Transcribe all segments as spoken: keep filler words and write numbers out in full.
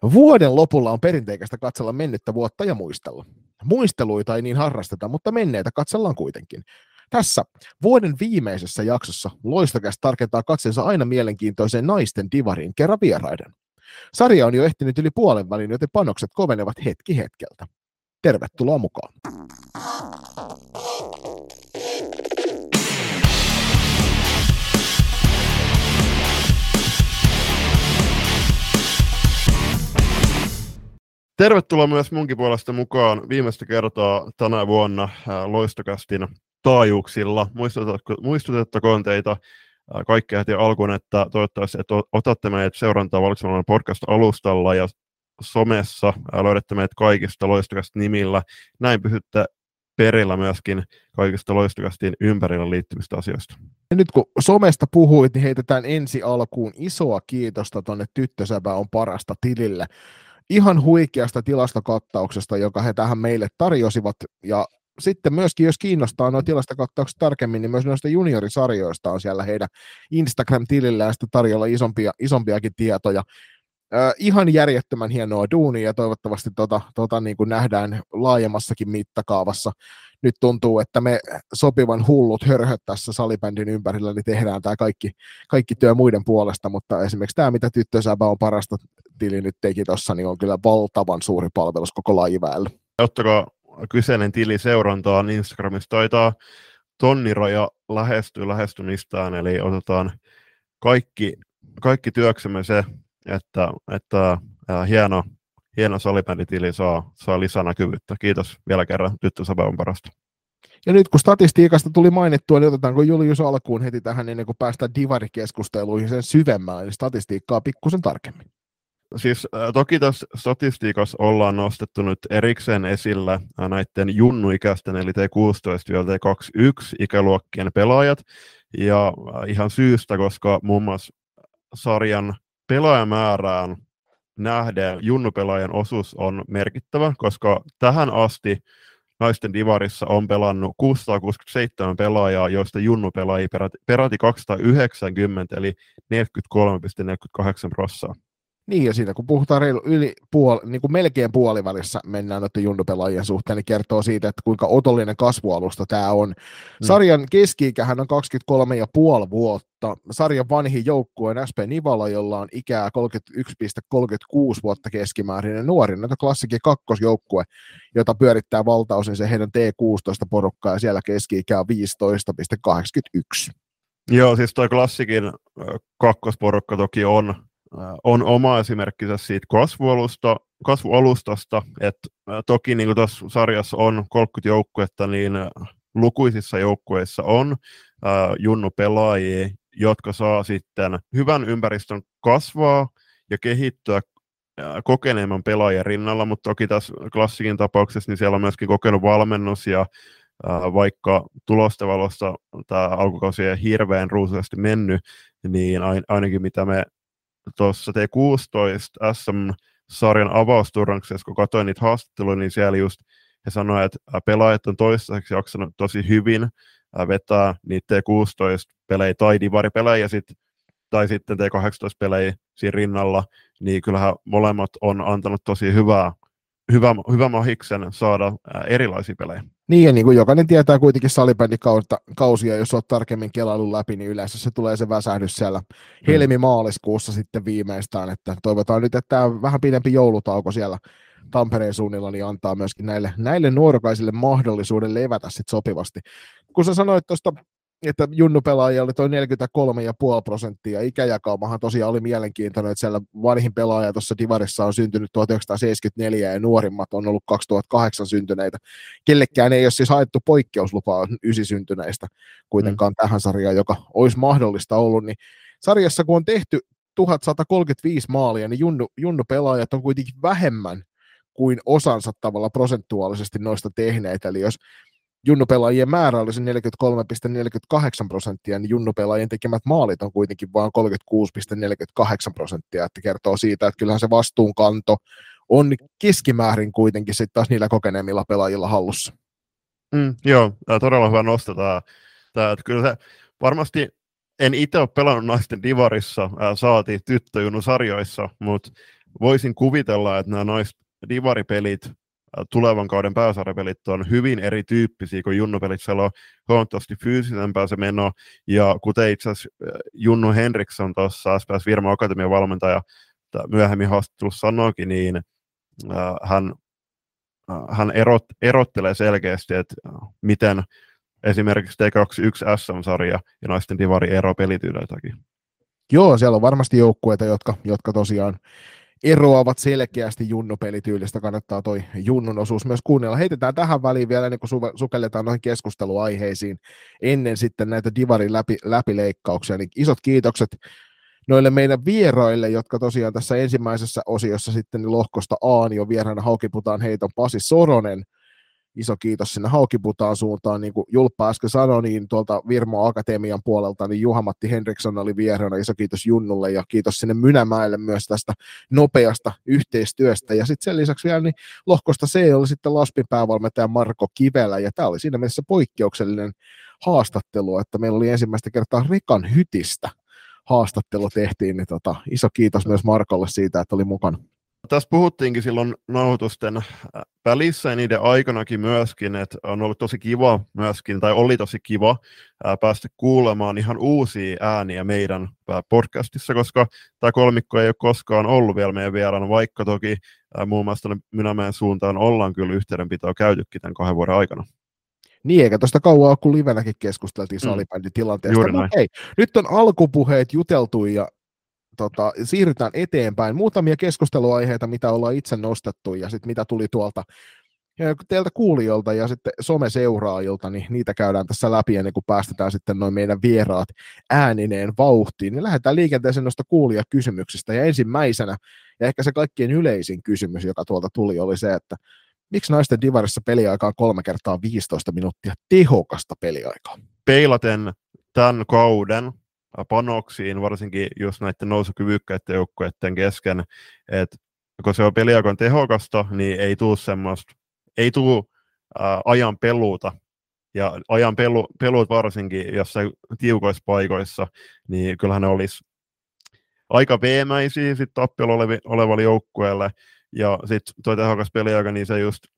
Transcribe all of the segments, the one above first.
Vuoden lopulla on perinteikästä katsella mennyttä vuotta ja muistella. Muisteluita ei niin harrasteta, mutta menneitä katsellaan kuitenkin. Tässä vuoden viimeisessä jaksossa Loistokäst tarkentaa katseensa aina mielenkiintoiseen naisten divariin kerran vieraiden. Sarja on jo ehtinyt yli puolen välin, joten panokset kovenevat hetki hetkeltä. Tervetuloa mukaan. Tervetuloa myös munkin puolesta mukaan viimeistä kertaa tänä vuonna Loistokästin taajuuksilla. Muistutettakoon teitä kaikkea heti alkuun, että toivottavasti että otatte meidät seurantaa valitsemalla podcast-alustalla ja somessa löydätte meidät kaikista Loistokäst-nimillä. Näin pysytte perillä myöskin kaikista Loistokästin ympärillä liittyvistä asioista. Ja nyt kun somesta puhuit, niin heitetään ensi alkuun isoa kiitosta tuonne Tyttösäpä on parasta tilille. Ihan huikeasta tilastokattauksesta, joka he tähän meille tarjosivat, ja sitten myöskin, jos kiinnostaa nuo tilastokattaukset tarkemmin, niin myös noista juniorisarjoista on siellä heidän Instagram-tilillä ja sitten tarjolla isompia, isompiakin tietoja. Äh, ihan järjettömän hienoa duunia, ja toivottavasti tota, tota, niin kuin nähdään laajemmassakin mittakaavassa. Nyt tuntuu, että me sopivan hullut hörhöt tässä salibändin ympärillä, niin tehdään tämä kaikki, kaikki työ muiden puolesta, mutta esimerkiksi tämä, mitä Tyttösäpä on parasta tili nyt teki tuossa, niin on kyllä valtavan suuri palvelus koko lajiväelle. Ottakaa kyseinen tili seurantaan Instagramissa, taitaa tonniraja lähestyy lähestymistään, eli otetaan kaikki, kaikki työksemme se, että, että äh, hieno, hieno salibänditili saa, saa lisää näkyvyyttä. Kiitos vielä kerran, Tyttösäpä on parasta. Ja nyt kun statistiikasta tuli mainittua, niin otetaanko Julius alkuun heti tähän ennen kuin päästään divarikeskusteluihin sen syvemmään, eli statistiikkaa pikkusen tarkemmin. Siis äh, toki tässä statistiikassa ollaan nostettu nyt erikseen esille äh, näiden junnuikäisten, eli T kuusitoista T kaksikymmentäyksi ikäluokkien pelaajat, ja äh, ihan syystä, koska muun muassa sarjan pelaajamäärään nähden junnupelaajan osuus on merkittävä, koska tähän asti naisten divarissa on pelannut kuusisataakuusikymmentäseitsemän pelaajaa, joista junnupelaajia peräti, peräti kaksisataayhdeksänkymmentä, eli neljäkymmentäkolme pilkku neljäkymmentäkahdeksan prosenttia. Niin, ja siitä kun puhutaan reilu yli puoli, niin kuin melkein puolivälissä mennään noiden junnupelaajien suhteen, niin kertoo siitä, että kuinka otollinen kasvualusta tämä on. Sarjan keski-ikähän on kaksikymmentäkolme pilkku viisi vuotta. Sarjan vanhin joukkue on S P Nivala, jolla on ikää kolmekymmentäyksi pilkku kolmekymmentäkuusi vuotta keskimäärin. Ja nuorin näitä klassikin kakkosjoukkue, jota pyörittää valtaosin se heidän T kuusitoista porukkaa, ja siellä keski-ikä on viisitoista pilkku kahdeksankymmentäyksi. Joo, siis tuo klassikin kakkosporukka toki on on oma esimerkkinsä siitä kasvualusta, kasvualustasta, että toki niin kuin tuossa sarjassa on kolmekymmentä joukkuetta, niin lukuisissa joukkueissa on ää, junnupelaajia, jotka saa sitten hyvän ympäristön kasvaa ja kehittyä ää, kokeneemman pelaajan rinnalla, mutta toki tässä klassikin tapauksessa niin siellä on myöskin kokenut valmennus, ja ää, vaikka tulosten valossa tämä alkukausi ei hirveän ruusuisesti mennyt, niin ainakin mitä me tuossa T kuusitoista S M-sarjan avausturnauksessa, kun katsoin niitä haastatteluja, niin siellä just he sanoivat, että pelaajat on toistaiseksi jaksanut tosi hyvin vetää niitä T kuusitoista-pelejä tai divaripelejä sit, tai sitten T kahdeksantoista-pelejä siinä rinnalla, niin kyllähän molemmat on antanut tosi hyvää, hyvä, hyvä mahiksen saada erilaisia pelejä. Niin, ja niin kuin jokainen tietää kuitenkin salibändikausia, jos olet tarkemmin kelailun läpi, niin yleensä se tulee se väsähdys siellä helmi-maaliskuussa sitten viimeistään, että toivotaan nyt, että tämä vähän pidempi joulutauko siellä Tampereen suunnilla niin antaa myöskin näille, näille nuorukaisille mahdollisuuden levätä sitten sopivasti. Kun sä sanoit tuosta, että junnupelaajia oli tuo neljäkymmentäkolme pilkku viisi prosenttia, ikäjakaumahan tosiaan oli mielenkiintoinen, että siellä vanhin pelaaja tuossa divarissa on syntynyt tuhatyhdeksänsataaseitsemänkymmentäneljä ja nuorimmat on ollut kaksituhattakahdeksan syntyneitä. Kellekään ei ole siis haettu poikkeuslupaa ysisyntyneistä kuitenkaan mm. tähän sarjaan, joka olisi mahdollista ollut, niin sarjassa kun on tehty tuhatsatakolmekymmentäviisi maalia, niin junnu, junnupelaajat on kuitenkin vähemmän kuin osansa tavalla prosentuaalisesti noista tehneet, eli jos junnupelaajien määrä olisi neljäkymmentäkolme pilkku neljäkymmentäkahdeksan prosenttia, niin junnupelaajien tekemät maalit on kuitenkin vain kolmekymmentäkuusi pilkku neljäkymmentäkahdeksan prosenttia, että kertoo siitä, että kyllähän se vastuunkanto on keskimäärin kuitenkin sitten taas niillä kokeneemmilla pelaajilla hallussa. Mm, joo, todella hyvä nosto tämä. tämä että kyllä se varmasti, en itse ole pelannut naisten divarissa, ää, saati tyttöjunnusarjoissa, mutta voisin kuvitella, että nämä nais divaripelit, tulevan kauden pääsarjapelit on hyvin erityyppisiä kuin junnupelit. Siellä on huomattavasti fyysisempää se meno, ja kuten itse asiassa Junnu Henriksson tuossa S P S Virma Akatemian valmentaja myöhemmin haastattelussa sanoikin, niin hän, hän erot, erottelee selkeästi, että miten esimerkiksi T kaksikymmentäyksi S M-sarja ja naisten divari ero pelityydeltäkin. Joo, siellä on varmasti joukkueita, jotka, jotka tosiaan eroavat selkeästi Junnu-pelityylistä. Kannattaa toi Junnun osuus myös kuunnella. Heitetään tähän väliin vielä, ennen kuin su- sukelletaan noihin keskusteluaiheisiin, ennen sitten näitä divarin läpi, läpileikkauksia. Niin isot kiitokset noille meidän vieraille, jotka tosiaan tässä ensimmäisessä osiossa sitten lohkosta A, niin on vieraana Haukiputaan heiton Pasi Soronen. Iso kiitos sinne Haukiputaan suuntaan, niin kuin Julppa äsken sanoi, niin tuolta Virmo Akatemian puolelta, niin Juha-Matti Henriksson oli vieraana, iso kiitos Junnulle, ja kiitos sinne Mynämäelle myös tästä nopeasta yhteistyöstä, ja sitten sen lisäksi vielä niin lohkosta C oli sitten Laspin päävalmentaja Marko Kivelä, ja tämä oli siinä mielessä poikkeuksellinen haastattelu, että meillä oli ensimmäistä kertaa Rikan Hytistä haastattelu tehtiin, niin tota, iso kiitos myös Markolle siitä, että oli mukana. Tässä puhuttiinkin silloin nauhoitusten välissä ja niiden aikanakin myöskin, että on ollut tosi kiva myöskin, tai oli tosi kiva ää, päästä kuulemaan ihan uusia ääniä meidän podcastissa, koska tämä kolmikko ei ole koskaan ollut vielä meidän vieraana, vaikka toki ää, muun muassa Mynämäen suuntaan ollaan kyllä yhteydenpitoa käytykin tämän kahden vuoden aikana. Niin, eikä tuosta kauan ole, kun livenäkin keskusteltiin salibändin tilanteesta. No, hei, nyt on alkupuheet juteltu ja Tota, siirrytään eteenpäin. Muutamia keskusteluaiheita, mitä ollaan itse nostettu ja sitten mitä tuli tuolta ja teiltä kuulijoilta ja sitten someseuraajilta, niin niitä käydään tässä läpi ennen kuin päästetään sitten noin meidän vieraat äänineen vauhtiin. Niin lähdetään liikenteeseen noista kuulijakysymyksistä ja ensimmäisenä ja ehkä se kaikkien yleisin kysymys, joka tuolta tuli, oli se, että miksi naisten divarissa peliaikaa kolme kertaa viisitoista minuuttia tehokasta peliaikaa? Peilaten tämän kauden panoksiin, varsinkin just näiden nousukyvykkäiden joukkueiden kesken, että kun se on peliaikoin tehokasta, niin ei tule semmoista, ei tule ää, ajan peluuta, ja ajan pelu, pelut varsinkin jossain tiukoissa paikoissa, niin kyllähän ne olisi aika veemäisiä sitten tappiolla olevi, olevalle joukkueelle, ja sitten tuo tehokas peliaika, niin se just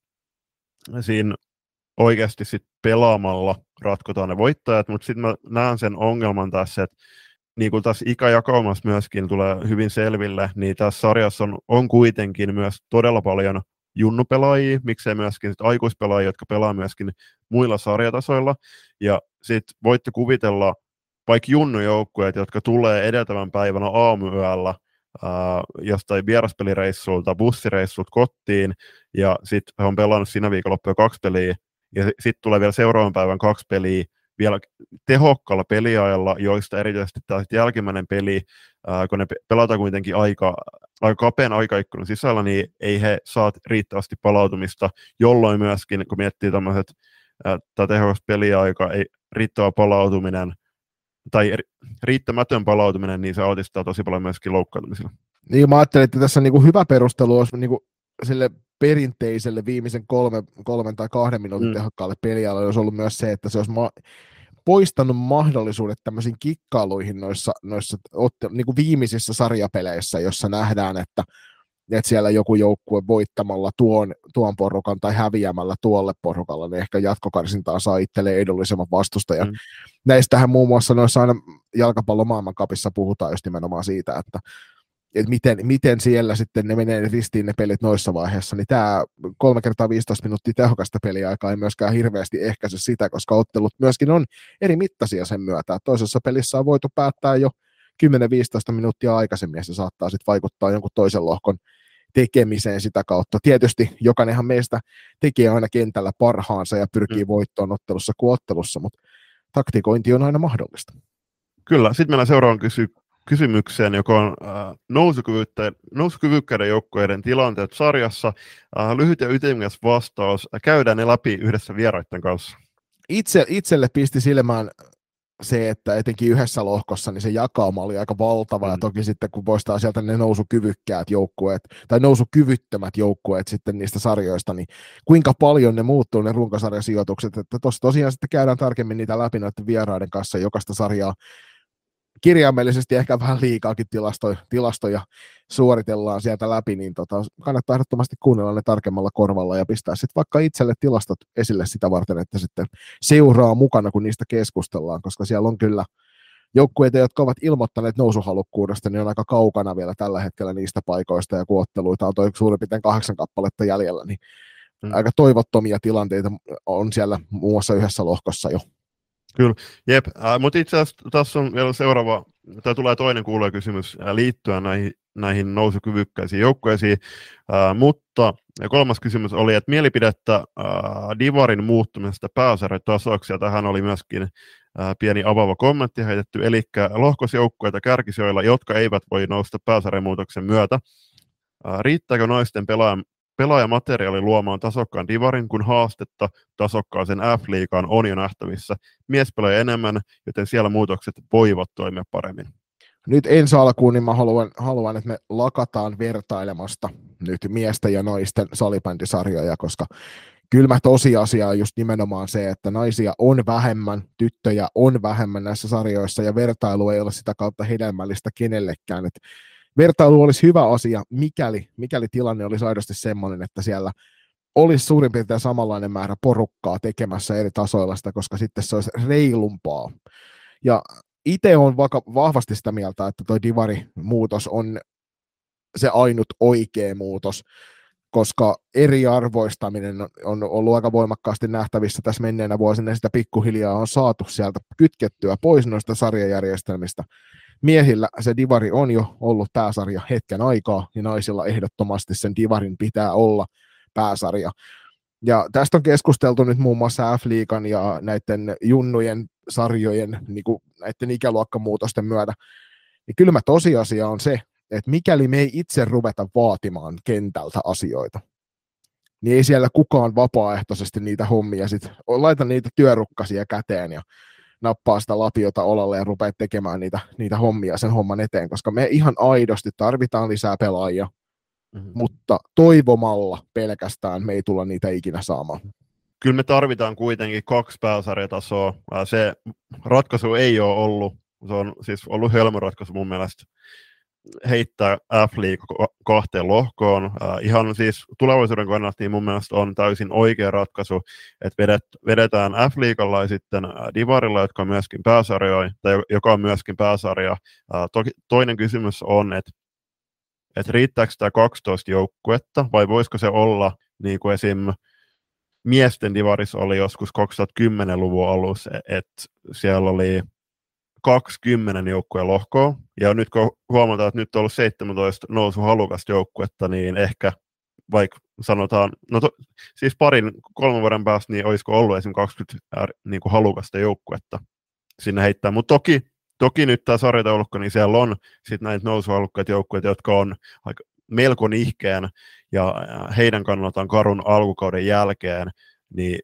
siinä oikeasti sit pelaamalla ratkotaan ne voittajat, mutta sitten mä näen sen ongelman tässä, että niin kuin tässä ikäjakaumassa myöskin tulee hyvin selville, niin tässä sarjassa on, on kuitenkin myös todella paljon junnupelaajia, miksei myöskin sit aikuispelaajia, jotka pelaa myöskin muilla sarjatasoilla, ja sitten voitte kuvitella vaikka junnujoukkueet, jotka tulee edeltävän päivänä aamuyöllä ää, jostain vieraspelireissulta, bussireissulta kotiin, ja sitten he on pelannut siinä viikonloppuja kaksi peliä, ja sitten tulee vielä seuraavan päivän kaksi peliä vielä tehokkaalla peliajalla, joista erityisesti tämä jälkimmäinen peli, ää, kun ne pelataan kuitenkin aika, aika kapean aikaikkunan sisällä, niin ei he saa riittävästi palautumista, jolloin myöskin, kun miettii tämmöiset, tämä tehokas peliaika, ei riittävä palautuminen, tai riittämätön palautuminen, niin se altistaa tosi paljon myöskin loukkaantumisilla. Niin, mä ajattelin, että tässä niinku hyvä perustelu olisi niinku sille perinteiselle viimeisen kolme, kolmen tai kahden minuutin mm. tehokkaalle pelialalle olisi ollut myös se, että se olisi ma- poistanut mahdollisuudet tämmöisiin kikkailuihin noissa, noissa otte- niin kuin viimeisissä sarjapeleissä, jossa nähdään, että, että siellä joku joukkue voittamalla tuon, tuon porukan tai häviämällä tuolle porukalle, niin ehkä jatkokarsintaan saa itselleen edullisemman vastustajan. Mm. Näistähän muun muassa noissa aina jalkapallon maailmankapissa puhutaan just nimenomaan siitä, että että miten, miten siellä sitten ne menee ristiin ne pelit noissa vaiheissa, niin tämä kolme kertaa viisitoista minuuttia tehokasta peliaikaa ei myöskään hirveästi ehkäise sitä, koska ottelut myöskin on eri mittaisia sen myötä. Toisessa pelissä on voitu päättää jo kymmenen viisitoista minuuttia aikaisemmin, ja se saattaa sitten vaikuttaa jonkun toisen lohkon tekemiseen sitä kautta. Tietysti jokainenhan meistä tekee aina kentällä parhaansa ja pyrkii mm. voittoon ottelussa kuin ottelussa, mutta taktikointi on aina mahdollista. Kyllä, sitten meillä seuraavan kysy- kysymykseen, joka on äh, nousukyvykkäiden joukkueiden tilanteet sarjassa. Äh, lyhyt ja ytimekäs vastaus. Käydään ne läpi yhdessä vieraiden kanssa. Itse, itselle pisti silmään se, että etenkin yhdessä lohkossa niin se jakauma oli aika valtava, mm. ja toki sitten kun poistaa sieltä ne nousukyvykkäät joukkueet, tai nousukyvyttömät joukkueet sitten niistä sarjoista, niin kuinka paljon ne muuttuu ne runkosarjasijoitukset, että tuossa tosiaan sitten käydään tarkemmin niitä läpi noiden vieraiden kanssa jokaista sarjaa kirjaimellisesti ehkä vähän liikaakin tilastoja, tilastoja suoritellaan sieltä läpi, niin tota, kannattaa ehdottomasti kuunnella ne tarkemmalla korvalla ja pistää sitten vaikka itselle tilastot esille sitä varten, että sitten seuraa mukana, kun niistä keskustellaan, koska siellä on kyllä joukkueita, jotka ovat ilmoittaneet nousuhalukkuudesta, niin on aika kaukana vielä tällä hetkellä niistä paikoista, ja kun otteluita on toi suurin piirtein kahdeksan kappaletta jäljellä, niin mm. aika toivottomia tilanteita on siellä muun muassa yhdessä lohkossa jo. Kyllä, jep, äh, mutta itse asiassa tässä on vielä seuraava, tämä tulee toinen kuulijakysymys äh, liittyen näihin, näihin nousukyvykkäisiin joukkueisiin, äh, mutta ja kolmas kysymys oli, että mielipidettä äh, Divarin muuttumisesta pääsarjatasoksi, ja tähän oli myöskin äh, pieni avaava kommentti heitetty, eli lohkosjoukkueita kärkisijoilla, jotka eivät voi nousta pääsarjamuutoksen myötä. Äh, riittääkö naisten pelaajan pelaajamateriaali luomaan tasokkaan divarin, kun haastetta tasokkaaseen F-liigaan on jo nähtävissä. Mies pelaa enemmän, joten siellä muutokset voivat toimia paremmin. Nyt ensi alkuun niin mä haluan, haluan, että me lakataan vertailemasta nyt miesten ja naisten salibändisarjoja, koska kylmä tosiasia on just nimenomaan se, että naisia on vähemmän, tyttöjä on vähemmän näissä sarjoissa, ja vertailu ei ole sitä kautta hedelmällistä kenellekään. Et vertailu olisi hyvä asia, mikäli, mikäli tilanne olisi aidosti semmoinen, että siellä olisi suurin piirtein samanlainen määrä porukkaa tekemässä eri tasoilla sitä, koska sitten se olisi reilumpaa. Ja itse olen vaka- vahvasti sitä mieltä, että tuo divari-muutos on se ainut oikea muutos, koska eriarvoistaminen on ollut aika voimakkaasti nähtävissä tässä menneenä vuosina, ja sitä pikkuhiljaa on saatu sieltä kytkettyä pois noista sarjajärjestelmistä. Miehillä se divari on jo ollut pääsarja hetken aikaa, ja naisilla ehdottomasti sen divarin pitää olla pääsarja. Ja tästä on keskusteltu nyt muun muassa F-liigan ja näiden junnujen sarjojen, niin kuin näiden ikäluokkamuutosten myötä. Niin kylmä tosiasia on se, että mikäli me ei itse ruveta vaatimaan kentältä asioita, niin ei siellä kukaan vapaaehtoisesti niitä hommia sit, laita niitä työrukkasia käteen ja nappaa sitä lapiota olalle ja rupeaa tekemään niitä, niitä hommia sen homman eteen, koska me ihan aidosti tarvitaan lisää pelaajia, mm-hmm. mutta toivomalla pelkästään me ei tulla niitä ikinä saamaan. Kyllä me tarvitaan kuitenkin kaksi pääsarjatasoa. Se ratkaisu ei ole ollut, se on siis ollut hölmöratkaisu mun mielestä, heittää F-liiga kahteen lohkoon. Äh, ihan siis tulevaisuuden kannalta niin mun mielestä on täysin oikea ratkaisu, että vedet, vedetään F-liigalla ja sitten äh, divarilla, jotka on myöskin pääsarjoja, tai joka on myöskin pääsarja. Äh, toki, toinen kysymys on, että et riittääkö tämä kaksitoista joukkuetta, vai voisiko se olla, niin kuin esim. Miesten divarissa oli joskus kaksituhattakymmenluvun alussa, että siellä oli kaksikymmentä joukkueen lohkoa, ja nyt kun huomataan, että nyt on ollut seitsemäntoista nousuhalukasta joukkuetta, niin ehkä vaikka sanotaan, no to, siis parin, kolmen vuoden päästä, niin olisiko ollut esimerkiksi kaksikymmentä niin kuin halukasta joukkuetta sinne heittää, mutta toki, toki nyt tämä sarjataulukko, niin siellä on sitten näitä nousuhalukkaita joukkueita, jotka on aika melko nihkeän, ja heidän kannaltaan karun alkukauden jälkeen, niin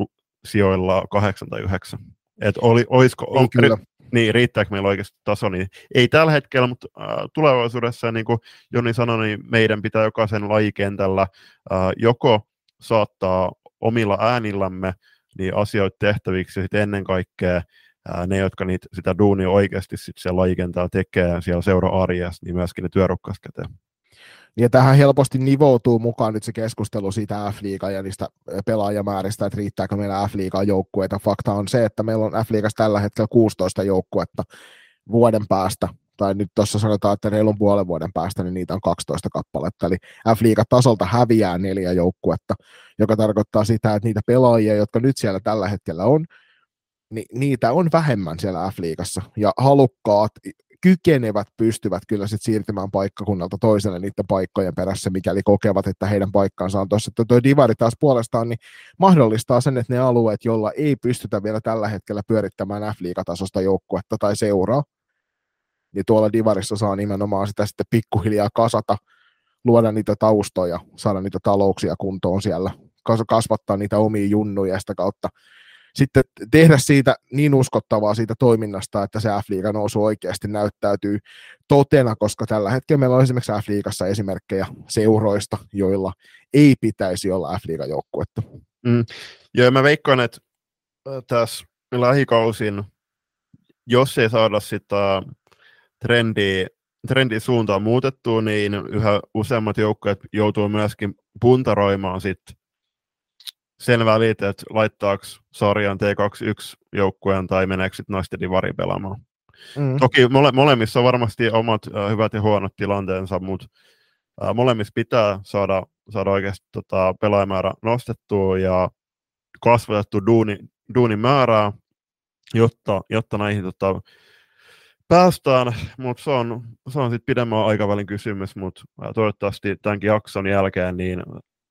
sijoilla kahdeksan tai yhdeksän. Että oli, olisiko, on, niin, riittääkö meillä oikeasti taso, niin ei tällä hetkellä, mutta äh, tulevaisuudessa, niin kuin Joni sanoi, niin meidän pitää jokaisen lajikentällä äh, joko saattaa omilla äänillämme niin asioita tehtäviksi, ja sitten ennen kaikkea äh, ne, jotka niitä, sitä duunia oikeasti sit siellä lajikentällä tekee, siellä seura-arjessa, niin myöskin ne työrukkaat käteen. Ja tähän helposti nivoutuu mukaan nyt se keskustelu siitä F-liigaa ja niistä pelaajamääristä, että riittääkö meillä F-liigan joukkueita. Fakta on se, että meillä on F-liigassa tällä hetkellä kuusitoista joukkuetta vuoden päästä, tai nyt tuossa sanotaan, että reilun puolen vuoden päästä, niin niitä on kaksitoista kappaletta. Eli F-liigan tasolta häviää neljä joukkuetta, joka tarkoittaa sitä, että niitä pelaajia, jotka nyt siellä tällä hetkellä on, niin niitä on vähemmän siellä F-liigassa. Ja halukkaat, kykenevät, pystyvät kyllä sit siirtymään paikkakunnalta toiselle niiden paikkojen perässä, mikäli kokevat, että heidän paikkaansa on tuossa. Tuo divari taas puolestaan niin mahdollistaa sen, että ne alueet, joilla ei pystytä vielä tällä hetkellä pyörittämään F-liigatasosta joukkuetta tai seuraa, niin tuolla divarissa saa nimenomaan sitä sitten pikkuhiljaa kasata, luoda niitä taustoja, saada niitä talouksia kuntoon siellä, kasvattaa niitä omia junnuja sitä kautta. Sitten tehdä siitä niin uskottavaa siitä toiminnasta, että se F-liigan nousu oikeasti näyttäytyy totena, koska tällä hetkellä meillä on esimerkiksi F-liigassa esimerkkejä seuroista, joilla ei pitäisi olla F-liigan joukkuetta. Mm. Ja mä veikkaan, että tässä lähikausin, jos ei saada sitä trendi, trendin suunta on muutettu, niin yhä useammat joukkueet joutuu myöskin puntaroimaan sit sen välit, että laittaako sarjan T kaksikymmentäyksi joukkueen tai meneekö sitten naisten divari pelaamaan. Mm. Toki mole, molemmissa on varmasti omat uh, hyvät ja huonot tilanteensa, mutta uh, molemmissa pitää saada, saada oikeasti tota, pelaajamäärä nostettua ja kasvatettu duuni, duunin määrää, jotta, jotta näihin tota, päästään, mutta se on, se on sitten pidemmän aikavälin kysymys, mutta uh, toivottavasti tämänkin jakson jälkeen niin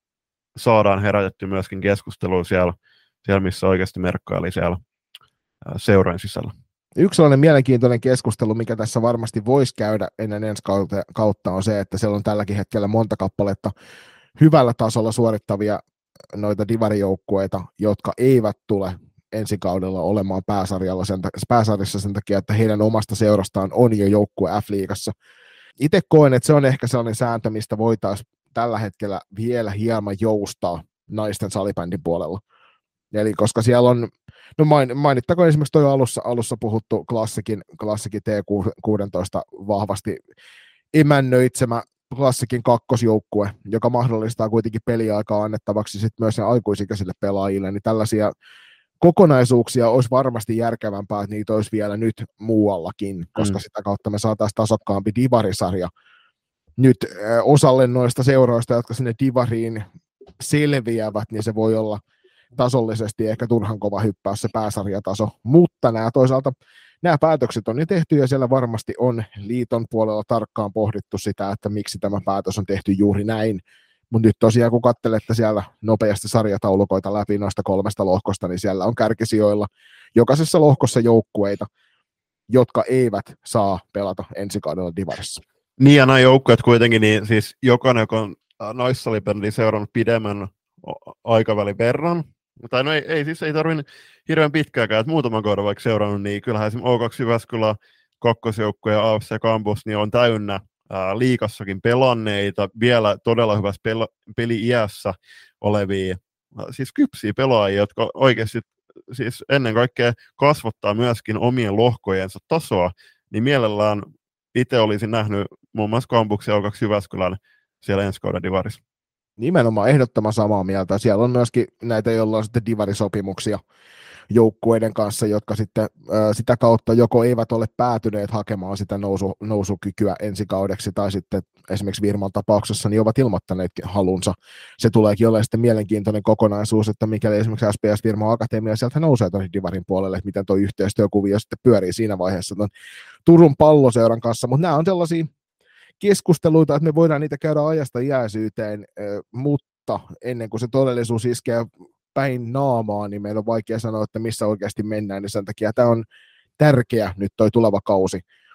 saadaan herätetty myöskin keskustelua siellä, siellä missä oikeasti merkkaa, eli siellä uh, seuran sisällä. Yksi sellainen mielenkiintoinen keskustelu, mikä tässä varmasti voisi käydä ennen ensi kautta, on se, että siellä on tälläkin hetkellä monta kappaletta hyvällä tasolla suorittavia noita divarijoukkueita, jotka eivät tule ensi kaudella olemaan pääsarjalla sen, pääsarjassa sen takia, että heidän omasta seurastaan on jo joukkue F-liigassa. Itse koen, että se on ehkä sellainen sääntö, mistä voitaisiin tällä hetkellä vielä hieman joustaa naisten salibändin puolella. Eli koska siellä on, no mainittakoon esimerkiksi tuo alussa, alussa puhuttu klassikin, klassikin T kuusitoista vahvasti emännöitsemä klassikin kakkosjoukkue, joka mahdollistaa kuitenkin peliaikaa annettavaksi sit myös ne aikuisikäisille pelaajille, niin tällaisia kokonaisuuksia olisi varmasti järkevämpää, että niitä olisi vielä nyt muuallakin, koska mm. sitä kautta me saataisiin tasokkaampi divarisarja nyt osalle noista seuroista, jotka sinne divariin selviävät, niin se voi olla tasollisesti ehkä turhan kova hyppää se pääsarjataso, mutta nämä toisaalta nämä päätökset on jo tehty ja siellä varmasti on liiton puolella tarkkaan pohdittu sitä, että miksi tämä päätös on tehty juuri näin, mutta nyt tosiaan kun katselette siellä nopeasti sarjataulukoita läpi noista kolmesta lohkosta, niin siellä on kärkisijoilla jokaisessa lohkossa joukkueita, jotka eivät saa pelata ensi kaudella divarissa. Niin ja nämä joukkueet kuitenkin, niin siis jokainen, joka on naissalibändiä seurannut pidemmän aikavälin verran, tai no ei, ei siis ei tarvitse hirveän pitkääkään, että muutaman kauden vaikka seurannut, niin kyllähän esimerkiksi O kaksi Jyväskylä, kakkosjoukkue ja A F C Campus niin on täynnä ää, liigassakin pelanneita, vielä todella hyvässä pel- peli-iässä olevia, ää, siis kypsiä pelaajia, jotka oikeasti siis ennen kaikkea kasvattaa myöskin omien lohkojensa tasoa, niin mielellään itse olisin nähnyt muun muassa Campuksen ja O kaksi Jyväskylän siellä ensi kauden divarissa. Nimenomaan ehdottoman samaa mieltä. Siellä on myöskin näitä, joilla on sitten divarisopimuksia joukkueiden kanssa, jotka sitten ää, sitä kautta joko eivät ole päätyneet hakemaan sitä nousu, nousukykyä ensi kaudeksi, tai sitten esimerkiksi Virman tapauksessa niin ovat ilmoittaneet halunsa. Se tuleekin olemaan sitten mielenkiintoinen kokonaisuus, että mikäli esimerkiksi S P S Virman Akatemia sieltä nousee tuonne divarin puolelle, että miten tuo yhteistyökuvio sitten pyörii siinä vaiheessa ton Turun Palloseuran kanssa, mutta nämä on sellaisia keskusteluita, että me voidaan niitä käydä ajasta iäisyyteen, mutta ennen kuin se todellisuus iskee päin naamaa, niin meillä on vaikea sanoa, että missä oikeasti mennään, niin sen takia tämä on tärkeä nyt toi tuleva kausi.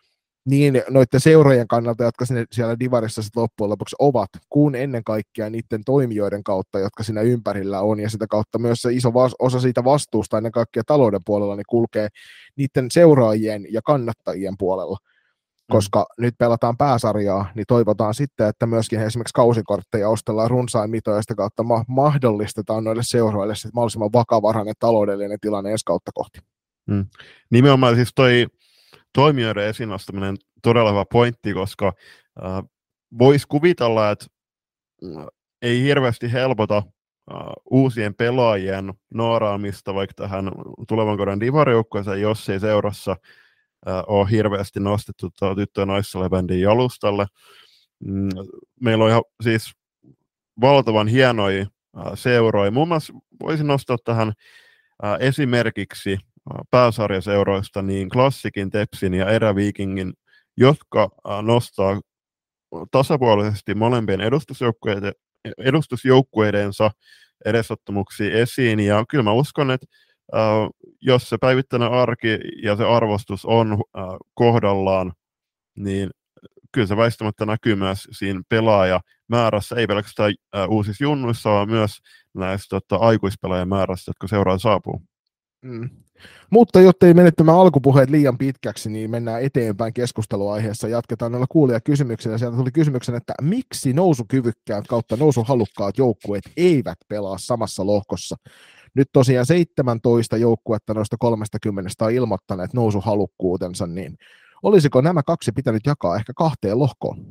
Niin noiden seurojen kannalta, jotka sinne siellä divarissa sitten loppujen lopuksi ovat, kun ennen kaikkea niiden toimijoiden kautta, jotka siinä ympärillä on, ja sitä kautta myös se iso vas- osa siitä vastuusta ennen kaikkea talouden puolella, niin kulkee niiden seuraajien ja kannattajien puolella. Koska mm. nyt pelataan pääsarjaa, niin toivotaan sitten, että myöskin esimerkiksi kausikortteja ostellaan runsain mitoja, sitä kautta ma- mahdollistetaan noille seuroille sitten mahdollisimman vakavarainen taloudellinen tilanne ensi kautta kohti. Mm. Nimenomaan siis toi toimijoiden esiin nostaminen todella hyvä pointti, koska äh, voisi kuvitella, että äh, ei hirveästi helpota äh, uusien pelaajien naaraamista vaikka tähän tulevan kauden divarijoukkueeseen, jos ei seurassa ole hirveästi nostettu tyttö- ja naissalibändin jalustalle. Meillä on ihan siis valtavan hienoja seuroja. Muun muassa voisin nostaa tähän esimerkiksi pääsarjaseuroista niin Klassikin, Tepsin ja Eräviikingin, jotka nostaa tasapuolisesti molempien edustusjoukkueiden, edustusjoukkueidensa edesottamuksia esiin. Ja kyllä mä uskon, että Uh, jos se päivittäinen arki ja se arvostus on uh, kohdallaan, niin kyllä se väistämättä näkyy myös siinä pelaajamäärässä, ei pelkästään uh, uusissa junnuissa, vaan myös näissä tota, aikuispelaajien määrässä, jotka seuraan saapuu. Mm. Mutta jotta ei mene tämä alkupuheet liian pitkäksi, niin mennään eteenpäin keskusteluaiheessa. Jatketaan noilla kuulijakysymyksillä. Sieltä tuli kysymyksen, että miksi nousukyvykkäät kautta nousuhalukkaat joukkueet eivät pelaa samassa lohkossa? Nyt tosiaan seitsemäntoista joukkuetta noista kolmekymmentä on ilmoittaneet nousuhalukkuutensa, niin olisiko nämä kaksi pitänyt jakaa ehkä kahteen lohkoon?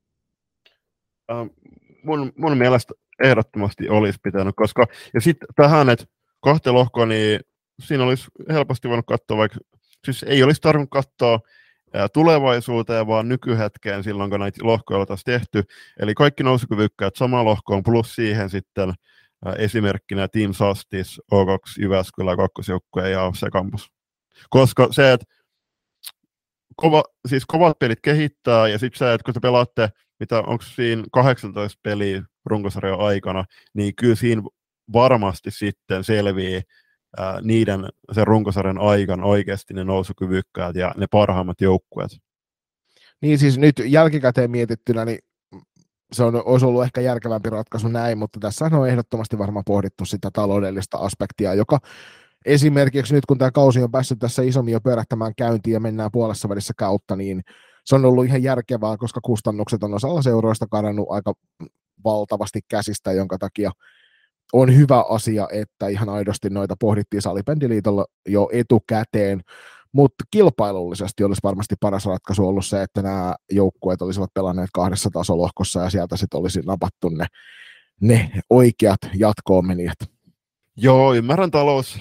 Uh, mun, mun mielestä ehdottomasti olisi pitänyt, koska, ja sitten tähän, että kahteen lohkoon, niin siinä olisi helposti voinut katsoa, vaikka, siis ei olisi tarvinnut katsoa tulevaisuuteen, vaan nykyhetkeen silloin, kun näitä lohkoja oltaisiin tehty. Eli kaikki nousukyvykkäät samaan lohkoon, plus siihen sitten äh, esimerkkinä Team Sastis, O kaksi, Jyväskylä, kakkosjoukkue ja A F C Campus. Koska se, että kova, siis kovat pelit kehittää, ja sitten se, että kun te pelaatte, mitä onko siinä kahdeksantoista peliä runkosarjan aikana, niin kyllä siinä varmasti sitten selviää ää, niiden sen runkosarjan aikana oikeasti ne nousukyvykkäät ja ne parhaimmat joukkueet. Niin siis nyt jälkikäteen mietittynä, niin se on, olisi ollut ehkä järkevämpi ratkaisu näin, mutta tässä on ehdottomasti varmaan pohdittu sitä taloudellista aspektia, joka esimerkiksi nyt kun tämä kausi on päässyt tässä isommin jo pyörähtämään käyntiin ja mennään puolessa välissä kautta, niin se on ollut ihan järkevää, koska kustannukset on osalla seuroista karannut aika valtavasti käsistä, jonka takia on hyvä asia, että ihan aidosti noita pohdittiin Salibändiliitolla jo etukäteen, mutta kilpailullisesti olisi varmasti paras ratkaisu ollut se, että nämä joukkueet olisivat pelanneet kahdessa tasolohkossa ja sieltä sitten olisi napattu ne, ne oikeat jatkoon menijät. Joo, ymmärrän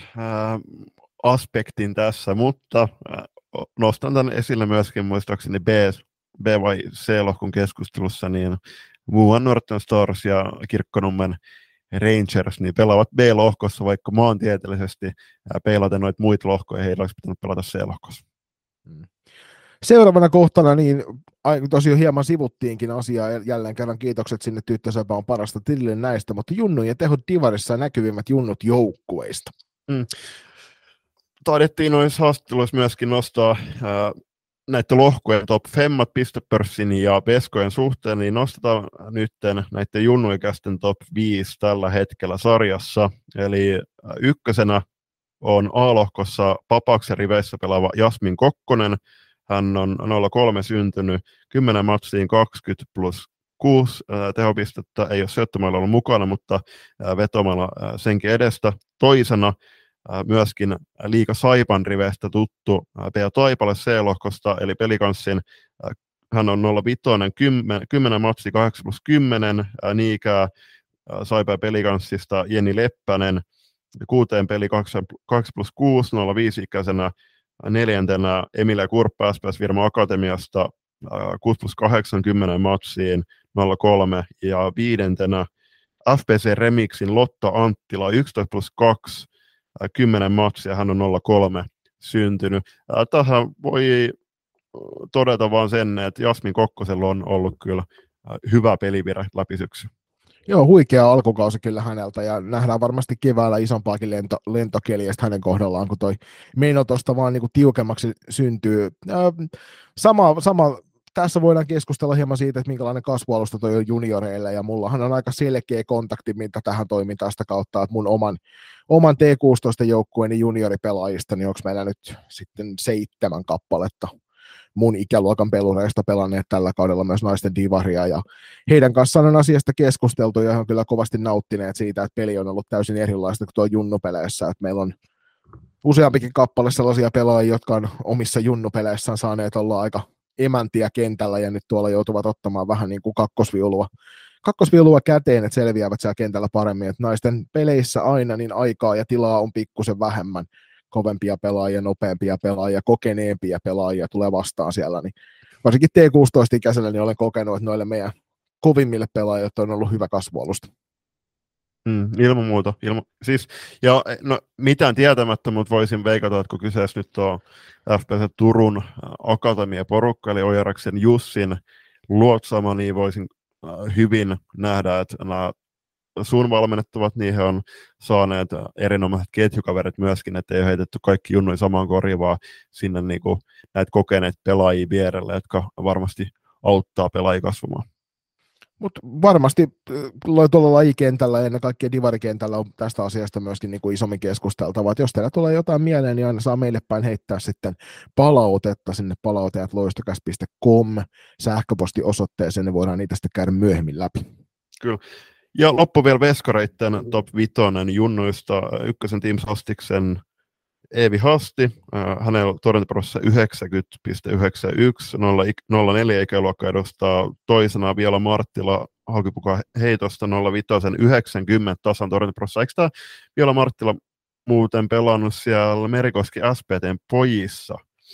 talousaspektin tässä, mutta nostan tämän esille myöskin muistaakseni B, B- vai C-lohkon keskustelussa, niin Wuhan Northern Stars ja Kirkkonummen Rangers niin pelaavat B-lohkossa, vaikka maantieteellisesti peilaten noita muita lohkoja, heillä olisi pitänyt pelata C-lohkossa. Seuraavana kohtana, niin tosiaan hieman sivuttiinkin asiaa, jälleen kerran kiitokset sinne Tyttösepä on parasta tilille näistä, mutta junnujen tehot divarissa näkyvimmät junnut joukkueista. Mm. Taidettiin noissa haastatteluissa myöskin nostaa ää, näiden lohkojen top femmat pistepörssin ja peskojen suhteen, niin nostetaan nyt näiden junnuikäisten top viisi tällä hetkellä sarjassa. Eli ykkösenä on A-lohkossa Papaksen riveissä pelaava Jasmin Kokkonen. Hän on nolla kolme syntynyt, kymmenen matsiin kaksikymmentä plus kuusi tehopistettä. Ei ole syöttömällä ollut mukana, mutta vetomalla senkin edestä. Toisena myöskin Liiga Saipan riveistä tuttu Pea Taipale C-lohkosta, eli Pelikanssin. Hän on nolla viisi, kymmenen matsia, kahdeksan plus kymmenen, niin ikää Saipa Pelikanssista Jenni Leppänen, kuuteen peli kaksi plus kuusi, nolla viisi ikäisenä, neljäntenä Emilia Kurppa S P S-Virma Akatemiasta, kuusi plus kahdeksan, kymmenen matsiin, nolla kolme, ja viidentenä F P C Remixin Lotta Anttila, yksitoista plus kaksi, kymmenen matsia, hän on nolla kolme syntynyt. Tähän voi todeta vaan sen, että Jasmin Kokkosella on ollut kyllä hyvä pelivirä läpi syksy. Joo, huikea alkukausi kyllä häneltä, ja nähdään varmasti keväällä isompaakin lento, lentokeliästä hänen kohdallaan, kun toi meno tuosta vaan niin kuin tiukemmaksi syntyy. Sama, sama, tässä voidaan keskustella hieman siitä, että minkälainen kasvualusta toi on junioreille, ja mullahan on aika selkeä kontakti, mitä tähän toimintaan sitä kautta, että mun oman, oman T kuusitoista-joukkueeni junioripelaajista, niin onko meillä nyt sitten seitsemän kappaletta mun ikäluokan pelureista pelanneet tällä kaudella myös naisten divaria, ja heidän kanssaan on asiasta keskusteltu, ja he on kyllä kovasti nauttineet siitä, että peli on ollut täysin erilaista kuin tuo junnupeleissä, että meillä on useampikin kappale sellaisia pelaajia, jotka on omissa junnupeleissään saaneet olla aika emäntiä kentällä, ja nyt tuolla joutuvat ottamaan vähän niin kuin kakkosviulua, kakkosviulua käteen, että selviävät siellä kentällä paremmin, että naisten peleissä aina niin aikaa ja tilaa on pikkusen vähemmän, kovempia pelaajia, nopeampia pelaajia, kokeneempia pelaajia tulee vastaan siellä, niin varsinkin T kuusitoista-ikäisellä niin olen kokenut, että noille meidän kovimmille pelaajille on ollut hyvä kasvualusta. Mm, ilman muuta. Ilma, siis, ja no, mitään tietämättä, mutta voisin veikata, että kun kyseessä nyt on F P C Turun akatemiaporukka, eli Ojaraksen Jussin luotsama, niin voisin äh, hyvin nähdä, että nämä sun valmennettavat, niin he on saaneet erinomaiset ketjukaverit myöskin, että ei ole heitetty kaikki junnuja samaan koriin, vaan sinne niin kuin näitä kokeneet pelaajia vierelle, jotka varmasti auttaa pelaajia kasvamaan. Mutta varmasti tuolla lajikentällä ja ennen kaikkea divarikentällä on tästä asiasta myöskin niin kuin isommin keskusteltava. Jos teillä tulee jotain mieleen, niin aina saa meille päin heittää sitten palautetta sinne palautajat loistokäs piste com sähköpostiosoitteeseen, niin voidaan niitä sitten käydä myöhemmin läpi. Kyllä. Ja loppu vielä veskareitten top vitonen junnuista, ykkösen Team Sastiksen Eevi Hasti, äh, hänellä on torjuntaprosentti yhdeksänkymmentä pilkku yhdeksänkymmentäyksi, nolla neljä ikäluokka edustaa toisena Viola Marttila Haukipukan heitosta nolla viisi yhdeksänkymmentä tasan torjuntaprosentti. Eikö tämä Viola Marttila muuten pelannut siellä Merikoski S P T:n pojissa,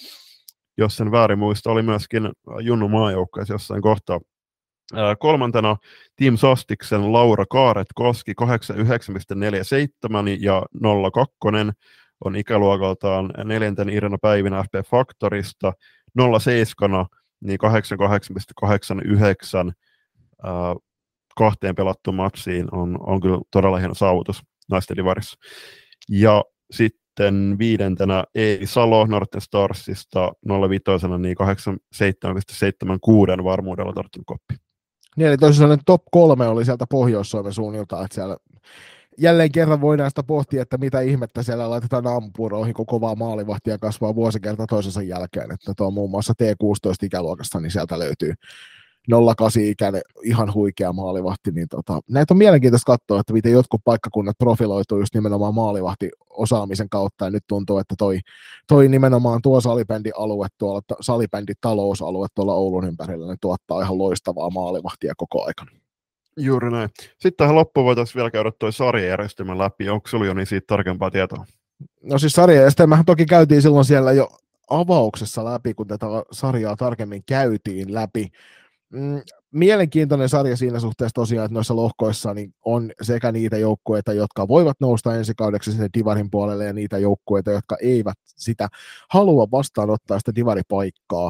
jos sen väärin muista, oli myöskin Junnu maajoukkueessa jossain kohtaa. Ää, kolmantena Team Sastiksen Laura Kaaret Koski kahdeksankymmentäyhdeksän pilkku neljäkymmentäseitsemän ja nolla kaksi on ikäluokaltaan neljänten Irina Päivinä F P Faktorista, nolla seitsemän niin kahdeksankymmentäkahdeksan pilkku kahdeksankymmentäyhdeksän ää, kahteen pelattuun matsiin on, on kyllä todella hieno saavutus naisten divarissa. Ja sitten viidentenä Eevi Salo Norten Starsista nolla viisi niin kahdeksankymmentäseitsemän pilkku seitsemänkymmentäkuusi varmuudella tarttunut koppi. Niin, eli toisaalta top kolme oli sieltä Pohjois-Suomen suunnilta, että siellä jälleen kerran voidaan sitä pohtia, että mitä ihmettä siellä laitetaan aamupuuroihin, kun kovaa maalivahtia kasvaa vuosikerta toisensa jälkeen, että tuo muun muassa T kuusitoista ikäluokasta, niin sieltä löytyy nolla kahdeksan ikäinen ihan huikea maalivahti, niin tota, näitä on mielenkiintoista katsoa, että miten jotkut paikkakunnat profiloituu just nimenomaan maalivahtiosaamisen kautta, ja nyt tuntuu, että toi, toi nimenomaan tuo salibändialue, tuolla salibänditalousalue tuolla Oulun ympärillä, niin tuottaa ihan loistavaa maalivahtia koko aikana. Juuri näin. Sitten tähän loppuun voitaisiin vielä käydä tuo sarjajärjestelmän läpi. Onko sinulla jo niin siitä tarkempaa tietoa? No siis sarjajärjestelmähän toki käytiin silloin siellä jo avauksessa läpi, kun tätä sarjaa tarkemmin käytiin läpi. Mm, mielenkiintoinen sarja siinä suhteessa tosiaan, että noissa lohkoissa niin on sekä niitä joukkueita, jotka voivat nousta ensi kaudeksi sinne divarin puolelle, ja niitä joukkueita, jotka eivät sitä halua vastaanottaa sitä divaripaikkaa.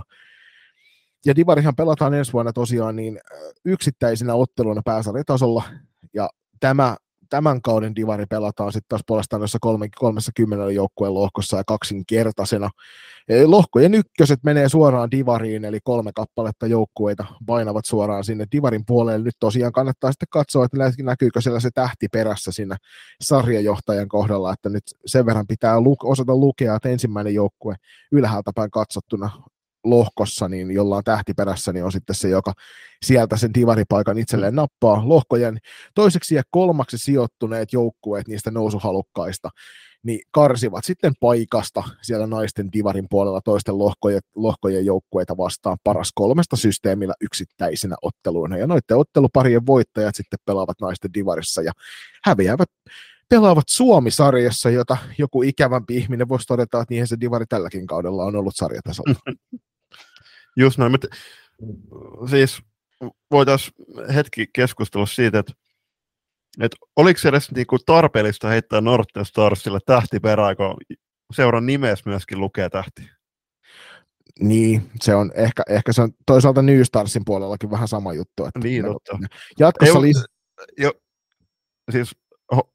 Ja divarihan pelataan ensi vuonna tosiaan niin yksittäisinä otteluina pääsarjatasolla, ja tämä, tämän kauden divari pelataan sitten taas puolestaan noissa kolmekymmentä joukkueen lohkossa ja kaksinkertaisena. Lohkojen ykköset menee suoraan divariin, eli kolme kappaletta joukkueita painavat suoraan sinne divarin puolelle. Nyt tosiaan kannattaa sitten katsoa, että näkyykö siellä se tähti perässä siinä sarjajohtajan kohdalla, että nyt sen verran pitää lu- osata lukea, että ensimmäinen joukkue ylhäältä päin katsottuna lohkossa, niin jolla on tähti perässä, niin on sitten se, joka sieltä sen divaripaikan itselleen nappaa. Lohkojen toiseksi ja kolmaksi sijoittuneet joukkueet niistä nousuhalukkaista, niin karsivat sitten paikasta siellä naisten divarin puolella toisten lohkojen, lohkojen joukkueita vastaan paras kolmesta systeemillä yksittäisinä otteluina. Ja noiden otteluparien voittajat sitten pelaavat naisten divarissa ja häviävät pelaavat Suomi-sarjassa, jota joku ikävämpi ihminen voisi todeta, että niinhän se divari tälläkin kaudella on ollut sarjatasolla. Just näin, mutta siis voitaisiin hetki keskustella siitä, että, että oliko se edes niinku tarpeellista heittää Norten Starsille tähti perään, kun seuran nimessä myöskin lukee tähti? Niin, se on ehkä, ehkä se on toisaalta New Starsin puolellakin vähän sama juttu. Että niin, totta. Jatkossa lis... jo, siis ho,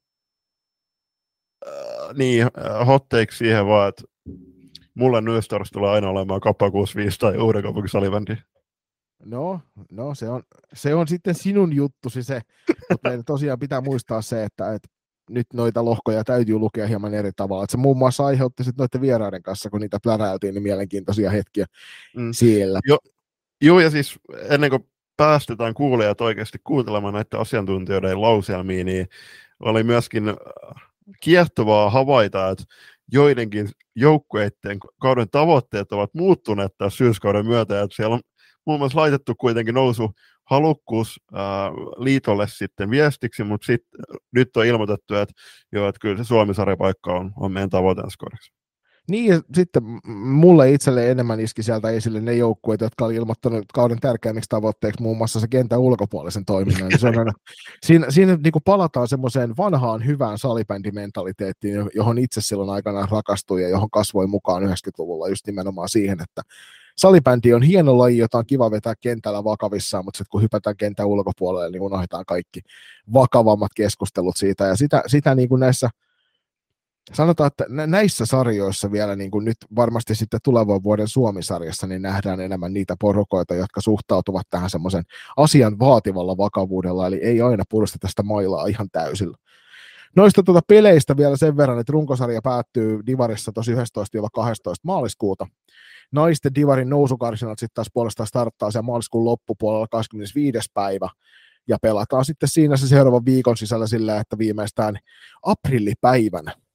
äh, niin, hot take siihen vaan, että mulle New Stars tulee aina olemaan Kappa kuusikymmentäviisi tai Uudenkaupungin salibändi. No, no se, on, se on sitten sinun juttusi se, mutta tosiaan pitää muistaa se, että, että nyt noita lohkoja täytyy lukea hieman eri tavalla. Että se muun muassa aiheutti sitten noiden vieraiden kanssa, kun niitä pläräiltiin, niin mielenkiintoisia hetkiä mm. siellä. Jo, joo, ja siis ennen kuin päästetään kuulijat oikeasti kuuntelemaan näiden asiantuntijoiden lauselmia, niin oli myöskin kiehtovaa havaita, että joidenkin joukkueiden kauden tavoitteet ovat muuttuneet tässä syyskauden myötä, että siellä on muun muassa laitettu kuitenkin nousu halukkuus ää, liitolle sitten viestiksi, mutta sit, nyt on ilmoitettu, että, joo, että kyllä se Suomi-sarjapaikka on, on meidän tavoite ensi kaudeksi. Niin, ja sitten mulle itselle enemmän iski sieltä esille ne joukkueet, jotka oli ilmoittanut kauden tärkeimmiksi tavoitteeksi muun muassa se kentän ulkopuolisen toiminnan. Niin se on aina, siinä siinä niin kuin palataan semmoiseen vanhaan hyvään salibändimentaliteettiin, johon itse silloin aikanaan rakastui ja johon kasvoi mukaan yhdeksänkymmentäluvulla just nimenomaan siihen, että salibändi on hieno laji, jota on kiva vetää kentällä vakavissaan, mutta sitten kun hypätään kentän ulkopuolelle, niin unohdetaan kaikki vakavammat keskustelut siitä, ja sitä, sitä niin kuin näissä sanotaan, että näissä sarjoissa vielä niin kuin nyt varmasti sitten tulevan vuoden Suomi-sarjassa niin nähdään enemmän niitä porukoita, jotka suhtautuvat tähän semmoisen asian vaativalla vakavuudella, eli ei aina puristeta sitä mailaa ihan täysillä. Noista tuota peleistä vielä sen verran, että runkosarja päättyy divarissa tosi yhdestoista kahdestoista maaliskuuta. Naisten divarin nousukarsinat sitten taas puolestaan starttaa siellä maaliskuun loppupuolella kahdeskymmenesviides päivä. Ja pelataan sitten siinä se seuraavan viikon sisällä sillä, että viimeistään aprillipäivän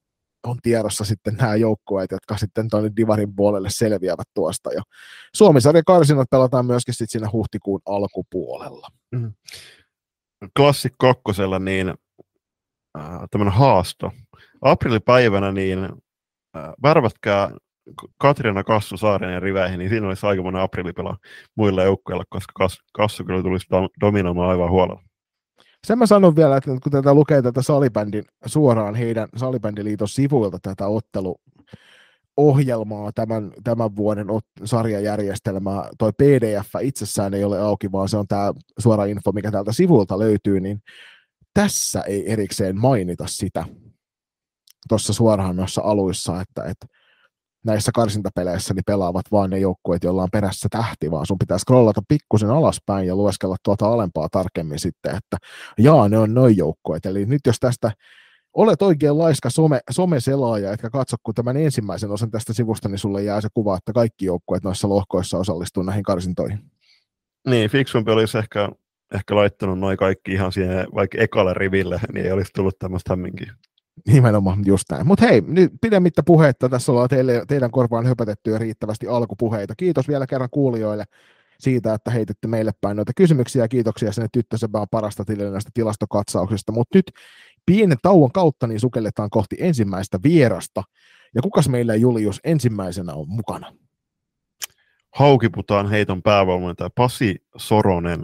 on tiedossa sitten nämä joukkueet, jotka sitten tuonne Divarin puolelle selviävät tuosta. Ja Suomi-sarjan karsinat pelataan myöskin sitten siinä huhtikuun alkupuolella. Mm. Classic kakkosella niin äh, tämmöinen haasto. Aprillipäivänä niin äh, värvätkää Katriina Kassu Saarinen riveihin, niin siinä olisi aikamoinen aprillipela muilla joukkueilla, koska Kas, Kassu kyllä tulisi dominoimaan aivan huolella. Sen mä sanon vielä, että kun tätä lukee tätä salibändin suoraan heidän salibändiliiton sivuilta tätä otteluohjelmaa, tämän, tämän vuoden sarjajärjestelmää, toi P D F itsessään ei ole auki, vaan se on tämä suora info, mikä täältä sivulta löytyy, niin tässä ei erikseen mainita sitä tuossa suoraan noissa aluissa, että, että näissä karsintapeleissä niin pelaavat vain ne joukkueet, joilla on perässä tähti, vaan sun pitää scrollata pikkusen alaspäin ja lueskella tuota alempaa tarkemmin sitten, että jaa, ne on noin joukkueet. Eli nyt jos tästä olet oikein laiska some, someselaaja, etkä katso kun tämän ensimmäisen osan tästä sivusta, niin sulle jää se kuva, että kaikki joukkueet noissa lohkoissa osallistuu näihin karsintoihin. Niin, fiksumpi olisi ehkä, ehkä laittanut noin kaikki ihan siihen vaikka ekalle riville, niin ei olisi tullut tämmöistä hämminkiä. Nimenomaan just näin. Mutta hei, nyt pidemmittä puhetta. Tässä ollaan teille, teidän korvaan höpötetty jo riittävästi alkupuheita. Kiitos vielä kerran kuulijoille siitä, että heititte meille päin noita kysymyksiä, ja kiitoksia sinne Tyttösepään parasta tilille näistä tilastokatsauksista. Mutta nyt pienen tauon kautta niin sukelletaan kohti ensimmäistä vierasta. Ja kukas meillä Julius ensimmäisenä on mukana? Haukiputaan heiton päävalmentaja Pasi Soronen.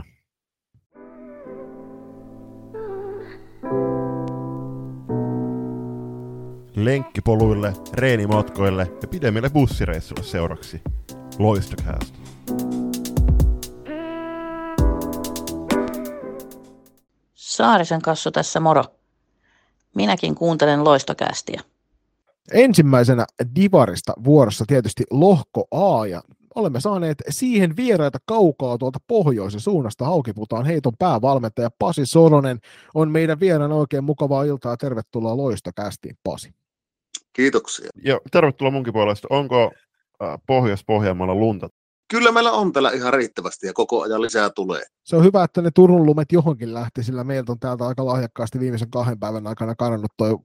Lenkkipoluille, reenimatkoille ja pidemmille bussireissuille seuraksi. Loistocast. Saarisen Kassu tässä moro. Minäkin kuuntelen Loistocastia. Ensimmäisenä Divarista vuorossa tietysti lohko A, ja olemme saaneet siihen vieraita kaukaa tuolta pohjoisen suunnasta. Haukiputaan heiton päävalmentaja Pasi Soronen on meidän vieraan. Oikein mukavaa iltaa. Tervetuloa Loistocastiin, Pasi. Kiitoksia. Ja tervetuloa munkin puolesta. Onko äh, Pohjois-Pohjanmaalla lunta? Kyllä meillä on täällä ihan riittävästi ja koko ajan lisää tulee. Se on hyvä, että ne Turun lumet johonkin lähti, sillä meiltä on täältä aika lahjakkaasti viimeisen kahden päivän aikana kadonnut toi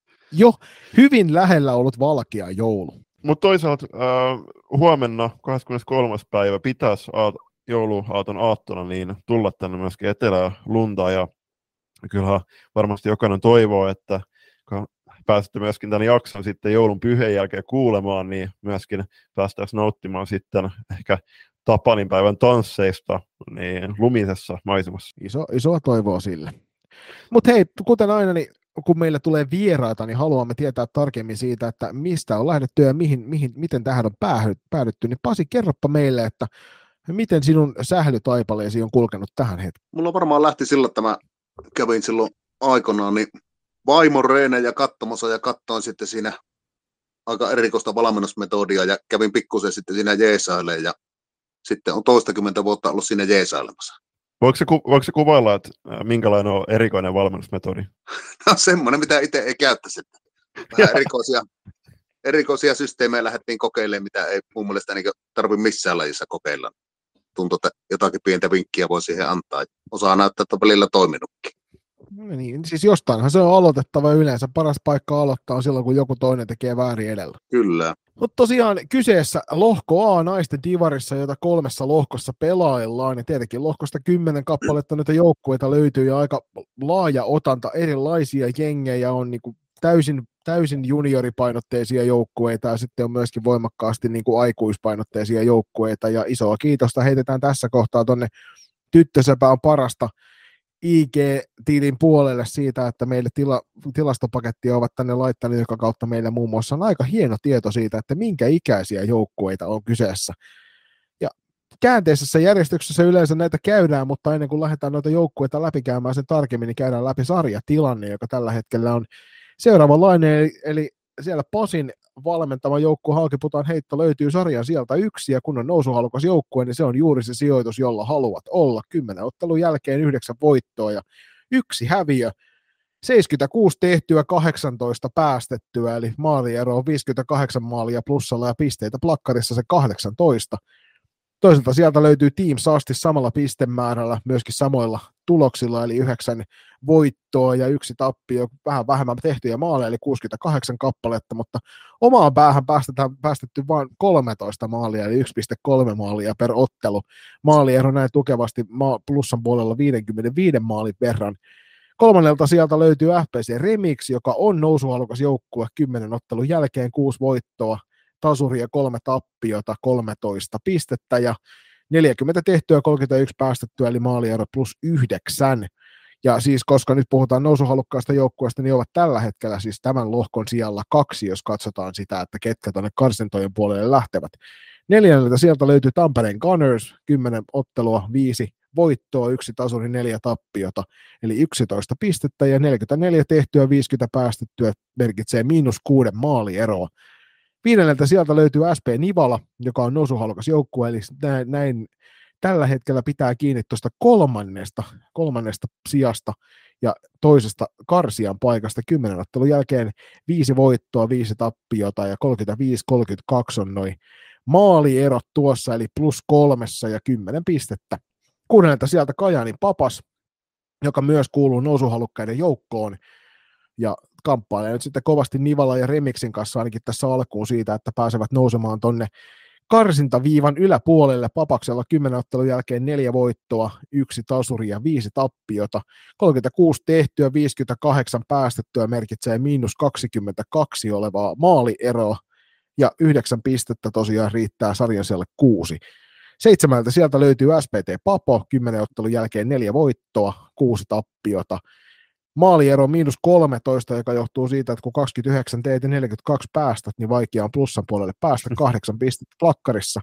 jo hyvin lähellä ollut valkea joulu. Mutta toisaalta äh, huomenna kahdeskymmeneskolmas päivä pitäisi aat- jouluaaton aattona niin tulla tänne myöskin etelään lunta, ja kyllähän varmasti jokainen toivoo, että kun pääsette myöskin tämän jakson sitten joulun pyhien jälkeen kuulemaan, niin myöskin päästäisiin nauttimaan sitten ehkä Tapanin päivän tansseista niin lumisessa maisemassa. Iso, isoa toivoa sille. Mutta hei, kuten aina, niin kun meille tulee vieraita, niin haluamme tietää tarkemmin siitä, että mistä on lähdetty ja mihin, mihin, miten tähän on päädytty. Niin Pasi, kerropa meille, että miten sinun sählytaipaleesi on kulkenut tähän hetkeen? Mulla varmaan lähti sillä, että mä kävin silloin aikanaan niin vaimon reenejä katsomassa ja katsoin sitten siinä aika erikoista valmennusmetodia ja kävin pikkusen sitten siinä jeesailemaan ja sitten on toistakymmentä vuotta ollut siinä jeesailemassa. Voiko se, ku, voiko se kuvailla, että minkälainen on erikoinen valmennusmetodi? No semmoinen, mitä itse ei käyttäisi. Vähän erikoisia, erikoisia systeemejä lähdettiin kokeilemaan, mitä ei mun mielestä niin tarvitse missään lajissa kokeilla. Tuntuu, että jotakin pientä vinkkiä voi siihen antaa. Osaa näyttää, että on välillä toiminutkin. No niin, siis jostainhan se on aloitettava yleensä. Paras paikka aloittaa on silloin, kun joku toinen tekee väärin edellä. Kyllä. Mutta tosiaan kyseessä lohko A naisten divarissa, jota kolmessa lohkossa pelaillaan, ja tietenkin lohkosta kymmenen kappaletta näitä joukkueita löytyy, ja aika laaja otanta erilaisia jengejä on niin kuin täysin, täysin junioripainotteisia joukkueita, ja sitten on myöskin voimakkaasti niin kuin aikuispainotteisia joukkueita, ja isoa kiitosta heitetään tässä kohtaa tuonne Tyttösepä on parasta I G-tilin puolelle siitä, että meille tila, tilastopakettia ovat tänne laittaneet, joka kautta meillä muun muassa on aika hieno tieto siitä, että minkä ikäisiä joukkueita on kyseessä. Ja käänteisessä järjestyksessä yleensä näitä käydään, mutta ennen kuin lähdetään noita joukkueita läpikäymään sen tarkemmin, niin käydään läpi sarjatilanne, joka tällä hetkellä on seuraavanlainen, eli, eli siellä Pasin valmentama joukkue Haukiputaan heitto löytyy sarjan sieltä yksi, ja kun on nousuhalukas joukkue, niin se on juuri se sijoitus, jolla haluat olla. Kymmenen ottelun jälkeen yhdeksän voittoa ja yksi häviö, seitsemänkymmentäkuusi tehtyä, kahdeksantoista päästettyä, eli maaliero on viisikymmentäkahdeksan maalia plussalla ja pisteitä plakkarissa se kahdeksantoista. Toisaalta sieltä löytyy Team Sasti samalla pistemäärällä, myöskin samoilla tuloksilla, eli yhdeksän voittoa ja yksi tappio, vähän vähemmän tehtyjä maaleja, eli kuusikymmentäkahdeksan kappaletta, mutta omaan päähän päästetään, päästetty vain kolmetoista maalia, eli yksi pilkku kolme maalia per ottelu. Maaliero näin tukevasti plussan puolella viisikymmentäviisi maalin verran. Kolmannelta sieltä löytyy F P C Remix, joka on nousuhalukas joukkue kymmenen ottelun jälkeen, kuusi voittoa, tasuri ja kolme tappiota, kolmetoista pistettä ja neljäkymmentä tehtyä, kolmekymmentäyksi päästettyä, eli maaliero plus yhdeksän. Ja siis koska nyt puhutaan nousuhalukkaasta joukkueesta, niin ovat tällä hetkellä siis tämän lohkon sijalla kaksi, jos katsotaan sitä, että ketkä tuonne karsintojen puolelle lähtevät. Neljänneltä sieltä löytyy Tampereen Gunners, kymmenen ottelua, viisi voittoa, yksi tasuri, neljä tappiota, eli yksitoista pistettä ja neljäkymmentäneljä tehtyä, viisikymmentä päästettyä, merkitsee miinus kuuden maalieroa. Viidenneltä sieltä löytyy S P Nivala, joka on nousuhalukas joukkue, eli näin, näin tällä hetkellä pitää kiinni tuosta kolmannesta, kolmannesta sijasta ja toisesta karsian paikasta. Kymmenen ottelun jälkeen viisi voittoa, viisi tappiota ja kolmekymmentäviisi kolmekymmentäkaksi on noin maalierot tuossa, eli plus kolmessa ja kymmenen pistettä. Kuudennelta sieltä Kajaanin Papas, joka myös kuuluu nousuhalukkaiden joukkoon ja kamppailee nyt sitten kovasti Nivala ja Remixin kanssa ainakin tässä alkuun siitä, että pääsevät nousemaan tonne karsintaviivan yläpuolelle. Papaksella kymmenen ottelun jälkeen neljä voittoa, yksi tasuri ja viisi tappiota. kolmekymmentäkuusi tehtyä, viisikymmentäkahdeksan päästettyä merkitsee miinus kaksikymmentäkaksi olevaa maalieroa ja yhdeksän pistettä tosiaan riittää sarjan siellä kuusi. Seitsemältä sieltä löytyy S P T Papo, kymmenen ottelun jälkeen neljä voittoa, kuusi tappiota. Maaliero on miinus kolmetoista, joka johtuu siitä, että kun kaksikymmentäyhdeksän teet ja neljäkymmentäkaksi päästät, niin vaikea on plussan puolelle päästä, kahdeksan pistettä plakkarissa.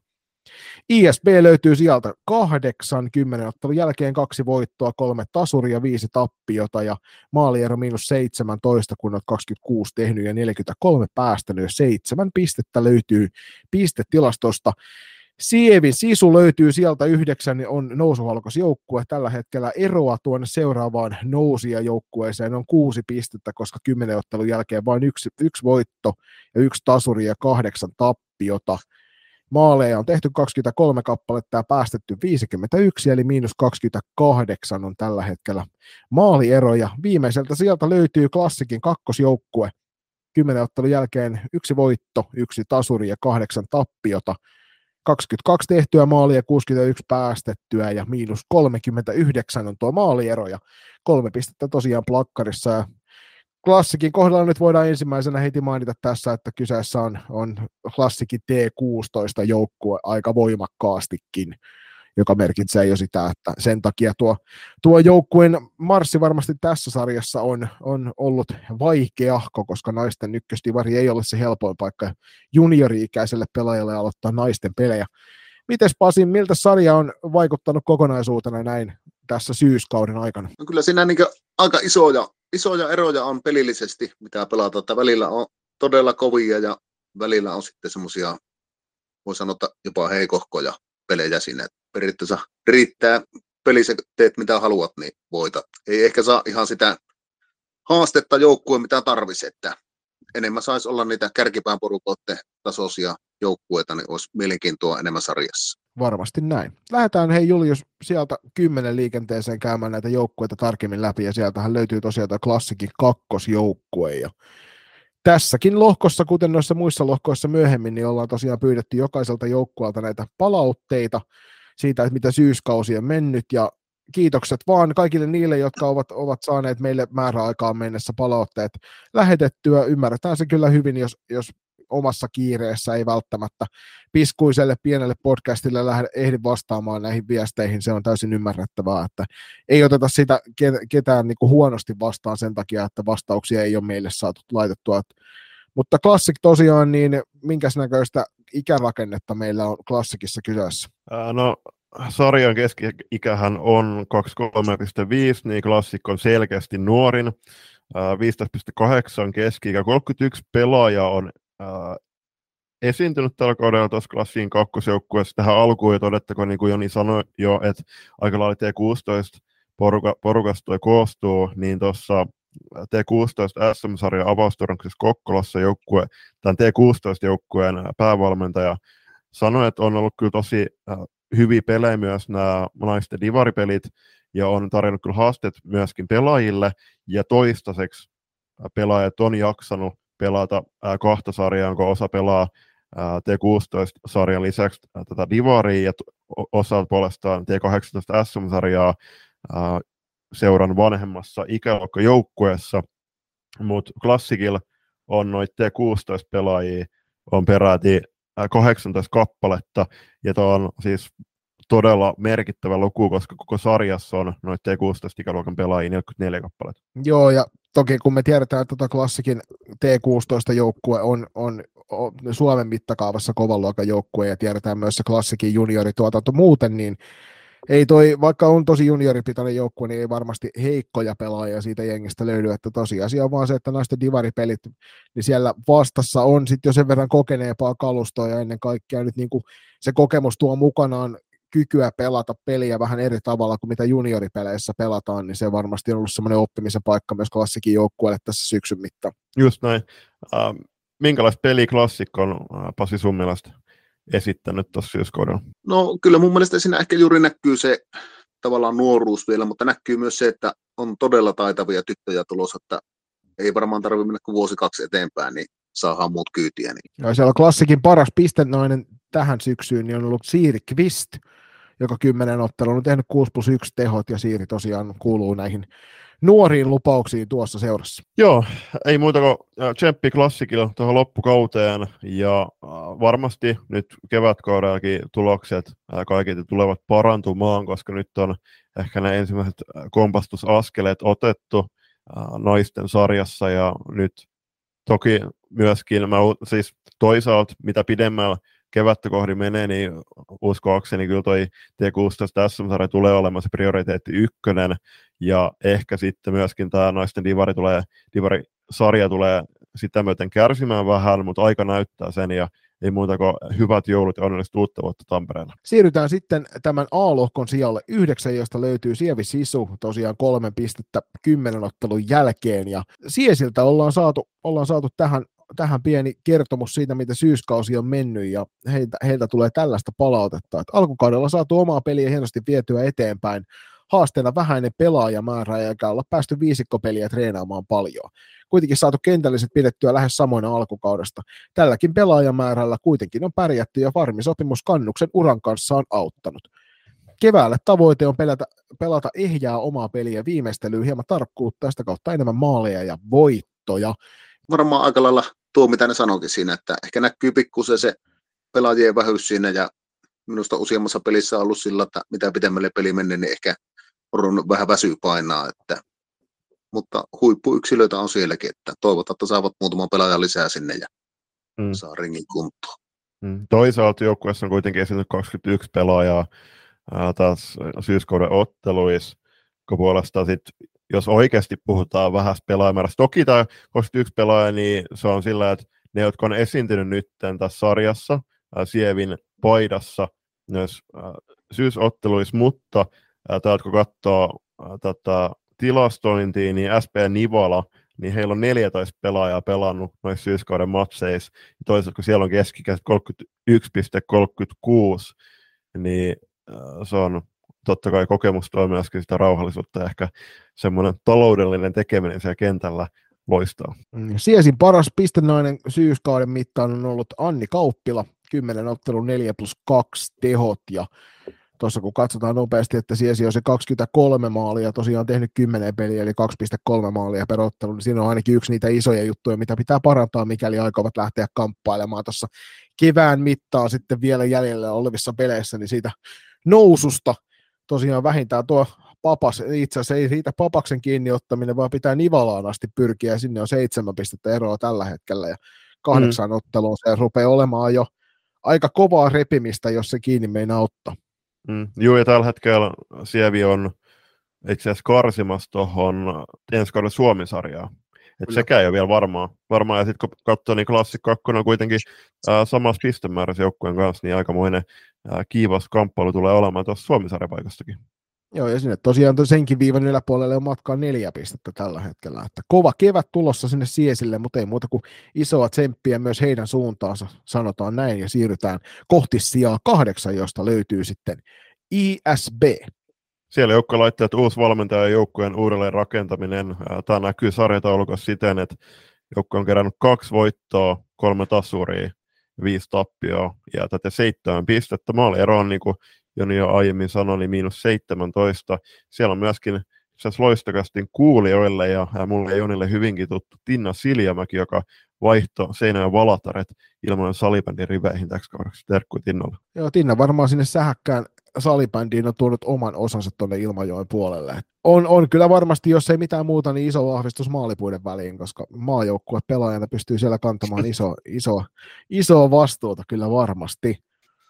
I S B löytyy sieltä kahdeksan, kymmenen ottelun jälkeen kaksi voittoa, kolme tasuria, viisi tappiota ja maaliero miinus seitsemäntoista, kun olet kaksikymmentäkuusi tehnyt ja neljäkymmentäkolme päästänyt ja seitsemän pistettä löytyy pistetilastosta. Sievin Sisu löytyy sieltä yhdeksän, on nousuhalukas joukkue. Tällä hetkellä eroa tuonne seuraavaan nousijajoukkueeseen on kuusi pistettä, koska kymmenen ottelun jälkeen vain yksi, yksi voitto ja yksi tasuri ja kahdeksan tappiota. Maaleja on tehty kaksikymmentäkolme kappaletta ja päästetty viisikymmentäyksi, eli miinus kaksikymmentäkahdeksan on tällä hetkellä maaliero. Ja viimeiseltä sieltä löytyy Klassikin kakkosjoukkue. Kymmenen ottelun jälkeen yksi voitto, yksi tasuri ja kahdeksan tappiota. kaksikymmentäkaksi tehtyä maalia, kuusikymmentäyksi päästettyä ja miinus kolmekymmentäyhdeksän on tuo maaliero ja kolme pistettä tosiaan plakkarissa. Ja Klassikin kohdalla nyt voidaan ensimmäisenä heti mainita tässä, että kyseessä on, on Klassikin T kuusitoista joukkue aika voimakkaastikin, joka merkitsee jo sitä, että sen takia tuo, tuo joukkueen marssi varmasti tässä sarjassa on, on ollut vaikeahko, koska naisten ykköstivari ei ole se helpoin paikka juniori-ikäiselle pelaajalle aloittaa naisten pelejä. Mites Pasi, miltä sarja on vaikuttanut kokonaisuutena näin tässä syyskauden aikana? No kyllä siinä niin aika isoja, isoja eroja on pelillisesti, mitä pelataan, että välillä on todella kovia ja välillä on sitten semmoisia, voi sanoa, jopa heikohkoja pelejä siinä. Periaatteessa riittää pelissä, teet mitä haluat, niin voitat. Ei ehkä saa ihan sitä haastetta joukkueen, mitä tarvisi, että enemmän saisi olla niitä kärkipään porukoiden tasoisia joukkueita, niin olisi mielenkiintoa enemmän sarjassa. Varmasti näin. Lähdetään hei Julius sieltä kymmenen liikenteeseen käymään näitä joukkueita tarkemmin läpi, ja sieltähän löytyy tosiaan tämä Klassikin kakkosjoukkue, ja tässäkin lohkossa, kuten noissa muissa lohkoissa myöhemmin, niin ollaan tosiaan pyydetty jokaiselta joukkueelta näitä palautteita siitä, että mitä syyskausi on mennyt, ja kiitokset vaan kaikille niille, jotka ovat, ovat saaneet meille määräaikaan mennessä palautteet lähetettyä. Ymmärretään se kyllä hyvin, jos, jos omassa kiireessä ei välttämättä piskuiselle pienelle podcastille lähde, ehdi vastaamaan näihin viesteihin. Se on täysin ymmärrettävää, että ei oteta sitä ketään niin kuin huonosti vastaan sen takia, että vastauksia ei ole meille saatu laitettua. Mutta Classic tosiaan, niin minkäs näköistä ikärakennetta meillä on Classicissa kyseessä? Ää, no sarjan keski-ikähän on kaksikymmentäkolme pilkku viisi, niin Classic on selkeästi nuorin. Ää, viisitoista pilkku kahdeksan keski-ikä, kolmekymmentäyksi pelaaja on ää, esiintynyt tällä kaudella tuossa Classicin kakkosjoukkueessa. Tähän alkuun jo todettakoon, niin kuin Joni sanoi jo, että aika lailla T kuusitoista poruka, porukasta toi koostuu, niin tuossa T kuusitoista S M-sarjan avausturnauksessa Kokkolassa joukkue, tämän T kuusitoista joukkueen päävalmentaja sanoi, että on ollut kyllä tosi hyviä pelejä myös nämä naisten divaripelit, ja on tarjonnut kyllä haasteet myöskin pelaajille, ja toistaiseksi pelaajat on jaksanut pelata ää, kahta sarjaa, jonka osa pelaa ää, T kuusitoista-sarjan lisäksi ää, tätä divaria, ja osa puolestaan T kahdeksantoista S M-sarjaa ää, seuran vanhemmassa ikäluokkajoukkueessa, mutta Klassikilla on noita T kuusitoista-pelaajia, on peräti kahdeksantoista kappaletta, ja tuo on siis todella merkittävä luku, koska koko sarjassa on noita T kuusitoista-ikäluokan pelaajia neljäkymmentäneljä kappaletta. Joo, ja toki kun me tiedetään, että tota Klassikin T kuusitoista-joukkue on, on, on Suomen mittakaavassa kovan luokan joukkue, ja tiedetään myös se Klassikin juniorituotanto muuten, niin ei toi, vaikka on tosi junioripitoinen joukkue, niin ei varmasti heikkoja pelaajia siitä jengistä löydy, että tosiasia on vaan se, että naisten divaripelit, niin siellä vastassa on sitten jo sen verran kokeneempaa kalustoa, ja ennen kaikkea nyt niin kuin se kokemus tuo mukanaan kykyä pelata peliä vähän eri tavalla kuin mitä junioripeleissä pelataan, niin se varmasti on ollut semmoinen oppimisen paikka myös Klassikin joukkueelle tässä syksyn mittaan. Just näin. Uh, minkälaista peliä Klassikko on, uh, Pasi, sun mielestä esittänyt tuossa syyskaudella? No kyllä mun mielestä siinä ehkä juuri näkyy se tavallaan nuoruus vielä, mutta näkyy myös se, että on todella taitavia tyttöjä tulossa, että ei varmaan tarvitse mennä kuin vuosi kaksi eteenpäin, niin saadaan muut kyytiä. Niin. Ja siellä Klassikin paras pistenainen tähän syksyyn niin on ollut Siiri Kvist, joka kymmenen ottelun on tehnyt kuusi plus yksi tehot, ja Siiri tosiaan kuuluu näihin nuoriin lupauksiin tuossa seurassa. Joo, ei muuta kuin tsemppi Klassikilla tuohon loppukauteen, ja varmasti nyt kevätkaudellakin tulokset kaikille tulevat parantumaan, koska nyt on ehkä ne ensimmäiset kompastusaskeleet otettu naisten sarjassa, ja nyt toki myöskin, mä, siis toisaalta mitä pidemmällä kevättä kohdin menee, niin uskoakseni kyllä toi T kuusitoista S M-sarja tulee olemaan se prioriteetti ykkönen, ja ehkä sitten myöskin tämä naisten divari tulee, divarisarja tulee sitä myöten kärsimään vähän, mutta aika näyttää sen, ja ei muuta kuin hyvät joulut ja onnellista uutta vuotta Tampereella. Siirrytään sitten tämän A-lohkon sijalle yhdeksän, josta löytyy Sievi Sisu, tosiaan kolmen pistettä kymmenen ottelun jälkeen, ja Siesiltä ollaan saatu, ollaan saatu tähän tähän pieni kertomus siitä, miten syyskausi on mennyt, ja heiltä, heiltä tulee tällaista palautetta, että alkukaudella saatu omaa peliä hienosti vietyä eteenpäin, haasteena vähäinen pelaajamäärä, eikä olla päästy viisikkopeliä treenaamaan paljon. Kuitenkin saatu kentälliset pidettyä lähes samoina alkukaudesta. Tälläkin pelaajamäärällä kuitenkin on pärjätty, ja varmisopimus Kannuksen uran kanssa on auttanut. Keväälle tavoite on pelata, pelata ehjää omaa peliä viimeistelyyn hieman tarkkuutta, tästä kautta enemmän maaleja ja voittoja. Varmaan aika lailla tuo, mitä ne sanoikin siinä, että ehkä näkyy pikkusen se pelaajien vähyys siinä, ja minusta useammassa pelissä on ollut sillä, että mitä pitemmälle peli menee, niin ehkä on vähän väsyy painaa, että, mutta huippuyksilöitä on sielläkin, että toivotaan, että saavat muutaman pelaajan lisää sinne ja mm. saa ringin kuntoon. Mm. Toisaalta joukkueessa on kuitenkin esiintynyt kaksikymmentäyksi pelaajaa ää, taas syyskauden otteluissa, kun puolestaan sitten jos oikeasti puhutaan vähästä pelaajamäärästä. Toki tämä kaksikymmentäyksi pelaaja, niin se on sillä, että ne, jotka on esiintynyt nyt tässä sarjassa, ää, Sievin paidassa, myös ää, syysotteluissa, mutta ää, kun katsoo ää, tätä tilastointia, niin S P Nivala, niin heillä on neljätoista pelaajaa pelannut noissa syyskauden matseissa. Toisaalta kun siellä on keskikäiset kolmekymmentäyksi pilkku kolmekymmentäkuusi, niin ää, se on totta kai kokemus tuo myöskin sitä rauhallisuutta, ja ehkä semmoinen taloudellinen tekeminen siellä kentällä loistaa. Siesin paras pistenainen syyskauden mittaan on ollut Anni Kauppila, kymmenen ottelun neljä plus kaksi tehot, ja tuossa kun katsotaan nopeasti, että Siesi on se kaksikymmentäkolme maalia, tosiaan tehnyt kymmenen peliä, eli kaksi pilkku kolme maalia per ottelu, niin siinä on ainakin yksi niitä isoja juttuja, mitä pitää parantaa, mikäli aikovat lähteä kamppailemaan tuossa kevään mittaan sitten vielä jäljellä olevissa peleissä, niin siitä noususta tosiaan vähintään tuo Papas, itse asiassa ei riitä Papaksen kiinni ottaminen, vaan pitää Nivalaan asti pyrkiä, ja sinne on seitsemän pistettä eroa tällä hetkellä, ja kahdeksan mm. otteluun se rupeaa olemaan jo aika kovaa repimistä, jos se kiinni meinaa ottaa. Mm. Joo, ja tällä hetkellä Sievi on itse asiassa karsimassa tuohon ensi kauden Suomi-sarjaa. Että sekään ei ole vielä varmaa. varmaa. Ja sitten kun katsoo, niin Klassik kaksi on kuitenkin ää, samassa pistemäärässä joukkueen kanssa, niin aikamoinen ää, kiivas kamppailu tulee olemaan tuossa Suomi-sarjapaikastakin. Joo, ja sinne tosiaan senkin viivan yläpuolelle on matkaa neljä pistettä tällä hetkellä. Että kova kevät tulossa sinne Siesille, mutta ei muuta kuin isoa tsemppiä myös heidän suuntaansa, sanotaan näin, ja siirrytään kohti sijaa kahdeksan, josta löytyy sitten I S B. Siellä joukko laittaa, että uusi valmentaja ja joukkueen uudelleen rakentaminen. Tämä näkyy sarjataulukossa siten, että joukko on kerännyt kaksi voittoa, kolme tasuria, viisi tappioa ja tätä seitsemän pistettä. Maaliero on, niin kuin Joni jo aiemmin sanoi, niin miinus seitsemäntoista. Siellä on myöskin Loistokästin kuulijoille ja, ja mulle ja Jonille hyvinkin tuttu Tinna Siljamäki, joka vaihtoi Seinäjoen Valataret ilman salibändin riveihin täksi kaudeksi. Terkkui Tinnalle. Joo, Tinna varmaan sinne sähäkkään salibändiin on tuonut oman osansa tuonne Ilmajoen puolelle. On, on kyllä varmasti, jos ei mitään muuta, niin iso vahvistus maalipuiden väliin, koska maajoukkue pelaajana pystyy siellä kantamaan iso, iso, isoa vastuuta kyllä varmasti.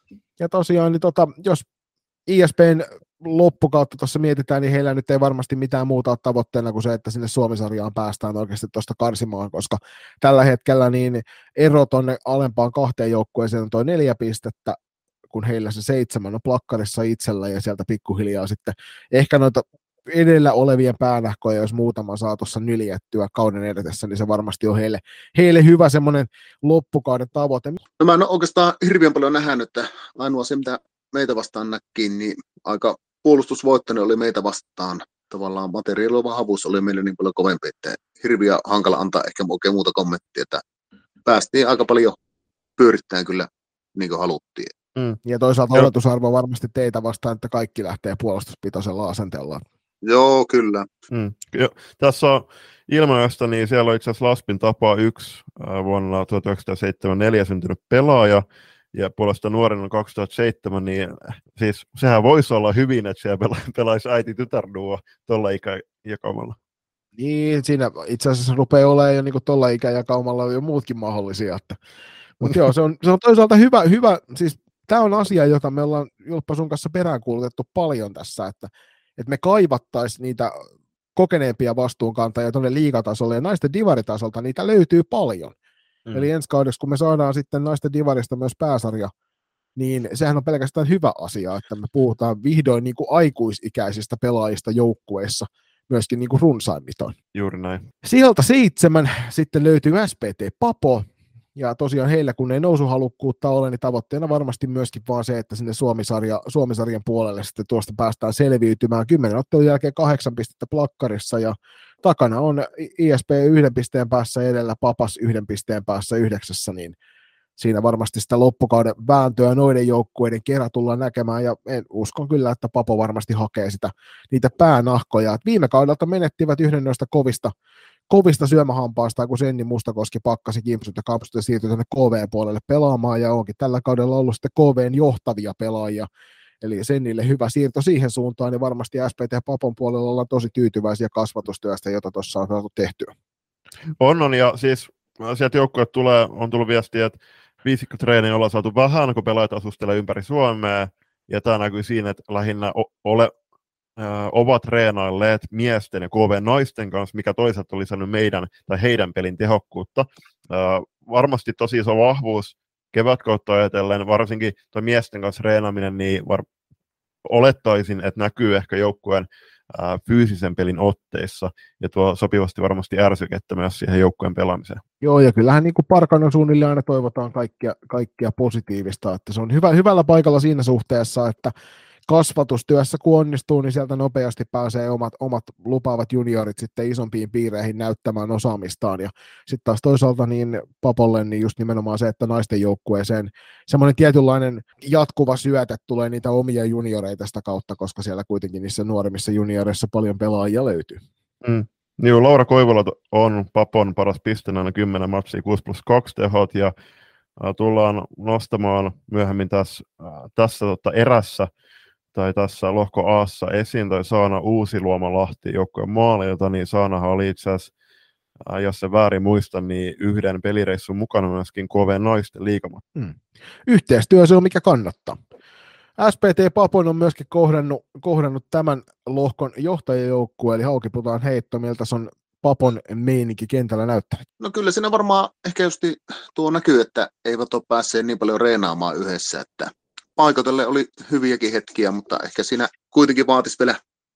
Ja tosiaan, niin tota, jos I S B:n loppukautta tuossa mietitään, niin heillä nyt ei varmasti mitään muuta ole tavoitteena kuin se, että sinne Suomi-sarjaan päästään oikeasti tuosta karsimaan, koska tällä hetkellä niin ero tuonne alempaan kahteen joukkueeseen on toi neljä pistettä, kun heillä se seitsemän on plakkarissa itsellä ja sieltä pikkuhiljaa sitten ehkä noita edellä olevien päänähkoja, jos muutama saa tuossa nyljettyä kauden edetessä, niin se varmasti on heille, heille hyvä semmoinen loppukauden tavoite. No mä en ole oikeastaan hirveän paljon nähnyt, että ainoa se, mitä meitä vastaan näkki, niin aika puolustusvoittoni oli meitä vastaan. Tavallaan materiaalin vahvuus oli meille niin paljon kovempi, että hirveän hankala antaa ehkä oikein muuta kommenttia, että päästiin aika paljon pyörittämään kyllä niin kuin haluttiin. Mm. Ja toisaalta oletusarvo varmasti teitä vastaan, että kaikki lähtee puolustuspitoisella asenteella. Joo, kyllä. Mm. Jo, tässä on Ilmajoesta, niin siellä on itse asiassa Laspin Tapa yksi vuonna tuhatyhdeksänsataaseitsemänkymmentäneljä syntynyt pelaaja, ja puolesta nuorena kaksituhattaseitsemän, niin siis sehän voisi olla hyvin, että siellä pela- pelaisi äiti-tytärduo tuolla ikäjakaumalla. Niin, siinä itse asiassa rupeaa olemaan jo niin tuolla ikäjakaumalla jo muutkin mahdollisia. Että. Mutta joo, se on, se on toisaalta hyvä, hyvä siis tämä on asia, jota me ollaan Julppa sun kanssa peräänkuulutettu paljon tässä, että, että me kaivattaisiin niitä kokeneempia vastuunkantajia tuonne liigatasolle, ja naisten divaritasolta niitä löytyy paljon. Mm. Eli ensi kaudeksi, kun me saadaan sitten naisten divarista myös pääsarja, niin sehän on pelkästään hyvä asia, että me puhutaan vihdoin niin kuin aikuisikäisistä pelaajista joukkueissa, myöskin niin kuin runsaimmiton. Juuri näin. Sieltä seitsemän sitten löytyy S P T Papo, ja tosiaan heillä, kun ei nousuhalukkuutta ole, niin tavoitteena varmasti myöskin vaan se, että sinne Suomi-sarja, Suomi-sarjan puolelle sitten tuosta päästään selviytymään. Kymmenen ottelun jälkeen kahdeksan pistettä plakkarissa, ja takana on I S P yhden pisteen päässä edellä, Papas yhden pisteen päässä yhdeksässä, niin siinä varmasti sitä loppukauden vääntöä noiden joukkueiden kerran tullaan näkemään, ja en uskon kyllä, että Papo varmasti hakee sitä, niitä päänahkoja. Et viime kaudelta menettivät yhden noista kovista, kovista syömähampaasta, kun Senni Mustakoski pakkasi kimpsut ja kampsut ja siirtyi tänne K V-puolelle pelaamaan, ja onkin tällä kaudella ollut sitten K V:n johtavia pelaajia, eli Sennille hyvä siirto siihen suuntaan, niin varmasti S P T Papon puolella ollaan tosi tyytyväisiä kasvatustyöstä, jota tuossa on saatu tehtyä. On, on, ja siis sieltä joukkueet tulee, on tullut viestiä, että viisikkotreenin ollaan saatu vähän, kun pelaajat asustelee ympäri Suomea, ja tämä näkyy siinä, että lähinnä ole, ö, ovat treenailleet miesten ja K V-naisten kanssa, mikä toisaalta on lisännyt meidän tai heidän pelin tehokkuutta. Ö, varmasti tosi iso vahvuus kevätkautta ajatellen, varsinkin tuo miesten kanssa treenaaminen, niin var- olettaisin, että näkyy ehkä joukkueen ää, fyysisen pelin otteissa, ja tuo sopivasti varmasti ärsykettä myös siihen joukkueen pelaamiseen. Joo, ja kyllähän niin kuin Parkanon suunnilleen aina toivotaan kaikkia, kaikkia positiivista, että se on hyvä, hyvällä paikalla siinä suhteessa, että kasvatustyössä kun onnistuu, niin sieltä nopeasti pääsee omat, omat lupaavat juniorit sitten isompiin piireihin näyttämään osaamistaan, ja sitten taas toisaalta niin Papolle niin just nimenomaan se, että naisten joukkueeseen semmoinen tietynlainen jatkuva syöte tulee niitä omia junioreita sitä kautta, koska siellä kuitenkin niissä nuoremmissa junioreissa paljon pelaajia löytyy. Mm. Niin, Laura Koivola on Papon paras piste aina kymmenen matsia, kuusi plus kaksi tehot, ja äh, tullaan nostamaan myöhemmin tässä, äh, tässä tota, erässä tai tässä lohko A:ssa esiin toi Saana Uusiluoma-Lahti joukkueen maalilta, niin Saanahan oli itse asiassa, äh, jos se väärin muista, niin yhden pelireissun mukana myöskin K V-naisten liigamatsi. Hmm. Yhteistyö se on mikä kannattaa. S P T Papon on myöskin kohdannut, kohdannut tämän lohkon johtajajoukkue, eli Haukiputaan heitto, miltä se on Papon meininki kentällä näyttänyt. No kyllä siinä varmaan ehkä just tuo näkyy, että eivät ole päässeet niin paljon reenaamaan yhdessä, että paikotelle oli hyviäkin hetkiä, mutta ehkä siinä kuitenkin vaatisi vielä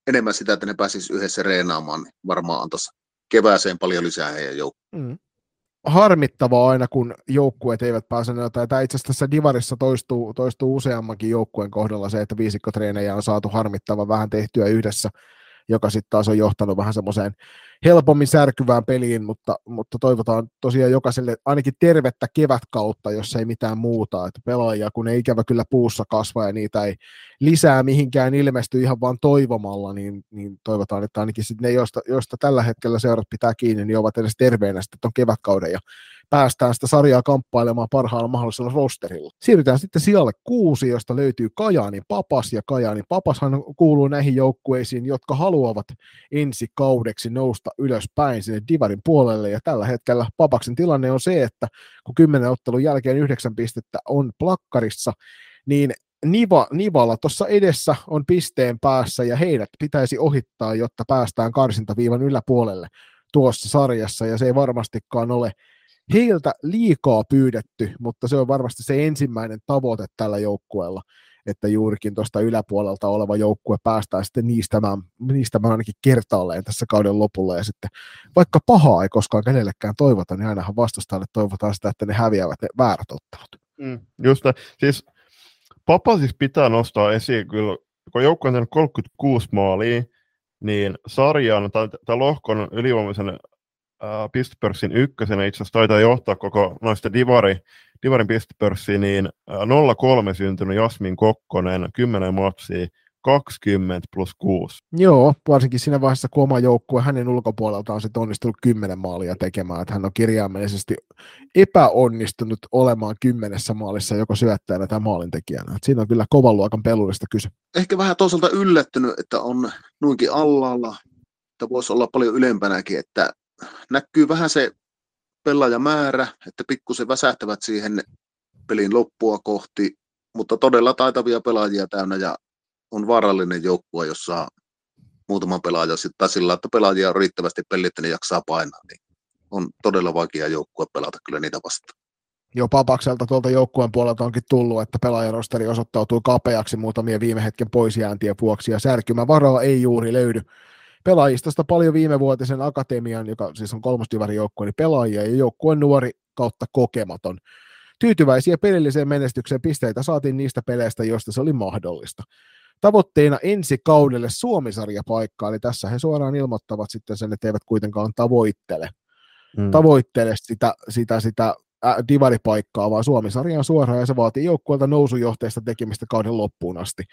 enemmän sitä, että ne pääsisi yhdessä reenaamaan, niin varmaan antaisi kevääseen paljon lisää heidän joukkoon. Mm. Harmittavaa aina, kun joukkueet eivät pääse jotain. Tämä itse asiassa tässä Divarissa toistuu, toistuu useammankin joukkueen kohdalla se, että viisikkotreenejä on saatu harmittavan vähän tehtyä yhdessä, joka sitten taas on johtanut vähän semmoiseen helpommin särkyvään peliin, mutta, mutta toivotaan tosiaan jokaiselle ainakin tervettä kevätkautta, jos ei mitään muuta, että pelaajia, kun ei ikävä kyllä puussa kasva ja niitä ei lisää mihinkään ilmesty ihan vaan toivomalla, niin, niin toivotaan, että ainakin sitten ne, joista, joista tällä hetkellä seurat pitää kiinni, niin ovat edes terveenä sitten tuon kevätkauden ja päästään sitä sarjaa kamppailemaan parhaalla mahdollisella rosterilla. Siirrytään sitten sijalle kuusi, josta löytyy Kajaanin Papas, ja Kajaanin Papashan kuuluu näihin joukkueisiin, jotka haluavat ensi kaudeksi nousta ylöspäin sinne Divarin puolelle, ja tällä hetkellä Papaksen tilanne on se, että kun kymmenen ottelun jälkeen yhdeksän pistettä on plakkarissa, niin Niva, Nivalla tuossa edessä on pisteen päässä, ja heidät pitäisi ohittaa, jotta päästään karsintaviivan yläpuolelle tuossa sarjassa, ja se ei varmastikaan ole heiltä liikaa pyydetty, mutta se on varmasti se ensimmäinen tavoite tällä joukkueella, että juurikin tuosta yläpuolelta oleva joukkue päästään sitten niistämään, niistämään ainakin kertaalleen tässä kauden lopulla, ja sitten vaikka pahaa ei koskaan kenellekään toivota, niin ainahan vastustajalle toivotaan sitä, että ne häviävät ne väärät ottelut. Mm, just näin. Siis Papa siis pitää nostaa esiin kyllä, kun joukkue on tehnyt kolmekymmentäkuusi maalia, niin sarjan tai, tai lohkon ylivoimaisen pistepörssin ykkösenä itse asiassa taitaa johtaa koko noista divari, divarin pistepörssiin, niin nolla kolme syntynyt Jasmin Kokkonen, kymmenen matsia, kaksikymmentä plus kuusi. Joo, varsinkin siinä vaiheessa, kun oma joukkue hänen ulkopuolelta on sitten onnistunut kymmenen maalia tekemään, että hän on kirjaimellisesti epäonnistunut olemaan kymmenessä maalissa joko syöttäjänä tai maalintekijänä. Että siinä on kyllä kovan luokan pelurista kyse. Ehkä vähän toisaalta yllättynyt, että on noinkin alhaalla, että voisi olla paljon ylempänäkin, että näkyy vähän se pelaajamäärä, että pikkusen väsähtävät siihen pelin loppua kohti, mutta todella taitavia pelaajia täynnä ja on vaarallinen joukkue, jossa muutama pelaaja sitten sillä, että pelaajia on riittävästi pellit, että ne jaksaa painaa, niin on todella vaikea joukkue pelata kyllä niitä vastaan. Jo Papakselta tuolta joukkueen puolelta onkin tullut, että pelaajarosteri osoittautui kapeaksi muutamia viime hetken poisjääntien vuoksi, ja särkymävaraa ei juuri löydy pelaajistosta paljon viimevuotisen akatemian, joka siis on kolmosdivarin joukkue, niin pelaajia ja joukkueen nuori kautta kokematon. Tyytyväisiä pelilliseen menestykseen, pisteitä saatiin niistä peleistä, joista se oli mahdollista. Tavoitteena ensi kaudelle Suomi-sarjapaikkaa, eli tässä he suoraan ilmoittavat sitten sen, että eivät kuitenkaan tavoittele, mm. tavoittele sitä, sitä, sitä äh, divaripaikkaa, vaan Suomi-sarjaan suoraan, ja se vaatii joukkueelta nousujohteista tekemistä kauden loppuun asti.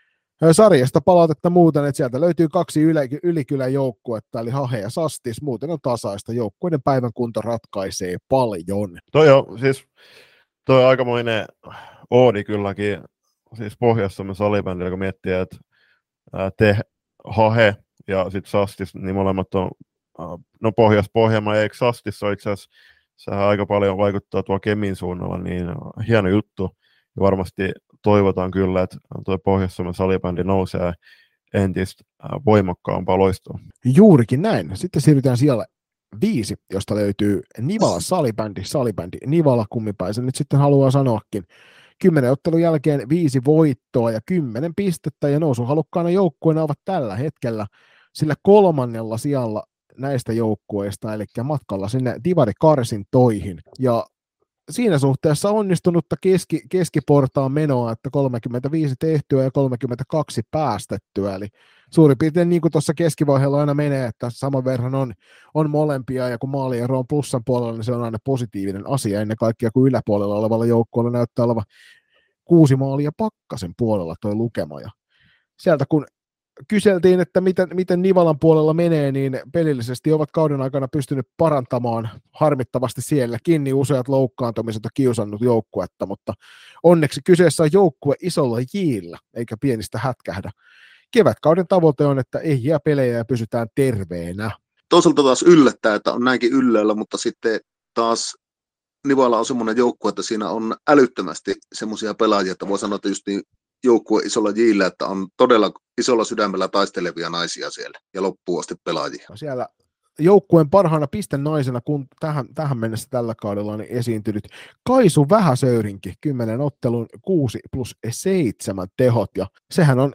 Sarjasta palautetta muuten, että sieltä löytyy kaksi yli, ylikylän joukkuetta, eli Hahe ja Sastis, muuten on tasaista. Joukkueiden päivän kunto ratkaisee paljon. Toi on siis, toi on aikamoinen oodi kylläkin, siis Pohjois-Suomen salibändillä, kun miettii, että te, Hahe ja sitten Sastis, niin molemmat on, no Pohjois-Pohjanmaa, eikö Sastis ole itse asiassa, sehän aika paljon vaikuttaa tuolla Kemin suunnalla, niin hieno juttu, ja varmasti toivotaan kyllä, että tuo Pohjois-Suomen salibändi nousee entistä voimakkaampaa loistoa. Juurikin näin. Sitten siirrytään siellä viisi, josta löytyy Nivala salibändi, salibändi Nivala, kummipäisen nyt sitten haluaa sanoakin. Kymmenen ottelun jälkeen viisi voittoa ja kymmenen pistettä, ja nousuhalukkaana joukkueena ovat tällä hetkellä sillä kolmannella sijalla näistä joukkueista, eli matkalla sinne divarikarsintoihin. Ja siinä suhteessa onnistunutta keski, keskiportaan menoa, että kolmekymmentäviisi tehtyä ja kolmekymmentäkaksi päästettyä, eli suurin piirtein niin kuin tuossa keskivaiheella aina menee, että saman verran on, on molempia, ja kun maaliero on plussan puolella, niin se on aina positiivinen asia, ennen kaikkea kun yläpuolella olevalla joukkueella näyttää olevan kuusi maalia pakkasen puolella tuo lukema, ja sieltä kun kyseltiin, että miten, miten Nivalan puolella menee, niin pelillisesti ovat kauden aikana pystynyt parantamaan harmittavasti sielläkin, niin useat loukkaantumiset on kiusannut joukkuetta, mutta onneksi kyseessä on joukkue isolla jillä, eikä pienistä hätkähdä. Kevätkauden tavoite on, että ei jää pelejä ja pysytään terveenä. Toisaalta taas yllättää, että on näinkin yllällä, mutta sitten taas Nivala on semmoinen joukkue, että siinä on älyttömästi semmoisia pelaajia, että voi sanoa, että just niin joukkue isolla jillä, että on todella isolla sydämellä taistelevia naisia siellä ja loppuun asti pelaajia. Siellä joukkueen parhaana pistenaisena, kun tähän, tähän mennessä tällä kaudella on esiintynyt Kaisu Vähäsöyrinki, kymmenen ottelun kuusi plus seitsemän tehot, ja sehän on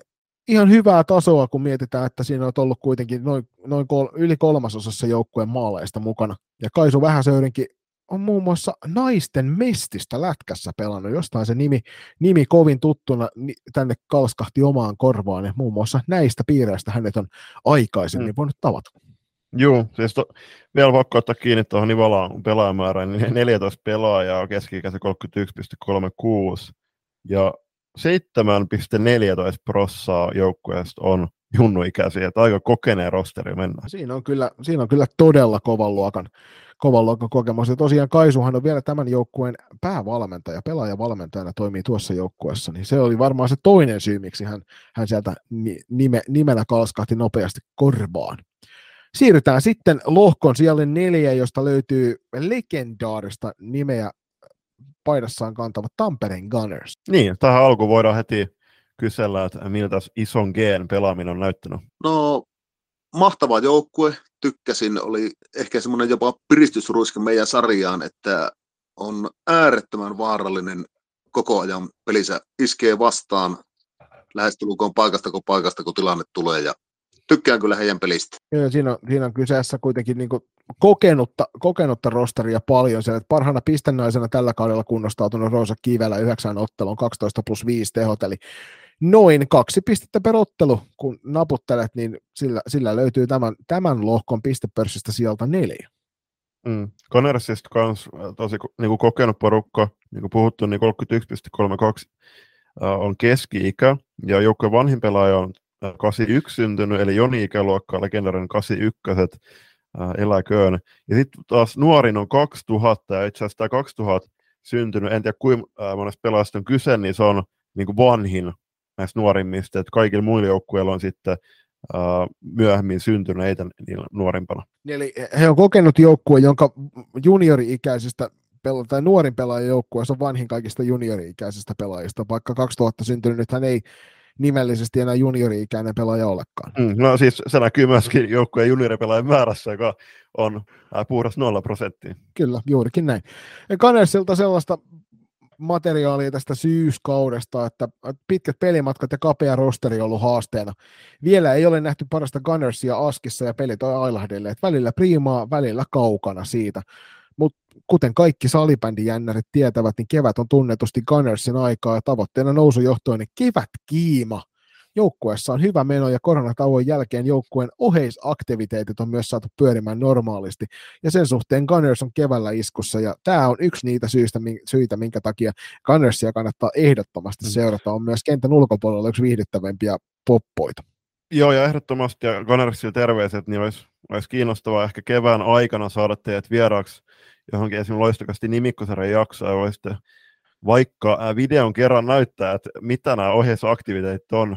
ihan hyvää tasoa, kun mietitään, että siinä on ollut kuitenkin noin, noin kol, yli kolmasosassa joukkueen maaleista mukana. Ja Kaisu Vähäsöyrinkin on muun muassa naisten mestistä lätkässä pelannut. Jostain se nimi, nimi kovin tuttuna tänne kalskahti omaan korvaan, ja muun muassa näistä piireistä hänet on aikaisemmin mm. voinut tavata. Joo, siis to, vielä pakko ottaa kiinni tuohon Nivalaan pelaajamäärään, niin neljätoista pelaajaa, keski-ikäisen kolmekymmentäyksi pilkku kolmekymmentäkuusi, ja seitsemän pilkku neljätoista prossaa joukkueesta on junnuikäisiä, että aika kokeneen rosteri mennään. Siinä on kyllä, siinä on kyllä todella kovan luokan, kovan luokan kokemus, ja tosiaan Kaisuhan on vielä tämän joukkueen päävalmentaja, pelaajavalmentajana toimii tuossa joukkueessa, niin se oli varmaan se toinen syy, miksi hän, hän sieltä nime, nimellä kalskahti nopeasti korvaan. Siirrytään sitten lohkon sijalle neljä, josta löytyy legendaarista nimeä paidassaan kantava Tampereen Gunners. Niin, tähän alkuun voidaan heti kysellä, että miltä ison G:n pelaaminen on näyttänyt. No, mahtava joukkue, tykkäsin, oli ehkä semmoinen jopa piristysruiske meidän sarjaan, että on äärettömän vaarallinen koko ajan pelissä, iskee vastaan lähestulkoon paikasta kuin paikasta, kun tilanne tulee, ja tykkään kyllä heidän pelistä. Ja siinä, on, siinä on kyseessä kuitenkin niin kuin kokenutta, kokenutta rosteria paljon. Siellä, että parhaana pistennaisena tällä kaudella kunnostautunut Roosa Kivelä yhdeksän ottelun kaksitoista plus viisi tehot, eli noin kaksi pistettä per ottelu, kun naputtelet, niin sillä, sillä löytyy tämän, tämän lohkon pistepörssistä sieltä neljä. Mm. Connersista kans tosi niin kuin kokenut porukka, niin kuin puhuttu, niin kolmekymmentäyksi pilkku kolmekymmentäkaksi äh, on keski-ikä, ja joukkojen vanhin pelaaja on kahdeksankymmentäyksi syntynyt, eli Joni-ikäluokka, legendaarinen kahdeksankymmentäyksi äh, eläköön. Ja sitten taas nuorin on kaksituhatta, ja itse asiassa tämä kaksituhatta syntynyt, en tiedä kuinka äh, monesta pelaajasta on kyse, niin se on niin kuin vanhin näistä nuorimmista, että kaikilla muilla joukkueilla on sitten äh, myöhemmin syntyneitä niillä nuorimpana. Eli he on kokenut joukkue, jonka juniori-ikäisistä tai nuorin pelaajan joukkueessa on vanhin kaikista juniori-ikäisistä pelaajista, vaikka kaksituhatta syntynyt, nyt hän ei nimellisesti enää juniori-ikäinen pelaaja olekaan. Mm, no siis se näkyy myöskin joukkueen junioripelaajan määrässä, joka on äh, puhdas nolla prosenttia. Kyllä, juurikin näin. Gunnersilta sellaista materiaalia tästä syyskaudesta, että pitkät pelimatkat ja kapea rosteri on ollut haasteena. Vielä ei ole nähty parasta Gunnersia Askissa ja pelit on ailahdelleet välillä priimaa, välillä kaukana siitä. Mutta kuten kaikki salibändijännärit tietävät, niin kevät on tunnetusti Gunnersin aikaa ja tavoitteena nousujohtoinen kevätkiima. Joukkueessa on hyvä meno ja koronatauon jälkeen joukkueen oheisaktiviteetit on myös saatu pyörimään normaalisti. Ja sen suhteen Gunners on keväällä iskussa ja tämä on yksi niitä syistä, syitä, minkä takia Gunnersia kannattaa ehdottomasti seurata. On myös kentän ulkopuolella yksi viihdyttävämpiä poppoita. Joo, ja ehdottomasti ja Gunnersille terveiset, niin olisi, olisi kiinnostavaa ehkä kevään aikana saada teidät vieraaksi johonkin esimerkiksi loistokasti Nimikkosarjan jaksoa, ja voisitte vaikka videon kerran näyttää, että mitä nämä ohjeisaktiviteetit on.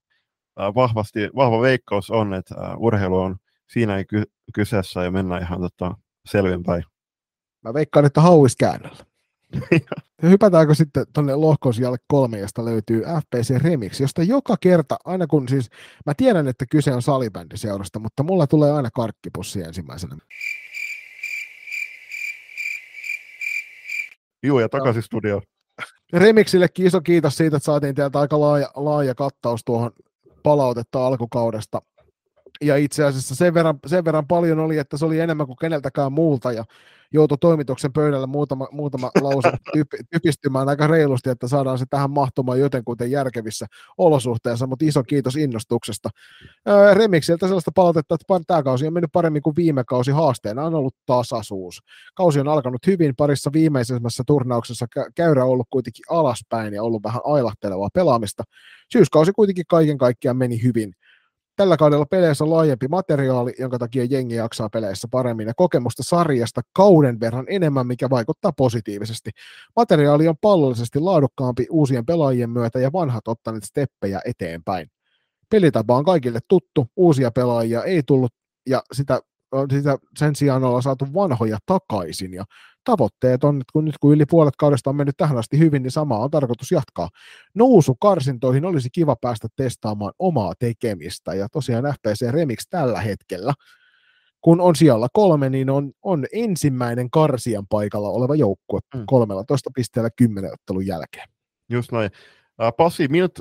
Vahvasti, vahva veikkaus on, että urheilu on siinä ei ky- kyseessä ja mennään ihan tota, selvinpäin. Mä veikkaan, että hauis käännöllä. Hypätäänkö sitten tuonne lohkon sijalle kolme, josta löytyy F P C Remix, josta joka kerta, aina kun siis, mä tiedän, että kyse on salibändiseurasta, mutta mulla tulee aina karkkipussi ensimmäisenä. Joo, ja takaisin studioon. Remixillekin iso kiitos siitä, että saatiin teiltä aika laaja, laaja kattaus tuohon palautetta alkukaudesta. Ja itse asiassa sen verran, sen verran paljon oli, että se oli enemmän kuin keneltäkään muulta, ja joutui toimituksen pöydälle muutama, muutama lause typ- typistymään aika reilusti, että saadaan se tähän mahtumaan jotenkuten järkevissä olosuhteissa, mutta iso kiitos innostuksesta. Öö, Remixiltä sellaista palautetta, että tämä kausi on mennyt paremmin kuin viime kausi, haasteena on ollut tasaisuus. Kausi on alkanut hyvin, parissa viimeisemmässä turnauksessa käyrä on ollut kuitenkin alaspäin ja ollut vähän ailahtelevaa pelaamista. Syyskausi kuitenkin kaiken kaikkiaan meni hyvin. Tällä kaudella peleissä on laajempi materiaali, jonka takia jengi jaksaa peleissä paremmin ja kokemusta sarjasta kauden verran enemmän, mikä vaikuttaa positiivisesti. Materiaali on pallollisesti laadukkaampi uusien pelaajien myötä ja vanhat ottaneet steppejä eteenpäin. Pelitapa on kaikille tuttu, uusia pelaajia ei tullut ja sitä, sitä sen sijaan ollaan saatu vanhoja takaisin ja tavoitteet on, että kun nyt kun yli puolet kaudesta on mennyt tähän asti hyvin, niin samaa on tarkoitus jatkaa. Nousukarsintoihin olisi kiva päästä testaamaan omaa tekemistä, ja tosiaan F P C Remix tällä hetkellä, kun on sijalla kolme, niin on, on ensimmäinen karsian paikalla oleva joukkue mm. kolmetoista pisteellä kymmenen ottelun jälkeen. Just näin. Pasi, miltä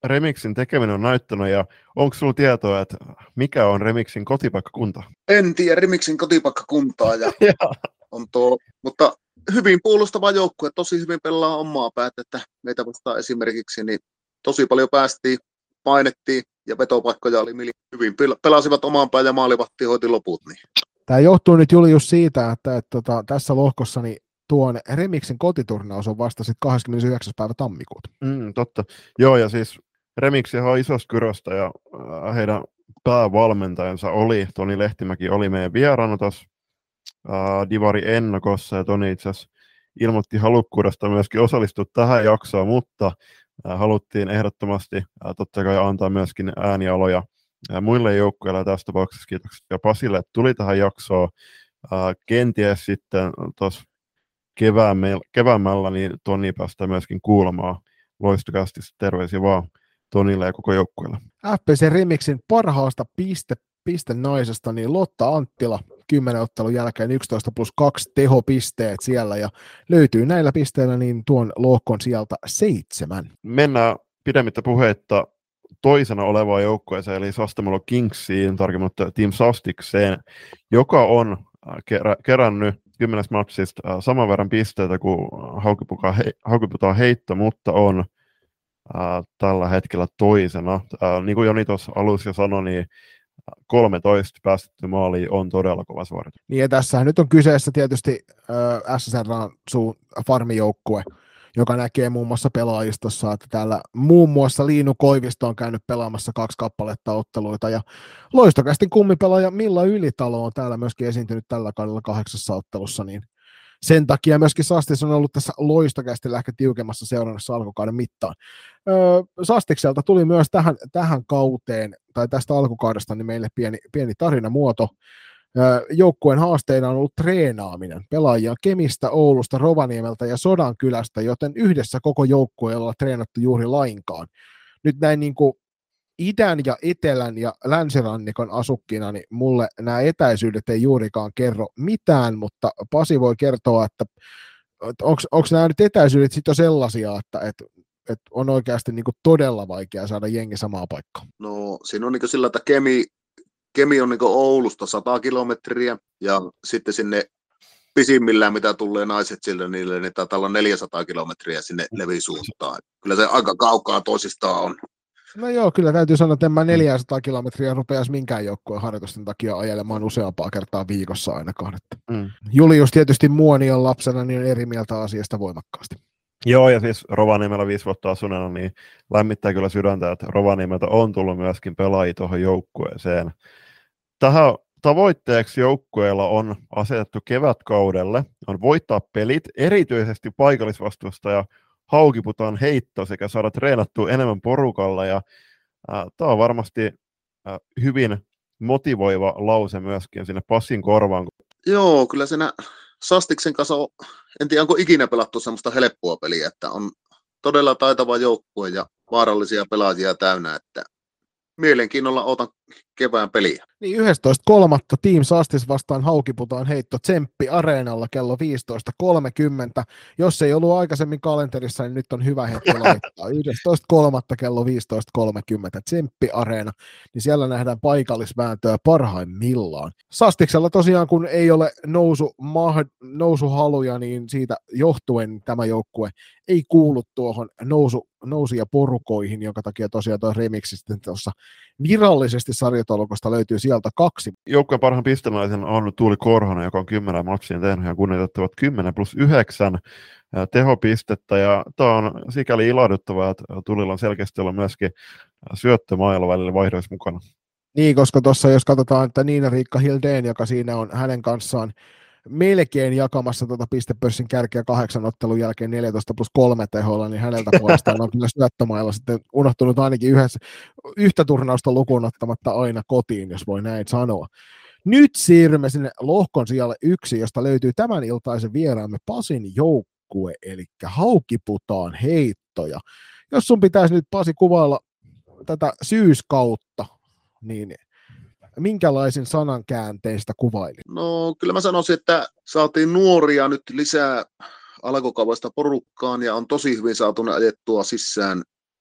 Remixin tekeminen on näyttänyt, ja onko sinulla tietoa, että mikä on Remixin kotipaikkakunta? En tiedä Remixin kotipaikkakuntaa, ja on tuo, mutta hyvin puolustava joukkue, tosi hyvin pelaa omaa päätä, että meitä vastaan esimerkiksi, niin tosi paljon päästiin, painettiin, ja vetopaikkoja oli mili. Hyvin pelasivat omaan päin, ja maalivahti hoiti loput. Niin. Tämä johtuu nyt Julius siitä, että, että, että tässä lohkossa niin tuon Remixin kotiturnaus on vasta sitten kahdeskymmenesyhdeksäs päivä tammikuuta. Mm, totta. Joo, ja siis Remixihan on isosta kyröstä, ja äh, heidän päävalmentajansa oli, Toni Lehtimäki oli meidän vieraana tuossa äh, Divari ennakossa, ja Toni itse asiassa ilmoitti halukkuudesta myöskin osallistua tähän jaksoon, mutta äh, haluttiin ehdottomasti äh, totta kai antaa myöskin äänialoja äh, muille joukkueille, tässä tapauksessa kiitokset ja Pasille, että tuli tähän jaksoon. Äh, kenties sitten tuossa keväämällä niin Toni päästään myöskin kuulemaan loistokästi, terveisiä vaan Tonille ja koko joukkueelle. F P C Remixin parhaasta piste, piste naisesta, niin Lotta Anttila kymmenen ottelun jälkeen yksitoista plus kaksi tehopisteet siellä, ja löytyy näillä pisteillä niin tuon lohkon sieltä seitsemän. Mennään pidemmittä puheitta toisena olevaan joukkueeseen, eli Sastamalo Kingsiin, tarkemmin Team Sastikseen, joka on kerä, kerännyt kymmenes matsista äh, saman verran pisteitä kuin Haukiputaan heitto, mutta on äh, tällä hetkellä toisena. Äh, niin kuin Joni tuossa alussa jo sanoi, niin kolmetoista päästetty maaliin on todella kova suoritus. Niin ja tässä nyt on kyseessä tietysti äh, S S R:n suun farmijoukkue, joka näkee muun muassa pelaajistossa, että täällä muun muassa Liinu Koivisto on käynyt pelaamassa kaksi kappaletta otteluita, ja loistokästin kummipelaaja Milla Ylitalo on täällä myöskin esiintynyt tällä kaudella kahdeksassa ottelussa, niin sen takia myöskin Sastis on ollut tässä loistokästillä ehkä tiukemmassa seurannassa alkukauden mittaan. Öö, Sastikselta tuli myös tähän, tähän kauteen, tai tästä alkukaudesta, niin meille pieni, pieni tarinamuoto. Joukkueen haasteena on ollut treenaaminen. Pelaajia Kemistä, Oulusta, Rovaniemeltä ja Sodankylästä, joten yhdessä koko joukkueella on treenattu juuri lainkaan. Nyt näin niin kuin idän ja etelän ja länsirannikon asukkina, niin mulle nämä etäisyydet ei juurikaan kerro mitään, mutta Pasi voi kertoa, että onko nämä nyt etäisyydet sitten jo sellaisia, että, että, että on oikeasti niin kuin todella vaikea saada jengi samaa paikkaa. No siinä on niin kuin sillä, että Kemi Kemi on niin Oulusta sata kilometriä, ja sitten sinne pisimmillään, mitä tulee naiset sille, niille, niin taitaa olla neljäsataa kilometriä sinne levisuuntaan. Kyllä se aika kaukaa toisistaan on. No joo, kyllä täytyy sanoa, että en mä neljäsataa kilometriä rupeaisi minkään joukkueen harjoitusten takia ajelemaan useampaa kertaa viikossa ainakaan. Mm. Julius tietysti Muonion lapsena niin on eri mieltä asiasta voimakkaasti. Joo, ja siis Rovaniemellä viisi vuotta asuneena, niin lämmittää kyllä sydäntä, että Rovaniemeltä on tullut myöskin pelaajia tuohon joukkueeseen. Tähän tavoitteeksi joukkueella on asetettu kevätkaudelle, on voittaa pelit, erityisesti paikallisvastustaja Haukiputaan heitto sekä saada treenattua enemmän porukalla, ja äh, tämä on varmasti äh, hyvin motivoiva lause myöskin sinne Passin korvaan. Joo, kyllä siinä Sastiksen kanssa on, en tiedä onko ikinä pelattu semmoista helppoa peliä, että on todella taitava joukkue ja vaarallisia pelaajia täynnä, että mielenkiinnolla otan kevään peliä. Niin yhdestoista kolmatta Team Sastis vastaan Haukiputaan heitto Tsemppi Areenalla kello viisitoista kolmekymmentä. Jos ei ollut aikaisemmin kalenterissa, niin nyt on hyvä hetki laittaa. yhdestoista kolmatta kello viisitoista kolmekymmentä Tsemppi Areena, niin siellä nähdään paikallisvääntöä parhaimmillaan. Sastiksella tosiaan, kun ei ole nousu, mah- nousuhaluja, niin siitä johtuen tämä joukkue ei kuulu tuohon nousu, nousia porukoihin, jonka takia tosiaan tuo Remixi sitten tuossa virallisesti sarjataulukosta löytyy sieltä kaksi. Joukkueen parhaan pistenaisen on Tuuli Korhonen, joka on kymmenen matsia tehnyt ja kunnioitettavat kymmenen plus yhdeksän tehopistettä, ja tämä on sikäli ilahduttavaa, että Tuulilla on selkeästi ollut myöskin syöttömailla välillä vaihdoissa mukana. Niin, koska tuossa jos katsotaan, että Niina-Riikka Hildén, joka siinä on hänen kanssaan melkein jakamassa tuota pistepörssin kärkeä kahdeksan ottelun jälkeen neljätoista plus kolme teholla, niin häneltä puolestaan on kyllä syöttömailla sitten unohtunut ainakin yhdessä, yhtä turnausta lukuun ottamatta aina kotiin, jos voi näin sanoa. Nyt siirrymme sinne lohkon sijalle yksi, josta löytyy tämän iltaisen vieraamme Pasin joukkue, eli Haukiputaan heittoja. Jos sun pitäisi nyt, Pasi, kuvailla tätä syyskautta, niin minkälaisin sanankäänteistä kuvailin? No kyllä mä sanoisin, että saatiin nuoria nyt lisää alkukaudesta porukkaan ja on tosi hyvin saatu ne ajettua sisään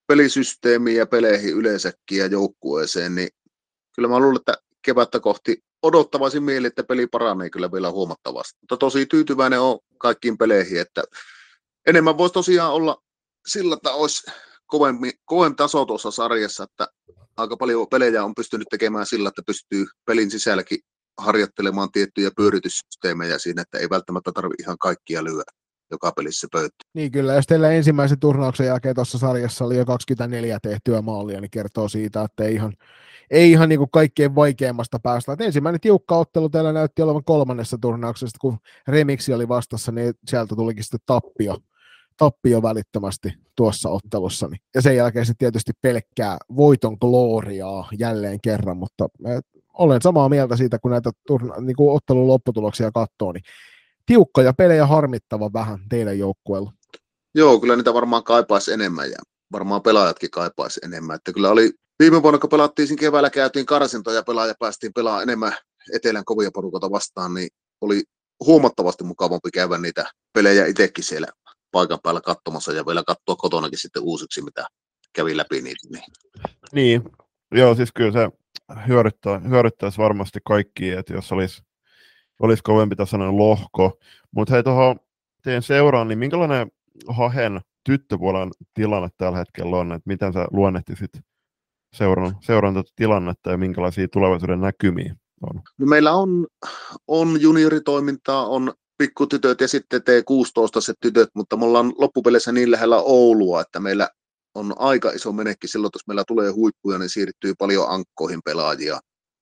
pelisysteemiin ja peleihin yleensäkin ja joukkueeseen, niin kyllä mä luulen, että kevättä kohti odottavaisin mieli, että peli paranee kyllä vielä huomattavasti. Mutta tosi tyytyväinen on kaikkiin peleihin, että enemmän voisi tosiaan olla sillä, että olisi kovempi, kovempi taso tuossa sarjassa, että aika paljon pelejä on pystynyt tekemään sillä, että pystyy pelin sisälläkin harjoittelemaan tiettyjä pyörityssysteemejä siinä, että ei välttämättä tarvitse ihan kaikkia lyödä joka pelissä pöytä. Niin kyllä, jos teillä ensimmäisen turnauksen jälkeen tuossa sarjassa oli jo kaksikymmentäneljä tehtyä maalia, niin kertoo siitä, että ei ihan, ei ihan niin kuin kaikkein vaikeimmasta päästä. Et ensimmäinen tiukka ottelu teillä näytti olevan kolmannessa turnauksessa, kun Remixi oli vastassa, niin sieltä tulikin sitten tappio, tappio välittömästi tuossa ottelussa. Ja sen jälkeen se tietysti pelkkää voiton gloriaa jälleen kerran, mutta olen samaa mieltä siitä, kun näitä turna- niin kuin ottelun lopputuloksia katsoo, niin tiukkoja pelejä harmittavan vähän teidän joukkueella. Joo, kyllä niitä varmaan kaipaisi enemmän ja varmaan pelaajatkin kaipaisi enemmän. Että kyllä oli viime vuonna, kun pelattiin siinä keväällä, käytiin karsintoja pelaaja, päästiin pelaamaan enemmän etelän kovia porukoita vastaan, niin oli huomattavasti mukavampi käydä niitä pelejä itsekin siellä paikan päällä katsomassa ja vielä katsoa kotonakin sitten uusiksi, mitä kävi läpi niitä. Niin, niin. Joo, siis kyllä se hyödyttää, hyödyttäisi varmasti kaikkia, että jos olisi olisi kovempi tasainen lohko. Mutta hei, tuohon teidän seuraan, niin minkälainen Hahen tyttöpuolen tilanne tällä hetkellä on? Että miten sä luonnehtisit seuran, seuran tätä tilannetta ja minkälaisia tulevaisuuden näkymiä on? No meillä on, on junioritoimintaa, on pikkutytöt ja sitten T kuusitoista-set tytöt, mutta me ollaan loppupeleissä niin lähellä Oulua, että meillä on aika iso menekki silloin, jos meillä tulee huippuja, niin siirtyy paljon ankkoihin pelaajia.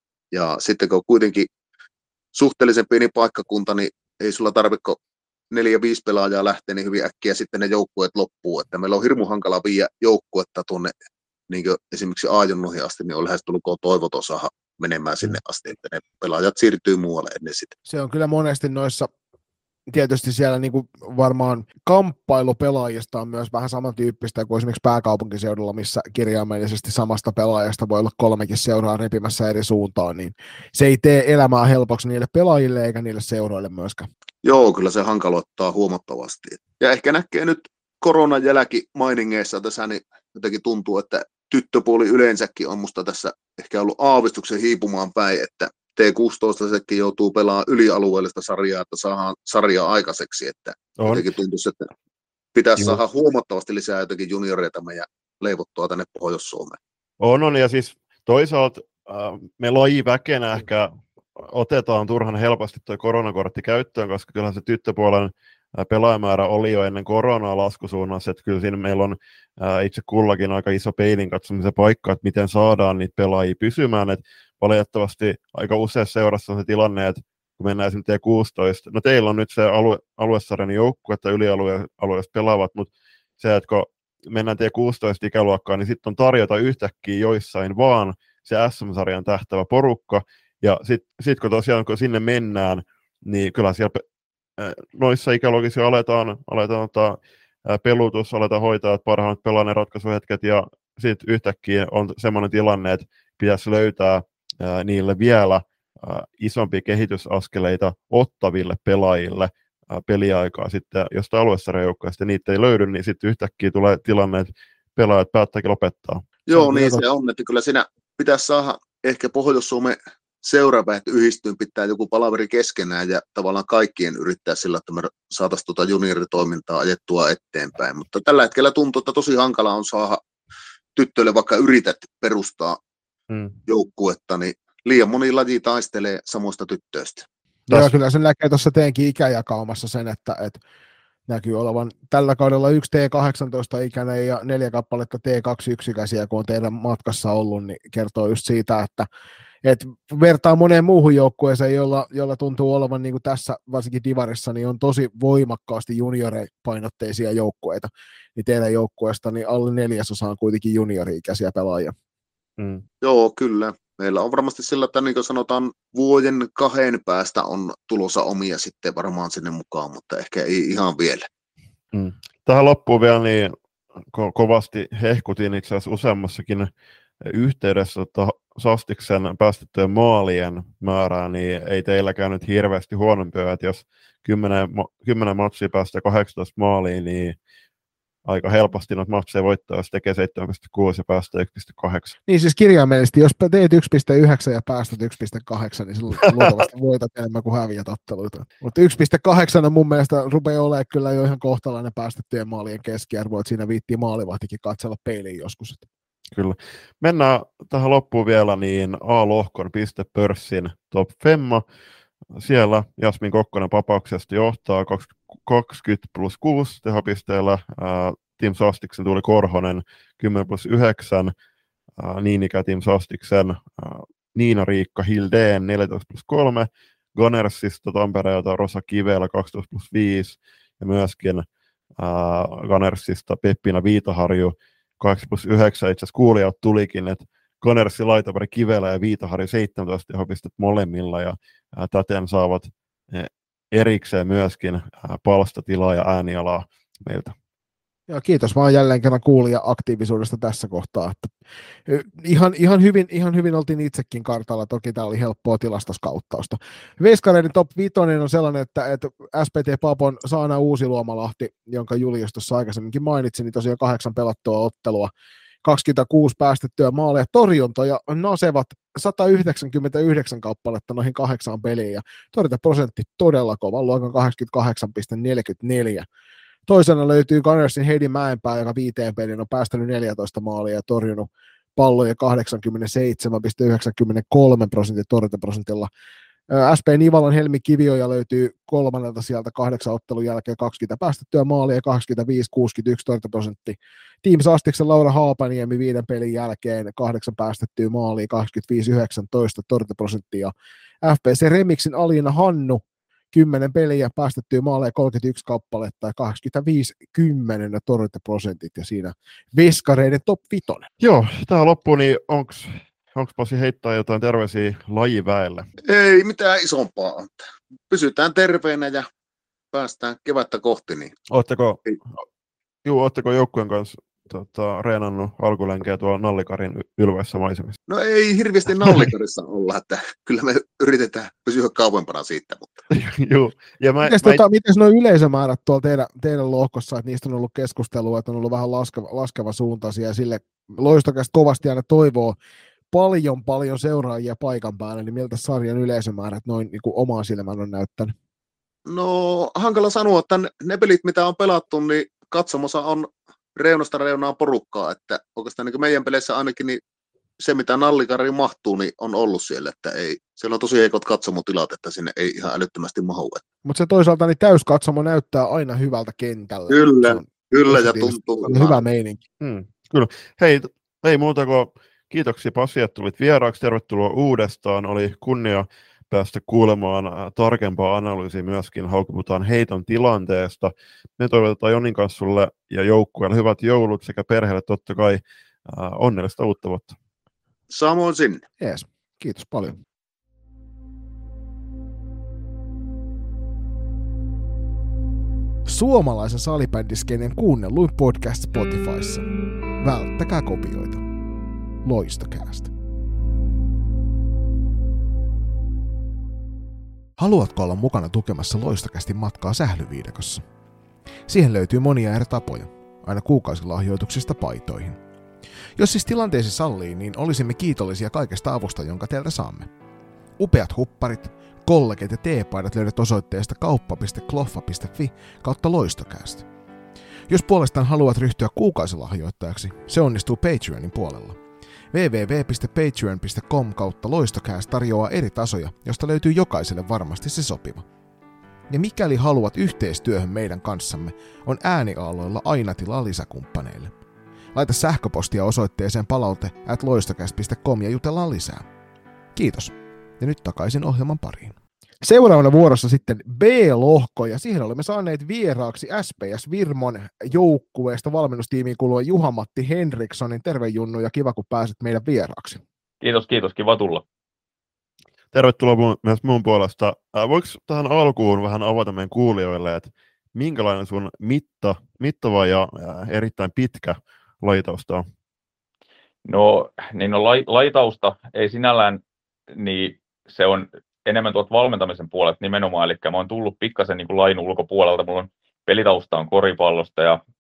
Ja sitten kun kuitenkin suhteellisen pieni paikkakunta, niin ei sulla tarvitse neljä, viisi pelaajaa lähteä niin hyvin äkkiä sitten ne joukkueet loppuu. Että meillä on hirmu hankala viiä joukkuetta tuonne niin esimerkiksi A-junnuihin asti, niin on lähestulkoon toivoton saada menemään sinne asti, että ne pelaajat siirtyy muualle ennen sitä. Se on kyllä monesti noissa, tietysti siellä niin kuin varmaan kamppailu pelaajista on myös vähän samantyyppistä kuin esimerkiksi pääkaupunkiseudulla, missä kirjaimellisesti samasta pelaajasta voi olla kolmekin seuraa repimässä eri suuntaan, niin se ei tee elämää helpoksi niille pelaajille eikä niille seuroille myöskään. Joo, kyllä se hankaloittaa huomattavasti. Ja ehkä näkee nyt koronan jälkimainingeissa tässä, niin jotenkin tuntuu, että tyttöpuoli yleensäkin on musta tässä ehkä ollut aavistuksen hiipumaan päin, että T kuusitoista-sekin joutuu pelaamaan ylialueellista sarjaa, että saadaan sarjaa aikaiseksi, että on. Jotenkin tuntuisi, että pitäisi Joo. saada huomattavasti lisää jotenkin junioreita meidän leivottua tänne Pohjois-Suomeen. On, on, ja siis toisaalta äh, me lajiväkenä ehkä otetaan turhan helposti tuo koronakortti käyttöön, koska kyllähän se tyttöpuolen pelaajamäärä oli jo ennen koronaa laskusuunnassa, että kyllä siinä meillä on ää, itse kullakin aika iso peilin katsomisen paikka, että miten saadaan niitä pelaajia pysymään, että valitettavasti aika useassa seurassa on se tilanne, että kun mennään esimerkiksi T kuusitoista, no teillä on nyt se alue, aluesarjan joukkue, että ylialueesta pelaavat, mutta se, että kun mennään T kuusitoista ikäluokkaan, niin sitten on tarjota yhtäkkiä joissain vaan se S M-sarjan tähtävä porukka, ja sitten sit kun tosiaan kun sinne mennään, niin kyllä siellä noissa ikäluokissa jo aletaan, aletaan ottaa pelutus, aletaan hoitaa parhaat pelaajan ratkaisuhetket, ja sitten yhtäkkiä on semmoinen tilanne, että pitäisi löytää ää, niille vielä ää, isompia kehitysaskeleita ottaville pelaajille ää, peliaikaa sitten jostain aluesarjajoukkoista, niitä ei löydy, niin sitten yhtäkkiä tulee tilanne, että pelaajat päättääkin lopettaa. Joo, niin se on, että kyllä siinä pitäisi saada ehkä Pohjois-Suomen seuraava, että yhdistyyn pitää joku palaveri keskenään ja tavallaan kaikkien yrittää sillä, että me saataisiin tuota junioritoimintaa ajettua eteenpäin. Mutta tällä hetkellä tuntuu, että tosi hankala on saada tyttöille, vaikka yrität perustaa hmm. joukkuetta, niin liian moni laji taistelee samoista tyttöistä. Joo, kyllä se näkee tuossa teidänkin ikäjakaumassa sen, että, että näkyy olevan tällä kaudella yksi T kahdeksantoista-ikäinen ja neljä kappaletta T kaksikymmentäyksi-ikäisiä, kun on teidän matkassa ollut, niin kertoo just siitä, että Et vertaa moneen muuhun joukkueeseen, jolla, jolla tuntuu olevan niin kuin tässä, varsinkin Divarissa, niin on tosi voimakkaasti junioripainotteisia joukkueita. Niin teidän joukkueesta niin alle neljäsosa on kuitenkin juniori-ikäisiä pelaajia. Mm. Joo, kyllä. Meillä on varmasti sillä, että niin kuin sanotaan, vuoden kahden päästä on tulossa omia sitten varmaan sinne mukaan, mutta ehkä ei ihan vielä. Mm. Tähän loppuun vielä, niin ko- kovasti hehkutin itse asiassa useammassakin yhteydessä, että Sastiksen päästettyjen maalien määrää, niin ei teilläkään nyt hirveästi huonompia, että jos kymmenen, kymmenen matsia päästää kahdeksantoista maaliin, niin aika helposti noita matseja voittaa, jos tekee seitsemän pilkku kuusi ja päästää yksi pilkku kahdeksan. Niin siis kirjaimellisesti, jos teet yksi pilkku yhdeksän ja päästät yksi pilkku kahdeksan, niin silloin luultavasti voitat enemmän kuin häviät otteluita. Mutta yksi pilkku kahdeksan on mun mielestä rupeaa olemaan kyllä jo ihan kohtalainen päästettyjen maalien keskiarvo, että siinä viittii maalivahtikin katsella peiliin joskus. Kyllä. Mennään tähän loppuun vielä, niin A-lohkon pistepörssin top femma. Siellä Jasmin Kokkonen Papauksesta johtaa kaksikymmentä plus kuusi tehopisteellä. Team Sastiksen tuli Korhonen kymmenen plus yhdeksän. Niin ikään Team Sastiksen Niina-Riikka Hildeen neljätoista plus kolme. Gunnersista Tampereelta Rosa Kivelä kaksitoista plus viisi. Ja myöskin Gunnersista Peppina Viitaharju kahdeksan plus yhdeksän. Itse asiassa kuulijat tulikin, että Gunnersin laitapari Kivelä ja Viitaharju seitsemäntoista tehopistettä molemmilla. Ja täten saavat erikseen myöskin palstatilaa ja äänialaa meiltä. Joo, kiitos vaan jälleen kerran kuulija aktiivisuudesta tässä kohtaa. Että ihan, ihan, hyvin, ihan hyvin oltiin itsekin kartalla, toki tämä oli helppoa tilastoskauttausta. Veskareiden top viisi on sellainen, että, että S P T Papon Saana Uusi-Luomalahti, jonka Julius tuossa aikaisemminkin mainitsi, niin tosiaan kahdeksan pelattua ottelua, kaksikymmentäkuusi päästettyä maaleja, torjuntoja nasevat sata yhdeksänkymmentäyhdeksän kappaletta noihin kahdeksaan peliin, ja torjuntaprosentti todella kova, luokan kahdeksankymmentäkahdeksan pilkku neljäkymmentäneljä. Toisena löytyy Gunnersin Heidi Mäenpää, joka viiteen peliin on päästänyt neljätoista maalia ja torjunut palloja kahdeksankymmentäseitsemän pilkku yhdeksänkymmentäkolme prosentin torjuntaprosentilla. S P Nivalan Helmi Kivioja löytyy kolmannelta sieltä kahdeksan ottelun jälkeen kaksikymmentä päästettyä maalia ja kaksikymmentäviisi kuusikymmentäyksi torjuntaprosentti. Team Sastiksen Laura Haapaniemi viiden pelin jälkeen kahdeksan päästettyä maalia kaksikymmentäviisi yhdeksäntoista torjuntaprosenttia. F P C Remixin Aliina Hannu kymmenen peliä päästettyä maaleja kolmekymmentäyksi kappaletta ja kahdeksankymmentäviisi kymmenen torjuntaprosentit ja siinä veskareiden top vitonen. Joo, tähän loppuun, niin onks Onko Pasi heittää jotain terveisiä lajiväelle? Ei mitään isompaa. Pysytään terveenä ja päästään kevättä kohti. Niin. Ootteko, juu, ootteko joukkueen kanssa tota, reenannut alkulenkeä tuolla Nallikarin ylväissä maisemissa? No ei hirveästi Nallikarissa olla, että kyllä me yritetään pysyä kauempana siitä. Mutta. Juu. Ja mä, mites, mä... tota, mites nuo yleisömäärät tuolla teidän, teidän lohkossa, että niistä on ollut keskustelua, että on ollut vähän laskeva, laskeva suuntaisia ja sille Loistokästä kovasti aina toivoo paljon paljon seuraajia paikan päällä, niin miltä sarjan yleisömäärät noin niin kuin omaan silmään on näyttänyt? No hankala sanoa, että ne pelit mitä on pelattu, niin katsomossa on reunasta reunaa porukkaa, että oikeastaan niin meidän peleissä ainakin niin se mitä Nallikariin mahtuu, niin on ollut siellä, että ei, siellä on tosi heikot katsomotilat, että sinne ei ihan älyttömästi mahu. Mutta se toisaalta niin täyskatsomo näyttää aina hyvältä kentällä. Kyllä, kyllä ja tuntuu. On hyvä meininki. Hmm, kyllä. Hei, ei muuta kuin kiitoksia Pasi, että tulit vieraaksi. Tervetuloa uudestaan. Oli kunnia päästä kuulemaan tarkempaa analyysiä myöskin Haukiputaan heiton tilanteesta. Me toivotetaan Jonin kanssa sulle ja joukkueelle hyvät joulut sekä perheelle totta kai äh, onnellista uutta vuotta. Samoin sinne. Jees, kiitos paljon. Suomalaisen salibändiskeinen kuunnelluin podcast Spotifyssa. Välttäkää kopioita. Loistokäästä. Haluatko olla mukana tukemassa Loistokästin matkaa sählyviidakossa? Siihen löytyy monia eri tapoja, aina kuukausilahjoituksista paitoihin. Jos siis tilanteesi sallii, niin olisimme kiitollisia kaikesta avusta, jonka teiltä saamme. Upeat hupparit, kollegit ja teepaidat löydät osoitteesta kauppa piste kloffa piste fi kautta Loistokäästä. Jos puolestaan haluat ryhtyä kuukausilahjoittajaksi, se onnistuu Patreonin puolella. www piste patreon piste com kautta Loistokääst tarjoaa eri tasoja, josta löytyy jokaiselle varmasti se sopiva. Ja mikäli haluat yhteistyöhön meidän kanssamme, on ääniaaloilla aina tilaa lisäkumppaneille. Laita sähköpostia osoitteeseen palaute at loistokääst piste com ja jutellaan lisää. Kiitos. Ja nyt takaisin ohjelman pariin. Seuraavana vuorossa sitten B-lohko, ja siihen olemme saaneet vieraaksi S P S Virmon joukkueesta valmennustiimiin kuulua Juha-Matti Henrikssonin. Terve Junnu, ja kiva kun pääsit meidän vieraaksi. Kiitos, kiitos, kiva tulla. Tervetuloa mun, myös mun puolesta. Äh, voiko tähän alkuun vähän avata meidän kuulijoille, että minkälainen sun mitta, mittava ja äh, erittäin pitkä lajitausta on? No, niin no lai, lajitausta ei sinällään, niin se on enemmän tuolta valmentamisen puolelta nimenomaan, eli mä oon tullut pikkasen niin kuin lain ulkopuolelta, mulla on pelitausta on koripallosta ja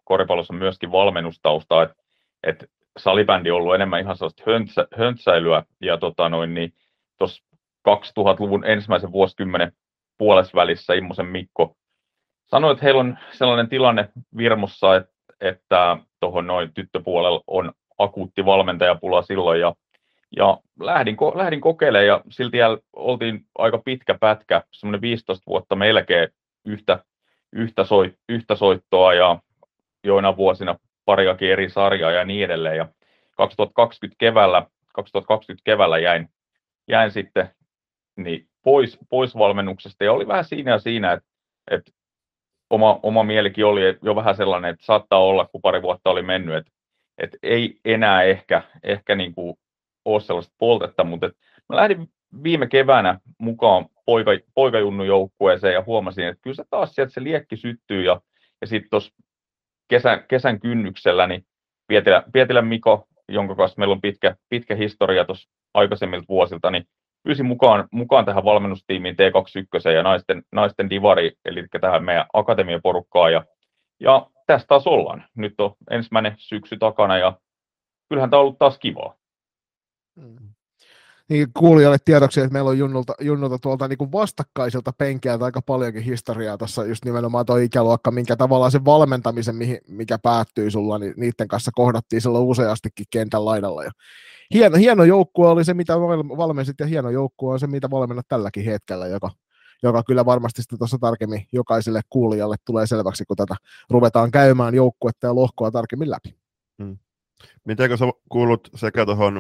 koripallossa myöskin valmennustaustaa, että et salibändi on ollut enemmän ihan sellaista höntsä, höntsäilyä, ja tota noin, niin tuossa kaksituhattaluvun ensimmäisen vuosikymmenen puolesvälissä Immosen Mikko sanoi, että heillä on sellainen tilanne Virmossa, että, että tuohon noin tyttöpuolella on akuutti valmentajapula silloin, ja, ja lähdin, lähdin kokeilemaan, ja silti oltiin aika pitkä pätkä, semmoinen viisitoista vuotta melkein yhtä, yhtä, soit, yhtä soittoa, ja joina vuosina pariakin eri sarjaa ja niin edelleen, ja kaksituhattakaksikymmentä keväällä, kaksituhattakaksikymmentä keväällä jäin, jäin sitten niin pois, pois valmennuksesta, ja oli vähän siinä ja siinä, että, että oma, oma mielikin oli jo vähän sellainen, että saattaa olla, kun pari vuotta oli mennyt, että, että ei enää ehkä, ehkä niin kuin ole sellaista poltetta, mutta että mä lähdin viime keväänä mukaan poika, poikajunnujoukkueeseen ja huomasin, että kyllä se taas sieltä se liekki syttyy, ja, ja sitten tuossa kesän, kesän kynnyksellä niin Pietilä, Pietilän Miko, jonka kanssa meillä on pitkä, pitkä historia tuossa aikaisemmilta vuosilta, niin pyysin mukaan, mukaan tähän valmennustiimiin T kaksikymmentäyksi ja naisten, naisten divari, eli tähän meidän akatemiaporukkaan, ja, ja tässä taas ollaan. Nyt on ensimmäinen syksy takana, ja kyllähän tämä on ollut taas kivaa. Mm. Niin kuulijoille tiedoksi, että meillä on Junnulta, Junnulta tuolta niin kuin vastakkaisilta penkeiltä aika paljonkin historiaa tuossa just nimenomaan tuo ikäluokka, minkä tavallaan se valmentamisen, mikä päättyy sulla, niin niiden kanssa kohdattiin silloin useastikin kentän laidalla. Ja hieno, hieno joukkue oli se, mitä valmensit, ja hieno joukkue on se, mitä valmennat tälläkin hetkellä, joka, joka kyllä varmasti sitten tuossa tarkemmin jokaiselle kuulijalle tulee selväksi, kun tätä ruvetaan käymään joukkuetta ja lohkoa tarkemmin läpi. Hmm. Mitenkö sä kuulut sekä tuohon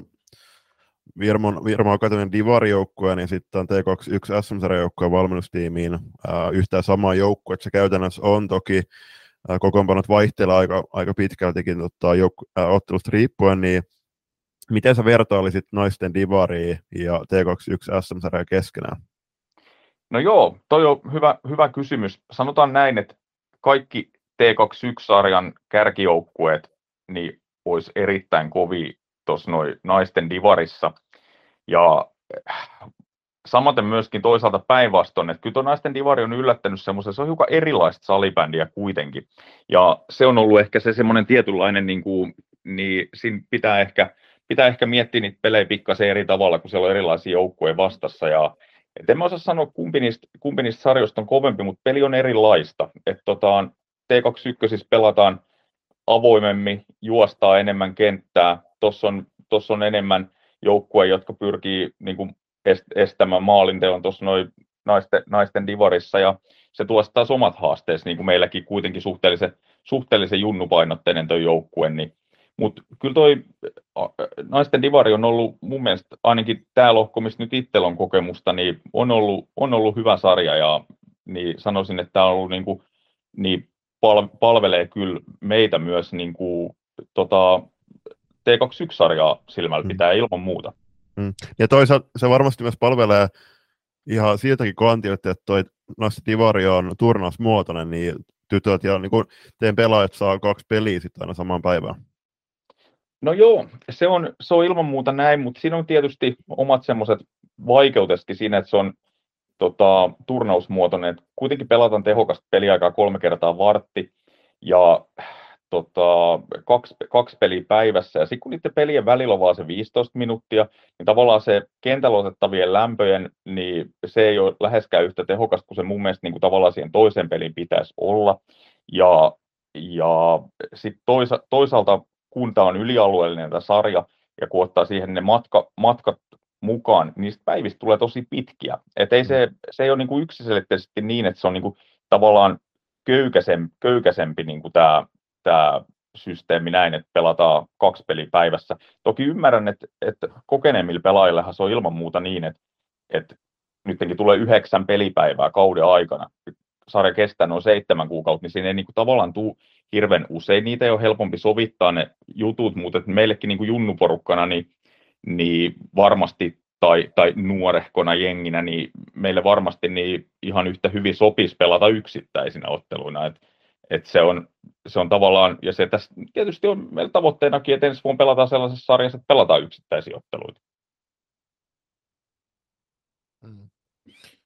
Virmon, Virmon Akatemian divari-joukkueen ja sitten T kaksikymmentäyksi S M-sarjajoukkueen valmennustiimiin ää, yhtään samaa joukkuetta. Se käytännössä on toki, ää, kokoonpanot vaihtelee aika, aika pitkältikin tota, jouk- ää, ottelusta riippuen, niin miten sä vertailisit naisten divaria ja T kaksikymmentäyksi S M-sarjaa keskenään? No joo, toi on hyvä, hyvä kysymys. Sanotaan näin, että kaikki T kaksikymmentäyksi-sarjan kärkijoukkueet niin olisi erittäin kovia tuossa noin naisten divarissa. Ja samaten myöskin toisaalta päinvastoin, että kyllä tuo naisten divari on yllättänyt semmoisen, se on hiukan erilaista salibändiä kuitenkin. Ja se on ollut ehkä se semmoinen tietynlainen, niin, kuin, niin siinä pitää ehkä, pitää ehkä miettiä niitä pelejä pikkasen eri tavalla, kun siellä on erilaisia joukkueita vastassa. Ja et en mä osaa sanoa, kumpi niistä, kumpi niistä sarjoista on kovempi, mutta peli on erilaista. Et tota, T kaksikymmentäyksi pelataan avoimemmin, juostaa enemmän kenttää. Tuossa on, tossa on enemmän joukkueita, jotka pyrkii niin kuin estämään maalinteon tuossa noin naisten, naisten divarissa, ja se tuo taas omat haasteessa, niin kuin meilläkin kuitenkin suhteellisen, suhteellisen junnupainotteinen tuo joukkue. Niin. Mutta kyllä toi naisten divari on ollut mun mielestä, ainakin tämä lohko, missä nyt itsellä on kokemusta, niin on ollut, on ollut hyvä sarja, ja niin sanoisin, että tämä on ollut niin kuin, niin palvelee kyllä meitä myös niin kuin, tota, T kaksikymmentäyksi-sarjaa silmällä pitää mm. ilman muuta. Mm. Ja toisaalta se varmasti myös palvelee ihan siltäkin kantilta, että toi naisten divari on turnausmuotoinen, niin tytöt ja niin kuin teidän pelaajat saa kaksi peliä sitten aina samaan päivään. No joo, se on, se on ilman muuta näin, mutta siinä on tietysti omat semmoiset vaikeuteskin siinä, että se on tota, turnausmuotoinen, että kuitenkin pelataan tehokasta peliaikaa kolme kertaa vartti ja tota, kaksi, kaksi peliä päivässä, ja sitten kun niiden pelien välillä on vaan se viisitoista minuuttia, niin tavallaan se kentällä otettavien lämpöjen, niin se ei ole läheskään yhtä tehokasta kuin se mun mielestä niin kuin tavallaan siihen toiseen peliin pitäisi olla, ja, ja sitten toisa, toisaalta kun tämä on ylialueellinen tämä sarja, ja kun ottaa siihen ne matka, matkat mukaan, niin niistä päivistä tulee tosi pitkiä. Et ei se, se ei ole niinku yksiselitteisesti niin, että se on niinku tavallaan köykäisempi, köykäisempi niinku tämä, tämä systeemi näin, että pelataan kaksi peliä päivässä. Toki ymmärrän, että, että kokeneemmilla pelaajillehan se on ilman muuta niin, että, että nytkin tulee yhdeksän pelipäivää kauden aikana. Sarja kestää noin seitsemän kuukautta, niin siinä ei niinku tavallaan tule hirveän usein. Niitä ei ole helpompi sovittaa ne jutut, mutta meillekin niinku junnuporukkana, niin niin varmasti, tai, tai nuorehkona jenginä, niin meille varmasti niin ihan yhtä hyvin sopisi pelata yksittäisinä otteluina. Et, et se, on, se on tavallaan, ja se tässä tietysti on meillä tavoitteenakin, että ensi vuonna pelataan sellaisessa sarjassa, että pelataan yksittäisiä otteluita.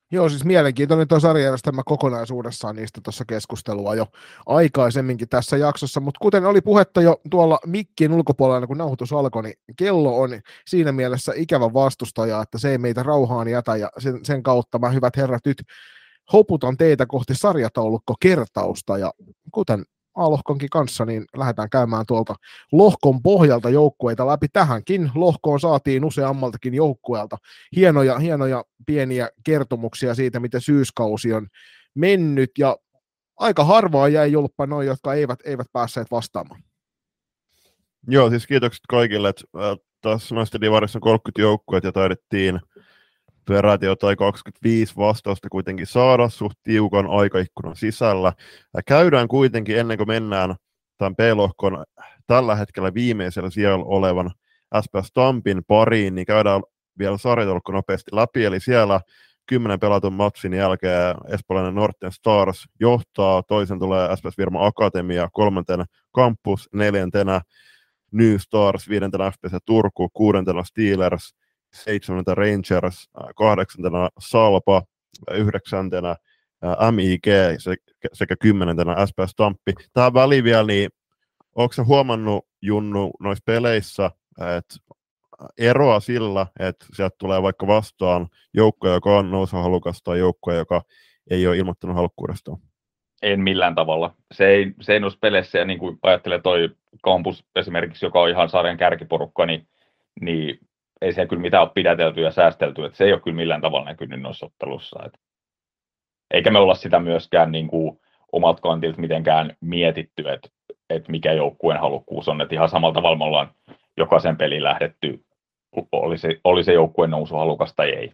Joo, siis mielenkiintoinen tuo sarjajärjestelmä kokonaisuudessaan, niistä tuossa keskustelua jo aikaisemminkin tässä jaksossa, mutta kuten oli puhetta jo tuolla mikkin ulkopuolella, kun nauhoitus alkoi, niin kello on siinä mielessä ikävä vastustaja, että se ei meitä rauhaan jätä, ja sen, sen kautta mä hyvät herrat nyt hoputan teitä kohti sarjataulukkokertausta, ja kuten A-lohkonkin kanssa, niin lähdetään käymään tuolta lohkon pohjalta joukkueita läpi. Tähänkin lohkoon saatiin useammaltakin joukkueelta hienoja, hienoja pieniä kertomuksia siitä, miten syyskausi on mennyt, ja aika harvaa jäi julppa noin, jotka eivät, eivät päässeet vastaamaan. Joo, siis kiitokset kaikille, että äh, tässä noista divarissa on kolmekymmentä joukkueet ja taidettiin peräti jotain kaksikymmentäviisi vastausta kuitenkin saada suht tiukan aikaikkunan sisällä. Ja käydään kuitenkin ennen kuin mennään tämän B-lohkon tällä hetkellä viimeisellä siellä olevan S P S Tampin pariin, niin käydään vielä sarjataulukko nopeasti läpi. Eli siellä kymmenen pelatun matsin jälkeen espoolainen Northern Stars johtaa, toisen tulee S P S Virma Akatemia, kolmantena Campus, neljäntenä New Stars, viidentenä F P C Turku, kuudentena Steelers, seitsemäntenä Rangers, kahdeksantena Salpa, yhdeksäntenä M I G sekä kymmenentenä S P S Tamppi. Tähän väliin vielä, niin onko sä huomannut, Junnu, noissa peleissä, että eroa sillä, että sieltä tulee vaikka vastaan joukkoja, joka on nousuhalukas, tai joukkoja, joka ei ole ilmoittanut halukkuudestaan? En millään tavalla. Se ei, se ei noissa peleissä, ja niin kuin ajattelee toi Campus esimerkiksi, joka on ihan sarjan kärkiporukka, niin, niin ei se kyllä mitään ole pidätelty ja säästelty, että se ei ole kyllä millään tavalla näkynyt noissa ottelussa. Et eikä me olla sitä myöskään niin kuin omat kantilta mitenkään mietitty, että, että mikä joukkueen halukkuus on, että ihan samalla tavalla me ollaan jokaisen peliin lähdetty, oli se, oli se joukkueen nousuhalukas tai ei.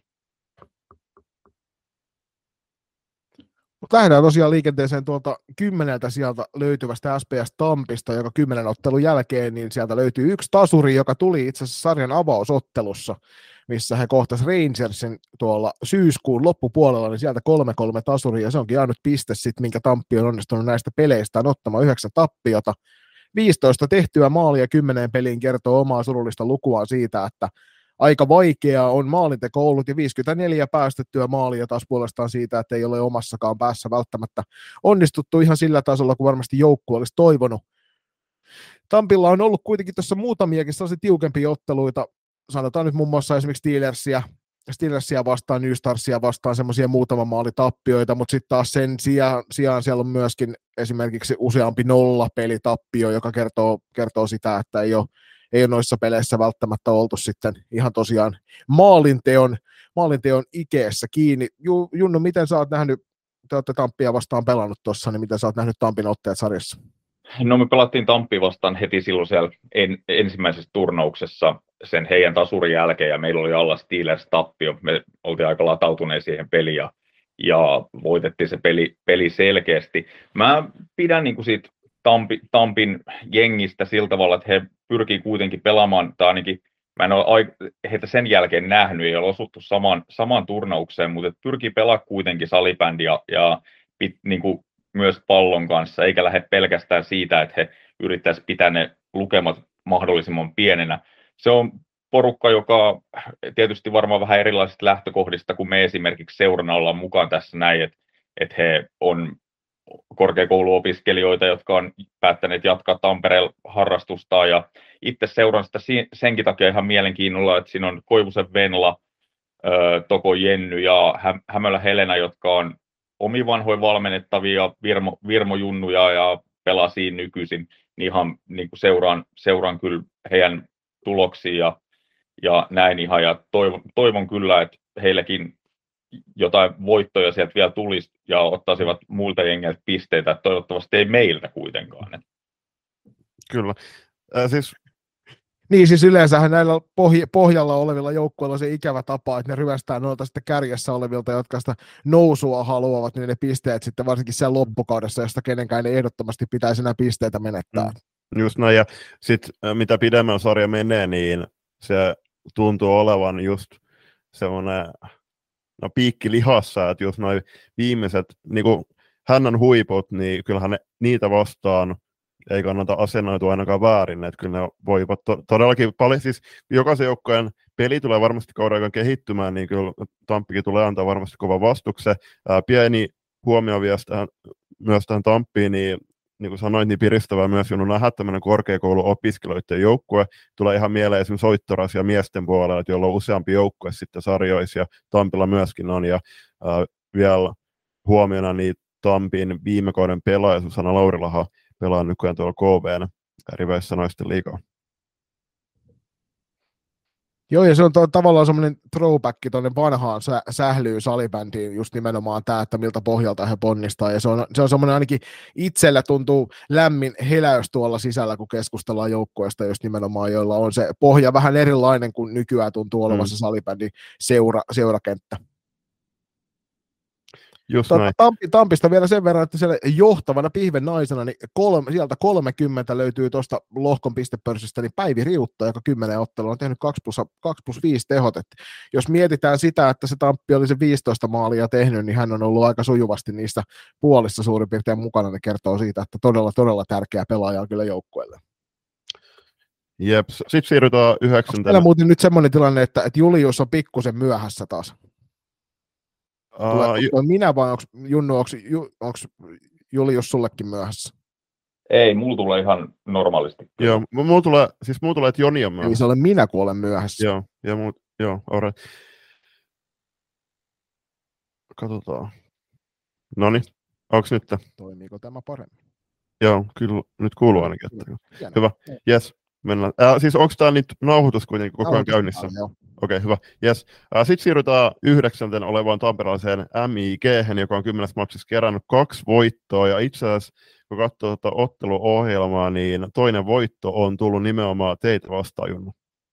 Mutta lähdetään tosiaan liikenteeseen tuolta kymmeneltä sieltä löytyvästä S P S Tampista, joka kymmenen ottelun jälkeen, niin sieltä löytyy yksi tasuri, joka tuli itse asiassa sarjan avausottelussa, missä he kohtasivat Rangersin tuolla syyskuun loppupuolella, niin sieltä kolme kolme tasuri, ja se onkin ainut piste sitten, minkä Tamppi on onnistunut näistä peleistään ottamaan yhdeksän tappiota. viisitoista tehtyä maalia kymmeneen peliin kertoo omaa surullista lukuaan siitä, että aika vaikeaa on maalinteko ollut, ja viisikymmentäneljä päästettyä maalia taas puolestaan siitä, että ei ole omassakaan päässä välttämättä onnistuttu ihan sillä tasolla, kuin varmasti joukkue olisi toivonut. Tampilla on ollut kuitenkin tuossa muutamiakin sellaisia tiukempia otteluita, sanotaan nyt muun muassa esimerkiksi Steelersia, Steelersia vastaan, New Starsia vastaan semmoisia muutama maalitappioita, mutta sitten taas sen sijaan, sijaan siellä on myöskin esimerkiksi useampi nollapelitappio, joka kertoo, kertoo sitä, että ei ole ei ole noissa peleissä välttämättä oltu sitten ihan tosiaan maalinteon, maalinteon ikeessä kiinni. Ju, Junnu, miten sä oot nähnyt, te olette Tamppia vastaan pelannut tuossa, niin miten sä oot nähnyt Tampin otteet sarjassa? No me pelattiin Tamppi vastaan heti silloin siellä en, ensimmäisessä turnauksessa sen heidän tasurin jälkeen, ja meillä oli alla Steelers tappio. Me oltiin aika latautuneet siihen peliin, ja, ja voitettiin se peli, peli selkeästi. Mä pidän niin kuin siitä Tampi, Tampin jengistä sillä tavalla, että he pyrkii kuitenkin pelaamaan, tai ainakin mä en ole heitä sen jälkeen nähnyt, ei ole osuttu samaan, samaan turnaukseen, mutta pyrkii pelaamaan kuitenkin salibändiä ja pit, niin kuin myös pallon kanssa, eikä lähde pelkästään siitä, että he yrittäisivät pitää ne lukemat mahdollisimman pienenä. Se on porukka, joka tietysti varmaan vähän erilaisista lähtökohdista kuin me esimerkiksi seurana ollaan mukaan tässä näin, että, että he on korkeakouluopiskelijoita, jotka on päättäneet jatkaa Tampereella harrastustaan, ja itse seuraan sitä senkin takia ihan mielenkiinnolla, että siinä on Koivusen Venla, Toko Jenny ja Hämölä Helena, jotka on omi vanhoja valmennettavia Virmo, Virmo Junnuja ja pelaa siinä nykyisin, niin ihan niin kuin seuraan, seuraan kyllä heidän tuloksia ja, ja näin ihan, ja toivon, toivon kyllä, että heilläkin jotain voittoja sieltä vielä tulisi ja ottaisivat muilta jengeiltä pisteitä, toivottavasti ei meiltä kuitenkaan. Kyllä. Äh, siis... Niin, siis yleensähän näillä pohj- pohjalla olevilla joukkueilla on se ikävä tapa, että ne ryvästää noilta sitten kärjessä olevilta, jotka sitä nousua haluavat, niin ne pisteet sitten varsinkin siellä loppukaudessa, josta kenenkään ei ehdottomasti pitäisi enää pisteitä menettää. Mm, just näin, ja sitten mitä pidemmän sarja menee, niin se tuntuu olevan just semmoinen no piikki lihassa, että jos noin viimeiset niin kuin hännän huiput, niin kyllähän ne, niitä vastaan ei kannata asennoitua ainakaan väärin, että kyllä ne voivat to- todellakin paljon, siis jokaisen joukkueen peli tulee varmasti kauden aikana kehittymään, niin kyllä Tamppikin tulee antaa varmasti kova vastuksen. Ää, pieni huomio vielä tähän, myös tähän Tamppiin, niin niin kuin sanoit, niin piristävää myös Junnu nähdä tämmöinen korkeakouluopiskelijoiden joukkue. Tulee ihan mieleen esimerkiksi Soittorasia miesten puolella, että jolla on useampi joukkue sitten sarjoissa, ja Tampilla myöskin on. Ja ää, vielä huomiona niin Tampin viime kauden pelaaja, Susanna Laurilaha, pelaa nykyään tuolla K V:n riveissä naisten liigaa. Joo, ja se on to, tavallaan semmoinen throwback tuonne vanhaan sä, sählyyn salibändiin, just nimenomaan tämä, että miltä pohjalta he ponnistaa, ja se on, se on semmoinen ainakin itsellä tuntuu lämmin heläys tuolla sisällä, kun keskustellaan joukkueesta just nimenomaan, joilla on se pohja vähän erilainen kuin nykyään tuntuu olevassa mm. salibändin seura, seurakenttä. Tuota, Tampi, Tampista vielä sen verran, että siellä johtavana pihven naisena, niin kolme, sieltä kolmekymmentä löytyy tuosta lohkon pistepörssistä, niin Päivi Riutta, joka kymmenen ottelua on tehnyt kaksi plus viisi tehot. Et jos mietitään sitä, että se Tamppi oli se viisitoista maalia tehnyt, niin hän on ollut aika sujuvasti niistä puolissa suurin piirtein mukana, ne kertoo siitä, että todella, todella tärkeä pelaaja on kyllä joukkueelle. Jep, sitten siirrytään yhdeksäntenä. Meillä muuten nyt semmoinen tilanne, että, että Julius on pikkusen myöhässä taas. Tuleeko uh, minä vai onko Junnu, onko Julius sullekin myöhässä? Ei, mulla tulee ihan normaalisti. Joo, mulla tulee, siis mulla tulee, että Joni on myöhässä. Ei se ole minä, kun olen myöhässä. Joo, ja muut, joo, alright. Katsotaan. Noniin, onko nyt? Toimiiko tämä paremmin? Joo, kyllä nyt kuuluu ainakin. Että... Hyvä, jes, mennään. Äh, siis onko tämä nyt nauhoitus kuitenkin koko ajan käynnissä? Okei, okay, hyvä. Yes. Äh, Sitten siirrytään yhdeksänten olevaan tamperelaiseen M I G, joka on kymmenessä matsissa kerännyt kaksi voittoa, ja itse asiassa kun katsoo tuota otteluohjelmaa, niin toinen voitto on tullut nimenomaan teitä vastaan, Junnu.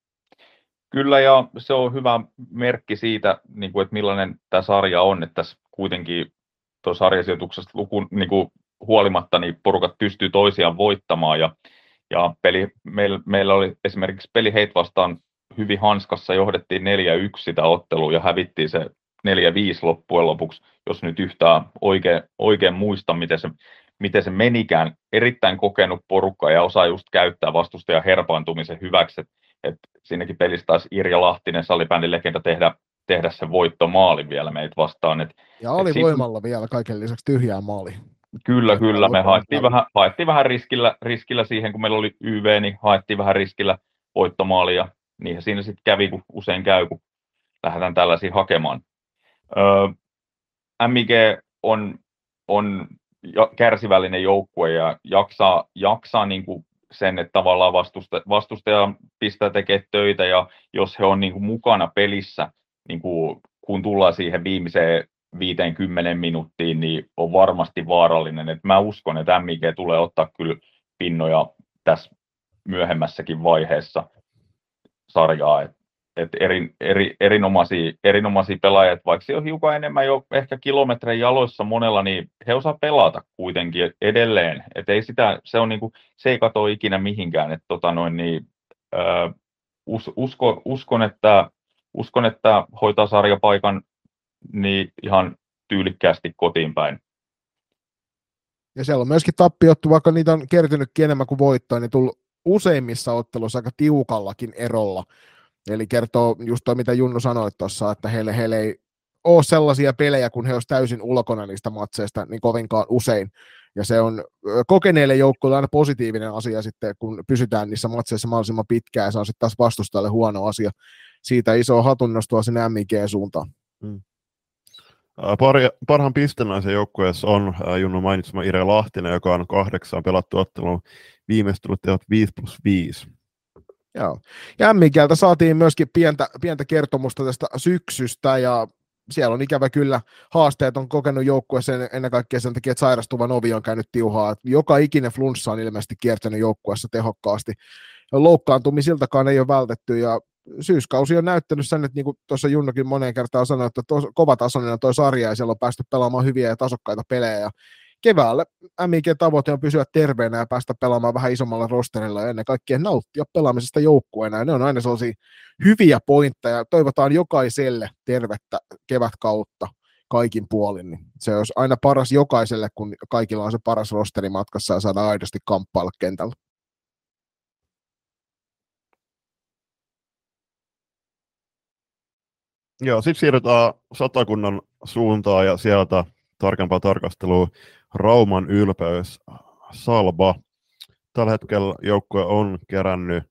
Kyllä, ja se on hyvä merkki siitä, niin kuin, että millainen tämä sarja on, että tässä kuitenkin tuossa sarjasijoituksesta lukuun niin kuin huolimatta niin porukat pystyy toisiaan voittamaan, ja, ja peli, meillä, meillä oli esimerkiksi peli heitä vastaan hyvin hanskassa, johdettiin neljä yksi sitä ottelua ja hävittiin se neljä viisi loppujen lopuksi, jos nyt yhtään oikein, oikein muista, miten se, miten se menikään. Erittäin kokenut porukka ja osaa just käyttää vastustajan herpaantumisen hyväksi. Et, et siinäkin pelissä taisi Irja Lahtinen, salibändin legenda, tehdä, tehdä se voittomaali vielä meitä vastaan. Et, ja oli voimalla sit... vielä kaiken lisäksi tyhjää maali. Kyllä, kyllä. Me haettiin vähän, haettiin vähän riskillä, riskillä siihen, kun meillä oli Y V, niin haettiin vähän riskillä voittomaalia. Niinhän siinä sitten kävi, kun usein käy, kun lähdetään tällaisia hakemaan. Öö, M I G on, on kärsivällinen joukkue ja jaksaa, jaksaa niin kuin sen, että tavallaan vastustaja, vastustaja pistää tekemään töitä, ja jos he on niin kuin mukana pelissä, niin kuin, kun tullaan siihen viimeiseen viiteenkymmeneen minuuttiin, niin on varmasti vaarallinen. Et mä uskon, että M I G tulee ottaa kyllä pinnoja tässä myöhemmässäkin vaiheessa sarjaa, että et eri, eri, erinomaisia, erinomaisia pelaajia, vaikka se on hiukan enemmän jo ehkä kilometrin jaloissa monella, niin he osaa pelata kuitenkin edelleen, et ei sitä, se, on niinku, se ei katoa ikinä mihinkään, että tota noin, niin, äh, us, usko, uskon, että, uskon, että hoitaa sarjapaikan niin ihan tyylikkäästi kotiin päin. Ja siellä on myöskin tappiottu, vaikka niitä on kertynytkin enemmän kuin voittoa, niin tullut useimmissa otteluissa aika tiukallakin erolla. Eli kertoo just toi, mitä Junnu sanoi tuossa, että heille, heille ei ole sellaisia pelejä, kun he olisivat täysin ulkona niistä matseista niin kovinkaan usein. Ja se on kokeneille joukkueille aina positiivinen asia sitten, kun pysytään niissä matseissa mahdollisimman pitkään, ja se on sitten taas vastustajalle huono asia. Siitä iso hatunnostua sinne M I G-suuntaan. Mm. Pari, parhaan pistenaisen joukkueessa on Junnu mainitsema Ire Lahtinen, joka on kahdeksaan pelattu ottelun viimeistelut tehot viisi plus viisi. Joo. Ja M I G:ltä saatiin myöskin pientä, pientä kertomusta tästä syksystä, ja siellä on ikävä kyllä haasteet on kokenut joukkueessa ennen kaikkea sen takia, että sairastuva Novi on käynyt tiuhaa. Joka ikinen flunssa on ilmeisesti kiertänyt joukkueessa tehokkaasti. Loukkaantumisiltakaan ei ole vältetty, ja syyskausi on näyttänyt sen, että niin kuin tuossa Junnokin moneen kertaan sanoi, että tos, kovatasoinen on tuo sarja, ja siellä on päästy pelaamaan hyviä ja tasokkaita pelejä, ja keväällä M I G-tavoite on pysyä terveenä ja päästä pelaamaan vähän isommalla rosterilla ja ennen kaikkea nauttia pelaamisesta joukkueena. Ja ne on aina sellaisia hyviä pointteja. Toivotaan jokaiselle tervettä kevätkautta kaikin puolin. Niin se olisi aina paras jokaiselle, kun kaikilla on se paras rosteri matkassa ja saadaan aidosti kamppailla kentällä. Joo, sitten siirrytään Satakunnan suuntaan ja sieltä tarkempaa tarkastelua Rauman ylpeys Salba. Tällä hetkellä joukkue on kerännyt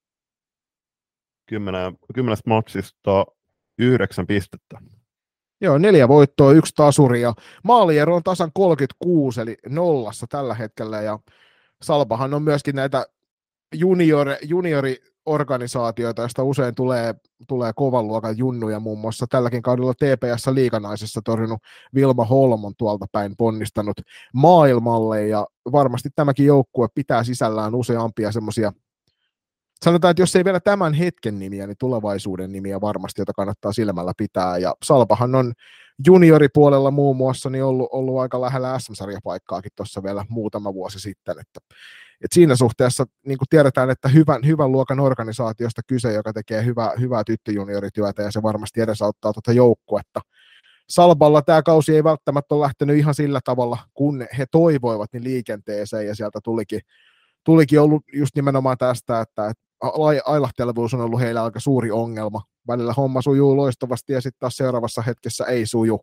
kymmenen, kymmenestä matsista yhdeksän pistettä. Joo, neljä voittoa, yksi tasuri ja maaliero on tasan kolmekymmentäkuusi, eli nollassa tällä hetkellä, ja Salbahan on myöskin näitä junior, junioriorganisaatioita, joista usein tulee, tulee kovan luokan junnuja, muun muassa tälläkin kaudella T P S liiganaisessa torjunut Vilma Holm on tuolta päin ponnistanut maailmalle, ja varmasti tämäkin joukkue pitää sisällään useampia semmoisia, sanotaan, että jos ei vielä tämän hetken nimiä, niin tulevaisuuden nimiä varmasti, jota kannattaa silmällä pitää, ja Salbahan on junioripuolella muun muassa niin ollut, ollut aika lähellä S M-sarjapaikkaakin tuossa vielä muutama vuosi sitten, että, että siinä suhteessa niin kuin tiedetään, että hyvän, hyvän luokan organisaatiosta kyse, joka tekee hyvää, hyvää tyttöjuniorityötä, ja se varmasti edesauttaa tuota joukkuetta. Salballa tämä kausi ei välttämättä ole lähtenyt ihan sillä tavalla, kun he toivoivat, niin liikenteeseen, ja sieltä tulikin, tulikin ollut just nimenomaan tästä, että, että ailahtelevuus on ollut heillä aika suuri ongelma. Välillä homma sujuu loistavasti ja sitten taas seuraavassa hetkessä ei suju.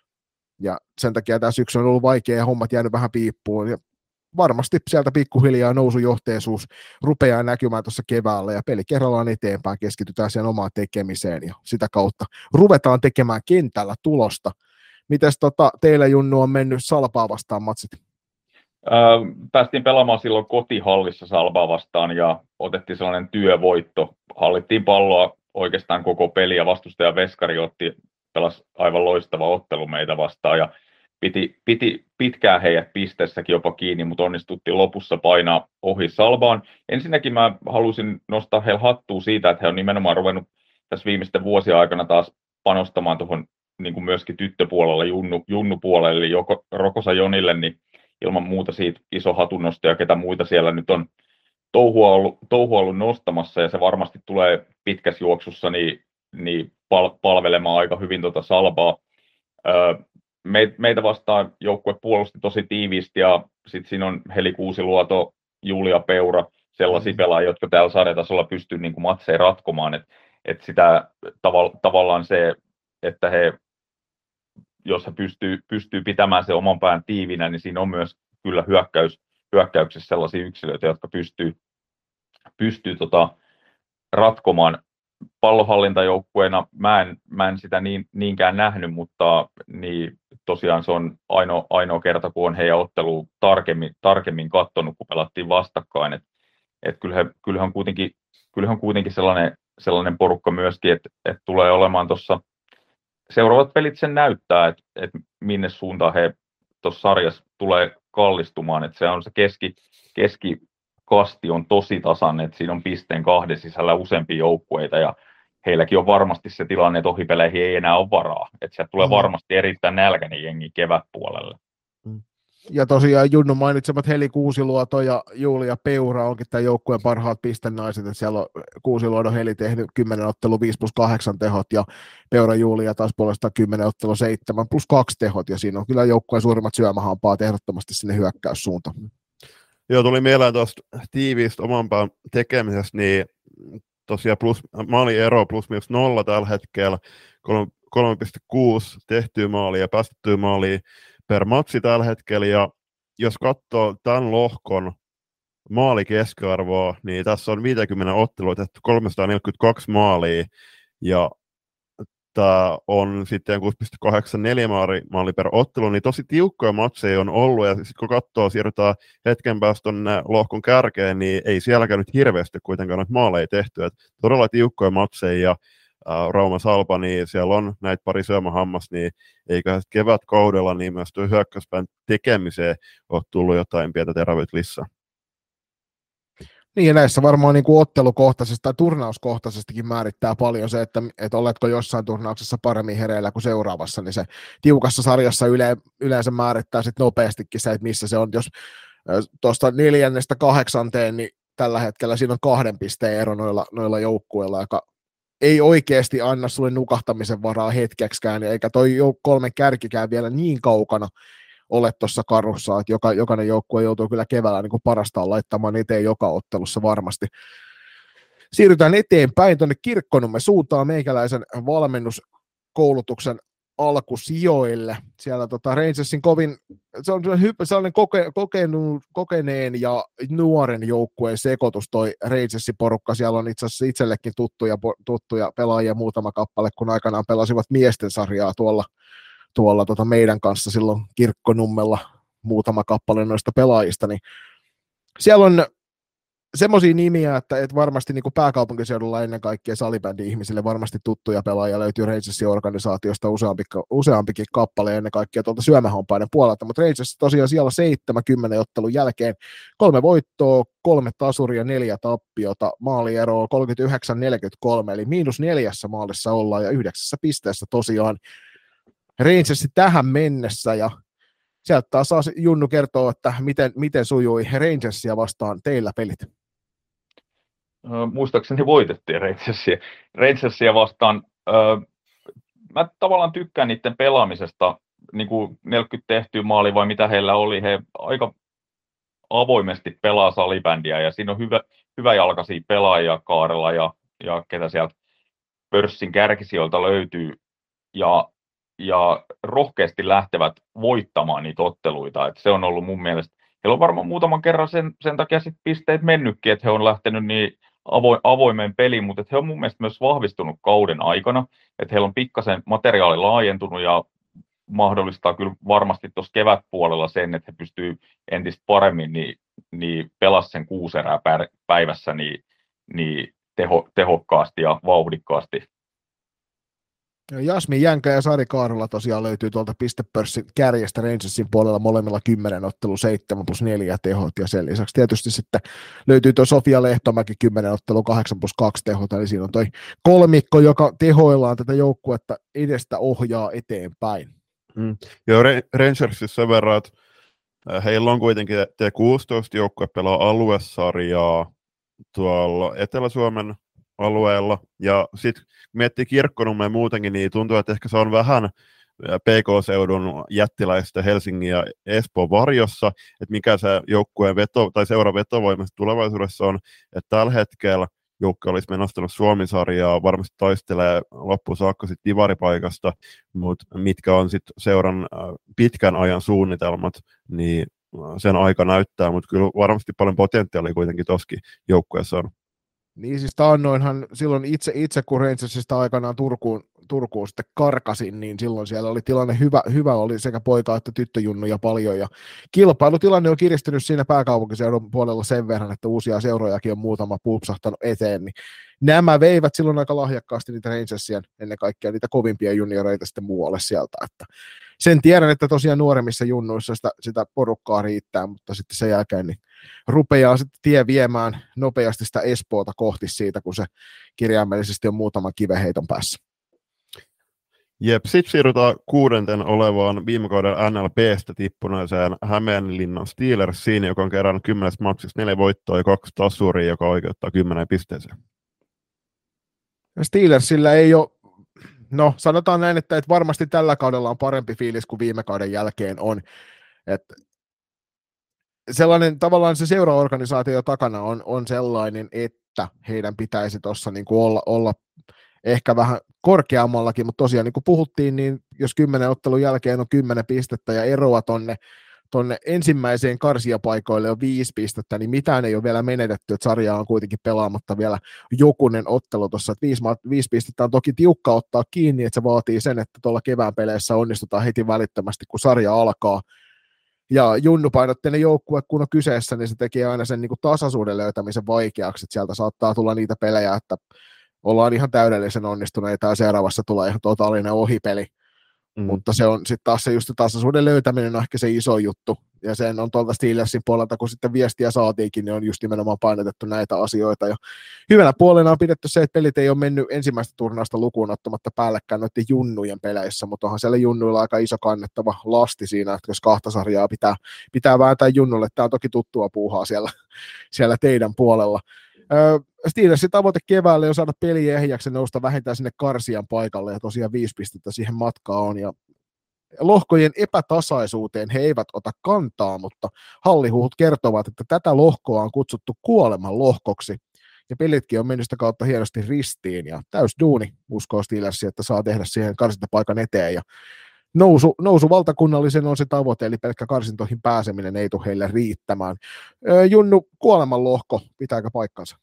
Ja sen takia tämä syksy on ollut vaikea ja hommat jäänyt vähän piippuun. Ja varmasti sieltä pikkuhiljaa nousujohteisuus rupeaa näkymään tuossa keväällä ja peli kerrallaan eteenpäin, keskitytään siihen omaan tekemiseen ja sitä kautta ruvetaan tekemään kentällä tulosta. Mites tota, teillä Junnu on mennyt Salpaa vastaan matsit? Öö, päästiin pelaamaan silloin kotihallissa Salbaa vastaan ja otettiin sellainen työvoitto. Hallittiin palloa oikeastaan koko peli ja vastustaja Veskari otti, pelasi aivan loistava ottelu meitä vastaan ja piti, piti pitkään heidät pisteessäkin jopa kiinni, mutta onnistuttiin lopussa painaa ohi Salbaan. Ensinnäkin mä halusin nostaa heille hattua siitä, että he on nimenomaan ruvennut tässä viimeisten vuosien aikana taas panostamaan tuohon niin kuin myöskin tyttöpuolella, junnu, junnupuolelle, eli joko, Rokosa Jonille, niin ilman muuta siitä iso hatunnosto ja ketä muita siellä nyt on touhua ollut, touhua ollut nostamassa ja se varmasti tulee pitkässä juoksussa niin, niin pal- palvelemaan aika hyvin tuota Salbaa. Öö, me, meitä vastaan joukkue puolusti tosi tiiviisti ja sitten siinä on Heli Kuusiluoto, Julia Peura, sellaisia pelaajia, jotka täällä sarjatasolla pystyy niin kuin matseja ratkomaan, että et sitä tav- tavallaan se, että he jos he pystyy, pystyy pitämään se oman pään tiivinä, niin siinä on myös kyllä hyökkäys, hyökkäyksessä sellaisia yksilöitä, jotka pystyy, pystyy tota, ratkomaan pallohallintajoukkueena. Mä en, mä en sitä niin, niinkään nähnyt, mutta niin, tosiaan se on ainoa, ainoa kerta, kun on heidän ottelua tarkemmin, tarkemmin katsonut, kun pelattiin vastakkain. Et, et kyllähän, kyllähän, kuitenkin, kyllähän kuitenkin sellainen, sellainen porukka myöskin, että et tulee olemaan tuossa seuraavat pelit sen näyttää, että, että minne suuntaan he tuossa sarjassa tulee kallistumaan, että se on se keski, keskikasti on tosi tasainen, että siinä on pisteen kahden sisällä useampia joukkueita ja heilläkin on varmasti se tilanne, että ohipeleihin ei enää ole varaa, että sieltä tulee varmasti erittäin nälkäinen jengi kevätpuolelle. Ja tosiaan Junnu mainitsemat Heli Kuusiluoto ja Julia Peura onkin tämän joukkueen parhaat pistennaiset, että siellä on Kuusiluodon Heli tehnyt kymmenen ottelu viisi plus kahdeksan tehot ja Peura Julia taas puolestaan kymmenen ottelu seitsemän plus kaksi tehot ja siinä on kyllä joukkueen suurimmat syömähampaat ehdottomasti sinne hyökkäyssuuntaan. Joo, tuli mieleen tuosta tiiviistä omanpään tekemisestä, niin tosiaan plus, maaliero plus minus nolla tällä hetkellä, kolme pilkku kuusi tehtyä maalia ja päästettyä maalia per matsi tällä hetkellä, ja jos katsoo tämän lohkon maalikeskiarvoa, niin tässä on viisikymmentä ottelua tehty kolmesataaneljäkymmentäkaksi maalia, ja tämä on sitten kuusi pilkku kahdeksankymmentäneljä maali, maali per ottelu, niin tosi tiukkoja matseja on ollut, ja sitten kun katsoo, siirrytään hetken päästä tuonne lohkon kärkeen, niin ei sielläkään nyt hirveästi kuitenkaan noita maaleja tehty, että todella tiukkoja matseja, ja Uh, Rauma Salpa, niin siellä on näitä pari syömähammas, niin eikä kevätkaudella niin myös tuo hyökkäyspään tekemiseen ole tullut jotain pientä terävyyttä lisää. Niin ja näissä varmaan niin kuin ottelukohtaisesti tai turnauskohtaisestikin määrittää paljon se, että, että oletko jossain turnauksessa paremmin hereillä kuin seuraavassa, niin se tiukassa sarjassa yle, yleensä määrittää sit nopeastikin se, että missä se on. Jos tuosta neljännestä kahdeksanteen, niin tällä hetkellä siinä on kahden pisteen ero noilla, noilla joukkueilla, joka ei oikeasti anna sulle nukahtamisen varaa hetkeksikään, eikä toi kolmen kärkikään vielä niin kaukana ole tuossa karussa, että joka, jokainen joukkue joutuu kyllä keväällä niin kuin parastaan laittamaan eteen joka ottelussa varmasti. Siirrytään eteenpäin tuonne Kirkkonummen suuntaan, meikäläisen valmennus koulutuksen alkusijoille. Siellä tota Rangersin kovin, se on sellainen koke, kokenut, kokeneen ja nuoren joukkueen sekoitus toi Rangersin porukka. Siellä on itse asiassa itsellekin tuttuja, tuttuja pelaajia muutama kappale, kun aikanaan pelasivat miesten sarjaa tuolla, tuolla tota meidän kanssa silloin Kirkkonummella muutama kappale noista pelaajista. Niin siellä on semmoisia nimiä, että, että varmasti niin kuin pääkaupunkiseudulla ennen kaikkea salibändi-ihmisille varmasti tuttuja pelaajia löytyy Rangersin organisaatiosta useampi, useampikin kappale ennen kaikkea tuolta syömähampaiden puolelta, mutta Rangers tosiaan siellä seitsemänkymmentä ottelun jälkeen kolme voittoa, kolme tasuria, neljä tappiota, maalieroa kolmekymmentäyhdeksän neljäkymmentäkolme, eli miinus neljässä maalissa ollaan ja yhdeksässä pisteessä tosiaan Rangersi tähän mennessä, ja sieltä taas saa Junnu kertoa, että miten, miten sujui Rangersia vastaan teillä pelit. Muistaakseni voitettiin Rangersia, Rangersia vastaan. Mä tavallaan tykkään niiden pelaamisesta, niin kuin neljäkymmentä tehtyä maali vai mitä heillä oli. He aika avoimesti pelaa salibändiä ja siinä on hyvä, hyväjalkaisia pelaajia Kaarella ja, ja ketä sieltä pörssin kärkisijoilta löytyy. Ja, ja rohkeasti lähtevät voittamaan niitä otteluita. Et se on ollut mun mielestä, heillä on varmaan muutaman kerran sen, sen takia sit pisteet mennytkin, että he on lähtenyt niin avo, avoimeen peliin, mutta he on mun mielestä myös vahvistunut kauden aikana, että heillä on pikkasen materiaali laajentunut ja mahdollistaa kyllä varmasti tuossa kevätpuolella sen, että he pystyy entistä paremmin niin, niin pelaa sen kuusi erää päivässä niin, niin teho, tehokkaasti ja vauhdikkaasti. Jasmin Jänkä ja Sari Kaarola tosiaan löytyy tuolta pistepörssin kärjestä Rangersin puolella molemmilla kymmenen ottelu, seitsemän plus neljä tehot, ja sen lisäksi tietysti sitten löytyy tuo Sofia Lehtomäki kymmenen ottelu, kahdeksan plus kaksi tehot, eli siinä on toi kolmikko, joka tehoillaan tätä joukkuetta edestä ohjaa eteenpäin. Mm. Joo, Rangersissa sen verran, että heillä on kuitenkin T kuusitoista joukkue pelaa aluesarjaa tuolla Etelä-Suomen alueella, ja sitten miettii Kirkkonummen muutenkin, niin tuntuu, että ehkä se on vähän P K-seudun jättiläistä Helsingin ja Espoon varjossa, että mikä se joukkueen veto, tai seuran vetovoima tulevaisuudessa on, että tällä hetkellä joukkue olisi menostanut Suomi-sarjaa, varmasti taistelee loppuun saakka sitten divaripaikasta, mutta mitkä on sitten seuran pitkän ajan suunnitelmat, niin sen aika näyttää, mutta kyllä varmasti paljon potentiaalia kuitenkin tossakin joukkueessa on. Niin siis taannoinhan silloin itse, itse kun Rangersista aikanaan Turkuun, Turkuun sitten karkasin, niin silloin siellä oli tilanne hyvä, hyvä oli sekä poika- että tyttöjunnuja paljon, ja kilpailutilanne on kiristynyt siinä pääkaupunkiseudun puolella sen verran, että uusia seurojakin on muutama pulpsahtanut eteen, niin nämä veivät silloin aika lahjakkaasti niitä Rangersien, ennen kaikkea niitä kovimpia junioreita sitten muualle sieltä, että sen tiedän, että tosiaan nuoremmissa junnuissa sitä, sitä porukkaa riittää, mutta sitten sen jälkeen niin rupeaa sitten tie viemään nopeasti sitä Espoota kohti siitä, kun se kirjaimellisesti on muutaman kiveheiton päässä. Jep, sitten siirrytään kuudenten olevaan viime kauden N L B:stä tippuneeseen Hämeenlinnan Steelersiin, joka on kerännyt kymmenessä matsissa neljä voittoa ja kaksi tasuria, joka oikeuttaa kymmenen pisteeseen. Steelersillä ei ole, no sanotaan näin, että, että varmasti tällä kaudella on parempi fiilis kuin viime kauden jälkeen on, että sellainen tavallaan se seuraorganisaatio takana on, on sellainen, että heidän pitäisi tuossa niin kuin olla, olla ehkä vähän korkeammallakin, mutta tosiaan niin kuin puhuttiin, niin jos kymmenen ottelun jälkeen on kymmenen pistettä ja eroa tonne, tonne ensimmäiseen karsijapaikoille on viisi pistettä, niin mitään ei ole vielä menetetty, että sarjaa on kuitenkin pelaamatta vielä jokunen ottelu tuossa, että viisi, viisi pistettä on toki tiukka ottaa kiinni, että se vaatii sen, että tuolla kevään peleissä onnistutaan heti välittömästi, kun sarja alkaa. Ja junnupainotteinen joukkue, kun on kyseessä, niin se tekee aina sen niin kuin tasaisuuden löytämisen vaikeaksi, että sieltä saattaa tulla niitä pelejä, että ollaan ihan täydellisen onnistuneita ja seuraavassa tulee ihan totaalinen ohipeli. Mm. Mutta se on sitten taas se just tasaisuuden löytäminen on ehkä se iso juttu, ja sen on tuolta Steelersin puolelta, kun sitten viestiä saatiinkin, niin on just nimenomaan painotettu näitä asioita, ja hyvänä puolena on pidetty se, että pelit ei ole mennyt ensimmäistä turnausta lukuun ottamatta päällekään noiden junnujen peleissä, mutta onhan siellä junnuilla aika iso kannettava lasti siinä, että jos kahta sarjaa pitää, pitää vääntää junnulle, tämä on toki tuttua puuhaa siellä, siellä teidän puolella. Steelersin tavoite keväälle on saada peli ehjäksi ja nousta vähintään sinne karsian paikalle, ja tosiaan viisi pistettä siihen matkaan on, ja lohkojen epätasaisuuteen he eivät ota kantaa, mutta hallihuhut kertovat, että tätä lohkoa on kutsuttu kuoleman lohkoksi, ja pelitkin on mennyt sitä kautta hienosti ristiin, ja täys duuni uskoo Steelersi, että saa tehdä siihen karsintapaikan eteen, ja nousu, nousu valtakunnallisen on se tavoite, eli pelkkä karsintoihin pääseminen ei tule heille riittämään. Junnu, kuolemanlohko, pitääkö paikkansa?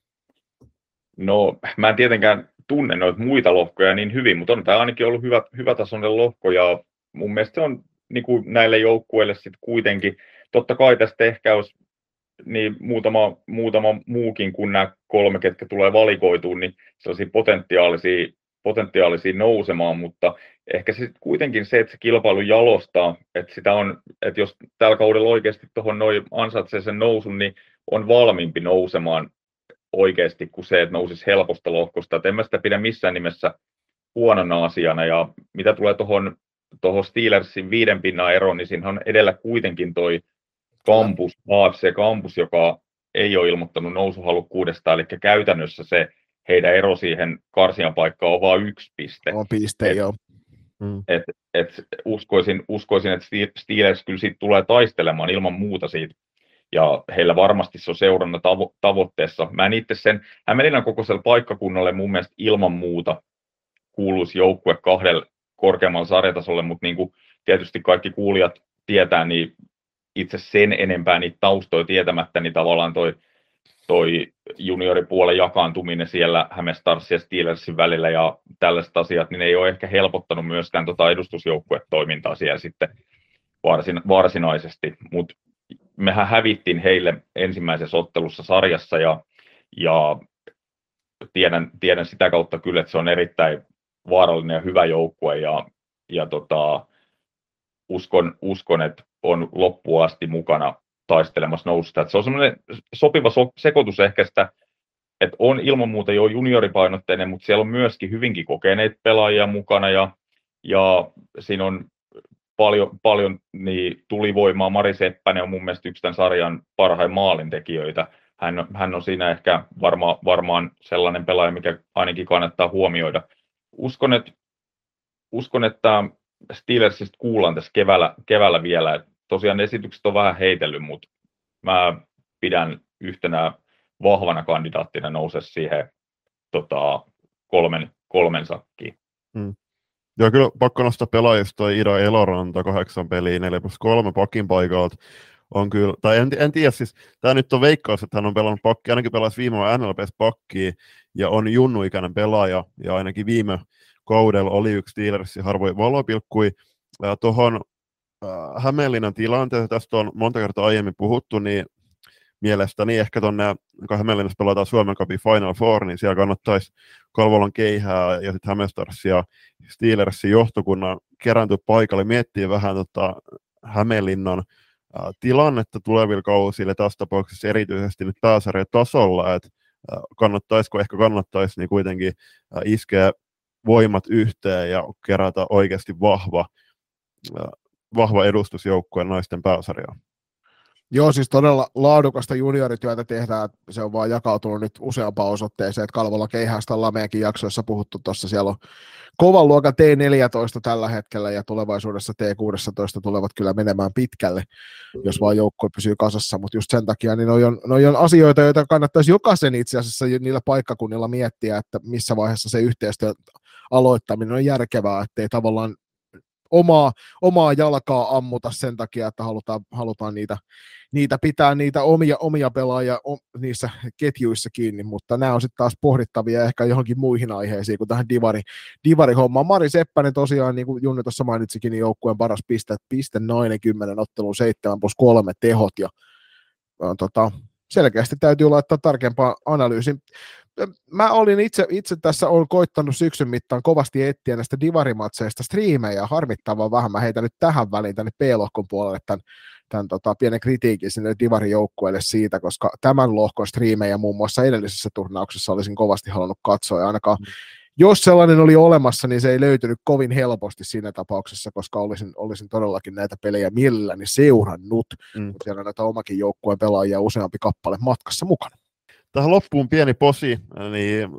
No, mä en tietenkään tunne noita muita lohkoja niin hyvin, mutta on tämä ainakin ollut hyvä, hyvätasoinen lohko, ja mun mielestä se on niin kuin näille joukkueille sitten kuitenkin, totta kai tästä ehkä olisi niin muutama, muutama muukin kuin nämä kolme, ketkä tulee valikoituun, niin sellaisia potentiaalisia, potentiaalisia nousemaan, mutta ehkä se kuitenkin se, että se kilpailu jalostaa, että, sitä on, että jos tällä kaudella oikeasti tuohon noin ansaitsee sen nousun, niin on valmiimpi nousemaan oikeasti kuin se, että nousisi helposta lohkosta. Että en mä sitä pidä missään nimessä huonona asiana, ja mitä tulee tuohon tuohon Steelersin viiden pinnan eroon, niin siinä on edellä kuitenkin toi kampus, A F C-kampus, joka ei ole ilmoittanut nousuhalukkuudesta, eli käytännössä se heidän ero siihen karsian paikkaan on vain yksi piste. On piste, et, joo. Mm. Et, et uskoisin, uskoisin, että Steelers kyllä siitä tulee taistelemaan ilman muuta siitä, ja heillä varmasti se on seurannut tavo- tavoitteessa. Mä en itse sen Hämeenlinnan kokoiselle paikkakunnalle mun mielestä ilman muuta kuuluisi joukkue kahdelle korkeammalle sarjatasolle, mutta niin kuin tietysti kaikki kuulijat tietää, niin itse sen enempää niitä taustoja tietämättä, niin tavallaan toi, toi junioripuolen jakaantuminen siellä Hämeenstars ja Steelersin välillä ja tällaiset asiat, niin ei ole ehkä helpottanut myöskään tota edustusjoukkuetoimintaa siellä sitten varsin, varsinaisesti, mutta mehän hävittiin heille ensimmäisessä ottelussa sarjassa, ja, ja tiedän, tiedän sitä kautta kyllä, että se on erittäin vaarallinen ja hyvä joukkue, ja, ja tota, uskon, uskon, että on loppuun asti mukana taistelemassa noususta. Että se on semmoinen sopiva so- sekoitus ehkä sitä, että on ilman muuta jo junioripainotteinen, mutta siellä on myöskin hyvinkin kokeneita pelaajia mukana, ja, ja siinä on paljon, paljon niin tulivoimaa. Mari Seppänen on mun mielestä yksi tämän sarjan parhain maalintekijöitä. Hän, hän on siinä ehkä varma, varmaan sellainen pelaaja, mikä ainakin kannattaa huomioida. Uskon, että, uskon, että Steelersistä kuullaan tässä keväällä, keväällä vielä. Et tosiaan esitykset on vähän heitellyt, mutta mä pidän yhtenä vahvana kandidaattina nousee siihen tota, kolmen, kolmen sakkiin. Hmm. Joo, kyllä pakko nostaa pelaajista toi Ida Eloranta kahdeksan peliä, neljä plus kolme pakin paikalta. On kyllä, tai en, en tiedä, siis tämä nyt on veikkaus, että hän on pelannut pakki, ainakin pelasi viime vuonna N L P:ssä pakkia, ja on junnuikäinen pelaaja, ja ainakin viime kaudella oli yksi Steelersin harvoin valopilkkui. Tuohon äh, Hämeenlinnan tilanteeseen, tästä on monta kertaa aiemmin puhuttu, niin mielestäni ehkä tuonne, kun Hämeenlinnassa pelataan Suomen Cupin Final Four, niin siellä kannattaisi Kalvolan Keihää ja sitten Hämeenstars ja Steelersin johtokunnan kerääntyä paikalle, miettiä vähän tota Hämeenlinnan äh, tilannetta tulevilla kausilla, tässä tapauksessa erityisesti nyt pääsarjatasolla, että äh, kannattaisiko, ehkä kannattaisi niin kuitenkin äh, iskeä voimat yhteen ja kerätä oikeasti vahva, äh, vahva edustusjoukkue naisten pääsarjaan. Joo, siis todella laadukasta juniorityötä tehdään, se on vaan jakautunut nyt useampaan osoitteeseen, että Kalvola Keihästä ollaan meidänkin jaksoissa puhuttu tuossa, siellä on kovan luokan T neljätoista tällä hetkellä, ja tulevaisuudessa T kuusitoista tulevat kyllä menemään pitkälle, jos vaan joukkue pysyy kasassa, mutta just sen takia niin noi on, noi on asioita, joita kannattaisi jokaisen itse asiassa niillä paikkakunnilla miettiä, että missä vaiheessa se yhteistyön aloittaminen on järkevää, ettei tavallaan omaa, omaa jalkaa ammuta sen takia, että halutaan, halutaan niitä, niitä pitää niitä omia, omia pelaajia o, niissä ketjuissa kiinni, mutta nämä on sitten taas pohdittavia ehkä johonkin muihin aiheisiin kuin tähän divari, divari-hommaan. Mari Seppänen tosiaan, niin kuin Junni tuossa mainitsikin, niin joukkueen paras piste, piste noin kymmenen otteluun seitsemän plus kolme tehot, ja on, tota, selkeästi täytyy laittaa tarkempaa analyysin. Mä olin itse, itse tässä on koittanut syksyn mittaan kovasti etsiä näistä divarimatseista striimejä, harmittavan vähän. Mä heitän nyt tähän väliin tänne P-lohkon puolelle tämän, tämän tota, pienen kritiikin sinne divarijoukkueelle siitä, koska tämän lohkon striimejä muun muassa edellisessä turnauksessa olisin kovasti halunnut katsoa, ja ainakaan mm. jos sellainen oli olemassa, niin se ei löytynyt kovin helposti siinä tapauksessa, koska olisin, olisin todellakin näitä pelejä mielelläni seurannut, mm. mutta siellä on näitä omakin joukkueen pelaajia useampi kappale matkassa mukana. Tähän loppuun pieni posi, niin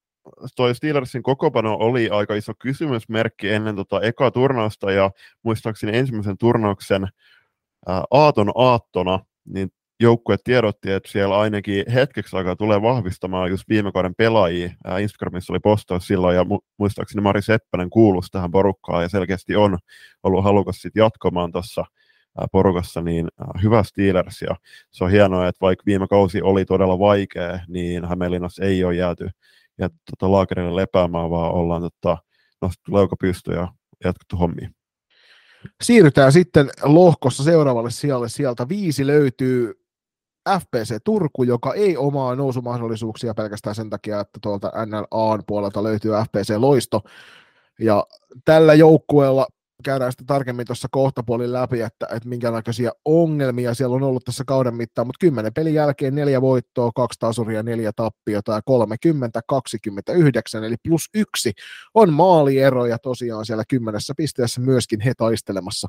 toi Steelersin kokopano oli aika iso kysymysmerkki ennen tota ekaa turnausta, ja muistaakseni ensimmäisen turnauksen ää, aaton aattona, niin joukkue tiedotti, että siellä ainakin hetkeksi aikaa tulee vahvistamaan just viime kauden pelaajia. Ää, Instagramissa oli postaus silloin, ja mu- muistaakseni Mari Seppänen kuuluisi tähän porukkaan, ja selkeästi on ollut halukas sit jatkamaan tuossa porukassa, niin ää, hyvä Steelers, ja se on hienoa, että vaikka viime kausi oli todella vaikea, niin Hämeenlinnassa ei ole jääty, jääty tota laakerille lepäämään, vaan ollaan tota, nostettu leuka pystyyn ja jatkettu hommia. Siirrytään sitten lohkossa seuraavalle sijalle. Sieltä viisi löytyy F P C Turku, joka ei omaa nousumahdollisuuksia pelkästään sen takia, että tuolta N L A:n puolelta löytyy F P C Loisto. Ja tällä joukkueella käydään sitten tarkemmin tuossa kohtapuolin läpi, että, että minkälaisia ongelmia siellä on ollut tässä kauden mittaan, mutta kymmenen pelin jälkeen neljä voittoa, kaksi tasuria, neljä tappiota ja kolmekymmentä kaksikymmentäyhdeksän, eli plus yksi on maaliero, ja tosiaan siellä kymmenessä pisteessä myöskin he taistelemassa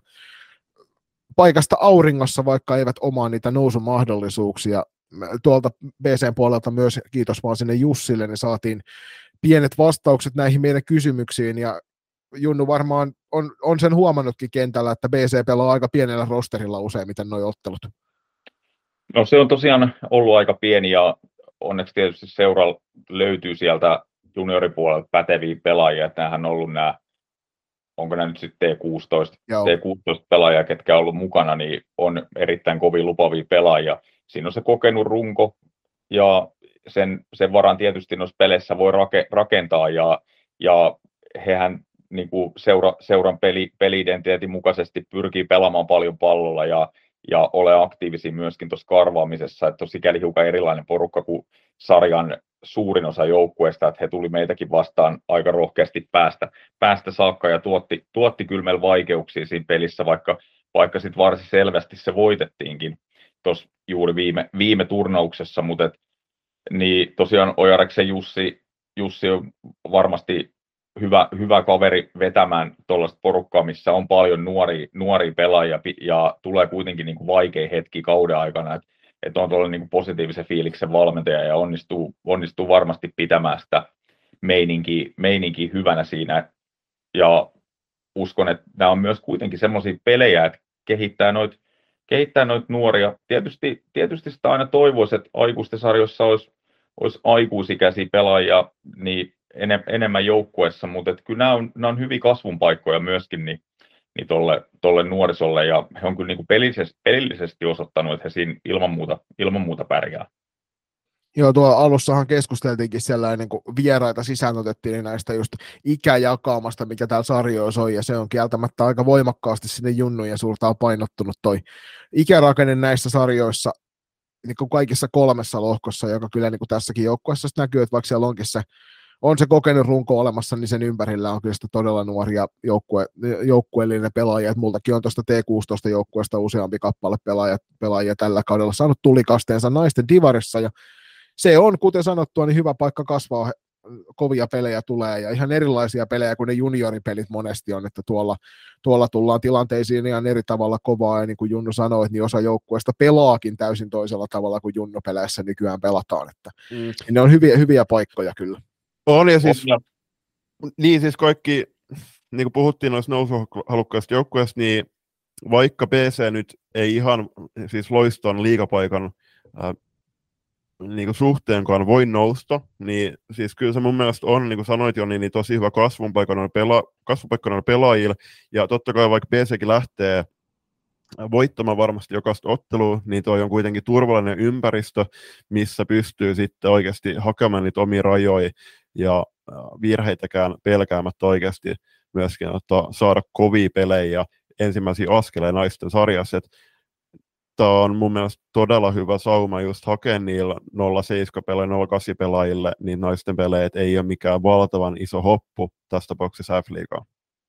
paikasta auringossa, vaikka eivät omaa niitä nousumahdollisuuksia. Tuolta B C:n puolelta myös, kiitos vaan sinne Jussille, niin saatiin pienet vastaukset näihin meidän kysymyksiin, ja Junnu varmaan on, on sen huomannutkin kentällä, että B C pelaa aika pienellä rosterilla useimmiten nuo ottelut. No se on tosiaan ollut aika pieni, ja onneksi tietysti seuralla löytyy sieltä junioripuolelta päteviä pelaajia, että nämähän on ollut nämä, onko nämä nyt sitten T kuusitoista, T kuusitoista pelaajia, ketkä on ollut mukana, niin on erittäin kovin lupavia pelaajia. Siinä on se kokenut runko, ja sen, sen varan tietysti noissa peleissä voi rake, rakentaa, ja, ja hehän niin kuin seura, seuran peli, peli-identiteetin mukaisesti pyrkii pelaamaan paljon pallolla ja, ja ole aktiivisia myöskin tuossa karvaamisessa, että on sikäli hiukan erilainen porukka kuin sarjan suurin osa joukkueesta, että he tuli meitäkin vastaan aika rohkeasti päästä, päästä saakka ja tuotti, tuotti kyllä meillä vaikeuksia siinä pelissä, vaikka, vaikka sitten varsin selvästi se voitettiinkin tuossa juuri viime, viime turnauksessa, mutta et, niin tosiaan Ojareksen Jussi, Jussi on varmasti Hyvä, hyvä kaveri vetämään tuollaista porukkaa, missä on paljon nuoria, nuoria pelaajia ja tulee kuitenkin niin kuin vaikea hetki kauden aikana, että et on tuolla niin kuin positiivisen fiiliksen valmentaja ja onnistuu, onnistuu varmasti pitämään sitä meininkiä, meininkiä hyvänä siinä. Ja uskon, että nämä on myös kuitenkin semmoisia pelejä, että kehittää noita kehittää noit nuoria. Tietysti, tietysti sitä aina toivoisi, että aikuisten sarjoissa olisi, olisi aikuisikäisiä pelaajia, niin enemmän joukkueessa, mutta että kyllä nämä on, nämä on hyviä kasvun paikkoja myöskin niin, niin tolle, tolle nuorisolle, ja he on kyllä niin kuin pelillisesti, pelillisesti osoittanut, että he siinä ilman muuta, ilman muuta pärjää. Joo, tuolla alussahan keskusteltiinkin siellä ennen kuin vieraita sisään otettiin, niin näistä just ikäjakaamasta, mikä täällä sarjoissa on, ja se on kieltämättä aika voimakkaasti sinne junnujen suuntaan painottunut toi ikärakenne näissä sarjoissa, niin kuin kaikissa kolmessa lohkossa, joka kyllä niin kuin tässäkin joukkueessa näkyy, että vaikka siellä onkin se on se kokenut runko olemassa, niin sen ympärillä on kyllä sitä todella nuoria joukkue, joukkueellinen pelaajia. Et multakin on tuosta T kuusitoista joukkueesta useampi kappale pelaajia, pelaajia tällä kaudella saanut tulikasteensa naisten divarissa, ja se on, kuten sanottua, niin hyvä paikka kasvaa, kovia pelejä tulee, ja ihan erilaisia pelejä kuin ne junioripelit monesti on, että tuolla, tuolla tullaan tilanteisiin ihan eri tavalla kovaa, ja niin kuin Junnu sanoi, niin osa joukkueesta pelaakin täysin toisella tavalla kuin Junnu-peleissä nykyään pelataan, että mm. ne on hyviä, hyviä paikkoja kyllä. On, ja siis, niin siis kaikki, niin kuin puhuttiin noista nousuhalukkaista joukkueista, niin vaikka B C nyt ei ihan siis Loiston liigapaikan äh, niin kuin suhteenkaan voi nousta, niin siis kyllä se mun mielestä on, niin kuin sanoit jo, niin, niin tosi hyvä kasvupaikka noilla pela- pelaajilla, ja totta kai vaikka B Ckin lähtee voittamaan varmasti jokaista ottelua, niin toi on kuitenkin turvallinen ympäristö, missä pystyy sitten oikeasti hakemaan niitä omia rajoja ja virheitäkään pelkäämättä oikeasti myöskin ottaa, saada kovia pelejä ja ensimmäisiä askeleja naisten sarjassa. Tämä on mun mielestä todella hyvä sauma just hakea niillä nolla seitsemän pelaajille, nolla kahdeksan pelaajille, niin naisten pelejä ei ole mikään valtavan iso hoppu tässä tapauksessa F-liigaan.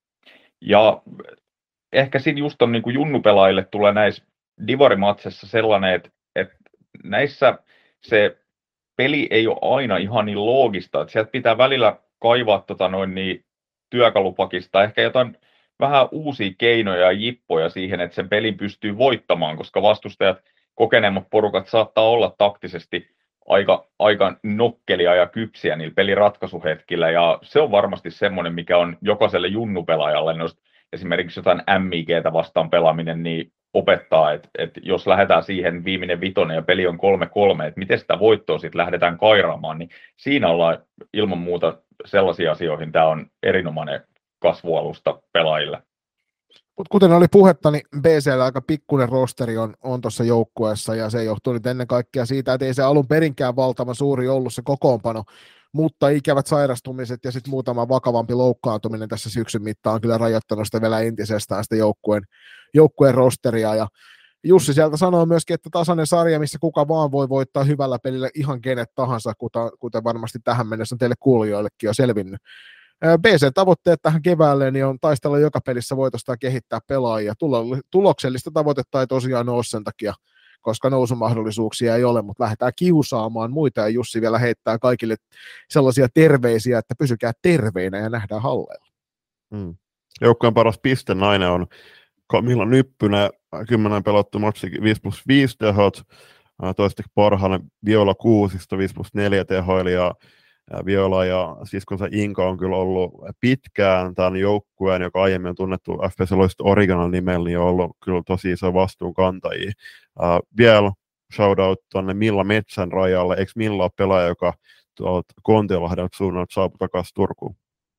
Ja ehkä siinä just on niin kuin junnupelaajille tulee näissä divarimatsessa sellainen, että, että näissä se peli ei ole aina ihan niin loogista, että sieltä pitää välillä kaivaa tota noin niin työkalupakista ehkä jotain vähän uusia keinoja ja jippoja siihen, että sen pelin pystyy voittamaan, koska vastustajat, kokeneemmat porukat saattaa olla taktisesti aika, aika nokkelia ja kypsiä niillä peliratkaisuhetkillä, ja se on varmasti semmoinen, mikä on jokaiselle junnupelaajalle, noista esimerkiksi jotain M I G:tä vastaan pelaaminen, niin opettaa, että, että jos lähdetään siihen viimeinen vitonen ja peli on kolme kolme, että miten sitä voittoa sitten lähdetään kairaamaan, niin siinä ollaan ilman muuta sellaisiin asioihin, tämä on erinomainen kasvualusta pelaajille. Mutta kuten oli puhetta, niin B C:llä aika pikkuinen rosteri on, on tuossa joukkueessa, ja se johtuu nyt ennen kaikkea siitä, että ei se alun perinkään valtavan suuri ollut se kokoonpano, mutta ikävät sairastumiset ja sitten muutama vakavampi loukkaantuminen tässä syksyn mittaan on kyllä rajoittanut sitä vielä entisestään sitä joukkueen, joukkueen rosteria, ja Jussi sieltä sanoo myöskin, että tasainen sarja, missä kuka vaan voi voittaa hyvällä pelillä ihan kenet tahansa, kuten, kuten varmasti tähän mennessä teille kuulijoillekin on selvinnyt. B C-tavoitteet tähän keväälle niin on taistella joka pelissä voitosta ja kehittää pelaajia. Tuloksellista tavoitetta ei tosiaan ole sen takia, koska nousumahdollisuuksia ei ole, mutta lähdetään kiusaamaan muita, ja Jussi vielä heittää kaikille sellaisia terveisiä, että pysykää terveinä ja nähdään halleilla. Hmm. Joukkueen paras piste nainen on Camilla Nyppynen, kymmenen pelattu matsi viisi plus viisi tehot, toiseksi parhaana Viola Kuusisto viisi plus neljä tehoilija. Viola ja siskonsa Inka on kyllä ollut pitkään tämän joukkueen, joka aiemmin on tunnettu F P C Loisto Original nimellä, niin on ollut kyllä tosi iso vastuunkantajia. Uh, vielä shoutout tuonne Milla Metsän rajalle. Eikö Milla ole pelaaja, joka tuolta Kontiolahdelta suunnalta saapui takaisin Turkuun?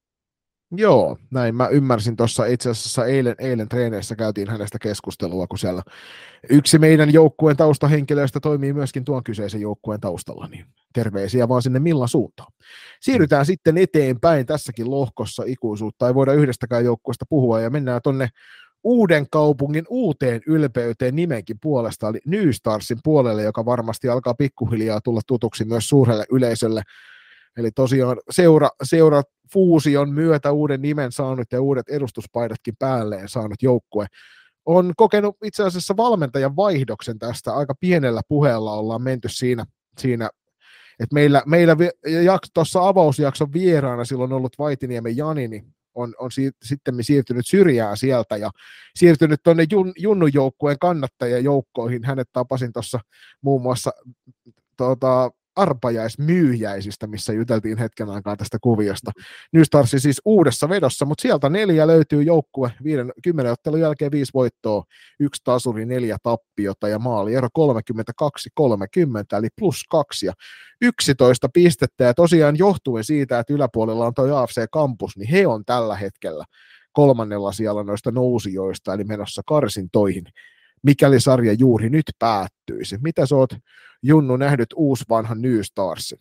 Joo, näin mä ymmärsin tuossa itse asiassa eilen, eilen treeneissä käytiin hänestä keskustelua, kun siellä yksi meidän joukkueen taustahenkilöistä toimii myöskin tuon kyseisen joukkueen taustalla, niin terveisiä vaan sinne Millan suuntaan. Siirrytään sitten eteenpäin tässäkin lohkossa, ikuisuutta ei voida yhdestäkään joukkueesta puhua, ja mennään tonne Uuden kaupungin uuteen ylpeyteen nimenkin puolesta, eli New Starsin puolelle, joka varmasti alkaa pikkuhiljaa tulla tutuksi myös suurelle yleisölle. Eli tosiaan seura, seura fuusion myötä uuden nimen saanut ja uudet edustuspaidatkin päälleen saanut joukkue on kokenut itse asiassa valmentajan vaihdoksen tästä. Aika pienellä puheella ollaan menty siinä, siinä että meillä, meillä tuossa avausjakson vieraana silloin ollut Vaitiniemen Jani, niin on, on si- sitten siirtynyt syrjään sieltä ja siirtynyt tuonne jun, junnujoukkueen kannattajajoukkoihin. Hänet tapasin tuossa muun muassa tuota, arpajaismyyjäisistä, missä juteltiin hetken aikaa tästä kuviosta. New Stars siis uudessa vedossa, mutta sieltä neljä löytyy joukkue, viiden, kymmenen ottelun jälkeen viisi voittoa, yksi tasuri, neljä tappiota ja maaliero kolmekymmentäkaksi kolmekymmentä, eli plus kaksi ja yksitoista pistettä, ja tosiaan johtuen siitä, että yläpuolella on tuo A F C Campus, niin he on tällä hetkellä kolmannella siellä noista nousijoista, eli menossa karsintoihin, mikäli sarja juuri nyt päättyisi. Mitä sä oot, Junnu, nähnyt uusvanhan New Starsin?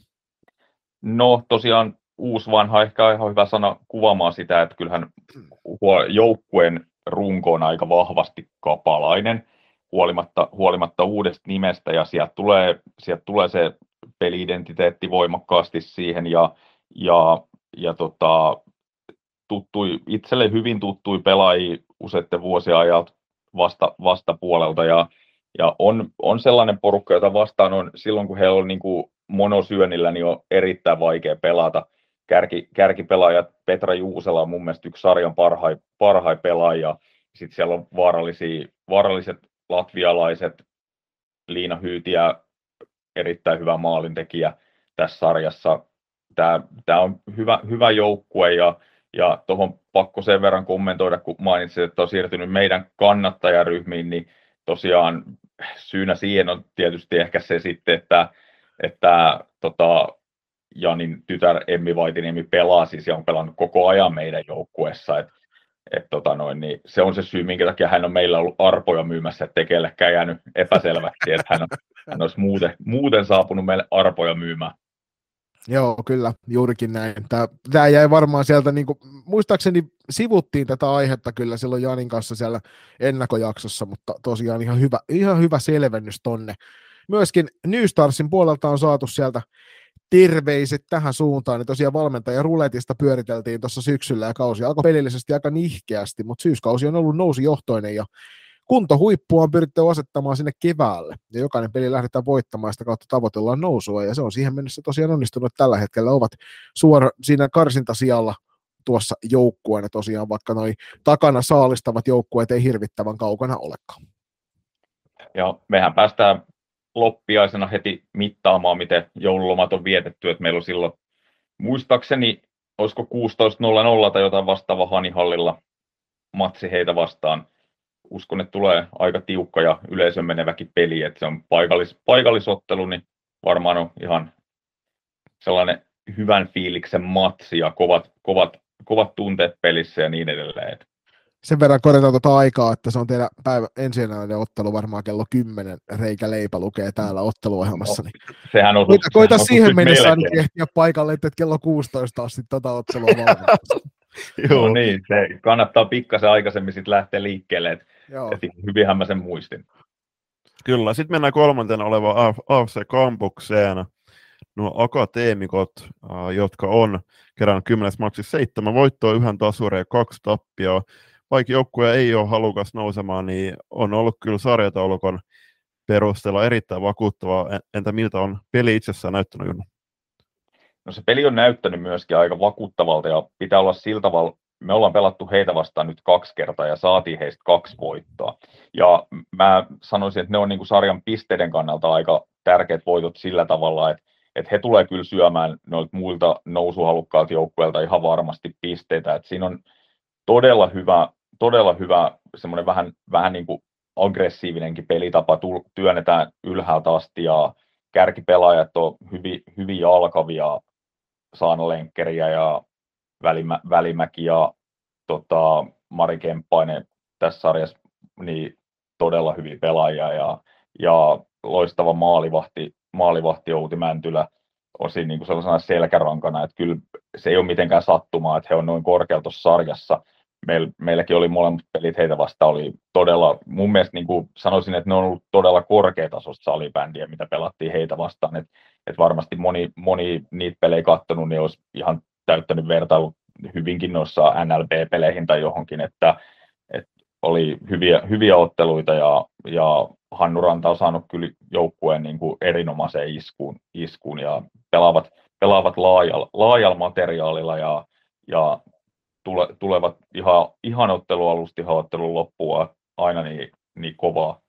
No tosiaan uusvanha ehkä on ihan hyvä sana kuvaamaan sitä, että kyllähän joukkueen runko on aika vahvasti kapalainen, huolimatta, huolimatta uudesta nimestä, ja sieltä tulee, sieltä tulee se peli-identiteetti voimakkaasti siihen, ja, ja, ja tota, tuttui, itselle hyvin tuttui pelaajia useiden vuosien ajalta vasta, vastapuolelta, ja, ja on, on sellainen porukka, jota vastaan on silloin, kun heillä on niin kuin monosyönnillä, niin on erittäin vaikea pelata. Kärki, kärkipelaajat, Petra Juusela on mun mielestä yksi sarjan parhain, parhain pelaaja. Sitten siellä on vaarallisia, vaaralliset latvialaiset, Liina Hyytiä, erittäin hyvä maalintekijä tässä sarjassa. Tämä, tämä on hyvä, hyvä joukkue, ja, ja tuohon pakko sen verran kommentoida, kun mainitsin, että on siirtynyt meidän kannattajaryhmiin, niin tosiaan syynä siihen on tietysti ehkä se sitten, että, että tota, Janin tytär Emmi Vaitiniemi pelaa siis ja on pelannut koko ajan meidän joukkueessa. Et, et, tota noin, niin se on se syy, minkä takia hän on meillä ollut arpoja myymässä, ettei kellekään jäänyt epäselväksi, että hän, on, hän olisi muuten, muuten saapunut meille arpoja myymään. Joo, kyllä, juurikin näin. Tämä, tämä jäi varmaan sieltä, niin kuin, muistaakseni sivuttiin tätä aihetta kyllä silloin Janin kanssa siellä ennakkojaksossa, mutta tosiaan ihan hyvä, ihan hyvä selvennys tonne. Myöskin New Starsin puolelta on saatu sieltä terveiset tähän suuntaan, niin tosiaan valmentaja ruletista pyöriteltiin tuossa syksyllä ja kausi alkoi pelillisesti aika nihkeästi, mutta syyskausi on ollut nousujohtoinen ja kuntohuippua on pyritty asettamaan sinne keväälle, ja jokainen peli lähdetään voittamaan, sitä kautta tavoitellaan nousua, ja se on siihen mennessä tosiaan onnistunut. Tällä hetkellä ovat suora siinä karsintasijalla tuossa joukkueena tosiaan, vaikka noi takana saalistavat joukkueet ei hirvittävän kaukana olekaan. Ja mehän päästään loppiaisena heti mittaamaan, miten joululomat on vietetty, että meillä on silloin, muistaakseni, olisiko kuusitoista nolla nolla tai jotain vastaava Hanihallilla matsi heitä vastaan. uskon, että tulee aika tiukka ja yleisön meneväkin peli, että se on paikallis, paikallisottelu, niin varmaan on ihan sellainen hyvän fiiliksen matsi ja kovat, kovat, kovat tunteet pelissä ja niin edelleen. Sen verran korjataan tuota aikaa, että se on teidän päivä ensimmäinen ottelu varmaan kello kymmenen, Reikä Leipä lukee täällä otteluohjelmassa. Niin no, sehän on, koita koita sehän siihen mennessä aina melkein ehtiä paikalle, että kello kuusitoista asti tätä ottelua valmistaa. Joo, no niin, se kannattaa pikkasen aikaisemmin sit lähteä liikkeelle, että et hyvinhän mä sen muistin. Kyllä, sitten mennään kolmantena olevaan A F C-kampukseen. Nuo akateemikot, jotka on kerännyt kymmenessä matsissa seitsemän voittoa, yhden tasurin ja kaksi tappioa. Vaikka joukkue ei ole halukas nousemaan, niin on ollut kyllä sarjataulukon perusteella erittäin vakuuttavaa. Entä miltä on peli itsessään näyttänyt, Junnu? No se peli on näyttänyt myöskin aika vakuuttavalta ja pitää olla sillä tavalla, me ollaan pelattu heitä vastaan nyt kaksi kertaa ja saatiin heistä kaksi voittoa. Ja mä sanoisin, että ne on niin kuin sarjan pisteiden kannalta aika tärkeät voitot sillä tavalla, että, että he tulee kyllä syömään noilta muilta nousuhalukkailta joukkueilta ihan varmasti pisteitä. Että siinä on todella hyvä, todella hyvä semmoinen vähän, vähän niin kuin aggressiivinenkin pelitapa, työnnetään ylhäältä asti ja kärkipelaajat on hyvin, hyvin jalkavia, Saana Lenkkeriä ja Välimä, Välimäki ja tota, Mari Kemppainen tässä sarjassa, niin todella hyviä pelaajia ja, ja loistava maalivahti, maalivahti Outi Mäntylä on siinä niin kuin sellaisena selkärankana, että kyllä se ei ole mitenkään sattumaa, että he on noin korkealla tuossa sarjassa. Meil, meilläkin oli molemmat pelit heitä vastaan, oli todella, mun mielestä niin kuin sanoisin, että ne on ollut todella korkeatasoista salibändiä, mitä pelattiin heitä vastaan, että et varmasti moni, moni niitä pelejä katsonut, niin olisi ihan täyttänyt vertailu hyvinkin noissa N L B-peleihin tai johonkin, että, että oli hyviä, hyviä otteluita ja, ja Hannu Ranta on saanut kyllä joukkueen niin kuin erinomaiseen iskuun, iskuun ja pelaavat, pelaavat laajalla, laajalla materiaalilla ja, ja tule, tulevat ihan, ihan ottelualusta ihan ottelun loppuun aina niin, niin kovaa.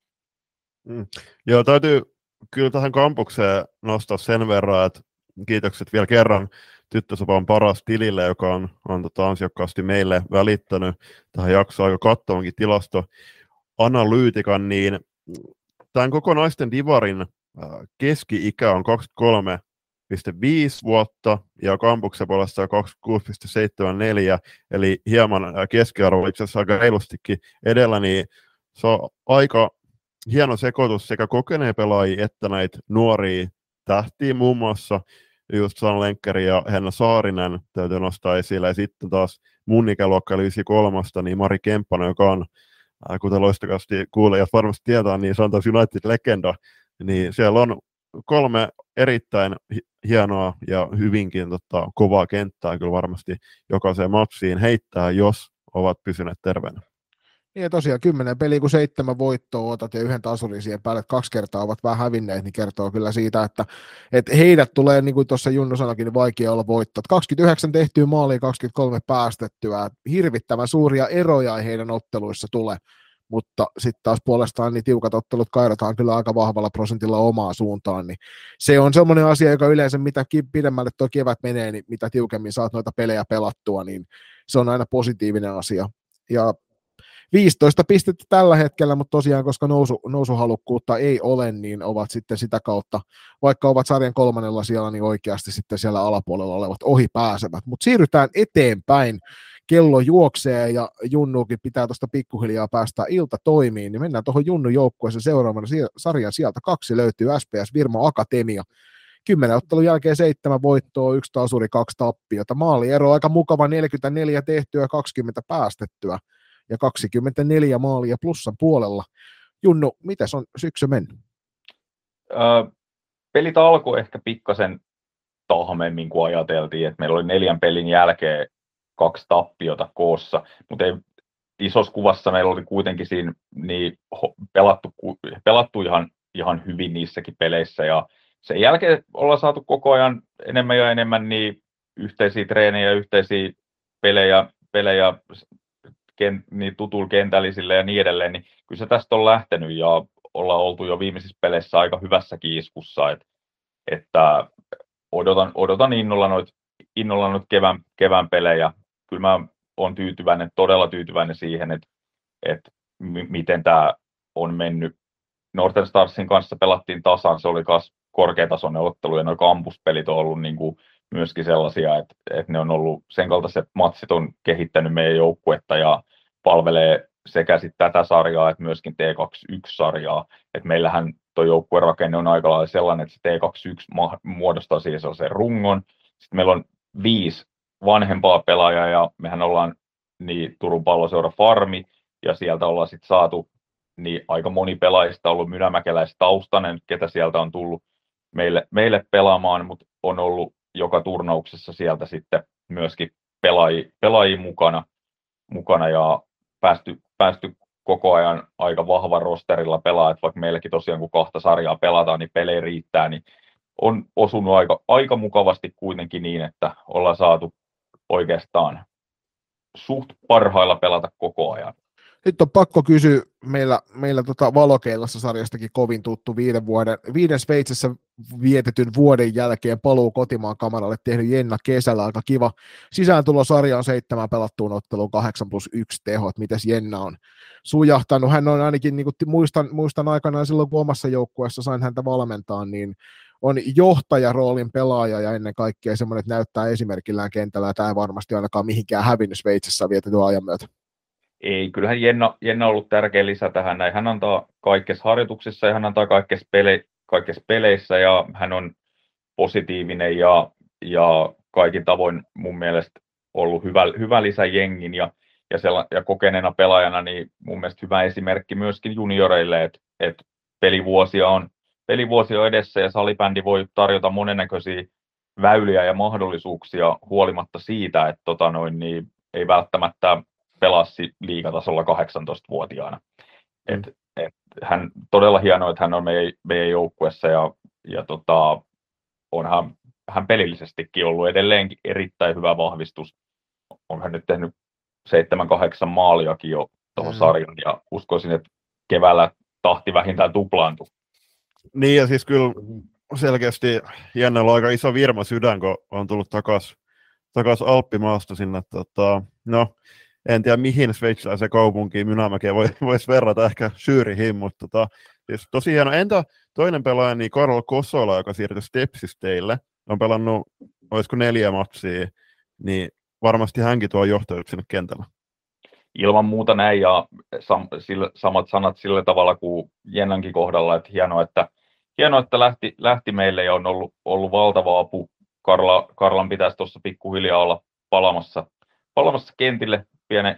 Mm. Joo, täytyy kyllä tähän kampukseen nostaa sen verran, että kiitokset vielä kerran Tyttösopan paras tilille, joka on, on tota ansiokkaasti meille välittänyt tähän jaksoon aika kattavankin tilastoanalyytikan, niin tämän koko naisten divarin keski-ikä on kaksikymmentäkolme pilkku viisi vuotta ja kampuksen puolesta kaksikymmentäkuusi pilkku seitsemänkymmentäneljä, eli hieman keskiarvo itse asiassa aika reilustikin edellä, niin se on aika hieno sekoitus sekä kokeneen pelaajia että näitä nuoria tähtiä, muun muassa just Saana Lenkkeri ja Henna Saarinen täytyy nostaa esille, ja sitten taas mun ikäluokka eli yhdeksänkymmentäkolme, niin Mari Kemppanen, joka on, kuten loistokasti kuulijat varmasti tietää, niin se on taas United-legenda, niin siellä on kolme erittäin hienoa ja hyvinkin tota, kovaa kenttää kyllä varmasti jokaiseen matsiin heittää, jos ovat pysyneet terveenä. Niin ja tosiaan kymmenen peliä, kun seitsemän voittoa otat ja yhden tasurin siihen päälle, kaksi kertaa ovat vähän hävinneet, niin kertoo kyllä siitä, että, että heidät tulee, niin kuin tuossa Junnu sanoikin, niin vaikea olla voittaa. kaksikymmentäyhdeksän tehtyä maalia, kaksikymmentäkolme päästettyä, hirvittävän suuria eroja ei heidän otteluissa tule, mutta sitten taas puolestaan niin tiukat ottelut kairataan kyllä aika vahvalla prosentilla omaa suuntaan, niin se on semmoinen asia, joka yleensä mitä pidemmälle tuo kevät menee, niin mitä tiukemmin saat noita pelejä pelattua, niin se on aina positiivinen asia. Ja viisitoista pistettä tällä hetkellä, mutta tosiaan, koska nousu, nousuhalukkuutta ei ole, niin ovat sitten sitä kautta, vaikka ovat sarjan kolmannella siellä, niin oikeasti sitten siellä alapuolella olevat ohi pääsevät. Mutta siirrytään eteenpäin. Kello juoksee ja Junnukin pitää tuosta pikkuhiljaa päästä ilta toimiin, niin mennään tuohon Junnun joukkueeseen seuraavana sarjan sieltä kaksi löytyy S P S Virmo Akatemia. Kymmenen ottelun jälkeen seitsemän voittoa, yksi tasuri, kaksi tappiota. Maaliero aika mukava, neljäkymmentäneljä tehtyä, kaksikymmentä päästettyä ja kaksikymmentäneljä maalia plussan puolella. Junnu, mitäs on syksy mennyt? Öö, pelit alkoi ehkä pikkasen tahmemmin kuin ajateltiin, että meillä oli neljän pelin jälkeen kaksi tappiota koossa, mutta ei, isossa kuvassa meillä oli kuitenkin siinä niin pelattu, pelattu ihan, ihan hyvin niissäkin peleissä ja sen jälkeen ollaan saatu koko ajan enemmän ja enemmän niin yhteisiä treenejä, yhteisiä pelejä, pelejä ken, niin tutulla kentällisillä ja niin edelleen, niin kyllä se tästä on lähtenyt ja ollaan oltu jo viimeisissä peleissä aika hyvässä iskussa, et, että odotan, odotan innolla noita innolla noit kevään, kevään pelejä. Kyllä mä oon tyytyväinen, todella tyytyväinen siihen, että, että m- miten tämä on mennyt. Northern Starsin kanssa pelattiin tasan, se oli myös korkeatasoinen ottelu, ja nuo kampuspelit on ollut niin kuin myöskin sellaisia, että, että ne on ollut sen kaltaiset matsit on kehittänyt meidän joukkuetta ja palvelee sekä sit tätä sarjaa että myöskin T kaksikymmentäyksi-sarjaa. Et meillähän tuo joukkueen rakenne on aika lailla sellainen, että se T kaksikymmentäyksi ma- muodostaa siihen sellaisen rungon. Sitten meillä on viisi vanhempaa pelaajaa ja mehän ollaan niin Turun Palloseura Farmi ja sieltä ollaan sitten saatu niin aika moni pelaajista on ollut mynämäkeläistaustainen, ketä sieltä on tullut meille, meille pelaamaan, mutta on ollut joka turnauksessa sieltä sitten myöskin pelaajia, pelaajia mukana, mukana ja päästy, päästy koko ajan aika vahvan rosterilla pelaa, että vaikka meilläkin tosiaan kun kahta sarjaa pelataan, niin pelejä riittää, niin on osunut aika, aika mukavasti kuitenkin niin, että ollaan saatu oikeastaan suht parhailla pelata koko ajan. Nyt on pakko kysyä, meillä, meillä tota Valokeilassa sarjastakin kovin tuttu viiden, vuoden, viiden Sveitsissä vietetyn vuoden jälkeen paluu kotimaan kamaralle tehnyt Jenna kesällä, aika kiva. Sisääntulosarja on seitsemän pelattuun otteluun kahdeksan plus yksi tehot, mitäs Jenna on sujahtanut. Hän on ainakin, niin kuin muistan, muistan aikanaan silloin, kun omassa joukkueessa sain häntä valmentaa, niin on johtajaroolin pelaaja ja ennen kaikkea semmoinen, että näyttää esimerkillään kentällä, ja tämä ei varmasti ainakaan mihinkään hävinnyt Sveitsissä vietetyn ajan myötä. Ei, kyllähän Jenna, Jenna on ollut tärkeä lisä tähän näin. Hän antaa kaikissa harjoituksissa ja hän antaa kaikissa, pele, kaikissa peleissä ja hän on positiivinen ja, ja kaikin tavoin mun mielestä ollut hyvä, hyvä lisä jengin ja, ja, sella, ja kokeneena pelaajana niin mun mielestä hyvä esimerkki myöskin junioreille, että et pelivuosia on, pelivuosia on edessä ja salibändi voi tarjota monennäköisiä väyliä ja mahdollisuuksia huolimatta siitä, että tota noin, niin ei välttämättä pelasi liigatasolla kahdeksantoistavuotiaana. Mm. Et, et hän todella hienoa, että hän on meidän, meidän joukkueessa ja, ja tota, onhan hän pelillisestikin ollut edelleenkin erittäin hyvä vahvistus. On hän nyt tehnyt seitsemän kahdeksan maaliakin jo tuohon mm. sarjan ja uskoisin, että keväällä tahti vähintään tuplaantui. Niin ja siis kyllä selkeästi Jennellä on aika iso virma sydän, kun on tullut takaisin takas Alppimaasta sinne. Tota, no, en tiedä mihin sveitsiläiseen kaupunkiin Mynämäkeen voisi vois verrata, ehkä Zürichiin, mutta tota, siis tosi hieno. Entä toinen pelaaja, niin Karol Kosola, joka siirtyi Stepsistä teille, on pelannut, olisiko neljä matsia, niin varmasti hänkin tuo johtajuus sinne kentällä. Ilman muuta näin, ja sam- sille, samat sanat sillä tavalla kuin Jennankin kohdalla, että hienoa, että, hienoa, että lähti, lähti meille ja on ollut, ollut valtava apu. Karla, Karlan pitäisi tuossa pikkuhiljaa olla palamassa, palamassa kentille pienen,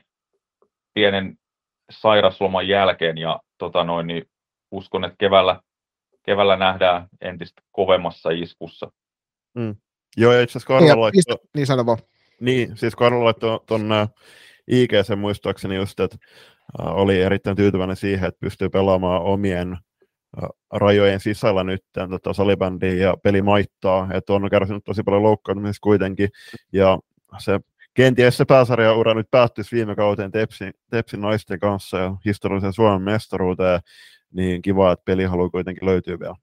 pienen sairasloman jälkeen, ja tota noin, niin uskon, että keväällä, keväällä nähdään entistä kovemmassa iskussa. Mm. Joo, ja itse asiassa Karla laittoi... Niin sano vaan. Niin, siis Karla laittoi tuonne I G:sen muistaakseni just, että äh, oli erittäin tyytyväinen siihen, että pystyy pelaamaan omien äh, rajojen sisällä nyt tota, salibändiä ja peli maittaa, että on kärsinyt tosi paljon loukkaantumisesta kuitenkin, ja se kenties se pääsarjaura nyt päättyisi viime kauteen Tepsin, Tepsin naisten kanssa ja historiallisen Suomen mestaruuteen, niin kiva, että pelihalu kuitenkin löytyy vielä.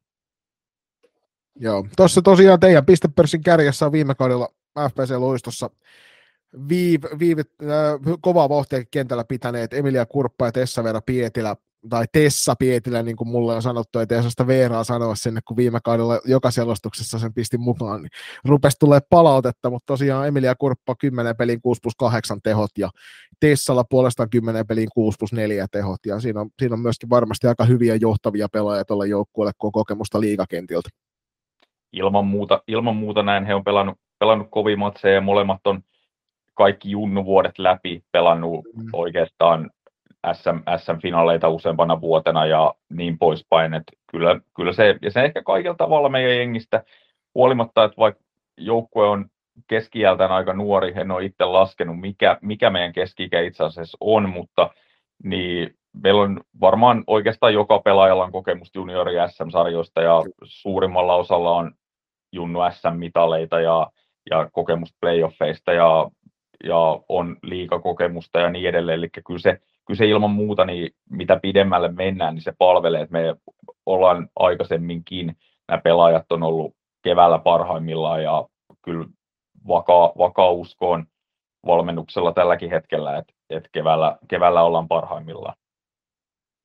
Joo, tuossa tosiaan teidän pistepörssin kärjessä on viime kaudella F P C-luistossa viiv, viiv, äh, kovaa vauhtia kentällä pitäneet Emilia Kurppa ja Tessa-Veera Pietilä, tai Tessa Pietilä, niin kuin mulle on sanottu, että ei saa sitä Veeraa sanoa sinne, kun viime kaudella joka selostuksessa sen pisti mukaan, niin rupesi tulee palautetta, mutta tosiaan Emilia Kurppa kymmenen pelin kuusi plus kahdeksan tehot, ja Tessalla puolestaan kymmenen pelin kuusi plus neljä tehot, ja siinä on, siinä on myöskin varmasti aika hyviä johtavia pelaajia tuolle joukkueelle, kun on kokemusta liigakentiltä. Ilman muuta, ilman muuta näin he on pelannut, pelannut kovia matseja, ja molemmat on kaikki junnuvuodet läpi pelannut mm. oikeastaan S M-finaaleita useampana vuotena ja niin poispäin. Että kyllä, kyllä se, ja se ehkä kaikilla tavalla meidän jengistä huolimatta, että vaikka joukkue on keski-iältään aika nuori, en ole itse laskenut, mikä, mikä meidän keski-ikä itse asiassa on, mutta niin meillä on varmaan oikeastaan joka pelaajalla on kokemusta juniori S M-sarjoista ja suurimmalla osalla on junnu S M-mitaleita ja, ja kokemusta playoffeista ja ja on liigakokemusta ja niin edelleen, eli kyllä se, kyllä se ilman muuta, niin mitä pidemmälle mennään, niin se palvelee, että me ollaan aikaisemminkin, nämä pelaajat on ollut keväällä parhaimmillaan, ja kyllä vakaa, vakaa uskoon valmennuksella tälläkin hetkellä, että, että keväällä, keväällä ollaan parhaimmillaan.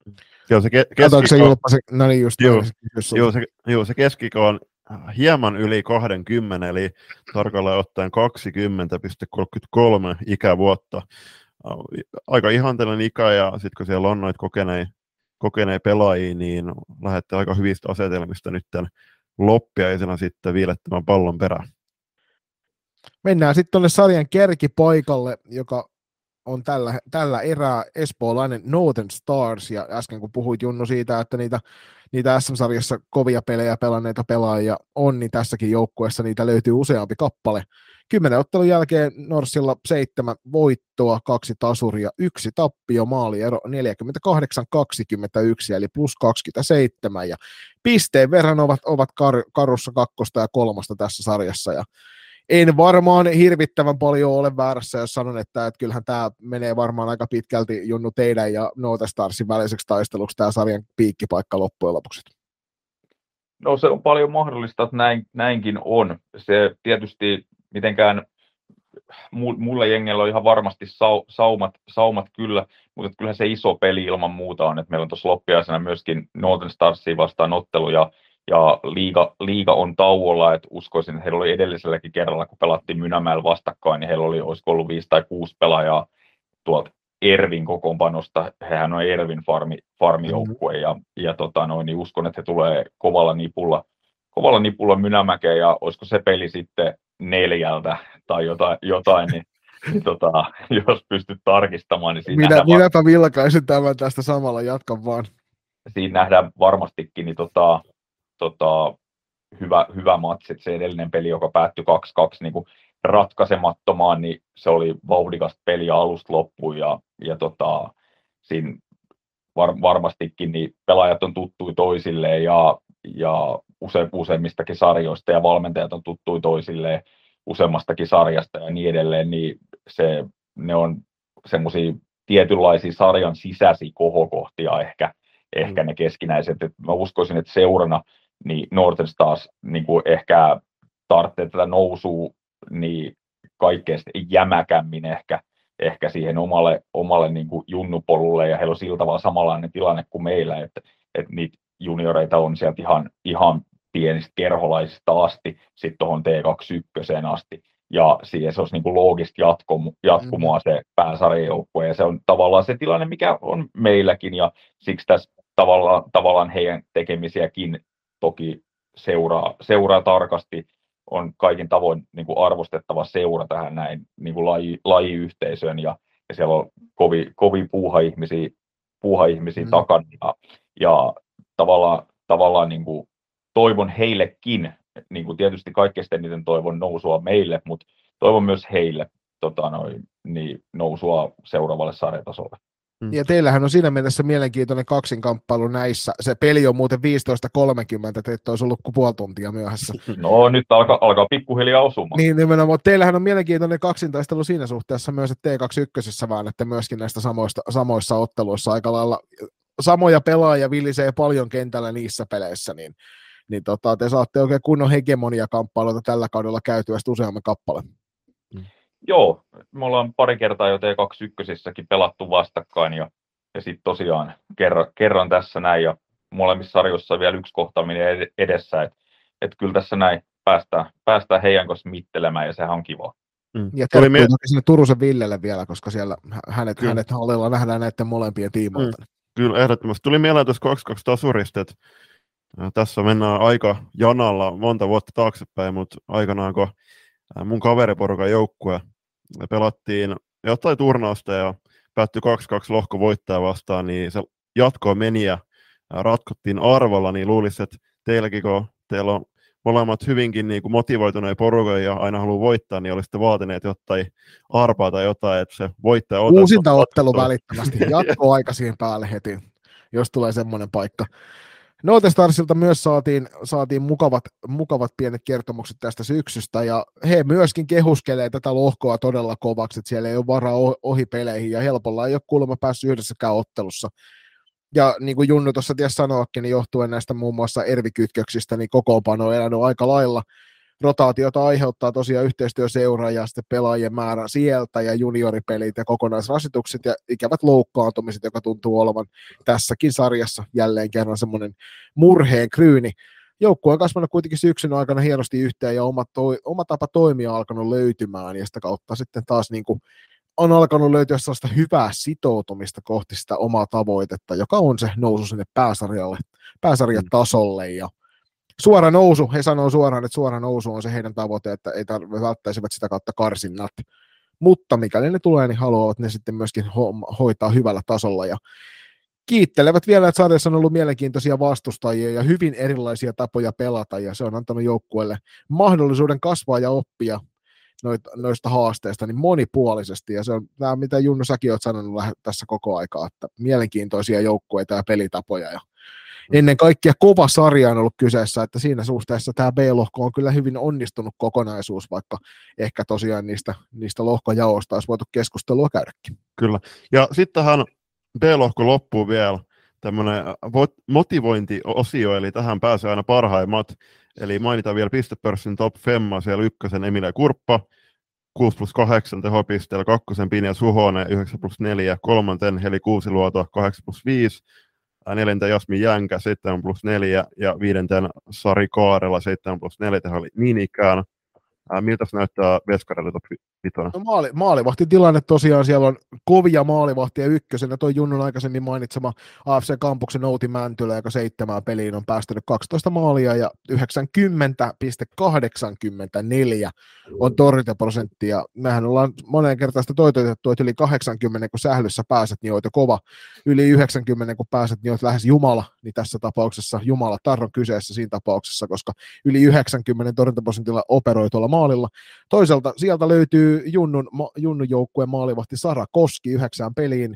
Joo, se ke- Katoinko se keskiko, julppa se, no niin just Joo, noin, se kysyi sulta. joo, se, joo, se keskiko on hieman yli kaksikymmentä, eli tarkalleen ottaen kaksikymmentä pilkku kolmekymmentäkolme ikävuotta. Aika ihanteellinen ikä, ja sitten kun siellä on noita kokeneita kokenei pelaajia, niin lähdette aika hyvistä asetelmista nyt loppiaisena sitten viilettämään pallon perään. Mennään sitten tuonne sarjan kärkipaikalle, joka on tällä, tällä erää espoolainen Northern Stars, ja äsken kun puhuit Junnu siitä, että niitä, niitä S M-sarjassa kovia pelejä pelanneita pelaajia on, niin tässäkin joukkueessa niitä löytyy useampi kappale. Kymmenen ottelun jälkeen Norsilla seitsemän voittoa, kaksi tasuria, yksi tappio, maaliero neljäkymmentäkahdeksan kaksikymmentäyksi, eli plus kaksikymmentäseitsemän, ja pisteen verran ovat, ovat kar, karussa kakkosta ja kolmasta tässä sarjassa, ja en varmaan hirvittävän paljon ole väärässä, jos sanon, että, että kyllähän tämä menee varmaan aika pitkälti Junnu teidän ja Northern Starsin väliseksi taisteluksi tämä sarjan piikkipaikka loppujen lopuksi. No se on paljon mahdollista, että näin, näinkin on. Se tietysti mitenkään mulle jengellä on ihan varmasti sau, saumat, saumat kyllä, mutta kyllähän se iso peli ilman muuta on, että meillä on tuossa loppiaisena myöskin Northern Starsia vastaan ottelu ja Ja liiga, liiga on tauolla, että uskoisin, että heillä oli edelliselläkin kerralla, kun pelattiin Mynämäellä vastakkain, niin heillä oli, olisiko ollut viisi tai kuusi pelaajaa tuolta Ervin kokoonpanosta. Hehän on Ervin farmi, farmijoukkue, mm-hmm. ja, ja tota noin, niin uskon, että he tulee kovalla nipulla, kovalla nipulla Mynämäkeen, ja olisiko se peli sitten neljältä tai jotain, jotain niin, niin tota, jos pystyt tarkistamaan, niin siinä Minä, nähdään... Minäpä vilkaisin tämän tästä samalla, jatkan vaan. Siinä nähdään varmastikin, niin tota, Tota, hyvä, hyvä matsi, että se edellinen peli, joka päättyi kaksi kaksi niin kuin ratkaisemattomaan, niin se oli vauhdikasta peliä alusta loppuun, ja, ja tota, siinä var, varmastikin niin pelaajat on tuttui toisilleen, ja, ja use, useimmistakin sarjoista, ja valmentajat on tuttui toisilleen useammastakin sarjasta ja niin edelleen, niin se, ne on semmoisia tietynlaisia sarjan sisäisiä kohokohtia ehkä, ehkä ne keskinäiset. Et mä uskoisin, että seurana niin Northern Stars niin kuin ehkä tarvitsee tätä nousua niin kaikkein jämäkämmin ehkä, ehkä siihen omalle, omalle niin kuin junnupolulle, ja heillä on sillä tavalla samanlainen tilanne kuin meillä, että, että niitä junioreita on sieltä ihan, ihan pienistä kerholaisista asti sitten tuohon T kaksikymmentäyksi asti, ja siihen se olisi niin kuin loogista jatkumoa, jatkumoa se pääsarjajoukkue, ja se on tavallaan se tilanne, mikä on meilläkin, ja siksi tässä tavallaan, tavallaan heidän tekemisiäkin toki seuraa, seuraa tarkasti, on kaikin tavoin niin kuin arvostettava seura tähän näin niin kuin laji, lajiyhteisöön, ja, ja siellä on kovin, kovin puuha-ihmisiä, puuha-ihmisiä mm. takana, ja, ja tavallaan, tavallaan niin kuin toivon heillekin, niin kuin tietysti kaikkein eniten toivon nousua meille, mutta toivon myös heille tota noin, niin nousua seuraavalle sarjatasolle. Ja teillähän on siinä mielessä mielenkiintoinen kaksinkamppailu näissä. Se peli on muuten viisitoista kolmekymmentä, te ette olisi ollut kuin puoli tuntia myöhässä. No nyt alkaa, alkaa pikkuhiljaa osumaan. Niin nimenomaan, mutta teillähän on mielenkiintoinen kaksintaistelu siinä suhteessa myös, että T kaksikymmentäyksi vaan, että myöskin näistä samoista, samoissa otteluissa aika lailla samoja pelaajia vilisee paljon kentällä niissä peleissä, niin, niin tota, te saatte oikein kunnon hegemonia-kamppailuita tällä kaudella käytyä useamman kappaleen. Mm. Joo, me ollaan pari kertaa jo T kaksikymmentäyksi pelattu vastakkain, ja, ja sitten tosiaan kerran, kerran tässä näin, ja molemmissa sarjoissa vielä yksi kohtaaminen edessä, että et kyllä tässä näin päästään, päästään heidän kanssa mittelemään, ja sehän on kiva. Mm. Ja tervetuloa mie- sinne Turusen Villelle vielä, koska siellä hänet, hänet hallilla nähdään näiden molempien tiimoilta. Mm. Kyllä, ehdottomasti. Tuli mieleen tuossa kaksi kaksi tasurista, että tässä mennään aika janalla monta vuotta taaksepäin, mutta aikanaan kun mun kaveriporukan joukkue pelattiin jotain turnausta ja päättyi kaksi kaksi lohko voittaja vastaan, niin se jatkoon meni ja ratkottiin arvolla, niin luulisin, että teilläkin, kun teillä on molemmat hyvinkin niin kuin motivoituneita porukoja ja aina haluaa voittaa, niin olisitte vaatineet jotain arpaa tai jotain, että se voittaja otetaan. Uusinta ottelu välittömästi, jatkoaika siihen päälle heti, jos tulee semmoinen paikka. Northern Starsilta myös saatiin, saatiin mukavat, mukavat pienet kertomukset tästä syksystä, ja he myöskin kehuskelee tätä lohkoa todella kovaksi, että siellä ei ole varaa ohi peleihin, ja helpolla ei ole kuulemma päässyt yhdessäkään ottelussa. Ja niin kuin Junnu tuossa ties sanoakin, niin johtuen näistä muun muassa ervikytköksistä, niin kokoonpano on elänyt aika lailla, rotaatiota aiheuttaa tosiaan yhteistyöseura ja sitten pelaajien määrä sieltä ja junioripelit ja kokonaisrasitukset ja ikävät loukkaantumiset, joka tuntuu olevan tässäkin sarjassa jälleen kerran semmoinen murheen kryyni. Joukkue on kasvanut kuitenkin syksyn aikana hienosti yhteen ja oma, toi, oma tapa toimia on alkanut löytymään ja sitä kautta sitten taas niin kuin on alkanut löytyä sellaista hyvää sitoutumista kohti sitä omaa tavoitetta, joka on se nousu sinne pääsarjalle, pääsarjatasolle ja suora nousu, he sanoo suoraan, että suora nousu on se heidän tavoite, että ei tarvitse välttäisivät sitä kautta karsinnat, mutta mikäli ne tulee, niin haluavat ne sitten myöskin ho- hoitaa hyvällä tasolla ja kiittelevät vielä, että sarjassa on ollut mielenkiintoisia vastustajia ja hyvin erilaisia tapoja pelata ja se on antanut joukkueelle mahdollisuuden kasvaa ja oppia noita, noista haasteista niin monipuolisesti ja se on tämä, mitä Junnu säkin olet sanonut tässä koko aikaa, että mielenkiintoisia joukkueita ja pelitapoja ja ennen kaikkea kova sarja on ollut kyseessä, että siinä suhteessa tämä B-lohko on kyllä hyvin onnistunut kokonaisuus, vaikka ehkä tosiaan niistä, niistä lohkojaosta olisi voitu keskustelua käydäkin. Kyllä, ja sittenhän B-lohko loppuu vielä tämmöinen motivointiosio, eli tähän pääsee aina parhaimmat, eli mainitaan vielä pistepörssin top femma, siellä ykkösen Emilia Kurppa, kuusi plus kahdeksan tehopisteellä, kakkosen Pinja Suhonen, yhdeksän plus neljä, kolmanten Heli Kuusiluoto, kahdeksan plus viisi, neljänten Jasmin Jänkä, seitsemän plus neljä, ja viidenten Sari Kaarela, seitsemän plus neljä, teho oli niin ikään. Ää, miltä se näyttää Veskarelle top vitonen? No maali, maalivahtitilanne tosiaan, siellä on kovia maalivahtia ykkösenä, toi Junnun aikaisemmin mainitsema A F C Kampuksen Outi Mäntylä, joka seitsemään peliin on päästänyt kaksitoista maalia ja yhdeksänkymmentä pilkku kahdeksankymmentäneljä on torjuntaprosenttia. Mehän ollaan moneen kertaan sitä toitotettu, että yli kahdeksankymmentä kun sählyssä pääset, niin oot jo kova. Yli yhdeksänkymmentä kun pääset, niin oot lähes Jumala, niin tässä tapauksessa Jumala Tarron kyseessä siinä tapauksessa, koska yli yhdeksänkymmentä torjuntaprosentilla operoi tuolla maalilla. Toisaalta sieltä löytyy Junnun, Junnun joukkueen maalivahti Sara Koski yhdeksään peliin,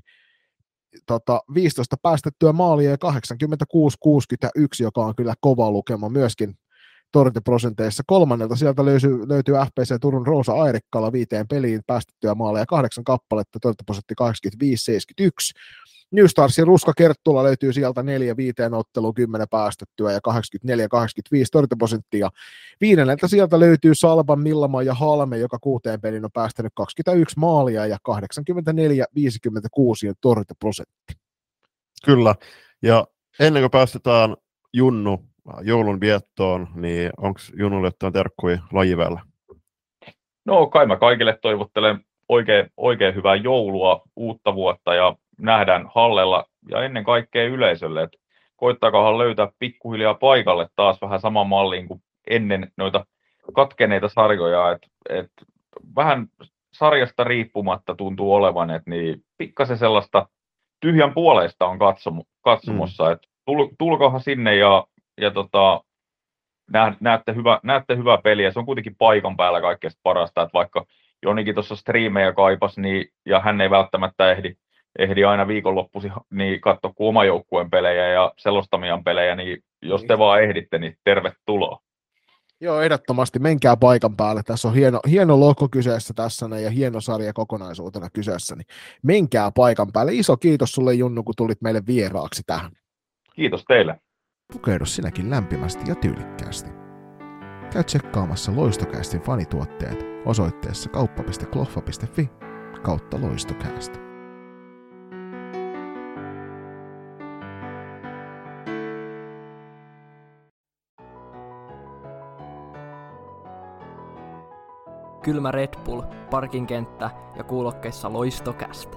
tota, viisitoista päästettyä maalia ja kahdeksankymmentäkuusi kuusikymmentäyksi, joka on kyllä kova lukema myöskin torjuntaprosenteissa. Kolmannelta sieltä löytyy, löytyy F P C Turun Roosa Airikkala viiteen peliin päästettyä maaleja kahdeksan kappaletta, torjuntaprosentti kahdeksankymmentäviisi seitsemänkymmentäyksi. New Starsin Ruska Kerttula löytyy sieltä neljä viiteen otteluun, kymmenen päästettyä ja kahdeksankymmentäneljä kahdeksankymmentäviisi torjuntaprosenttia. Viidenneltä sieltä löytyy Salban, Millama ja Halme, joka kuuteen pelin on päästänyt kaksikymmentäyksi maalia ja kahdeksankymmentäneljä viisikymmentäkuusi torjuntaprosentti. Kyllä, ja ennen kuin päästetään Junnu joulun viettoon, niin onko Junnulle jotain terkkuja lajiväellä? No kai mä kaikille toivottelen oikein, oikein hyvää joulua, uutta vuotta ja nähdään hallella ja ennen kaikkea yleisölle, että koittakahan löytää pikkuhiljaa paikalle taas vähän saman malliin kuin ennen noita katkeneita sarjoja, että et vähän sarjasta riippumatta tuntuu olevan, että niin pikkasen sellaista tyhjän puoleista on katsomo, katsomossa, mm. että tul, tulkohan sinne ja, ja tota, nä, näette, hyvä, näette hyvää peliä, se on kuitenkin paikan päällä kaikkein parasta, että vaikka Jonikin tuossa striimejä kaipas, niin, ja hän ei välttämättä ehdi ehdi aina viikonloppuisin niin katsoa kuin oma joukkueen pelejä ja selostamiaan pelejä, niin jos te vaan ehditte, niin tervetuloa. Joo, ehdottomasti. Menkää paikan päälle. Tässä on hieno, hieno lohko kyseessä tässä ja hieno sarja kokonaisuutena kyseessä. Niin menkää paikan päälle. Iso kiitos sulle, Junnu, kun tulit meille vieraaksi tähän. Kiitos teille. Pukeudu sinäkin lämpimästi ja tyylikkäästi. Käy tsekkaamassa Loistokästin fanituotteet osoitteessa kauppa piste kloffa piste fi kautta Loistokäst. Kylmä Red Bull, parkinkenttä ja kuulokkeissa Loistokästä.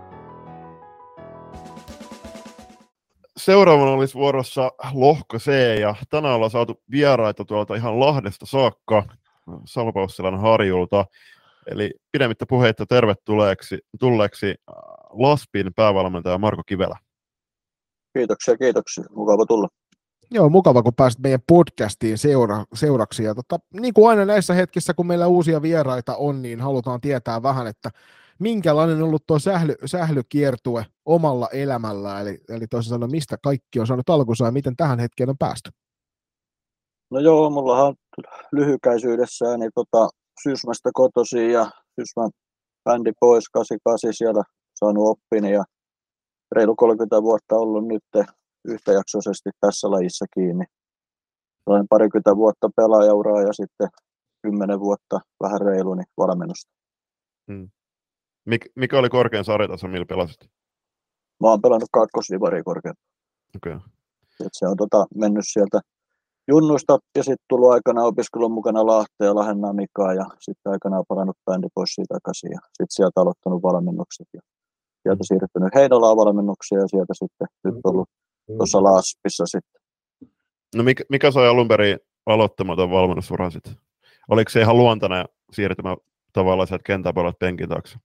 Seuraavana olisi vuorossa lohko C, ja tänään ollaan saatu vieraita tuolta ihan Lahdesta saakka, Salpausselän Harjulta. Eli pidemmittä puheitta tervetulleeksi tulleeksi Laspin päävalmentaja Marko Kivelä. Kiitoksia, kiitoksia. Mukava tulla. Joo, mukava, kun pääsit meidän podcastiin seura- seuraksi. Ja tota, niin kuin aina näissä hetkissä, kun meillä uusia vieraita on, niin halutaan tietää vähän, että minkälainen on ollut tuo sähly, sählykiertue omalla elämällä, eli, eli toisin sanoen, mistä kaikki on saanut alkunsa ja miten tähän hetkeen on päästy? No joo, mullahan lyhykäisyydessään niin tota, Sysmästä kotoisin ja Sysmän bändi pois kahdeksankymmentäkahdeksan siellä saanut oppini ja reilu kolmekymmentä vuotta ollut nyt yhtäjaksoisesti tässä lajissa kiinni. Olen parikymmentä vuotta pelaajauraa ja sitten kymmenen vuotta, vähän reilu, niin valmennusta. Hmm. Mik, mikä oli korkein sarjataso, millä pelasit? Mä oon pelannut kakkosdivaria korkein. Okay. Se on tota, mennyt sieltä junnuista ja sitten tullut aikanaan opiskelun mukana Lahteen ja Lahenna Mikaa ja sitten aikanaan palannut bändipossiin takaisin ja sitten sieltä aloittanut valmennukset ja sieltä mm. siirtynyt Heinolaan valmennukseen ja sieltä sitten nyt ollut tuossa Laspissa sitten. No mikä, mikä sai alun perin aloittamaton valmennusuran sitten? Oliko se ihan luontainen siirtymä tavallaan sieltä kentän puolelta penkin taakse?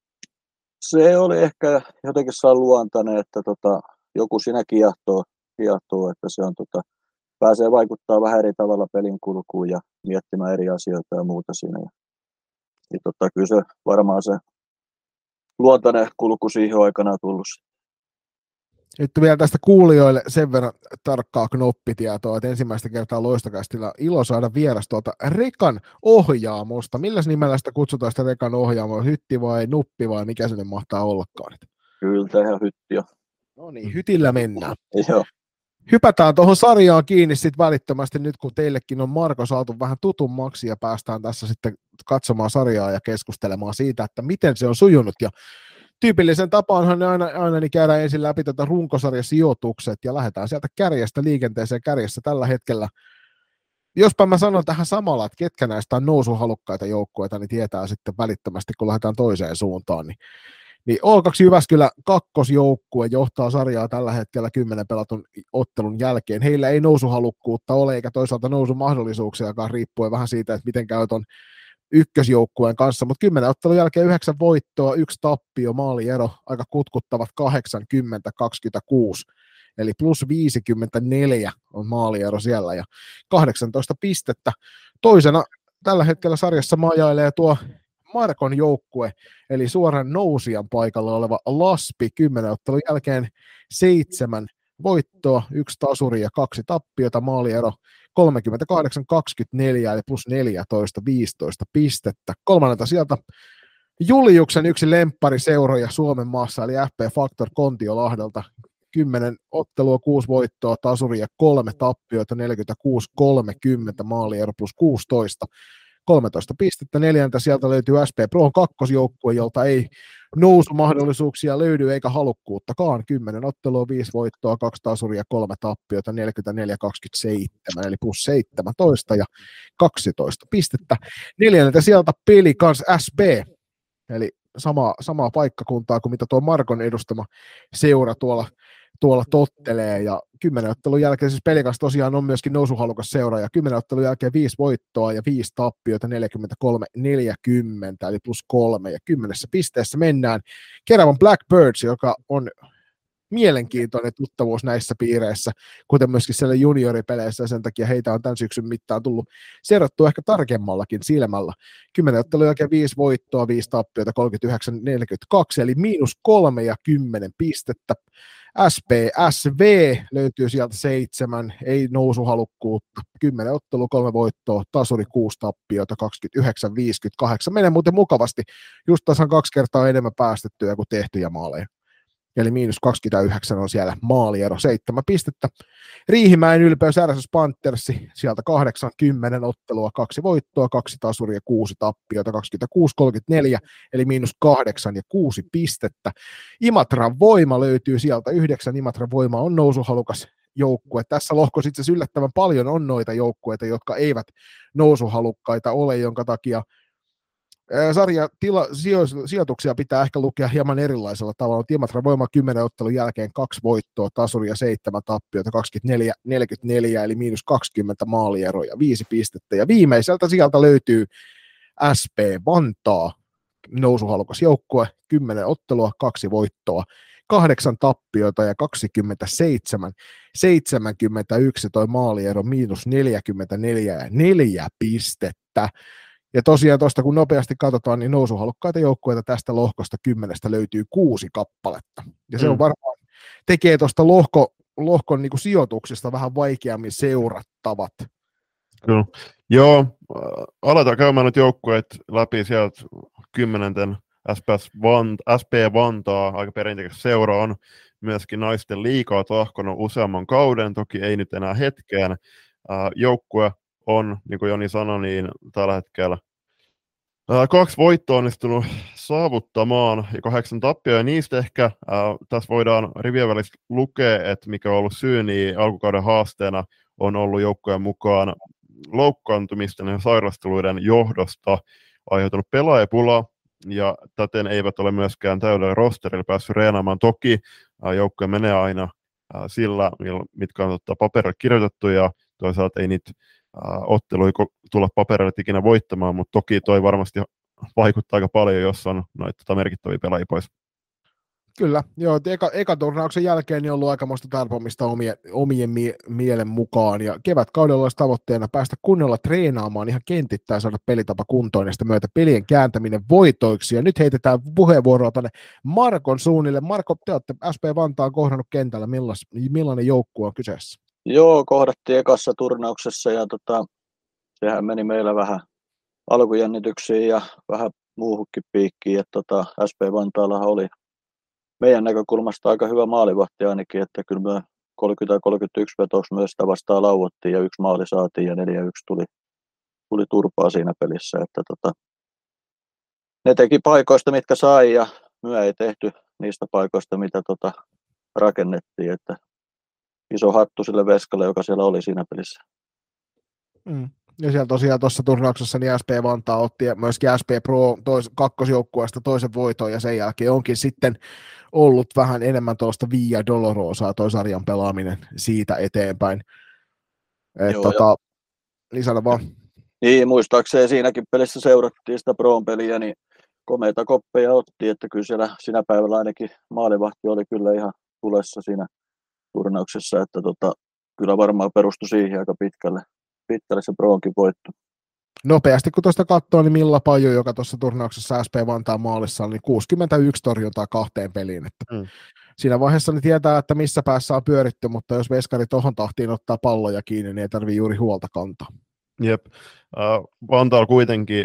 Se oli ehkä jotenkin saa luontainen, että tota, joku siinä kiehtoo, kiehtoo että se on tota, pääsee vaikuttaa vähän eri tavalla pelin kulkuun ja miettimään eri asioita ja muuta siinä. Ja, ja tota, kyllä se varmaan se luontainen kulku siihen aikana tullut. Nyt vielä tästä kuulijoille sen verran tarkkaa knoppitietoa, että ensimmäistä kertaa Loistokästillä ilo saada vieras tuolta Rekan ohjaamosta. Milläs nimellä sitä kutsutaan sitä Rekan ohjaamoa? Hytti vai nuppi vai mikä se nyt mahtaa ollakaan? Kyllä, tämä ihan hytti jo. No niin, hytillä mennään. Joo. Hypätään tuohon sarjaan kiinni sitten välittömästi nyt, kun teillekin on Marko saatu vähän tutummaksi ja päästään tässä sitten katsomaan sarjaa ja keskustelemaan siitä, että miten se on sujunut. Ja tyypillisen tapaanhan aina, aina niin käydään ensin läpi tätä runkosarjasijoitukset ja lähdetään sieltä kärjestä liikenteeseen kärjessä tällä hetkellä. Jospa mä sanon tähän samalla, että ketkä näistä on nousuhalukkaita joukkueita, niin tietää sitten välittömästi, kun lähdetään toiseen suuntaan. Niin, niin O kaksi Jyväskylä kakkosjoukkue johtaa sarjaa tällä hetkellä kymmenen pelatun ottelun jälkeen. Heillä ei nousuhalukkuutta ole, eikä toisaalta nousumahdollisuuksiakaan, riippuen vähän siitä, että miten käy ton ykkösjoukkueen kanssa, mutta kymmenen ottelun jälkeen yhdeksän voittoa, yksi tappio, maaliero, aika kutkuttavat kahdeksankymmentä kaksikymmentäkuusi, eli plus viisikymmentäneljä on maaliero siellä ja kahdeksantoista pistettä. Toisena tällä hetkellä sarjassa majailee tuo Markon joukkue, eli suoran nousijan paikalla oleva Laspi, kymmenen ottelun jälkeen seitsemän voittoa, yksi tasuri ja kaksi tappiota, maaliero kolmekymmentäkahdeksan kaksikymmentäneljä, eli plus neljätoista viisitoista pistettä. Kolmannelta sieltä Juliuksen yksi lemppariseuroja Suomen maassa, eli F P Factor Kontiolahdelta. kymmenen ottelua, kuusi voittoa, tasuri ja kolme tappioita, neljäkymmentäkuusi kolmekymmentä, maaliero plus kuusitoista. kolmetoista pistettä, neljäntä sieltä löytyy S P Proon kakkosjoukkue, jolta ei nousumahdollisuuksia löydy eikä halukkuuttakaan. kymmenen ottelua, viisi voittoa, kaksi tasuria, kolme tappiota, neljäkymmentäneljä kaksikymmentäseitsemän, eli plus seitsemäntoista ja kaksitoista pistettä. Neljäntä sieltä Pelikans S B, eli sama, samaa paikkakuntaa kuin mitä tuo Markon edustama seura tuolla tuolla tottelee, ja kymmenen ottelun jälkeen siis Pelikans tosiaan on myöskin nousuhalukas seura, ja kymmenen ottelun jälkeen viisi voittoa ja viisi tappioita, neljäkymmentäkolme neljäkymmentä, eli plus kolme, ja kymmenessä pisteessä mennään Keravan Blackbirds, joka on mielenkiintoinen tuttavuus näissä piireissä, kuten myöskin siellä junioripeleissä, ja sen takia heitä on tämän syksyn mittaan tullut seurattua ehkä tarkemmallakin silmällä. kymmenen ottelun jälkeen viisi voittoa, viisi tappiota, kolmekymmentäyhdeksän neljäkymmentäkaksi, eli miinus kolme ja kymmenen pistettä. S P S V löytyy sieltä seitsemän, ei nousuhalukkuutta, kymmenen ottelua, kolme voittoa, tasuri kuusi tappiota, kaksikymmentäyhdeksän viisikymmentäkahdeksan. Menee muuten mukavasti, just tasan kaksi kertaa enemmän päästettyjä kuin tehtyjä maaleja. Eli miinus kaksikymmentäyhdeksän on siellä maaliero, seitsemän pistettä. Riihimäen ylpeys R S S Panthersi, sieltä kahdeksan kymmenen ottelua, kaksi voittoa, kaksi tasuria, kuusi tappiota, kaksikymmentäkuusi kolmekymmentäneljä, eli miinus kahdeksan ja kuusi pistettä. Imatran Voima löytyy sieltä yhdeksän, Imatran Voima on nousuhalukas joukkue. Tässä lohkossa itse asiassa yllättävän paljon on noita joukkueita, jotka eivät nousuhalukkaita ole, jonka takia sarja tila, sijo, sijoituksia pitää ehkä lukea hieman erilaisella tavalla. Imatra Voima kymmenen ottelun jälkeen kaksi voittoa, tasuri ja seitsemän tappiota, kaksikymmentäneljä neljäkymmentäneljä, eli miinus kaksikymmentä maalieroja, viisi pistettä. Ja viimeiseltä sieltä löytyy S P Vantaa, nousuhalukas joukkue, kymmenen ottelua, kaksi voittoa, kahdeksan tappiota ja kaksikymmentäseitsemän seitsemänkymmentäyksi toi maaliero, miinus neljäkymmentäneljä ja neljä pistettä. Ja tosiaan tuosta kun nopeasti katsotaan, niin nousuhalukkaita joukkueita tästä lohkosta kymmenestä löytyy kuusi kappaletta. Ja se on varmaan, tekee tuosta lohko, lohkon niin kuin sijoituksista vähän vaikeammin seurattavat. Kyllä. Joo, aletaan käymään nyt joukkueet läpi sieltä kymmenenten S P S Vant- S P Vantaa, aika perinteikäs seura on myöskin naisten liigaa tahkonut useamman kauden, toki ei nyt enää hetkeen. Joukkue on, niin kuin Joni sanoi, niin tällä hetkellä ää, kaksi voittoa onnistunut saavuttamaan ja kahdeksan tappioa, ja niistä ehkä ää, tässä voidaan rivien välissä lukea, että mikä on ollut syy, niin alkukauden haasteena on ollut joukkojen mukaan loukkaantumisten ja sairasteluiden johdosta aiheutunut pelaajapula, ja täten eivät ole myöskään täydellä rosterilla päässyt reenaamaan. Toki joukkoja menee aina sillä, mitkä on totta, paperille kirjoitettu, ja toisaalta ei niitä otteluja tulla paperille ikinä voittamaan, mutta toki toi varmasti vaikuttaa aika paljon, jos on noita merkittäviä pelaajia pois. Kyllä, joo, eka, eka turnauksen jälkeen niin on ollut aikamoista tarpomista omien, omien mie- mielen mukaan, ja kevätkaudella olisi tavoitteena päästä kunnolla treenaamaan ihan kentittäin, saada pelitapa kuntoon, ja sitä myötä pelien kääntäminen voitoiksi, ja nyt heitetään puheenvuoroa tänne Markon suunnille. Marko, te olette S P Vantaan kohdannut kentällä, millas, millainen joukkue on kyseessä? Joo, kohdattiin ekassa turnauksessa, ja tota, sehän meni meillä vähän alkujännityksiin ja vähän muuhunkin piikkiin, että tota, S P Vantaallahan oli meidän näkökulmasta aika hyvä maalivahti ainakin, että kyllä me kolmekymmentä kolmekymmentäyksi vetoksi myös sitä vastaan lauottiin ja yksi maali saatiin ja neljä yksi tuli, tuli turpaa siinä pelissä. Että tota, ne teki paikoista, mitkä sai ja myö ei tehty niistä paikoista, mitä tota, rakennettiin. Että iso hattu sille Veskalle, joka siellä oli siinä pelissä. Mm. Ja siellä tosiaan tuossa turnauksessa niin S P Vantaa otti myöskin S P Pro tois, kakkosjoukkueesta toisen voiton ja sen jälkeen onkin sitten ollut vähän enemmän tuosta Via Dolorosaa toi sarjan pelaaminen siitä eteenpäin. Et Joo, tota, niin sano vaan. Niin, muistaakseni siinäkin pelissä seurattiin sitä Proon peliä, niin komeita koppeja otti, että kyllä siellä sinä päivällä ainakin maalivahti oli kyllä ihan tulessa siinä turnauksessa, että tota, kyllä varmaan perustui siihen aika pitkälle. pitkälle se Proonkin voitto. Nopeasti kun tuosta katsoo, niin Milla Paju, joka tuossa turnauksessa S P Vantaan maalissa oli kuusikymmentäyksi torjuntaa kahteen peliin. Että mm. Siinä vaiheessa niin tietää, että missä päässä on pyöritty, mutta jos veskari tohon tahtiin ottaa palloja kiinni, niin ei tarvitse juuri huolta kantaa. Jep. Uh, Vantaalla kuitenkin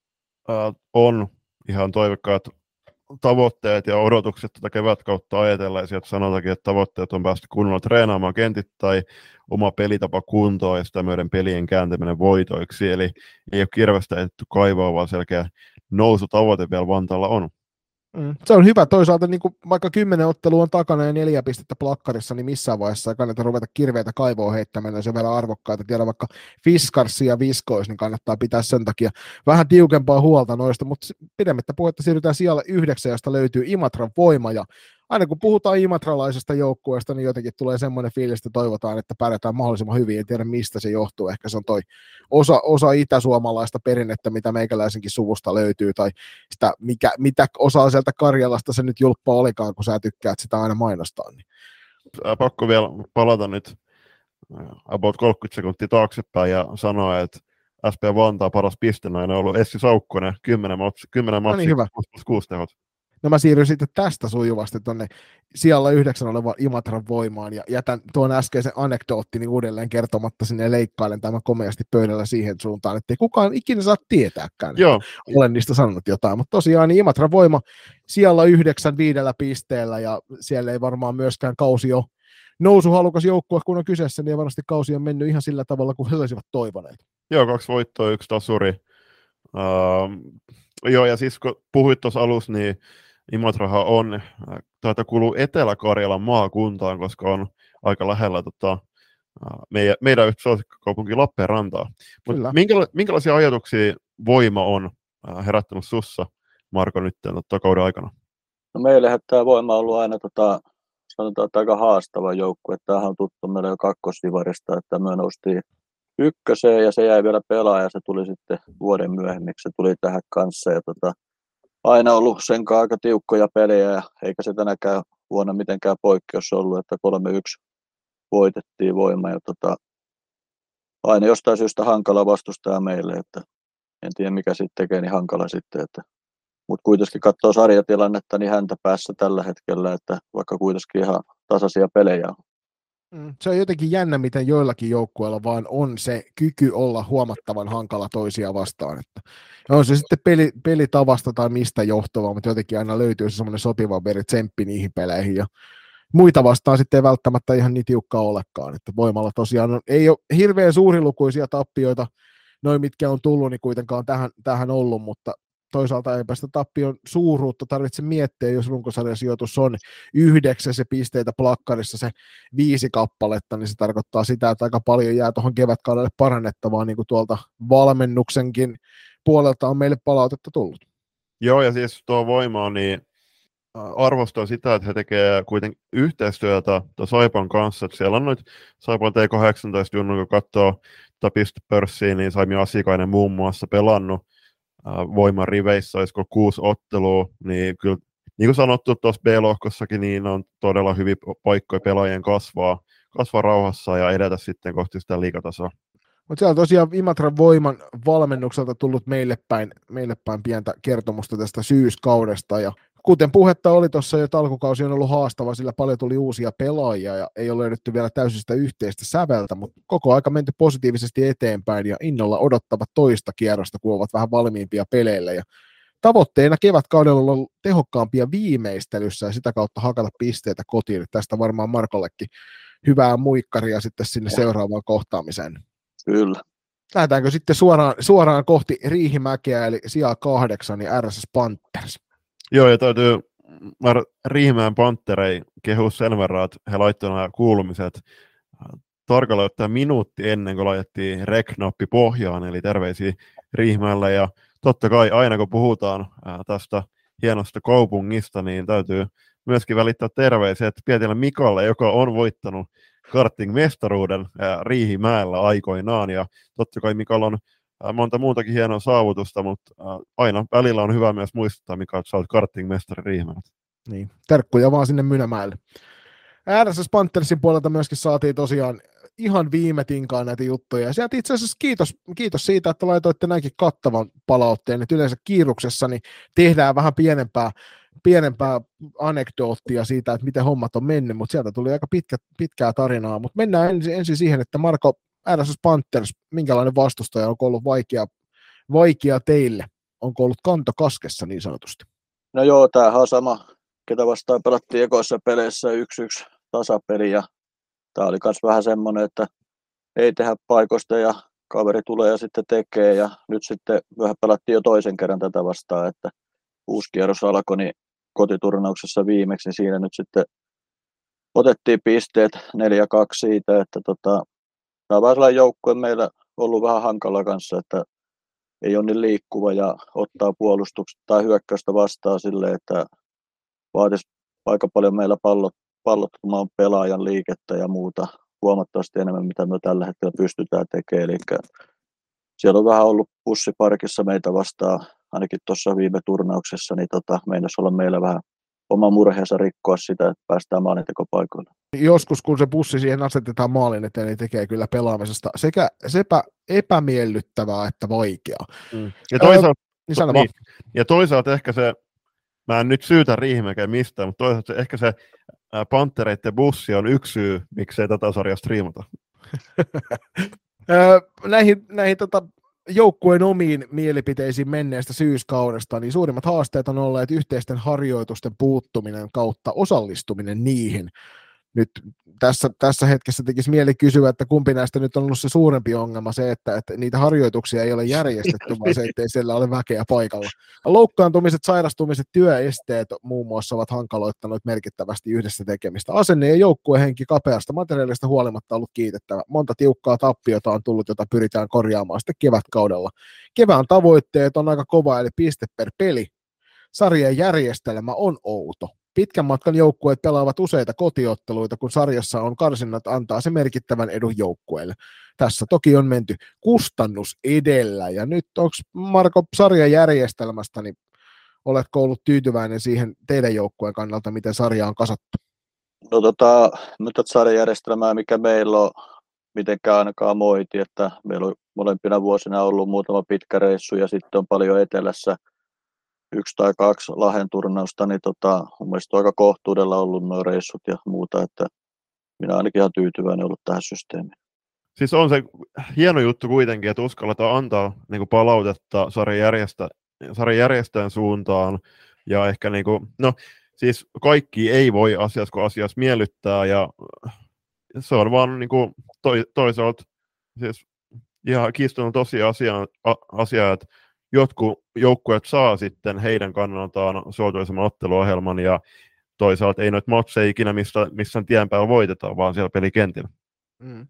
uh, on ihan toivokkaat tavoitteet ja odotukset tätä kevätkautta ajatella, ja sieltä sanotaankin, että tavoitteet on päästä kunnolla treenaamaan kentit tai oma pelitapa kuntoon ja sitä myöden pelien kääntäminen voitoiksi, eli ei ole kirvestä etetty kaivaa, vaan selkeä nousutavoite vielä Vantaalla on. Mm. Se on hyvä. Toisaalta niin kuin vaikka kymmenen ottelua on takana ja neljä pistettä plakkarissa, niin missään vaiheessa ei kannata ruveta kirveitä kaivoa heittämään, jos on vielä arvokkaita. Tiedä vaikka Fiskarsia ja Viskois, niin kannattaa pitää sen takia vähän tiukempaa huolta noista, mutta pidemmittä puhetta siirrytään siellä yhdeksän, josta löytyy Imatran Voima, ja aina kun puhutaan imatralaisesta joukkueesta, niin jotenkin tulee semmoinen fiilis, että toivotaan, että pärjätään mahdollisimman hyvin. En tiedä, mistä se johtuu. Ehkä se on toi osa, osa itäsuomalaista perinnettä, mitä meikäläisenkin suvusta löytyy, tai sitä, mikä, mitä osaa sieltä Karjalasta se nyt julppa olikaan, kun sä tykkäät sitä aina mainostaa. Niin. Pakko vielä palata nyt about kolmekymmentä sekuntia taaksepäin ja sanoa, että S P Vantaa paras pistenainen on ollut Essi Saukkonen, kymmenen matsia, no niin, kuusi tehot. No mä siirryn sitten tästä sujuvasti tuonne siellä yhdeksän oleva Imatran Voimaan ja jätän tuon äskeisen anekdoottini uudelleen kertomatta sinne, leikkailen tämän komeasti pöydällä siihen suuntaan, ettei kukaan ikinä saa tietääkään. Joo. Olen niistä sanonut jotain, mutta tosiaan niin Imatran Voima siellä yhdeksän viidellä pisteellä ja siellä ei varmaan myöskään kausi ole nousuhalukas joukkue, kun on kyseessä, niin varmasti kausi on mennyt ihan sillä tavalla, kuin he olisivat toivoneet. Joo, kaksi voittoa, yksi tasuri. Uh, joo, ja siis kun puhuit tuossa alussa, niin Imatrahan on, tätä kuuluu Etelä-Karjalan maakuntaan, koska on aika lähellä tota, meidän, meidän yhtä suosikkikaupunki Lappeenrantaa. Mutta minkäla- minkälaisia ajatuksia Voima on herättänyt sussa, Marko, nyt tota, kauden aikana? No meillehän tämä Voima on ollut aina tota, sanotaan, että aika haastava joukkue. Tämähän on tuttu meille jo kakkosdivarista, että me noustiin ykköseen ja se jäi vielä pelaa ja se tuli sitten vuoden myöhemmin, se tuli tähän kanssa. Ja tota, aina ollut sen kanssa aika tiukkoja pelejä ja eikä se tänäkään vuonna mitenkään poikkeus ollut, että kolme yksi voitettiin Voima ja tota, aina jostain syystä hankala vastustaja meille, että en tiedä mikä sitten tekee niin hankala sitten, että mutta kuitenkin katsoo sarjatilannetta, niin häntä päässä tällä hetkellä, että vaikka kuitenkin ihan tasaisia pelejä on. Se on jotenkin jännä, miten joillakin joukkueilla vaan on se kyky olla huomattavan hankala toisia vastaan. Että on se sitten peli, pelitavasta tai mistä johtuvaa, mutta jotenkin aina löytyy se semmoinen sopiva veri tsemppi niihin peleihin. Ja muita vastaan sitten ei välttämättä ihan niin tiukkaa olekaan, että Voimalla tosiaan on, ei ole hirveän suurilukuisia tappioita, noin mitkä on tullut, niin kuitenkaan tähän, tähän ollut, mutta toisaalta eipä sitä tappion suuruutta tarvitse miettiä, jos runkosarjan sijoitus on yhdeksäs ja pisteitä plakkarissa se viisi kappaletta, niin se tarkoittaa sitä, että aika paljon jää tuohon kevätkaudelle parannettavaa, niin kuin tuolta valmennuksenkin puolelta on meille palautetta tullut. Joo, ja siis tuo Voima on niin arvostaa sitä, että he tekevät kuitenkin yhteistyötä Saipan kanssa, että siellä on noita Saipan T kahdeksantoista junnu, kun katsoo tätä pistepörssiä, niin Saimi Asikainen muun muassa pelannut Voiman riveissä, olisiko kuusi ottelua, niin kyllä niin kuin sanottu tuossa B-lohkossakin, niin on todella hyviä paikkoja pelaajien kasvaa, kasvaa rauhassa ja edetä sitten kohti sitä liigatasoa. Mutta siellä on tosiaan Imatran Voiman valmennukselta tullut meille päin, meille päin pientä kertomusta tästä syyskaudesta, ja kuten puhetta oli tuossa jo, että alkukausi on ollut haastava, sillä paljon tuli uusia pelaajia ja ei ole löydetty vielä täysin sitä yhteistä säveltä, mutta koko aika menty positiivisesti eteenpäin ja innolla odottavat toista kierrosta, kun ovat vähän valmiimpia peleille. Ja tavoitteena kevätkaudella on ollut tehokkaampia viimeistelyssä ja sitä kautta hakata pisteitä kotiin. Tästä varmaan Markollekin hyvää muikkaria sitten sinne seuraavaan kohtaamiseen. Kyllä. Lähdetäänkö sitten suoraan, suoraan kohti Riihimäkeä, eli sijaa kahdeksan ja R S S Panthers. Joo, ja täytyy Riihimäen Pantherei kehua sen verran, että he laittoivat nämä kuulumiset tarkalleen ottaen minuutti ennen kuin laitettiin rek-nappi pohjaan, eli terveisiä Riihimäelle, ja totta kai aina kun puhutaan tästä hienosta kaupungista, niin täytyy myöskin välittää terveisiä Pietilän Mikalle, joka on voittanut karting-mestaruuden Riihimäellä aikoinaan, ja totta kai Mikalla on monta muutakin hienoa saavutusta, mutta aina välillä on hyvä myös muistuttaa, Mika, että sä olet karting-mestari Riihimäellä. Niin, terkkuja vaan sinne Mynämäelle. R S S Panthersin puolelta myöskin saatiin tosiaan ihan viime tinkaan näitä juttuja. Ja sieltä itse asiassa kiitos, kiitos siitä, että laitoitte näinkin kattavan palautteen, että yleensä kiiruksessa niin tehdään vähän pienempää, pienempää anekdoottia siitä, että miten hommat on mennyt, mutta sieltä tuli aika pitkä, pitkää tarinaa. Mutta mennään ensin, ensin siihen, että Marko, R S S Panthers, minkälainen vastustaja, onko ollut vaikea, vaikea teille? Onko ollut kanto kaskessa niin sanotusti? No joo, tämähän on sama, ketä vastaan pelattiin ekoissa peleissä yksi yksi tasapeli, ja tämä oli myös vähän semmoinen, että ei tehdä paikoista ja kaveri tulee ja sitten tekee, ja nyt sitten vähän pelattiin jo toisen kerran tätä vastaan, että uusi kierros alkoi, niin kotiturnauksessa viimeksi, niin siinä nyt sitten otettiin pisteet neljä kaksi siitä, että tota, tämä on vähän sellainen joukkue meillä ollut vähän hankala kanssa, että ei ole niin liikkuva ja ottaa puolustuksesta tai hyökkäystä vastaan silleen, että vaatisi aika paljon meillä pallot, pallottomaan pelaajan liikettä ja muuta huomattavasti enemmän, mitä me tällä hetkellä pystytään tekemään. Eli siellä on vähän ollut pussiparkissa meitä vastaan, ainakin tuossa viime turnauksessa, niin tota, meinasi olla meillä vähän oma murheensa rikkoa sitä, että päästään maalintekopaikoille. Joskus, kun se pussi siihen asetetaan maalin eteen, niin tekee kyllä pelaamisesta sekä sepä epämiellyttävää että vaikeaa. Mm. Ja, toisaalta, niin sano niin. ja toisaalta ehkä se, mä en nyt syytä Riihimäkeä mistään, mutta toisaalta se, ehkä se Panthereiden bussi on yksi syy, miksei tätä sarjaa striimata. näihin näihin tota, joukkueen omiin mielipiteisiin menneestä syyskaudesta, niin suurimmat haasteet on olleet yhteisten harjoitusten puuttuminen kautta osallistuminen niihin. Nyt tässä, tässä hetkessä tekisi mieli kysyä, että kumpi näistä nyt on ollut se suurempi ongelma, se, että, että niitä harjoituksia ei ole järjestetty, vaan se, ettei siellä ole väkeä paikalla. Loukkaantumiset, sairastumiset, työesteet muun muassa ovat hankaloittaneet merkittävästi yhdessä tekemistä. Asenne ja joukkuehenki kapeasta materiaalista huolimatta ollut kiitettävä. Monta tiukkaa tappiota on tullut, jota pyritään korjaamaan sitten kevätkaudella. Kevään tavoitteet on aika kova, eli piste per peli. Sarjan järjestelmä on outo. Pitkän matkan joukkueet pelaavat useita kotiotteluita, kun sarjassa on karsinnat antaa se merkittävän edun joukkueelle. Tässä toki on menty kustannus edellä, ja nyt onko Marko sarjan järjestelmästä, niin oletko ollut tyytyväinen siihen teidän joukkueen kannalta, miten sarja on kasattu? No tota, nyt tätä sarjajärjestelmää, mikä meillä on, mitenkään ainakaan moiti, että meillä on molempina vuosina ollut muutama pitkä reissu, ja sitten on paljon etelässä yksi tai kaksi Lahden turnausta, niin tota, mun mielestä on aika kohtuudella ollut nuo reissut ja muuta, että minä ainakin ihan tyytyväinen ollut tähän systeemiin. Siis on se hieno juttu kuitenkin, että uskalletaan antaa niin kuin palautetta sarjan järjestäjän suuntaan, ja ehkä niin kuin, no siis kaikki ei voi asiassa kuin asiassa miellyttää, ja se on vaan niin kuin toi, toisaalta siis ihan kiistaton tosiasia, asia, että jotkut joukkueet saa sitten heidän kannaltaan suotuisemman otteluohjelman, ja toisaalta ei noita matseja ikinä missä, missään tien päällä voitetaan, vaan siellä pelikentillä. Mm.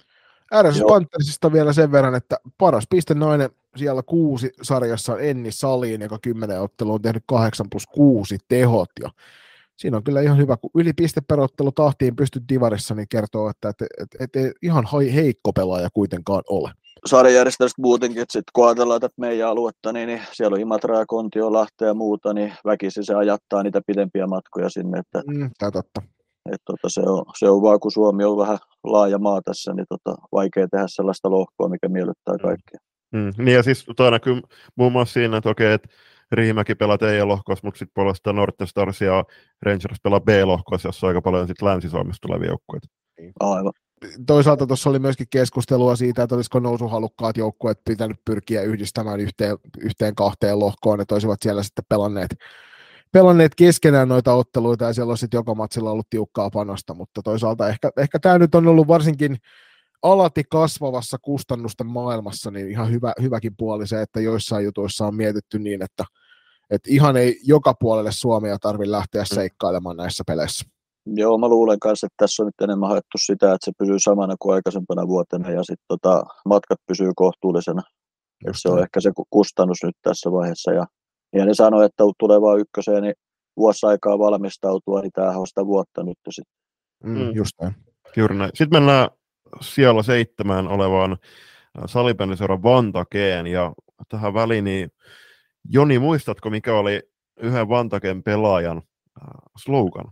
R S Panthersista vielä sen verran, että paras pistenainen siellä kuusi sarjassa on Enni Salin, joka kymmenen ottelua on tehnyt kahdeksan plus kuusi tehot, ja siinä on kyllä ihan hyvä, kun yli piste per ottelu tahtiin pystyt divarissa, niin kertoo, että et, et, et, ihan heikko pelaaja kuitenkaan ole. Sarjajärjestelmästä muutenkin, että sitten kun ajatellaan tätä meidän aluetta, niin, niin siellä on Imatra ja Kontio, Lahti ja muuta, niin väkisin se ajattaa niitä pidempiä matkoja sinne. Että, mm, tämä totta. Että, tota, se, on, se on vaan, kun Suomi on vähän laaja maa tässä, niin tota, vaikea tehdä sellaista lohkoa, mikä miellyttää kaikkia. Mm. Niin ja siis toi näkyy muun muassa siinä, että okei, että Riihimäki pelaa T-lohkossa, mutta sitten puolestaan Northern Stars ja Rangers pelaa B-lohkossa, jossa on aika paljon sitten Länsi-Suomesta tulevia joukkueita. Aivan. Toisaalta tuossa oli myöskin keskustelua siitä, että olisiko nousuhalukkaat joukkueet pitänyt pyrkiä yhdistämään yhteen, yhteen kahteen lohkoon, että olisivat siellä sitten pelanneet, pelanneet keskenään noita otteluita, ja siellä olisi sitten joka matsilla ollut tiukkaa panosta, mutta toisaalta ehkä, ehkä tämä nyt on ollut varsinkin alati kasvavassa kustannusten maailmassa niin ihan hyvä, hyväkin puoli se, että joissain jutuissa on mietitty niin, että, että ihan ei joka puolelle Suomea tarvitse lähteä seikkailemaan näissä peleissä. Joo, mä luulen kanssa, että tässä on nyt enemmän haettu sitä, että se pysyy samana kuin aikaisempana vuotena ja sitten tota, matkat pysyy kohtuullisena. Et se on ehkä se kustannus nyt tässä vaiheessa. Ja, ja ne sanoo, että tulevaan ykköseen niin vuosi aikaa valmistautua, niin tämähän on sitä vuotta nyt sitten. Mm, just näin. Juuri näin. Sitten mennään siellä seitsemään olevaan salibändiseuran Vantakeen, ja tähän väliin, niin Joni, muistatko, mikä oli yhden Vantakeen pelaajan slogan?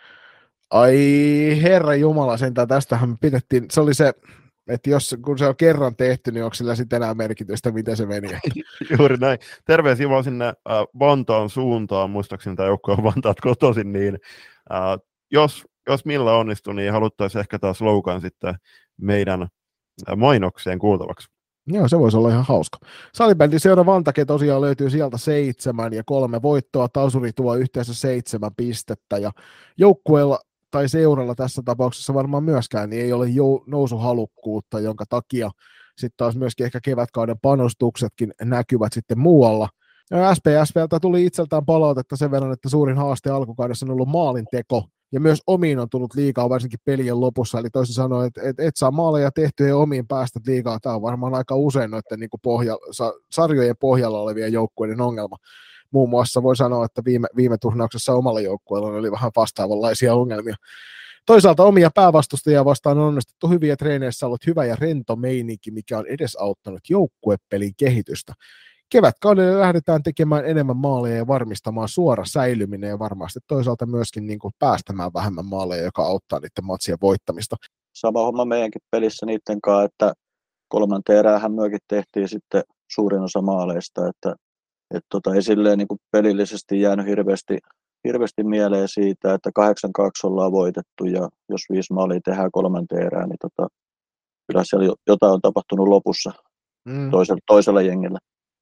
Ai herra jumala, sentään tästähän me pidettiin, se oli se, että jos, kun se on kerran tehty, niin onko sillä sitten enää merkitystä, miten se meni? Juuri näin. Terveisiä vaan sinne äh, Vantaan suuntaan, muistaakseni tämä joukko on Vantaat kotoisin, niin äh, jos, jos millä onnistuu, niin haluttaisiin ehkä tämä slogan sitten meidän mainokseen kuultavaksi. Joo, se voisi olla ihan hauska. Salibändin seura Vantake tosiaan löytyy sieltä seitsemän ja kolme voittoa, tasuri tuo yhteensä seitsemän pistettä, ja joukkueella tai seuralla tässä tapauksessa varmaan myöskään niin ei ole jou- nousuhalukkuutta, jonka takia sitten taas myöskin ehkä kevätkauden panostuksetkin näkyvät sitten muualla. S P S V:ltä tuli itseltään palautetta sen verran, että suurin haaste alkukaudessa on ollut maalinteko, ja myös omiin on tullut liikaa varsinkin pelien lopussa, eli toisin sanoen, että et, et saa maaleja tehtyä ja omiin päästät liikaa. Tämä on varmaan aika usein noiden niin kuin pohja, sa, sarjojen pohjalla olevien joukkueiden ongelma. Muun muassa voi sanoa, että viime, viime turnauksessa omalla joukkueella oli vähän vastaavanlaisia ongelmia. Toisaalta omia päävastustajia vastaan on onnistuttu hyviä treeneissä, ollut hyvä ja rento meininki, mikä on edesauttanut joukkuepelin kehitystä. Kevätkaudelle lähdetään tekemään enemmän maaleja ja varmistamaan suora säilyminen ja varmasti toisaalta myöskin niin kuin päästämään vähemmän maaleja, joka auttaa niiden matsien voittamista. Sama homma meidänkin pelissä niiden kanssa, että kolmanteen eräähän myöskin tehtiin sitten suurin osa maaleista, että et tota, ei silleen niin kuin pelillisesti jäänyt hirveästi, hirveästi mieleen siitä, että kahdeksan kaksi ollaan voitettu ja jos viisi maalia tehdään kolmanteen erään, niin tota, kyllä siellä jotain on tapahtunut lopussa mm. toisella, toisella jengillä.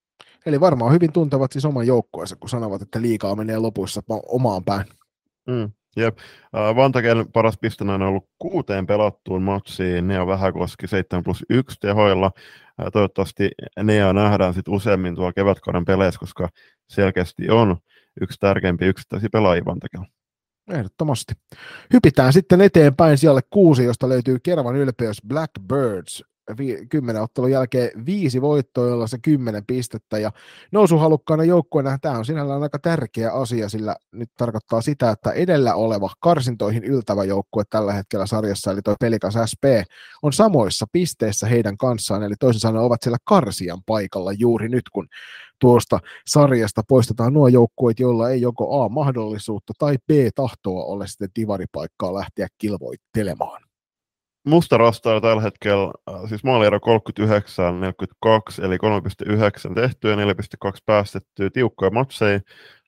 Eli varmaan hyvin tuntevat siis oman joukkueensa, kun sanovat, että liikaa menee lopuissa omaan päin. Mm, jep. Vantaken paras pistenäinen on ollut kuuteen pelattuun matsiin. Nea Vähäkoski seitsemän plus yksi tehoilla. Toivottavasti Nea nähdään sit useammin tuolla kevätkauden peleissä, koska selkeästi on yksi tärkeimpiä yksittäisiä pelaajia Vantakella. Ehdottomasti. Hypitään sitten eteenpäin siellä kuusi, josta löytyy Keravan ylpeys Blackbirds. Kymmenen ottelun jälkeen viisi voittoa, jolla se kymmenen pistettä, ja nousuhalukkaana joukkueena tämä on sinällään aika tärkeä asia, sillä nyt tarkoittaa sitä, että edellä oleva karsintoihin yltävä joukkue tällä hetkellä sarjassa, eli tuo Pelikas S P, on samoissa pisteissä heidän kanssaan, eli toisin sanoen ovat siellä karsijan paikalla juuri nyt, kun tuosta sarjasta poistetaan nuo joukkueet, joilla ei joko A mahdollisuutta tai B tahtoa ole sitten divaripaikkaa lähteä kilvoittelemaan. Musta Rasta tällä hetkellä, siis maaliero kolmekymmentäyhdeksän neljäkymmentäkaksi, eli kolme pilkku yhdeksän tehtyä ja neljä pilkku kaksi päästettyä, tiukkoja matseja.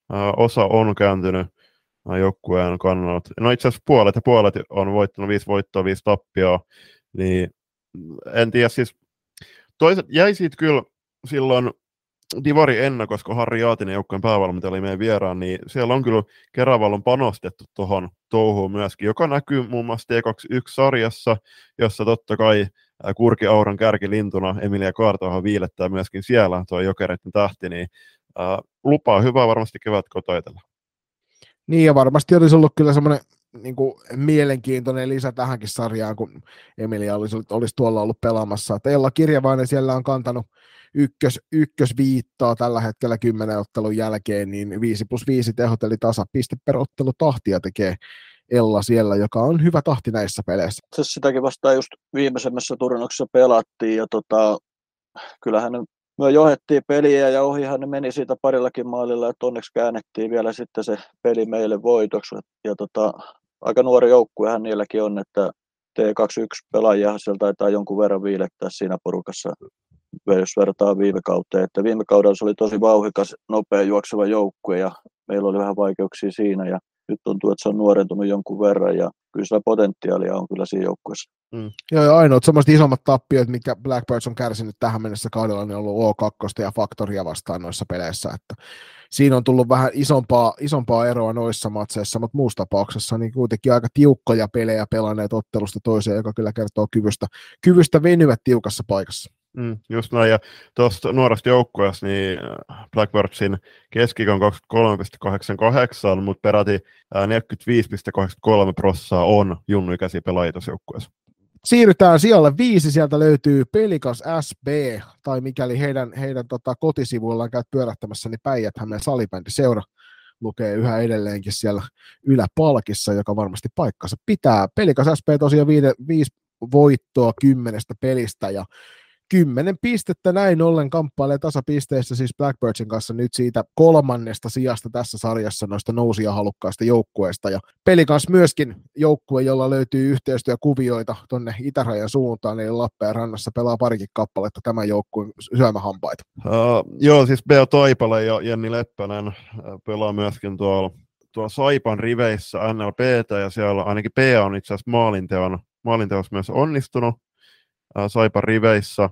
Osa on kääntynyt joukkueen kannalta. No itse asiassa puolet ja puolet on voittanut viisi voittoa, viisi tappioa, niin en tiedä, siis toiset jäi siitä kyllä silloin Divari Ennakossa, kun Harri Jaatinen joukkueen päävalmentaja oli meidän vieraan, niin siellä on kyllä Keravalla on panostettu tuohon touhuun myöskin, joka näkyy muun muassa T kaksikymmentäyksi-sarjassa, jossa totta kai Kurki Auran kärkilintuna Emilia Kaartohan viilettää myöskin siellä tuo Jokereiden tähti, niin ää, lupaa hyvää varmasti kevät kotoitella. Niin ja varmasti olisi ollut kyllä semmoinen niin kuin mielenkiintoinen lisä tähänkin sarjaan, kun Emilia olisi, olisi tuolla ollut pelaamassa. Että Ella Kirjavainen siellä on kantanut ykkös, ykkösviittaa tällä hetkellä kymmenen ottelun jälkeen, niin viisi plus viisi tehot, eli tasapiste per ottelu tahtia tekee Ella siellä, joka on hyvä tahti näissä peleissä. Sitäkin vastaan just viimeisemmässä turnauksessa pelattiin, ja tota, kyllähän me johdettiin peliä ja ohihan ne meni siitä parillakin maalilla, että onneksi käännettiin vielä sitten se peli meille voitoksi. Ja tota, aika nuori joukkuehan niilläkin on, että T kaksikymmentäyksi-pelaajia sieltä taitaa jonkun verran viilettää siinä porukassa, jos vertaa viime kauteen. Että viime kaudella se oli tosi vauhdikas, nopea juokseva joukkue ja meillä oli vähän vaikeuksia siinä. Ja nyt tuntuu, että se on nuorentunut jonkun verran ja kyllä sillä potentiaalia on kyllä siinä joukkueessa. Mm. Joo, ja ainoat semmoiset isommat tappiot, mitkä Blackbirds on kärsinyt tähän mennessä kaudella, niin on ollut O kaksi ja Faktoria vastaan noissa peleissä, että siinä on tullut vähän isompaa, isompaa eroa noissa matseissa, mutta muussa tapauksessa niin kuitenkin aika tiukkoja pelejä pelanneet ottelusta toiseen, joka kyllä kertoo kyvystä, kyvystä venyä tiukassa paikassa. Mm, just näin, ja tuosta nuoresta joukkueesta, niin Blackbirdsin keskikon kaksikymmentäkolme pilkku kahdeksankymmentäkahdeksan, mutta peräti neljäkymmentäviisi pilkku kahdeksankymmentäkolme prosenttia on junnuikäisiä pelaajia tuossa joukkueessa. Siirrytään sijalle viisi, sieltä löytyy Pelikas S B, tai mikäli heidän, heidän tota, kotisivuillaan käyt pyörähtämässä, niin Päijät-Hämeen salibändiseura lukee yhä edelleenkin siellä yläpalkissa, joka varmasti paikkansa pitää. Pelikas S B tosiaan viide, viisi voittoa kymmenestä pelistä, ja kymmenen pistettä näin ollen kamppailee tasapisteissä siis Blackbirdsin kanssa nyt siitä kolmannesta sijasta tässä sarjassa noista nousijahalukkaista joukkueista. Ja Pelikans myöskin joukkue, jolla löytyy yhteistyökuvioita tonne itärajan suuntaan, eli Lappeenrannassa pelaa parikin kappaletta tämän joukkueen syömähampaita. Uh, joo, siis Beo Taipale ja Jenni Leppänen pelaa myöskin tuolla, tuolla Saipan riveissä N L P:tä, ja siellä ainakin P on itse asiassa maalinteon, maalinteossa myös onnistunut uh, Saipan riveissä.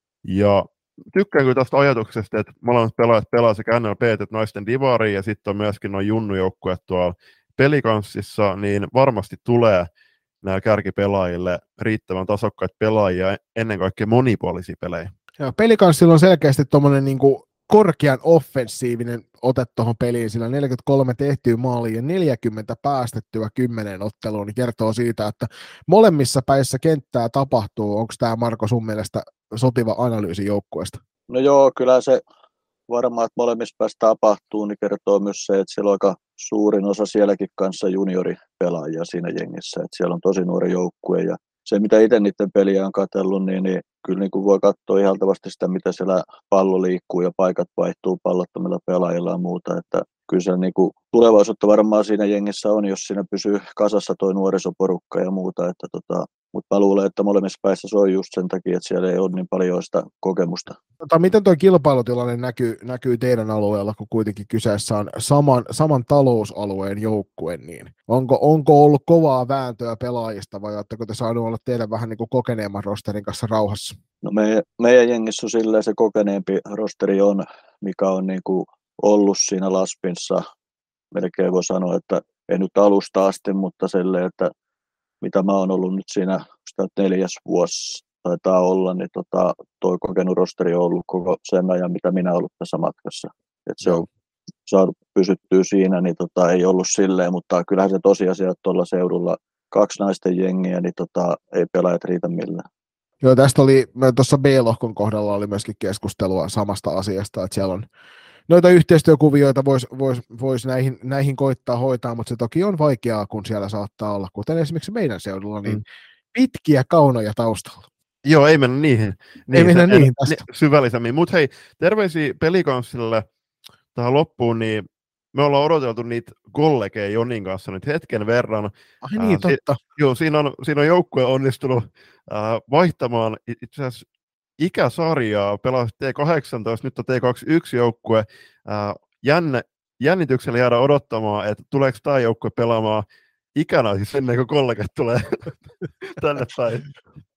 Ja tykkään kyllä tästä ajatuksesta, että molemmat pelaajat pelaa sekä N L P että naisten divari, ja sitten on myöskin nuo junnujoukkueet tuolla Pelikanssissa, niin varmasti tulee nämä kärkipelaajille riittävän tasokkaita pelaajia, ennen kaikkea monipuolisia pelejä. Ja Pelikanssilla on selkeästi tuommoinen niinku korkean offensiivinen ote tuohon peliin, sillä neljäkymmentäkolme tehtyä maalia ja neljäkymmentä päästettyä kymmenen otteluun, niin kertoo siitä, että molemmissa päissä kenttää tapahtuu. Onko tämä, Marko, sun mielestä sopiva analyysi joukkueesta? No joo, kyllä se varmaan, että molemmissa päässä tapahtuu, niin kertoo myös se, että siellä on aika suurin osa sielläkin kanssa junioripelaajia siinä jengissä, että siellä on tosi nuori joukkue, ja se, mitä itse niiden peliä on katsellut, niin, niin kyllä niin kuin voi katsoa ihaltavasti sitä, mitä siellä pallo liikkuu ja paikat vaihtuu pallottomilla pelaajilla ja muuta, että kyllä se niin kuin tulevaisuutta varmaan siinä jengissä on, jos siinä pysyy kasassa toi nuorisoporukka ja muuta, että tota, mutta mä luulen, että molemmissa päissä se on just sen takia, että siellä ei ole niin paljon sitä kokemusta. Tota, miten tuo kilpailutilanne näkyy, näkyy teidän alueella, kun kuitenkin kyseessä on saman, saman talousalueen joukkue, niin onko, onko ollut kovaa vääntöä pelaajista, vai oletteko te saanut olla teidän vähän niin kuin kokeneemman rosterin kanssa rauhassa? No me, meidän jengissä on silleen se kokeneempi rosteri on, mikä on niin kuin ollut siinä Laspinssa. Melkein voi sanoa, että ei nyt alusta asti, mutta silleen, että mitä mä oon ollut nyt siinä sitä neljäs vuosi taitaa olla, niin tota, toi kokenut rosteri on ollut koko sen ajan, mitä minä olen ollut tässä matkassa. Et se on saanut pysyttyä siinä, niin tota, ei ollut silleen, mutta kyllähän se tosiasia, että tuolla seudulla kaksi naisten jengiä, niin tota, ei pelaajat riitä millään. Joo, tästä oli, tuossa B-lohkon kohdalla oli myöskin keskustelua samasta asiasta, että siellä on noita yhteistyökuvioita voisi vois, vois näihin, näihin koittaa hoitaa, mutta se toki on vaikeaa, kun siellä saattaa olla, kuten esimerkiksi meidän seudulla, niin mm. pitkiä kaunoja taustalla. Joo, ei mennä niihin, niin, ei mennä niihin tästä. Syvällisemmin. Mutta hei, terveisiä Pelikanssille tähän loppuun, niin me ollaan odoteltu niitä kollegeja Jonin kanssa nyt hetken verran. Ai niin, äh, totta. Si- joo, siinä on, siinä on joukkue onnistunut äh, vaihtamaan itse asiassa ikäsarjaa, pelasi T kahdeksantoista, nyt on T kaksikymmentäyksi joukkue. Äh, jänne, jännityksellä jäädä odottamaan, että tuleeko tämä joukkue pelaamaan ikänä siis ennen kuin kollegat tulee tänne päin.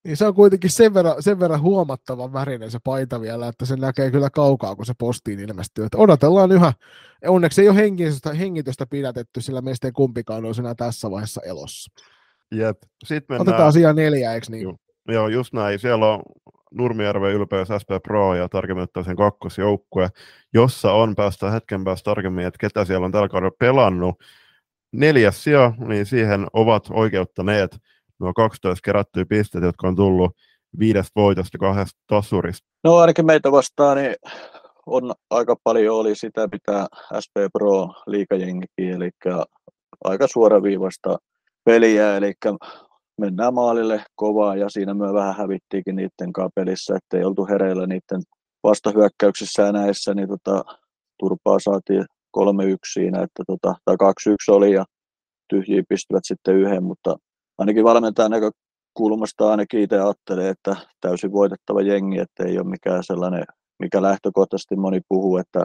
Niin se on kuitenkin sen verran, sen verran huomattavan värinen se paita vielä, että se näkee kyllä kaukaa, kun se postiin ilmestyy. Että odotellaan yhä. Onneksi ei ole hengitystä, hengitystä pidätetty, sillä meistä ei kumpikaan olisi enää tässä vaiheessa elossa. Jep. Sitten mennään... Otetaan sijaan neljä, eikö niin? Joo, joo, just näin. Siellä on Nurmijärven Ylpeys S P Pro ja tarkemmin ottaen sen kakkosjoukkue, jossa on, päästään hetken päästä tarkemmin, että ketä siellä on tällä kaudella pelannut. Neljäs sija, niin siihen ovat oikeuttaneet nuo kaksitoista kerättyä pisteet, jotka on tullut viidestä voitosta ja kahdesta tasurista. No ainakin meitä vastaan, niin on aika paljon oli sitä pitää S P Pro liigajengikin, eli aika suoraviivasta peliä, eli mennään maalille kovaa ja siinä me vähän hävittiinkin niiden kanssa pelissä, ettei oltu hereillä niiden vastahyökkäyksissä ja näissä, niin tota, turpaa saatiin kolme yksi siinä, että tota, tai kaksi yksi oli ja tyhjiä pistivät sitten yhden, mutta ainakin valmentajan näkökulmasta ainakin itse ajattelee, että täysin voitettava jengi, että ei ole mikään sellainen, mikä lähtökohtaisesti moni puhuu, että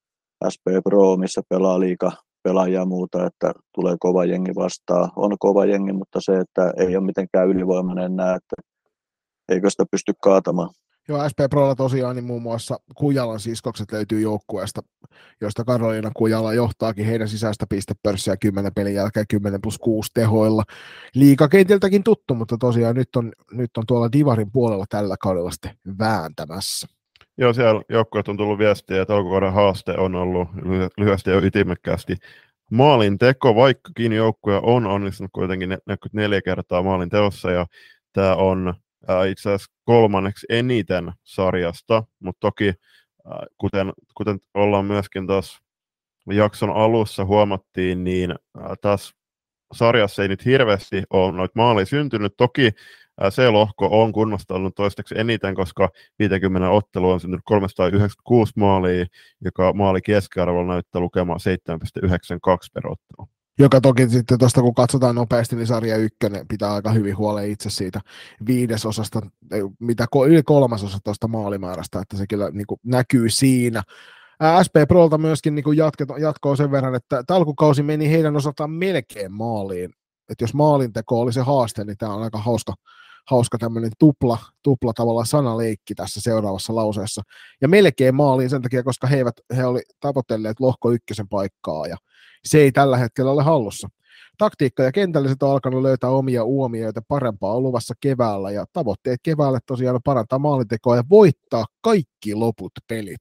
S P Pro, missä pelaa liiga pelaajia ja muuta, että tulee kova jengi vastaan. On kova jengi, mutta se, että ei ole mitenkään ylivoimainen enää, että eikö sitä pysty kaatamaan. Joo, S P Prolla tosiaan niin muun muassa Kujalan siskokset löytyy joukkueesta, josta Karoliina Kujala johtaakin heidän sisäistä pistepörssiä kymmenen pelin jälkeen kymmenen plus kuusi tehoilla. Liigakentiltäkin tuttu, mutta tosiaan nyt on, nyt on tuolla Divarin puolella tällä kaudella sitten vääntämässä. Joo, siellä joukkueet on tullut viestiä, että alkukauden haaste on ollut lyhyesti ja ytimekkäästi maalin teko, vaikkakin joukkue on onnistunut kuitenkin neljäkymmentäneljä kertaa maalin teossa, ja tämä on ää, itse asiassa kolmanneksi eniten sarjasta, mutta toki ää, kuten, kuten ollaan myöskin tuossa jakson alussa huomattiin, niin ää, tässä sarjassa ei nyt hirveästi ole noita maaleja syntynyt. Toki C-lohko on kunnostanut toistaiseksi eniten, koska viisikymmentä ottelua on syntynyt kolmesataayhdeksänkymmentäkuusi maalia, joka maali keskiarvolla näyttää lukemaan seitsemän pilkku yhdeksänkymmentäkaksi per ottelu. Joka toki sitten tuosta kun katsotaan nopeasti, niin sarja ykkönen pitää aika hyvin huolen itse siitä viidesosasta, mitä yli kolmasosa tuosta maalimäärästä, että se kyllä niin kuin näkyy siinä. S P Prolta myöskin niin jatkoo sen verran, että alkukausi meni heidän osaltaan melkein maaliin. Että jos maalinteko oli se haaste, niin tämä on aika hauska, hauska tämmöinen tupla, tupla tavallaan sanaleikki tässä seuraavassa lauseessa. Ja melkein maaliin sen takia, koska he, eivät, he oli tavoitelleet lohko ykkösen paikkaa, ja se ei tällä hetkellä ole hallussa. Taktiikka ja kentälliset on alkanut löytää omia uomioita, parempaa on luvassa keväällä, ja tavoitteet keväälle tosiaan on parantaa maalintekoa ja voittaa kaikki loput pelit.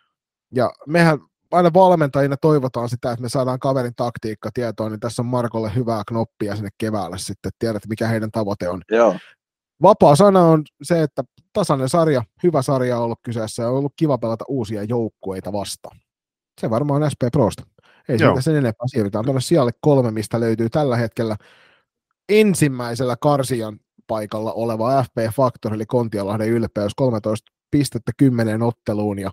Ja mehän aina valmentajina toivotaan sitä, että me saadaan kaverin taktiikka tietoon, niin tässä on Markolle hyvää knoppia sinne keväälle sitten, tiedät mikä heidän tavoite on. Joo. Vapaa sana on se, että tasainen sarja, hyvä sarja on ollut kyseessä ja on ollut kiva pelata uusia joukkueita vastaan. Se varmaan on S P Prosta. Ei Joo. siitä sen enempää. Siirrytään tuonne sijalle kolme, mistä löytyy tällä hetkellä ensimmäisellä karsijan paikalla oleva F P Factor, eli Kontiolahden Ylpeys, kolmetoista pistettä kymmeneen otteluun, ja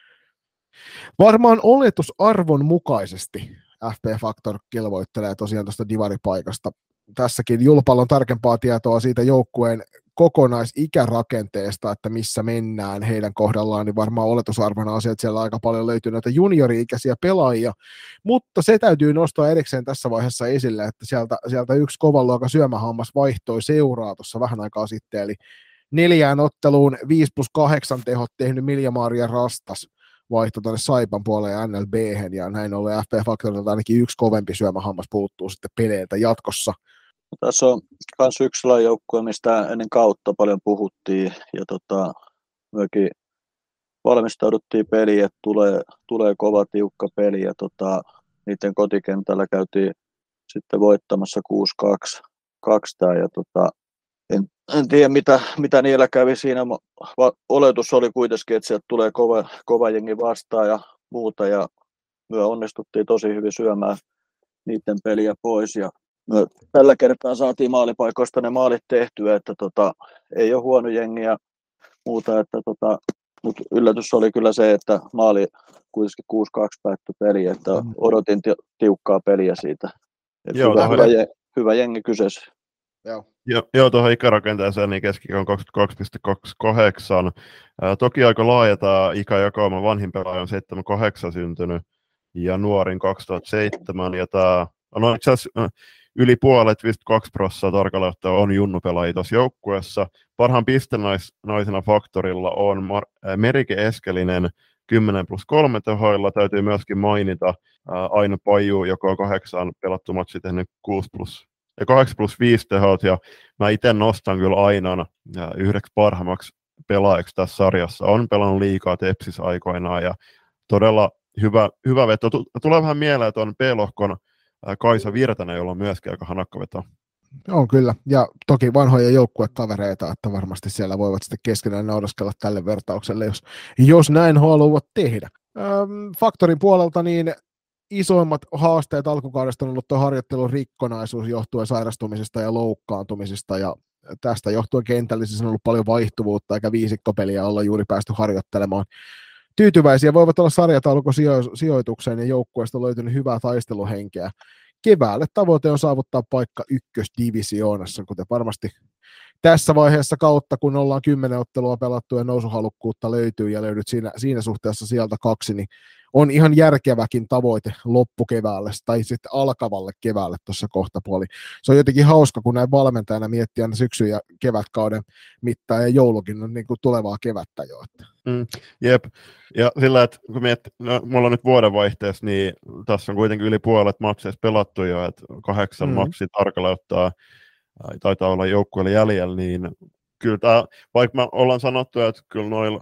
varmaan oletusarvon mukaisesti F P Factor kilvoittelee tosiaan tuosta divaripaikasta. Tässäkin Julpalla on tarkempaa tietoa siitä joukkueen kokonaisikärakenteesta, että missä mennään heidän kohdallaan, niin varmaan oletusarvona on se, että siellä aika paljon löytyy näitä juniori-ikäisiä pelaajia, mutta se täytyy nostaa erikseen tässä vaiheessa esille, että sieltä, sieltä yksi kovan luokan syömähammas vaihtoi seuraa tuossa vähän aikaa sitten, eli neljään otteluun viisi plus kahdeksan tehot tehnyt Milja-Maria Rastas vaihtoi tuonne Saipan puolelle ja N L B:hen, ja näin ollen F P Factorilta ainakin yksi kovempi syömähammas puuttuu sitten peleiltä jatkossa. Tässä on myös yksi joukkue, mistä ennen kautta paljon puhuttiin, ja tota, mekin valmistauduttiin peliin, että tulee, tulee kova tiukka peli, ja tota, niiden kotikentällä käytiin sitten voittamassa kuusi kaksi, ja tota, en, en tiedä mitä, mitä niillä kävi siinä. Oletus oli kuitenkin, että sieltä tulee kova, kova jengi vastaan ja muuta, ja me onnistuttiin tosi hyvin syömään niiden peliä pois, ja me tällä kertaa saatiin maalipaikoista ne maalit tehtyä, että tota, ei ole huono jengi ja muuta, että tota, mutta yllätys oli kyllä se, että maali kuitenkin kuusi kaksi päättyi peli, että odotin ti- tiukkaa peliä siitä. Joo, hyvä, hyvä, je- hyvä jengi kyseessä. Joo. Joo, joo, tuohon ikärakenteeseen niin keskikä on kaksikymmentäkaksi pilkku kaksikymmentäkahdeksan. Ää, toki aika laaja tämä ikäjakauma, vanhin pelaaja on seitsemänkymmentäkahdeksan syntynyt ja nuorin kaksituhattaseitsemän. Ja tämä, no itse asiassa yli puolet, viisikymmentäkaksi prosenttia tarkalleen ottaen on junnupelaajia tuossa joukkueessa. Parhaan pistenaisena faktorilla on Mar- Merike Eskelinen kymmenen plus kolme tehoilla. Täytyy myöskin mainita ää, Aino Paju, joka on kahdeksan pelattu matsi tehnyt kuusi plus ja kahdeksan plus viisi tehot, ja mä itse nostan kyllä Ainan ää, yhdeksi parhaimmaksi pelaajaksi tässä sarjassa. On pelannut liikaa Tepsis aikoinaan, ja todella hyvä, hyvä veto. Tulee vähän mieleen, että on P-lohkon Kaisa Virtanen, jolla on myöskin aika hanakka veto. On kyllä, ja toki vanhoja joukkuekavereita, että varmasti siellä voivat sitten keskenään nauraskella tälle vertaukselle, jos, jos näin haluavat tehdä. Ähm, Faktorin puolelta niin isoimmat haasteet alkukaudesta on ollut tuo harjoittelun rikkonaisuus johtuen sairastumisesta ja loukkaantumisista, ja tästä johtuen kentällisesti on ollut paljon vaihtuvuutta, eikä viisikkopeliä olla juuri päästy harjoittelemaan. Tyytyväisiä voivat olla sarjataulukon sijoitukseen, ja joukkueesta on löytynyt hyvää taisteluhenkeä. Keväälle tavoite on saavuttaa paikka ykkösdivisioonassa, kuten varmasti tässä vaiheessa kautta, kun ollaan kymmenen ottelua pelattu ja nousuhalukkuutta löytyy ja löydyt siinä, siinä suhteessa sieltä kaksi, niin on ihan järkeväkin tavoite loppukeväälle tai sitten alkavalle keväälle tuossa kohtapuoli. Se on jotenkin hauska, kun näin valmentajana miettii aina syksyn ja kevätkauden mittaan, ja joulukin on niin kuin tulevaa kevättä jo. Mm, jep, ja sillä, että kun miettii, no, mulla on nyt vuodenvaihteessa, niin tässä on kuitenkin yli puolet matseista pelattu jo, että kahdeksan mm. matsia tarkalleen ottaa, taitaa olla joukkueelle jäljellä, niin kyllä tämä, vaikka me ollaan sanottu, että kyllä noilla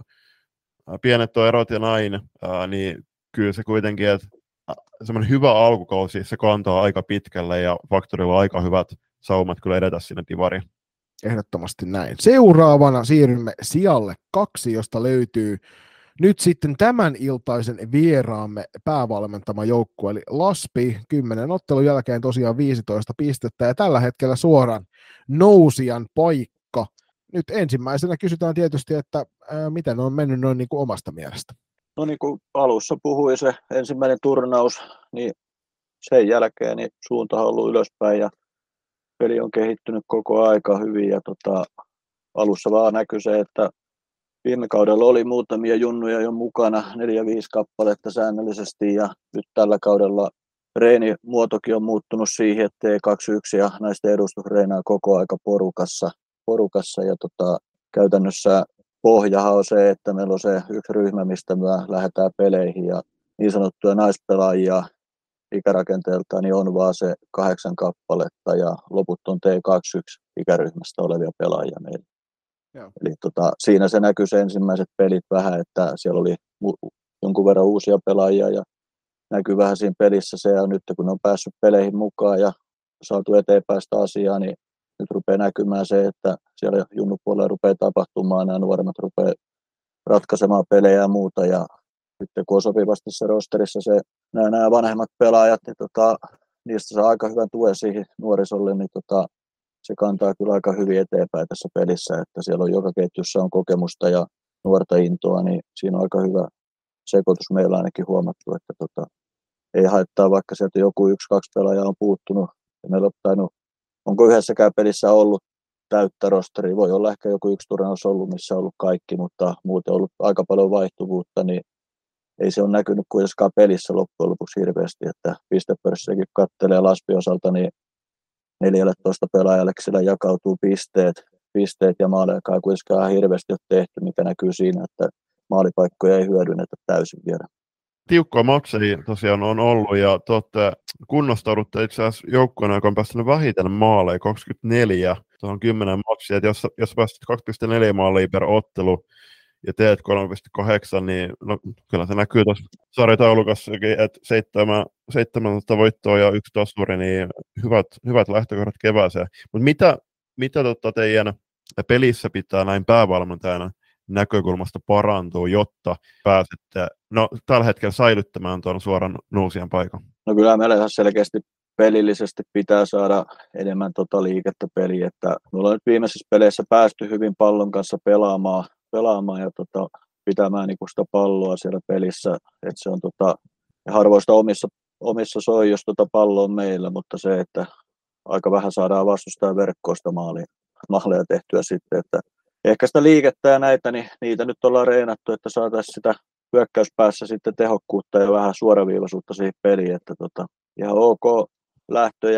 pienet on erot ja näin, ää, niin kyllä se kuitenkin, että semmoinen hyvä alkukausi, se kantaa aika pitkälle, ja Faktorilla on aika hyvät saumat kyllä edetä sinne divariin. Ehdottomasti näin. Seuraavana siirrymme sijalle kaksi, josta löytyy nyt sitten tämän iltaisen vieraamme päävalmentama joukkue, eli Laspi, kymmenen ottelun jälkeen tosiaan viisitoista pistettä, ja tällä hetkellä suoraan nousijan paikka. Nyt ensimmäisenä kysytään tietysti, että ää, miten on mennyt noin niin kuin omasta mielestä. No niin kuin alussa puhui se ensimmäinen turnaus, niin sen jälkeen niin suunta on ollut ylöspäin ja peli on kehittynyt koko aika hyvin. Ja tota, alussa vaan näkyi se, että viime kaudella oli muutamia junnuja jo mukana, neljä viisi kappaletta säännöllisesti, ja nyt tällä kaudella reenimuotokin on muuttunut siihen, että T kaksikymmentäyksi ja naisten edustus reenaa koko aika porukassa, porukassa ja tota, käytännössä pohjahan on se, että meillä on se yksi ryhmä, mistä me lähdetään peleihin, ja niin sanottuja naispelaajia ikärakenteelta niin on vaan se kahdeksan kappaletta, ja loput on T kaksikymmentäyksi ikäryhmästä olevia pelaajia meillä. Joo. Eli tota, siinä se näkyy se ensimmäiset pelit vähän, että siellä oli mu- jonkun verran uusia pelaajia, ja näkyy vähän siinä pelissä se, ja nyt kun on päässyt peleihin mukaan ja saatu eteenpäin sitä asiaa, niin nyt rupeaa näkymään se, että siellä junnupuolella rupeaa tapahtumaan, nämä nuoremmat rupeaa ratkaisemaan pelejä ja muuta, ja nyt kun on sopivasti se rosterissa se, nämä, nämä vanhemmat pelaajat, niin tota, niistä saa aika hyvän tuen siihen nuorisolle, niin tota, se kantaa kyllä aika hyvin eteenpäin tässä pelissä, että siellä on joka ketjussa on kokemusta ja nuorta intoa, niin siinä on aika hyvä sekoitus meillä ainakin huomattu, että tota, ei haittaa, vaikka sieltä joku yksi, kaksi pelaajaa on puuttunut, ja meillä on tainnut, onko yhdessäkään pelissä ollut täyttä rosteria, voi olla ehkä joku yksi turnaus ollut, missä on ollut kaikki, mutta muuten on ollut aika paljon vaihtuvuutta, niin ei se ole näkynyt kuitenkaan pelissä loppujen lopuksi hirveästi, että pistepörssiäkin kattelee Laspin osalta, niin neljätoista pelaajalle sillä jakautuu pisteet, pisteet ja maalejakaan ei kuitenkaan hirveästi ole tehty, mikä näkyy siinä, että maalipaikkoja ei hyödynnetä täysin vielä. Tiukkoa matseja tosiaan on ollut, ja te olette kunnostaudutte itse asiassa joukkueena, joka on päästänyt vähiten maaleja, kaksikymmentäneljä, tuohon kymmenen matsia, että jos, jos päästet kaksi pilkku neljä maalia per ottelu ja teet kolme pilkku kahdeksan, niin no, kyllä se näkyy tuossa sarjataulukassakin, että seitsemän, seitsemän voittoa ja yksi tasuri, niin hyvät, hyvät lähtökohdat kevääseen. Mutta mitä, mitä tota teidän pelissä pitää näin päävalmentajana näkökulmasta parantuu, jotta pääsette no, tällä hetkellä säilyttämään tuon suoran nousijan paikan? No kyllä meillä ihan selkeästi pelillisesti pitää saada enemmän tota liikettä peliä, että me ollaan nyt viimeisissä peleissä päästy hyvin pallon kanssa pelaamaan, pelaamaan ja tota, pitämään niinku sitä palloa siellä pelissä, että se on tota, harvoista omissa, omissa soi, jos tota pallo on meillä, mutta se, että aika vähän saadaan vastustaa verkkoista maalia, maaleja tehtyä sitten, että ehkä sitä liikettä ja näitä, niin niitä nyt ollaan reenattu, että saataisiin sitä hyökkäyspäässä sitten tehokkuutta ja vähän suoraviivaisuutta siihen peliin, että tota, ihan ok lähtöjä ja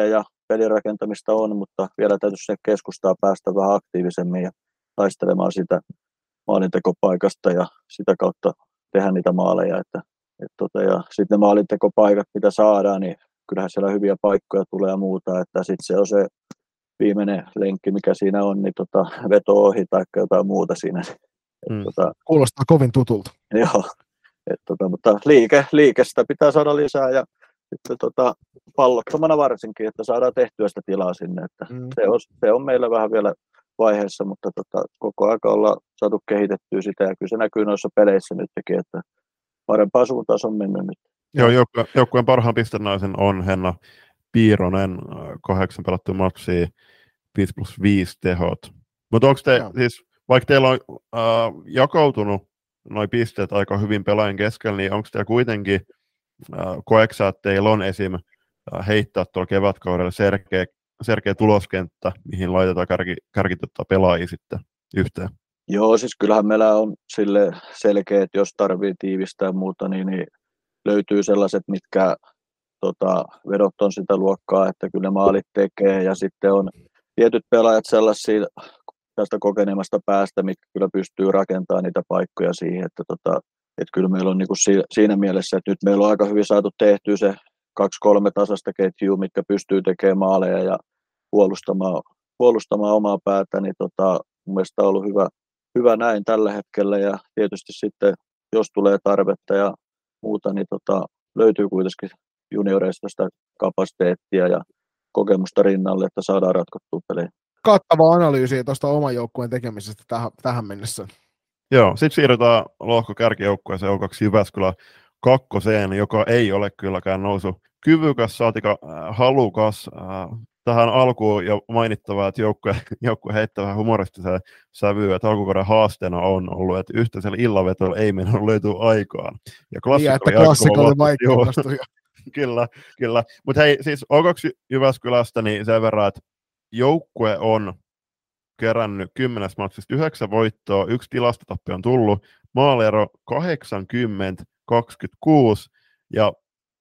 pelirakentamista on, mutta vielä täytyisi sinne keskustaa päästä vähän aktiivisemmin ja taistelemaan sitä maalintekopaikasta ja sitä kautta tehdä niitä maaleja. Että, et tota, ja sitten ne maalintekopaikat, mitä saadaan, niin kyllähän siellä hyviä paikkoja tulee ja muuta, että sitten se on se viimeinen lenkki, mikä siinä on, niin tota, veto ohi tai jotain muuta siinä. Et, mm. tota, Kuulostaa kovin tutulta. Joo, et, tota, mutta liike, liikestä pitää saada lisää ja sitten tota, pallottomana varsinkin, että saadaan tehtyä sitä tilaa sinne. Että mm. se, on, se on meillä vähän vielä vaiheessa, mutta tota, koko aika ollaan saatu kehitettyä sitä ja kyllä se näkyy noissa peleissä nytkin, että parempaan suuntaan se on mennyt nyt. Joo, joukkueen parhaan pistenaisen on Henna Piironen, kahdeksan pelattua matsia, viisi plus viisi tehot. Mutta onko te, Joo. siis, vaikka teillä on äh, jakautunut nuo pisteet aika hyvin pelaajien keskellä, niin onko teillä kuitenkin, äh, koeksä, että teillä on esim. Äh, heittää tuolla kevätkaudella selkeä, selkeä tuloskenttä, mihin laitetaan kärki, kärkituttaa pelaajia sitten yhteen? Joo, siis kyllähän meillä on sille selkeä, että jos tarvii tiivistää ja muuta, niin, niin löytyy sellaiset, mitkä tota, vedot on sitä luokkaa, että kyllä ne maalit tekee ja sitten on tietyt pelaajat sellaisia tästä kokeneemmasta päästä, mitkä kyllä pystyy rakentamaan niitä paikkoja siihen, että, tota, että kyllä meillä on niin kuin siinä mielessä, että nyt meillä on aika hyvin saatu tehtyä se kaksi kolme tasasta ketjua, mitkä pystyy tekemään maaleja ja puolustamaan, puolustamaan omaa päätä, niin tota, mun mielestä on ollut hyvä, hyvä näin tällä hetkellä ja tietysti sitten, jos tulee tarvetta ja muuta, niin tota, löytyy kuitenkin junioreista sitä kapasiteettia ja kokemusta rinnalle, että saadaan ratkottua pelejä. Kattava analyysi tuosta oman joukkueen tekemisestä tähän, tähän mennessä. Joo, sitten siirrytään lohko kärkijoukkueeseen O kaksi Jyväskylä kakkoseen, joka ei ole kylläkään nousu kyvykäs, saatika äh, halukas. Äh, tähän alkuun jo mainittavaa, että joukkue, joukkue heittää vähän humoristiseen sävyyn, että alkukauden haasteena on ollut, että yhteisellä illavetolla ei mennä löytyy aikaan. Ja klassikko niin, oli, klassikko oli vaikea. Kyllä, kyllä. Mutta hei, siis O kaksi Jyväskylästä niin sen verran, että joukkue on kerännyt kymmenes matsista yhdeksän voittoa, yksi tilastotappi on tullut, maaliero kahdeksankymmentä kaksikymmentäkuusi, ja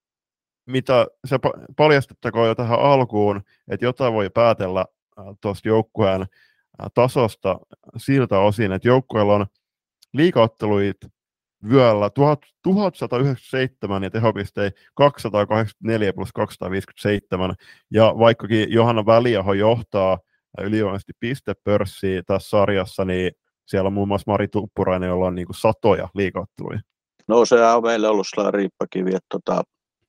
mitä se paljastettakoon jo tähän alkuun, että jotain voi päätellä tuosta joukkueen tasosta siltä osin, että joukkueella on liigaotteluita vyöllä tuhatsata yhdeksänkymmentäseitsemän ja tehopisteitä kaksisataakahdeksankymmentäneljä plus kaksisataaviisikymmentäseitsemän, ja vaikkakin Johanna Väliaho johtaa ylivoimaisesti pistepörssiä tässä sarjassa, niin siellä on muun muassa Mari Tuppurainen, jolla on niin kuin satoja liigaotteluja. No se on meille ollut sellainen riippakivi, että tota,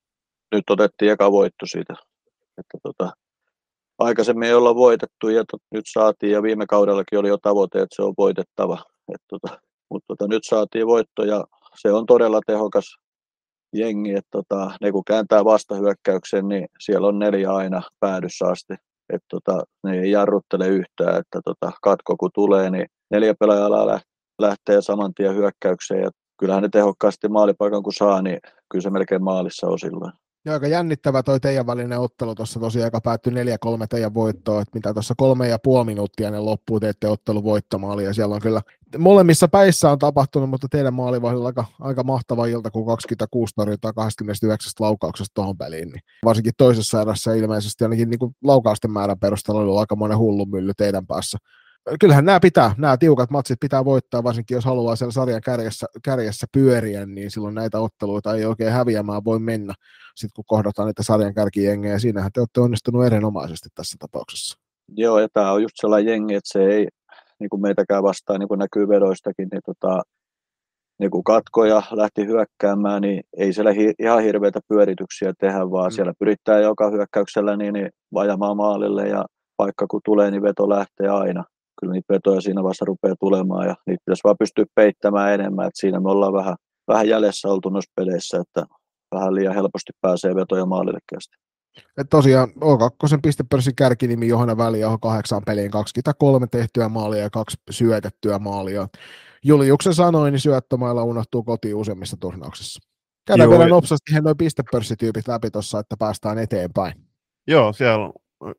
nyt otettiin eka voitto siitä. Että tota, aikaisemmin ei olla voitettu ja tot, nyt saatiin, ja viime kaudellakin oli jo tavoite, että se on voitettava. Että tota, mutta tota, nyt saatiin voitto ja se on todella tehokas jengi, että tota, ne kun kääntää vastahyökkäyksen, niin siellä on neljä aina päädyssä asti. Että tota, ne ei jarruttele yhtään, että tota, katko kun tulee, niin neljä pelaajaa lähtee saman tien hyökkäykseen ja kyllähän ne tehokkaasti maalipaikan kun saa, niin kyllä se melkein maalissa on silloin. Ja aika jännittävä toi teidän välinen ottelu tuossa tosiaan, joka päättyi neljä kolme teidän voittoon, että mitä tuossa kolme ja puoli minuuttia ne loppuu, teette ottelu voittomaali, ja siellä on kyllä molemmissa päissä on tapahtunut, mutta teidän maalivahdilla aika, aika mahtava ilta, kun kaksikymmentäkuusi torjuntaa kaksikymmentäyhdeksän laukauksesta tuohon peliin, niin varsinkin toisessa erässä ilmeisesti ainakin niin kuin laukausten määrän perusteella oli aika monen hullu mylly teidän päässä. Kyllähän nämä pitää, nämä tiukat matsit pitää voittaa, varsinkin jos haluaa siellä sarjan kärjessä, kärjessä pyöriä, niin silloin näitä otteluita ei oikein häviämään voi mennä, sitten kun kohdataan niitä sarjan kärkijengejä, siinähän te olette onnistunut erinomaisesti tässä tapauksessa. Joo, ja tämä on just sellainen jengi, että se ei niin kuin meitäkään vastaan, niin kuin näkyy vedoistakin, niin, tota, niin kun katkoja lähti hyökkäämään, niin ei siellä hi- ihan hirveitä pyörityksiä tehdä, vaan mm. siellä pyrittää joka hyökkäyksellä niin, niin vajamaan maalille, ja paikka kun tulee, niin veto lähtee aina. Kyllä niitä vetoja siinä vasta rupeaa tulemaan ja niitä pitäisi vaan pystyä peittämään enemmän, että siinä me ollaan vähän, vähän jäljessä oltu noissa peleissä, että vähän liian helposti pääsee vetoja maalille kästi. Et tosiaan O kaksi pistepörssin kärkinimi Johanna Väliaho kahdeksan peliin kaksikymmentäkolme tehtyä maalia ja kaksi syötettyä maalia. Juliuksen sanoin, niin syöttömailla unohtuu kotiin useimmissa turnauksissa. Käydään Joo, vielä nopsasti noin pistepörssityypit läpi tuossa, että päästään eteenpäin. Joo, siellä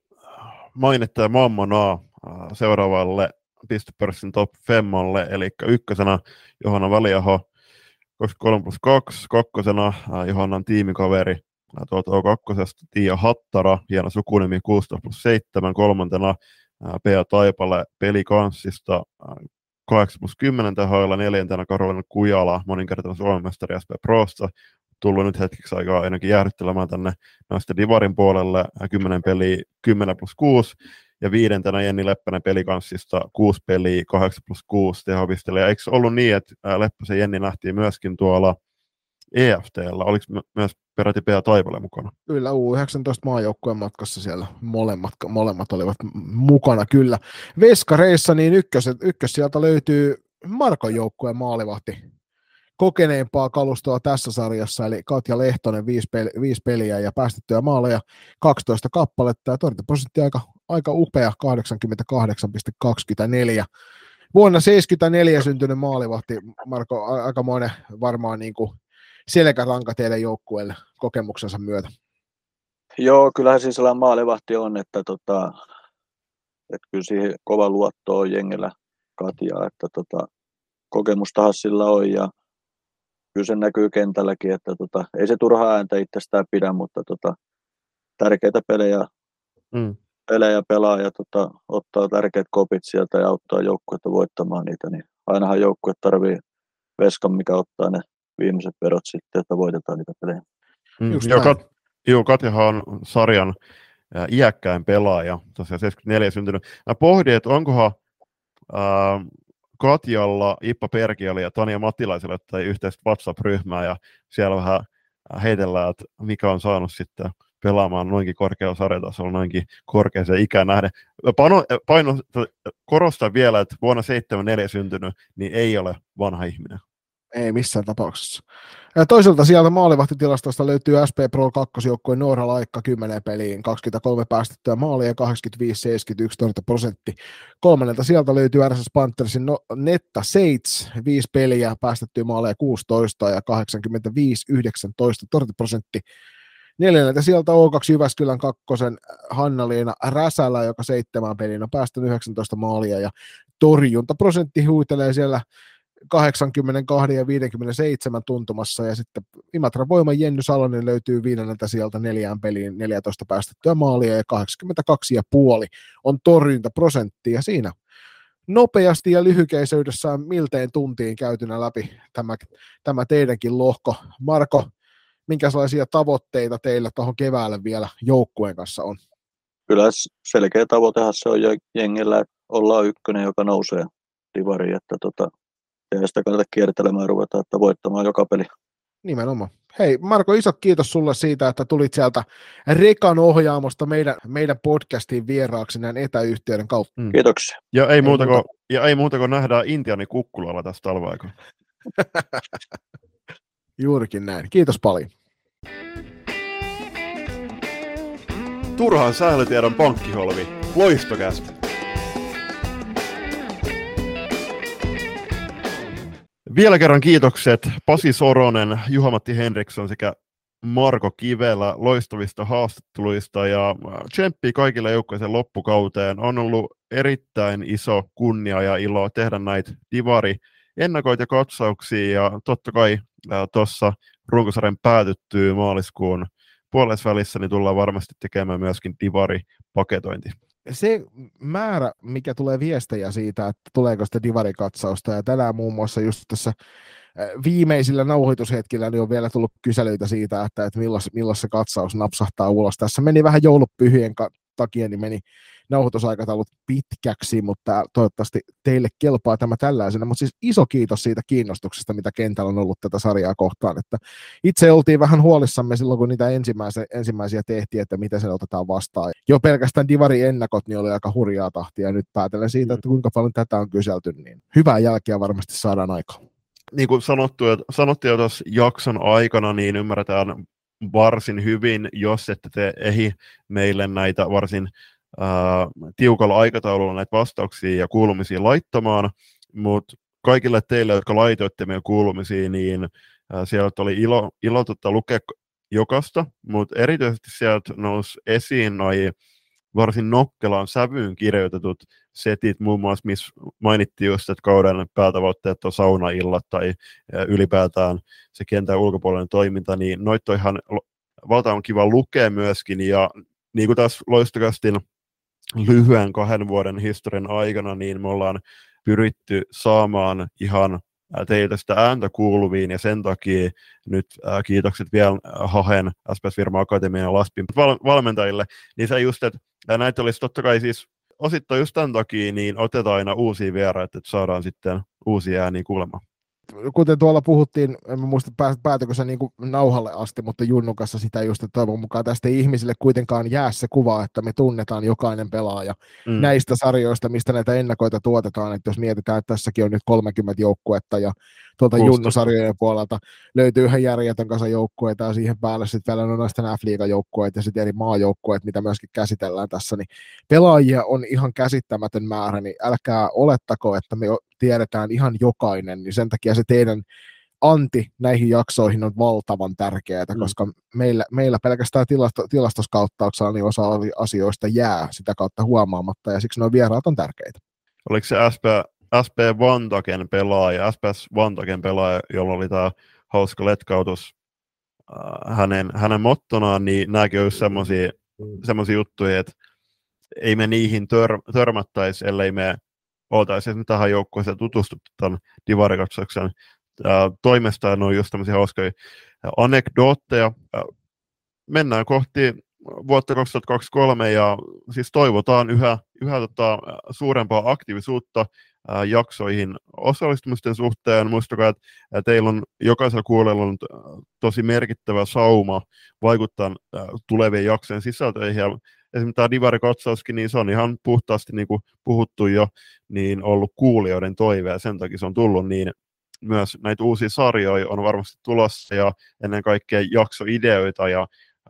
mainittaa Mammonaa seuraavalle pistepörssin top femmolle, eli ykkösenä Johanna Väliaho kaksikymmentäkolme plus kaksi, kakkosena Johannan tiimikaveri tuolta O kaksi Tiia Hattara, hieno sukunimi kuusitoista plus seitsemän, kolmantena Pea Taipale Pelikanssista kahdeksan plus kymmenen tehoilla, neljäntenä Karolina Kujala, moninkertainen Suomen mestari S P Prosta, tullut nyt hetkeksi aikaa ainakin jäähdyttelemään tänne naisten divarin puolelle, kymmenen peliä, kymmenen plus kuusi, ja viidentenä Jenni Leppänen Pelikanssista, kuusi peliä, kahdeksan plus kuusi tehopistelejä. Eikö ollut niin, että Leppäsen Jenni nähtiin myöskin tuolla E F T:llä, oliko myös peräti Pea Taipale mukana? Kyllä, U yhdeksäntoista maajoukkueen matkassa siellä molemmat, molemmat olivat mukana, kyllä. Veskareissa niin ykkös, ykkös sieltä löytyy Markon joukkueen maalivahti, kokeneempaa kalustoa tässä sarjassa, eli Katja Lehtonen, viisi, peli, viisi peliä ja päästettyjä maaleja, kaksitoista kappaletta, ja torjuntaprosentti aika, aika upea, kahdeksankymmentäkahdeksan pilkku kaksikymmentäneljä. Vuonna seitsemänkymmentäneljä syntynyt maalivahti, Marko, aikamoinen varmaan niin kuin selkäranka teille joukkueelle kokemuksensa myötä. Joo, kyllähän siis sellainen maalivahti on, että, tota, että kyllä siihen kova luotto on jengellä Katjaa, että tota, kokemustahan sillä on ja kyllä se näkyy kentälläkin, että tota, ei se turhaa ääntä itsestään pidä, mutta tota, tärkeitä pelejä, mm. pelejä pelaa ja tota, ottaa tärkeät kopit sieltä ja auttaa joukkuetta voittamaan niitä, niin ainahan joukkue tarvii veskan, mikä ottaa ne viimeiset perot sitten, että voitetaan niitä pelejä. Mm. Joo, Kat- joo, Katjahan on sarjan äh, iäkkäin pelaaja, tosiaan seitsemänkymmentäneljä syntynyt. Mä pohdin, että onkohan äh, Katjalla, Ippa Perkiöllä ja Tania Mattilaisella tai yhteistä WhatsApp-ryhmää, ja siellä vähän heitellään, että mikä on saanut sitten pelaamaan noinkin korkealla sarjatasolla, noinkin korkeaseen ikään nähden. Paino, paino, korostan vielä, että vuonna seitsemänkymmentäneljä syntynyt, niin ei ole vanha ihminen. Ei missään tapauksessa. Ja toisaalta sieltä maalivahtitilastosta löytyy S P Pro kakkosjoukkueen Noora Laikka kymmenen peliin, kaksikymmentäkolme päästettyä maalia ja kahdeksankymmentäviisi seitsemänkymmentäyksi torjuntaprosentti. Kolmannelta sieltä löytyy R S S Panthersin no, Netta Seitz, viisi peliä, päästettyä maaleja kuusitoista ja kahdeksankymmentäviisi yhdeksäntoista torjuntaprosentti. Neljänneltä sieltä O kaksi Jyväskylän kakkosen Hanna-Liina Räsälä, joka seitsemän peliin on päästänyt yhdeksäntoista maalia ja torjuntaprosentti huitelee siellä kahdeksankymmentäkaksi ja viisikymmentäseitsemän tuntumassa, ja sitten Imatran Voiman Jenny Salonen löytyy viidenneltä sieltä neljään peliin neljätoista päästettyä maalia, ja kahdeksankymmentäkaksi pilkku viisi on torjuntaprosentti, ja siinä nopeasti ja lyhykeisyydessään miltein tuntiin käytynä läpi tämä, tämä teidänkin lohko. Marko, minkälaisia tavoitteita teillä tuohon keväälle vielä joukkueen kanssa on? Kyllä selkeä tavoitehan se on jengillä, että ollaan ykkönen, joka nousee divariin, että tota, ei sitä kannata kiertelemään ruveta, että voittamaan joka peli. Nimenomaan. Hei Marko, iso kiitos sulle siitä, että tulit sieltä Rekan ohjaamosta meidän, meidän podcastiin vieraaksi näin etäyhteyden kautta. Mm. Kiitoksia. Ja ei, ei muuta kuin, ja ei muuta kuin nähdään Intiani kukkulalla tästä talveaikoina. Juurikin näin. Kiitos paljon. Turhaan sählytiedon pankkiholvi. Loistokästä. Vielä kerran kiitokset Pasi Soronen, Juha-Matti Henriksson sekä Marko Kivelä loistavista haastatteluista ja tsemppii kaikille joukkueiden loppukauteen. On ollut erittäin iso kunnia ja ilo tehdä näitä divari-ennakoita ja katsauksia ja totta kai tuossa runkosarjan päätyttyy maaliskuun puolesvälissä, niin tullaan varmasti tekemään myöskin divari-paketointi. Se määrä, mikä tulee viestejä siitä, että tuleeko sitä divarikatsausta, ja tänään muun muassa just tässä viimeisillä nauhoitushetkillä niin on vielä tullut kyselyitä siitä, että, että milloin, milloin se katsaus napsahtaa ulos. Tässä meni vähän joulupyhien takia, niin meni nauhoitusaikataulut pitkäksi, mutta toivottavasti teille kelpaa tämä tällaisena. Mutta siis iso kiitos siitä kiinnostuksesta, mitä kentällä on ollut tätä sarjaa kohtaan. Että itse oltiin vähän huolissamme silloin, kun niitä ensimmäisiä, ensimmäisiä tehtiin, että miten se otetaan vastaan. Jo pelkästään divari-ennakot niin oli aika hurjaa tahtia, ja nyt päätellen siitä, että kuinka paljon tätä on kyselty, niin hyvää jälkeä varmasti saadaan aikaan. Niin kuin sanottu, sanottiin jo tuossa jakson aikana, niin ymmärretään varsin hyvin, jos ette te ehi meille näitä varsin Uh, tiukalla aikataululla näitä vastauksia ja kuulumisia laittamaan, mutta kaikille teille, jotka laitoitte meidän kuulumisia, niin uh, sieltä oli ilo, ilo tota, lukea jokaista, mutta erityisesti sieltä nousi esiin noi varsin nokkelaan sävyyn kirjoitetut setit, muun muassa missä mainittiin just, että kauden päätavoitteet on saunaillat tai uh, ylipäätään se kentän ulkopuolinen toiminta, niin noita on ihan valtavan kiva lukea myöskin, ja niin kuin tässä Loistokastin lyhyen kahden vuoden historian aikana, niin me ollaan pyritty saamaan ihan teiltä sitä ääntä kuuluviin, ja sen takia nyt ää, kiitokset vielä Hahen, S P S-firma Akatemian ja Laspin val- valmentajille, niin se just, että näitä olisi totta kai siis osittain just tämän takia, niin otetaan aina uusia vieraita, että saadaan sitten uusia ääniä kuulemaan. Kuten tuolla puhuttiin, en muista päätökö se niin kuin nauhalle asti, mutta Junnun kanssa sitä just, että toivon mukaan tästä ei ihmisille kuitenkaan jää se kuva, että me tunnetaan jokainen pelaaja mm. näistä sarjoista, mistä näitä ennakoita tuotetaan, että jos mietitään, että tässäkin on nyt kolmekymmentä joukkuetta ja tuolta Junnu-sarjojen puolelta löytyy yhden järjetön kanssa joukkueita ja siihen päälle sitten vielä noista F-liigan joukkueet ja sitten eri maajoukkueet, mitä myöskin käsitellään tässä, niin pelaajia on ihan käsittämätön määrä, niin älkää olettako, että me tiedetään ihan jokainen, niin sen takia se teidän anti näihin jaksoihin on valtavan tärkeää, mm. koska meillä, meillä pelkästään tilasto, tilastoskauttauksella niin osa asioista jää sitä kautta huomaamatta, ja siksi nuo vieraat on tärkeitä. Oliko se S P, S P Vantaken pelaaja, S P S Vantaken pelaaja, jolla oli tämä hauska letkautus äh, hänen, hänen mottonaan, niin nämäkin olisi semmoisia semmoisia juttuja, että ei me niihin tör, törmättäisi, ellei me oltaisiin tähän joukkueeseen tutustuttu tämän divarikatsauksen toimesta, ja ne on just tämmöisiä hauskoja anekdootteja. Mennään kohti vuotta kaksituhattakaksikymmentäkolme, ja siis toivotaan yhä, yhä tota, suurempaa aktiivisuutta ää, jaksoihin osallistumisten suhteen. Muistakaa, että teillä on jokaisella kuulella on tosi merkittävä sauma vaikuttaa ää, tulevien jaksojen sisältöihin, ja esimerkiksi tämä divarikatsauskin, niin se on ihan puhtaasti niin kuin puhuttu jo, niin ollut kuulijoiden toive, ja sen takia se on tullut, niin myös näitä uusia sarjoja on varmasti tulossa, ja ennen kaikkea jaksoideoita, ja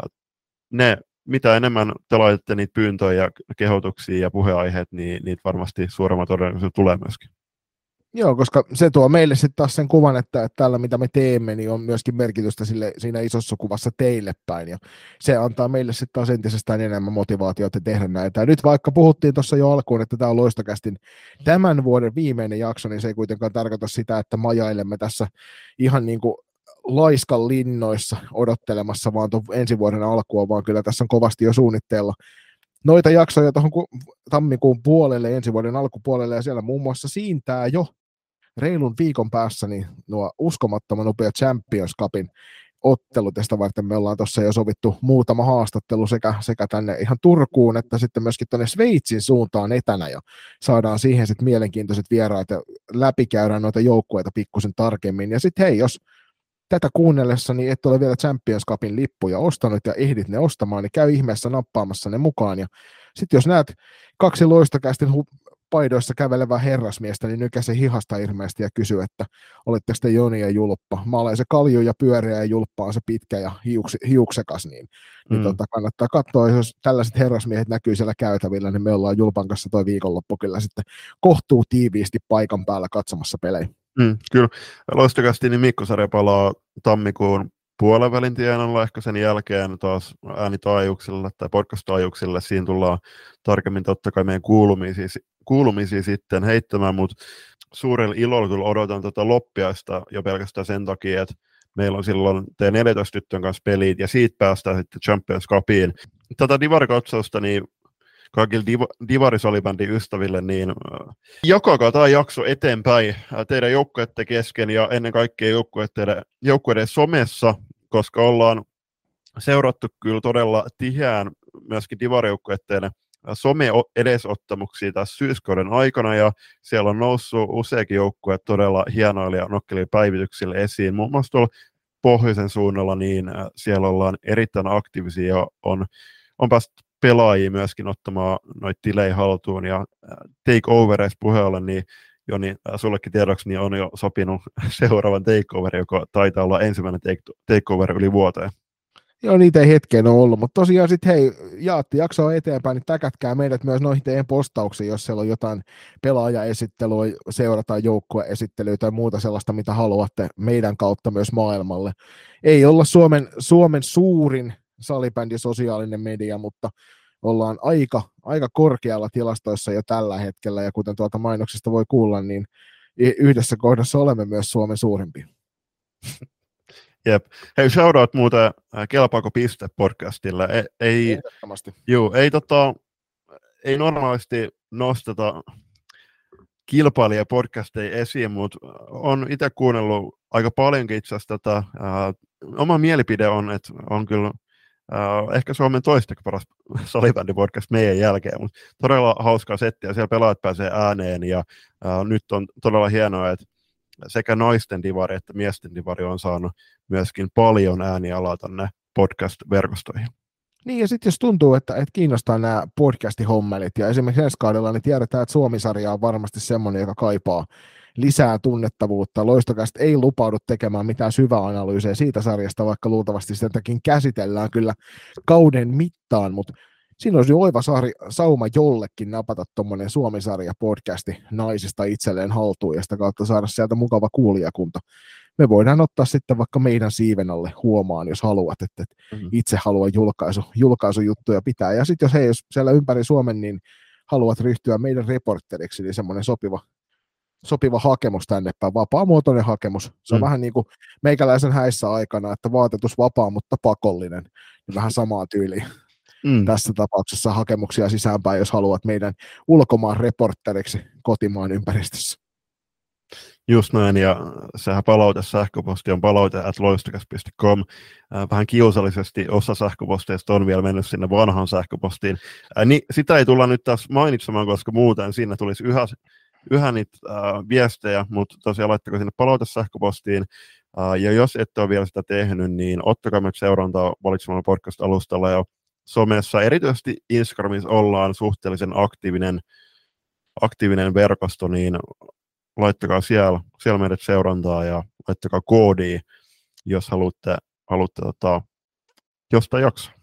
ne, mitä enemmän te laitatte niitä pyyntöjä ja kehotuksia ja puheaiheet, niin niitä varmasti suuremmat todennäköisesti tulee myöskin. Joo, koska se tuo meille sitten taas sen kuvan, että, että tällä mitä me teemme, niin on myöskin merkitystä sille, siinä isossa kuvassa teille päin, ja se antaa meille sitten taas entisestään enemmän motivaatiota tehdä näitä. Ja nyt vaikka puhuttiin tuossa jo alkuun, että tämä on Loistokästin tämän vuoden viimeinen jakso, niin se ei kuitenkaan tarkoita sitä, että majailemme tässä ihan niin kuin laiskan linnoissa odottelemassa vaan tuon ensi vuoden alkua, vaan kyllä tässä on kovasti jo suunnitteilla noita jaksoja tuohon tammikuun puolelle, ensi vuoden alkupuolelle, ja siellä muun muassa siintää jo reilun viikon päässä niin nuo uskomattoman upea Champions Cupin ottelut, ja sitä varten me ollaan tuossa jo sovittu muutama haastattelu sekä, sekä tänne ihan Turkuun, että sitten myöskin tuonne Sveitsin suuntaan etänä, ja saadaan siihen sitten mielenkiintoiset vieraat, ja läpikäydään noita joukkueita pikkusen tarkemmin, ja sitten hei, jos tätä kuunnellessa niin et ole vielä Champions Cupin lippuja ostanut ja ehdit ne ostamaan, niin käy ihmeessä nappaamassa ne mukaan, ja sitten jos näet kaksi Loistokästin paidoissa kävelevää herrasmiestä, niin nykäse hihasta ilmeisesti ja kysy, että oletteko te Joni ja Julppa. Mä olen se kalju ja pyöreä ja Julppa on se pitkä ja hiuks, hiuksekas, niin, mm. niin tota, kannattaa katsoa, jos tällaiset herrasmiehet näkyy siellä käytävillä, niin me ollaan Julpan kanssa toi viikonloppu kyllä sitten kohtuu tiiviisti paikan päällä katsomassa pelejä. Mm, kyllä. Loistokästi niin Mikko-sarja palaa tammikuun puolen välin tienoilla, ehkä sen jälkeen taas äänitaajuuksille tai podcast-taajuuksille. Siinä tullaan tarkemmin totta kai meidän kuulumisia, kuulumisia sitten heittämään, mutta suurella ilolla kyllä odotan tätä loppiaista jo pelkästään sen takia, että meillä on silloin T neljätoista-tyttön kanssa pelit, ja siitä päästään sitten Champions Cupiin. Tätä divarikatsausta, niin kaikille div- divarisalibändin ystäville, niin äh, jakakaa tämä jakso eteenpäin äh, teidän joukkueiden kesken ja ennen kaikkea joukkueiden, joukkueiden somessa, koska ollaan seurattu kyllä todella tiheään myöskin divarijoukkueiden some-edesottamuksia tässä syyskauden aikana, ja siellä on noussut useakin joukkueet todella hienoilla ja nokkelilla päivityksillä esiin. Muun muassa tuolla pohjoisen suunnalla, niin äh, siellä ollaan erittäin aktiivisia ja on, on päästy pelaajia myöskin ottamaan noita tilejä haltuun, ja takeovereissa puheella, niin Joni, sullekin tiedoksi, niin on jo sopinut seuraavan takeover, joka taitaa olla ensimmäinen take, takeover yli vuoteen. Joo, niitä ei hetkeen ole ollut, mutta tosiaan sitten hei, jaatte jaksoa eteenpäin, niin täkätkää meidät myös noihin teidän postauksiin, jos siellä on jotain pelaajaesittelyä, seurataan joukkueesittelyä tai muuta sellaista, mitä haluatte meidän kautta myös maailmalle. Ei olla Suomen, Suomen suurin salibändi sosiaalinen media, mutta ollaan aika, aika korkealla tilastoissa jo tällä hetkellä, ja kuten tuolta mainoksista voi kuulla, niin yhdessä kohdassa olemme myös Suomen suurimpia. Jep. Hei, shoutout muuten Kelpaako piste podcastille. Ei, ei, juu, ei, tota, ei normaalisti nosteta kilpailijapodcasteja esiin, mutta on itse kuunnellut aika paljonkin itse asiassa tätä. Ää, oma mielipide on, että on kyllä ää, ehkä Suomen toistekin paras salibändipodcast meidän jälkeen, mutta todella hauskaa settiä. Siellä pelaajat pääsee ääneen ja ää, nyt on todella hienoa, että sekä naisten divari että miesten divari on saanut myöskin paljon äänialaa tänne podcast-verkostoihin. Niin, ja sitten jos tuntuu, että, että kiinnostaa nämä podcasti-hommelit, ja esimerkiksi ensi kaudella, niin tiedetään, että Suomi-sarja on varmasti semmoinen, joka kaipaa lisää tunnettavuutta. Loistokästä ei lupaudu tekemään mitään syvää analyysiä siitä sarjasta, vaikka luultavasti sitäkin käsitellään kyllä kauden mittaan, mutta siinä olisi jo oiva saari, sauma jollekin napata tuommoinen Suomi-sarja-podcasti naisista itselleen haltuun, ja sitä kautta saada sieltä mukava kuulijakunta. Me voidaan ottaa sitten vaikka meidän siiven alle huomaan, jos haluat, että mm-hmm. itse haluaa julkaisu, julkaisujuttuja pitää. Ja sitten jos hei, jos siellä ympäri Suomen niin haluat ryhtyä meidän reporteriksi, niin semmoinen sopiva, sopiva hakemus tänne päin, vapaamuotoinen hakemus. Se on mm. vähän niin kuin meikäläisen häissä aikana, että vaatetus vapaa, mutta pakollinen. Niin vähän samaa tyyliä. Mm. Tässä tapauksessa hakemuksia sisäänpäin, jos haluat meidän ulkomaan reporteriksi kotimaan ympäristössä. Just näin, ja sehän palaute sähköposti on palaute at loistokäs piste com. Vähän kiusallisesti osa sähköposteista on vielä mennyt sinne vanhaan sähköpostiin. Ää, niin, sitä ei tulla nyt taas mainitsemaan, koska muuten sinne tulisi yhä, yhä niitä ää, viestejä, mutta tosiaan laittakaa sinne palaute sähköpostiin. Ää, ja jos ette ole vielä sitä tehnyt, niin ottakaa myös seurantaa valitsemalla podcast-alustalla ja somessa. Erityisesti Instagramissa ollaan suhteellisen aktiivinen, aktiivinen verkosto, niin laittakaa siellä, siellä meidät seurantaa ja laittakaa koodia, jos haluatte, haluatte tota, jostain jaksaa.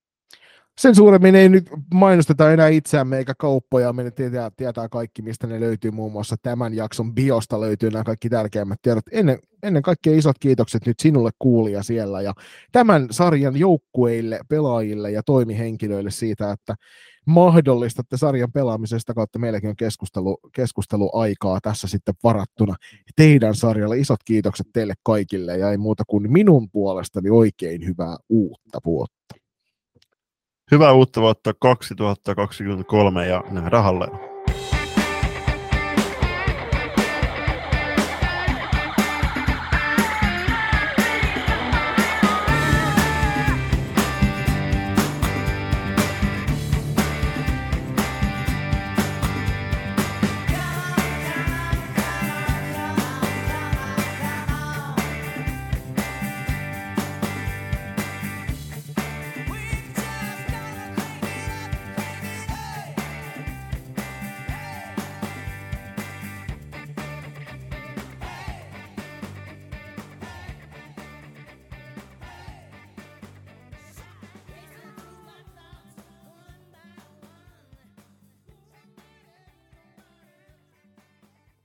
Sen suuremmin ei nyt mainosteta enää itseämme eikä kauppoja. Me tietää, tietää kaikki, mistä ne löytyy. Muun muassa tämän jakson biosta löytyy nämä kaikki tärkeimmät tiedot. Ennen, ennen kaikkea isot kiitokset nyt sinulle kuulija siellä ja tämän sarjan joukkueille, pelaajille ja toimihenkilöille siitä, että mahdollistatte sarjan pelaamisesta kautta. Meilläkin on keskustelu, keskusteluaikaa tässä sitten varattuna teidän sarjalle. Isot kiitokset teille kaikille ja ei muuta kuin minun puolestani oikein hyvää uutta vuotta. Hyvää uutta vuotta kaksituhattakaksikymmentäkolme ja nähdään Halleella.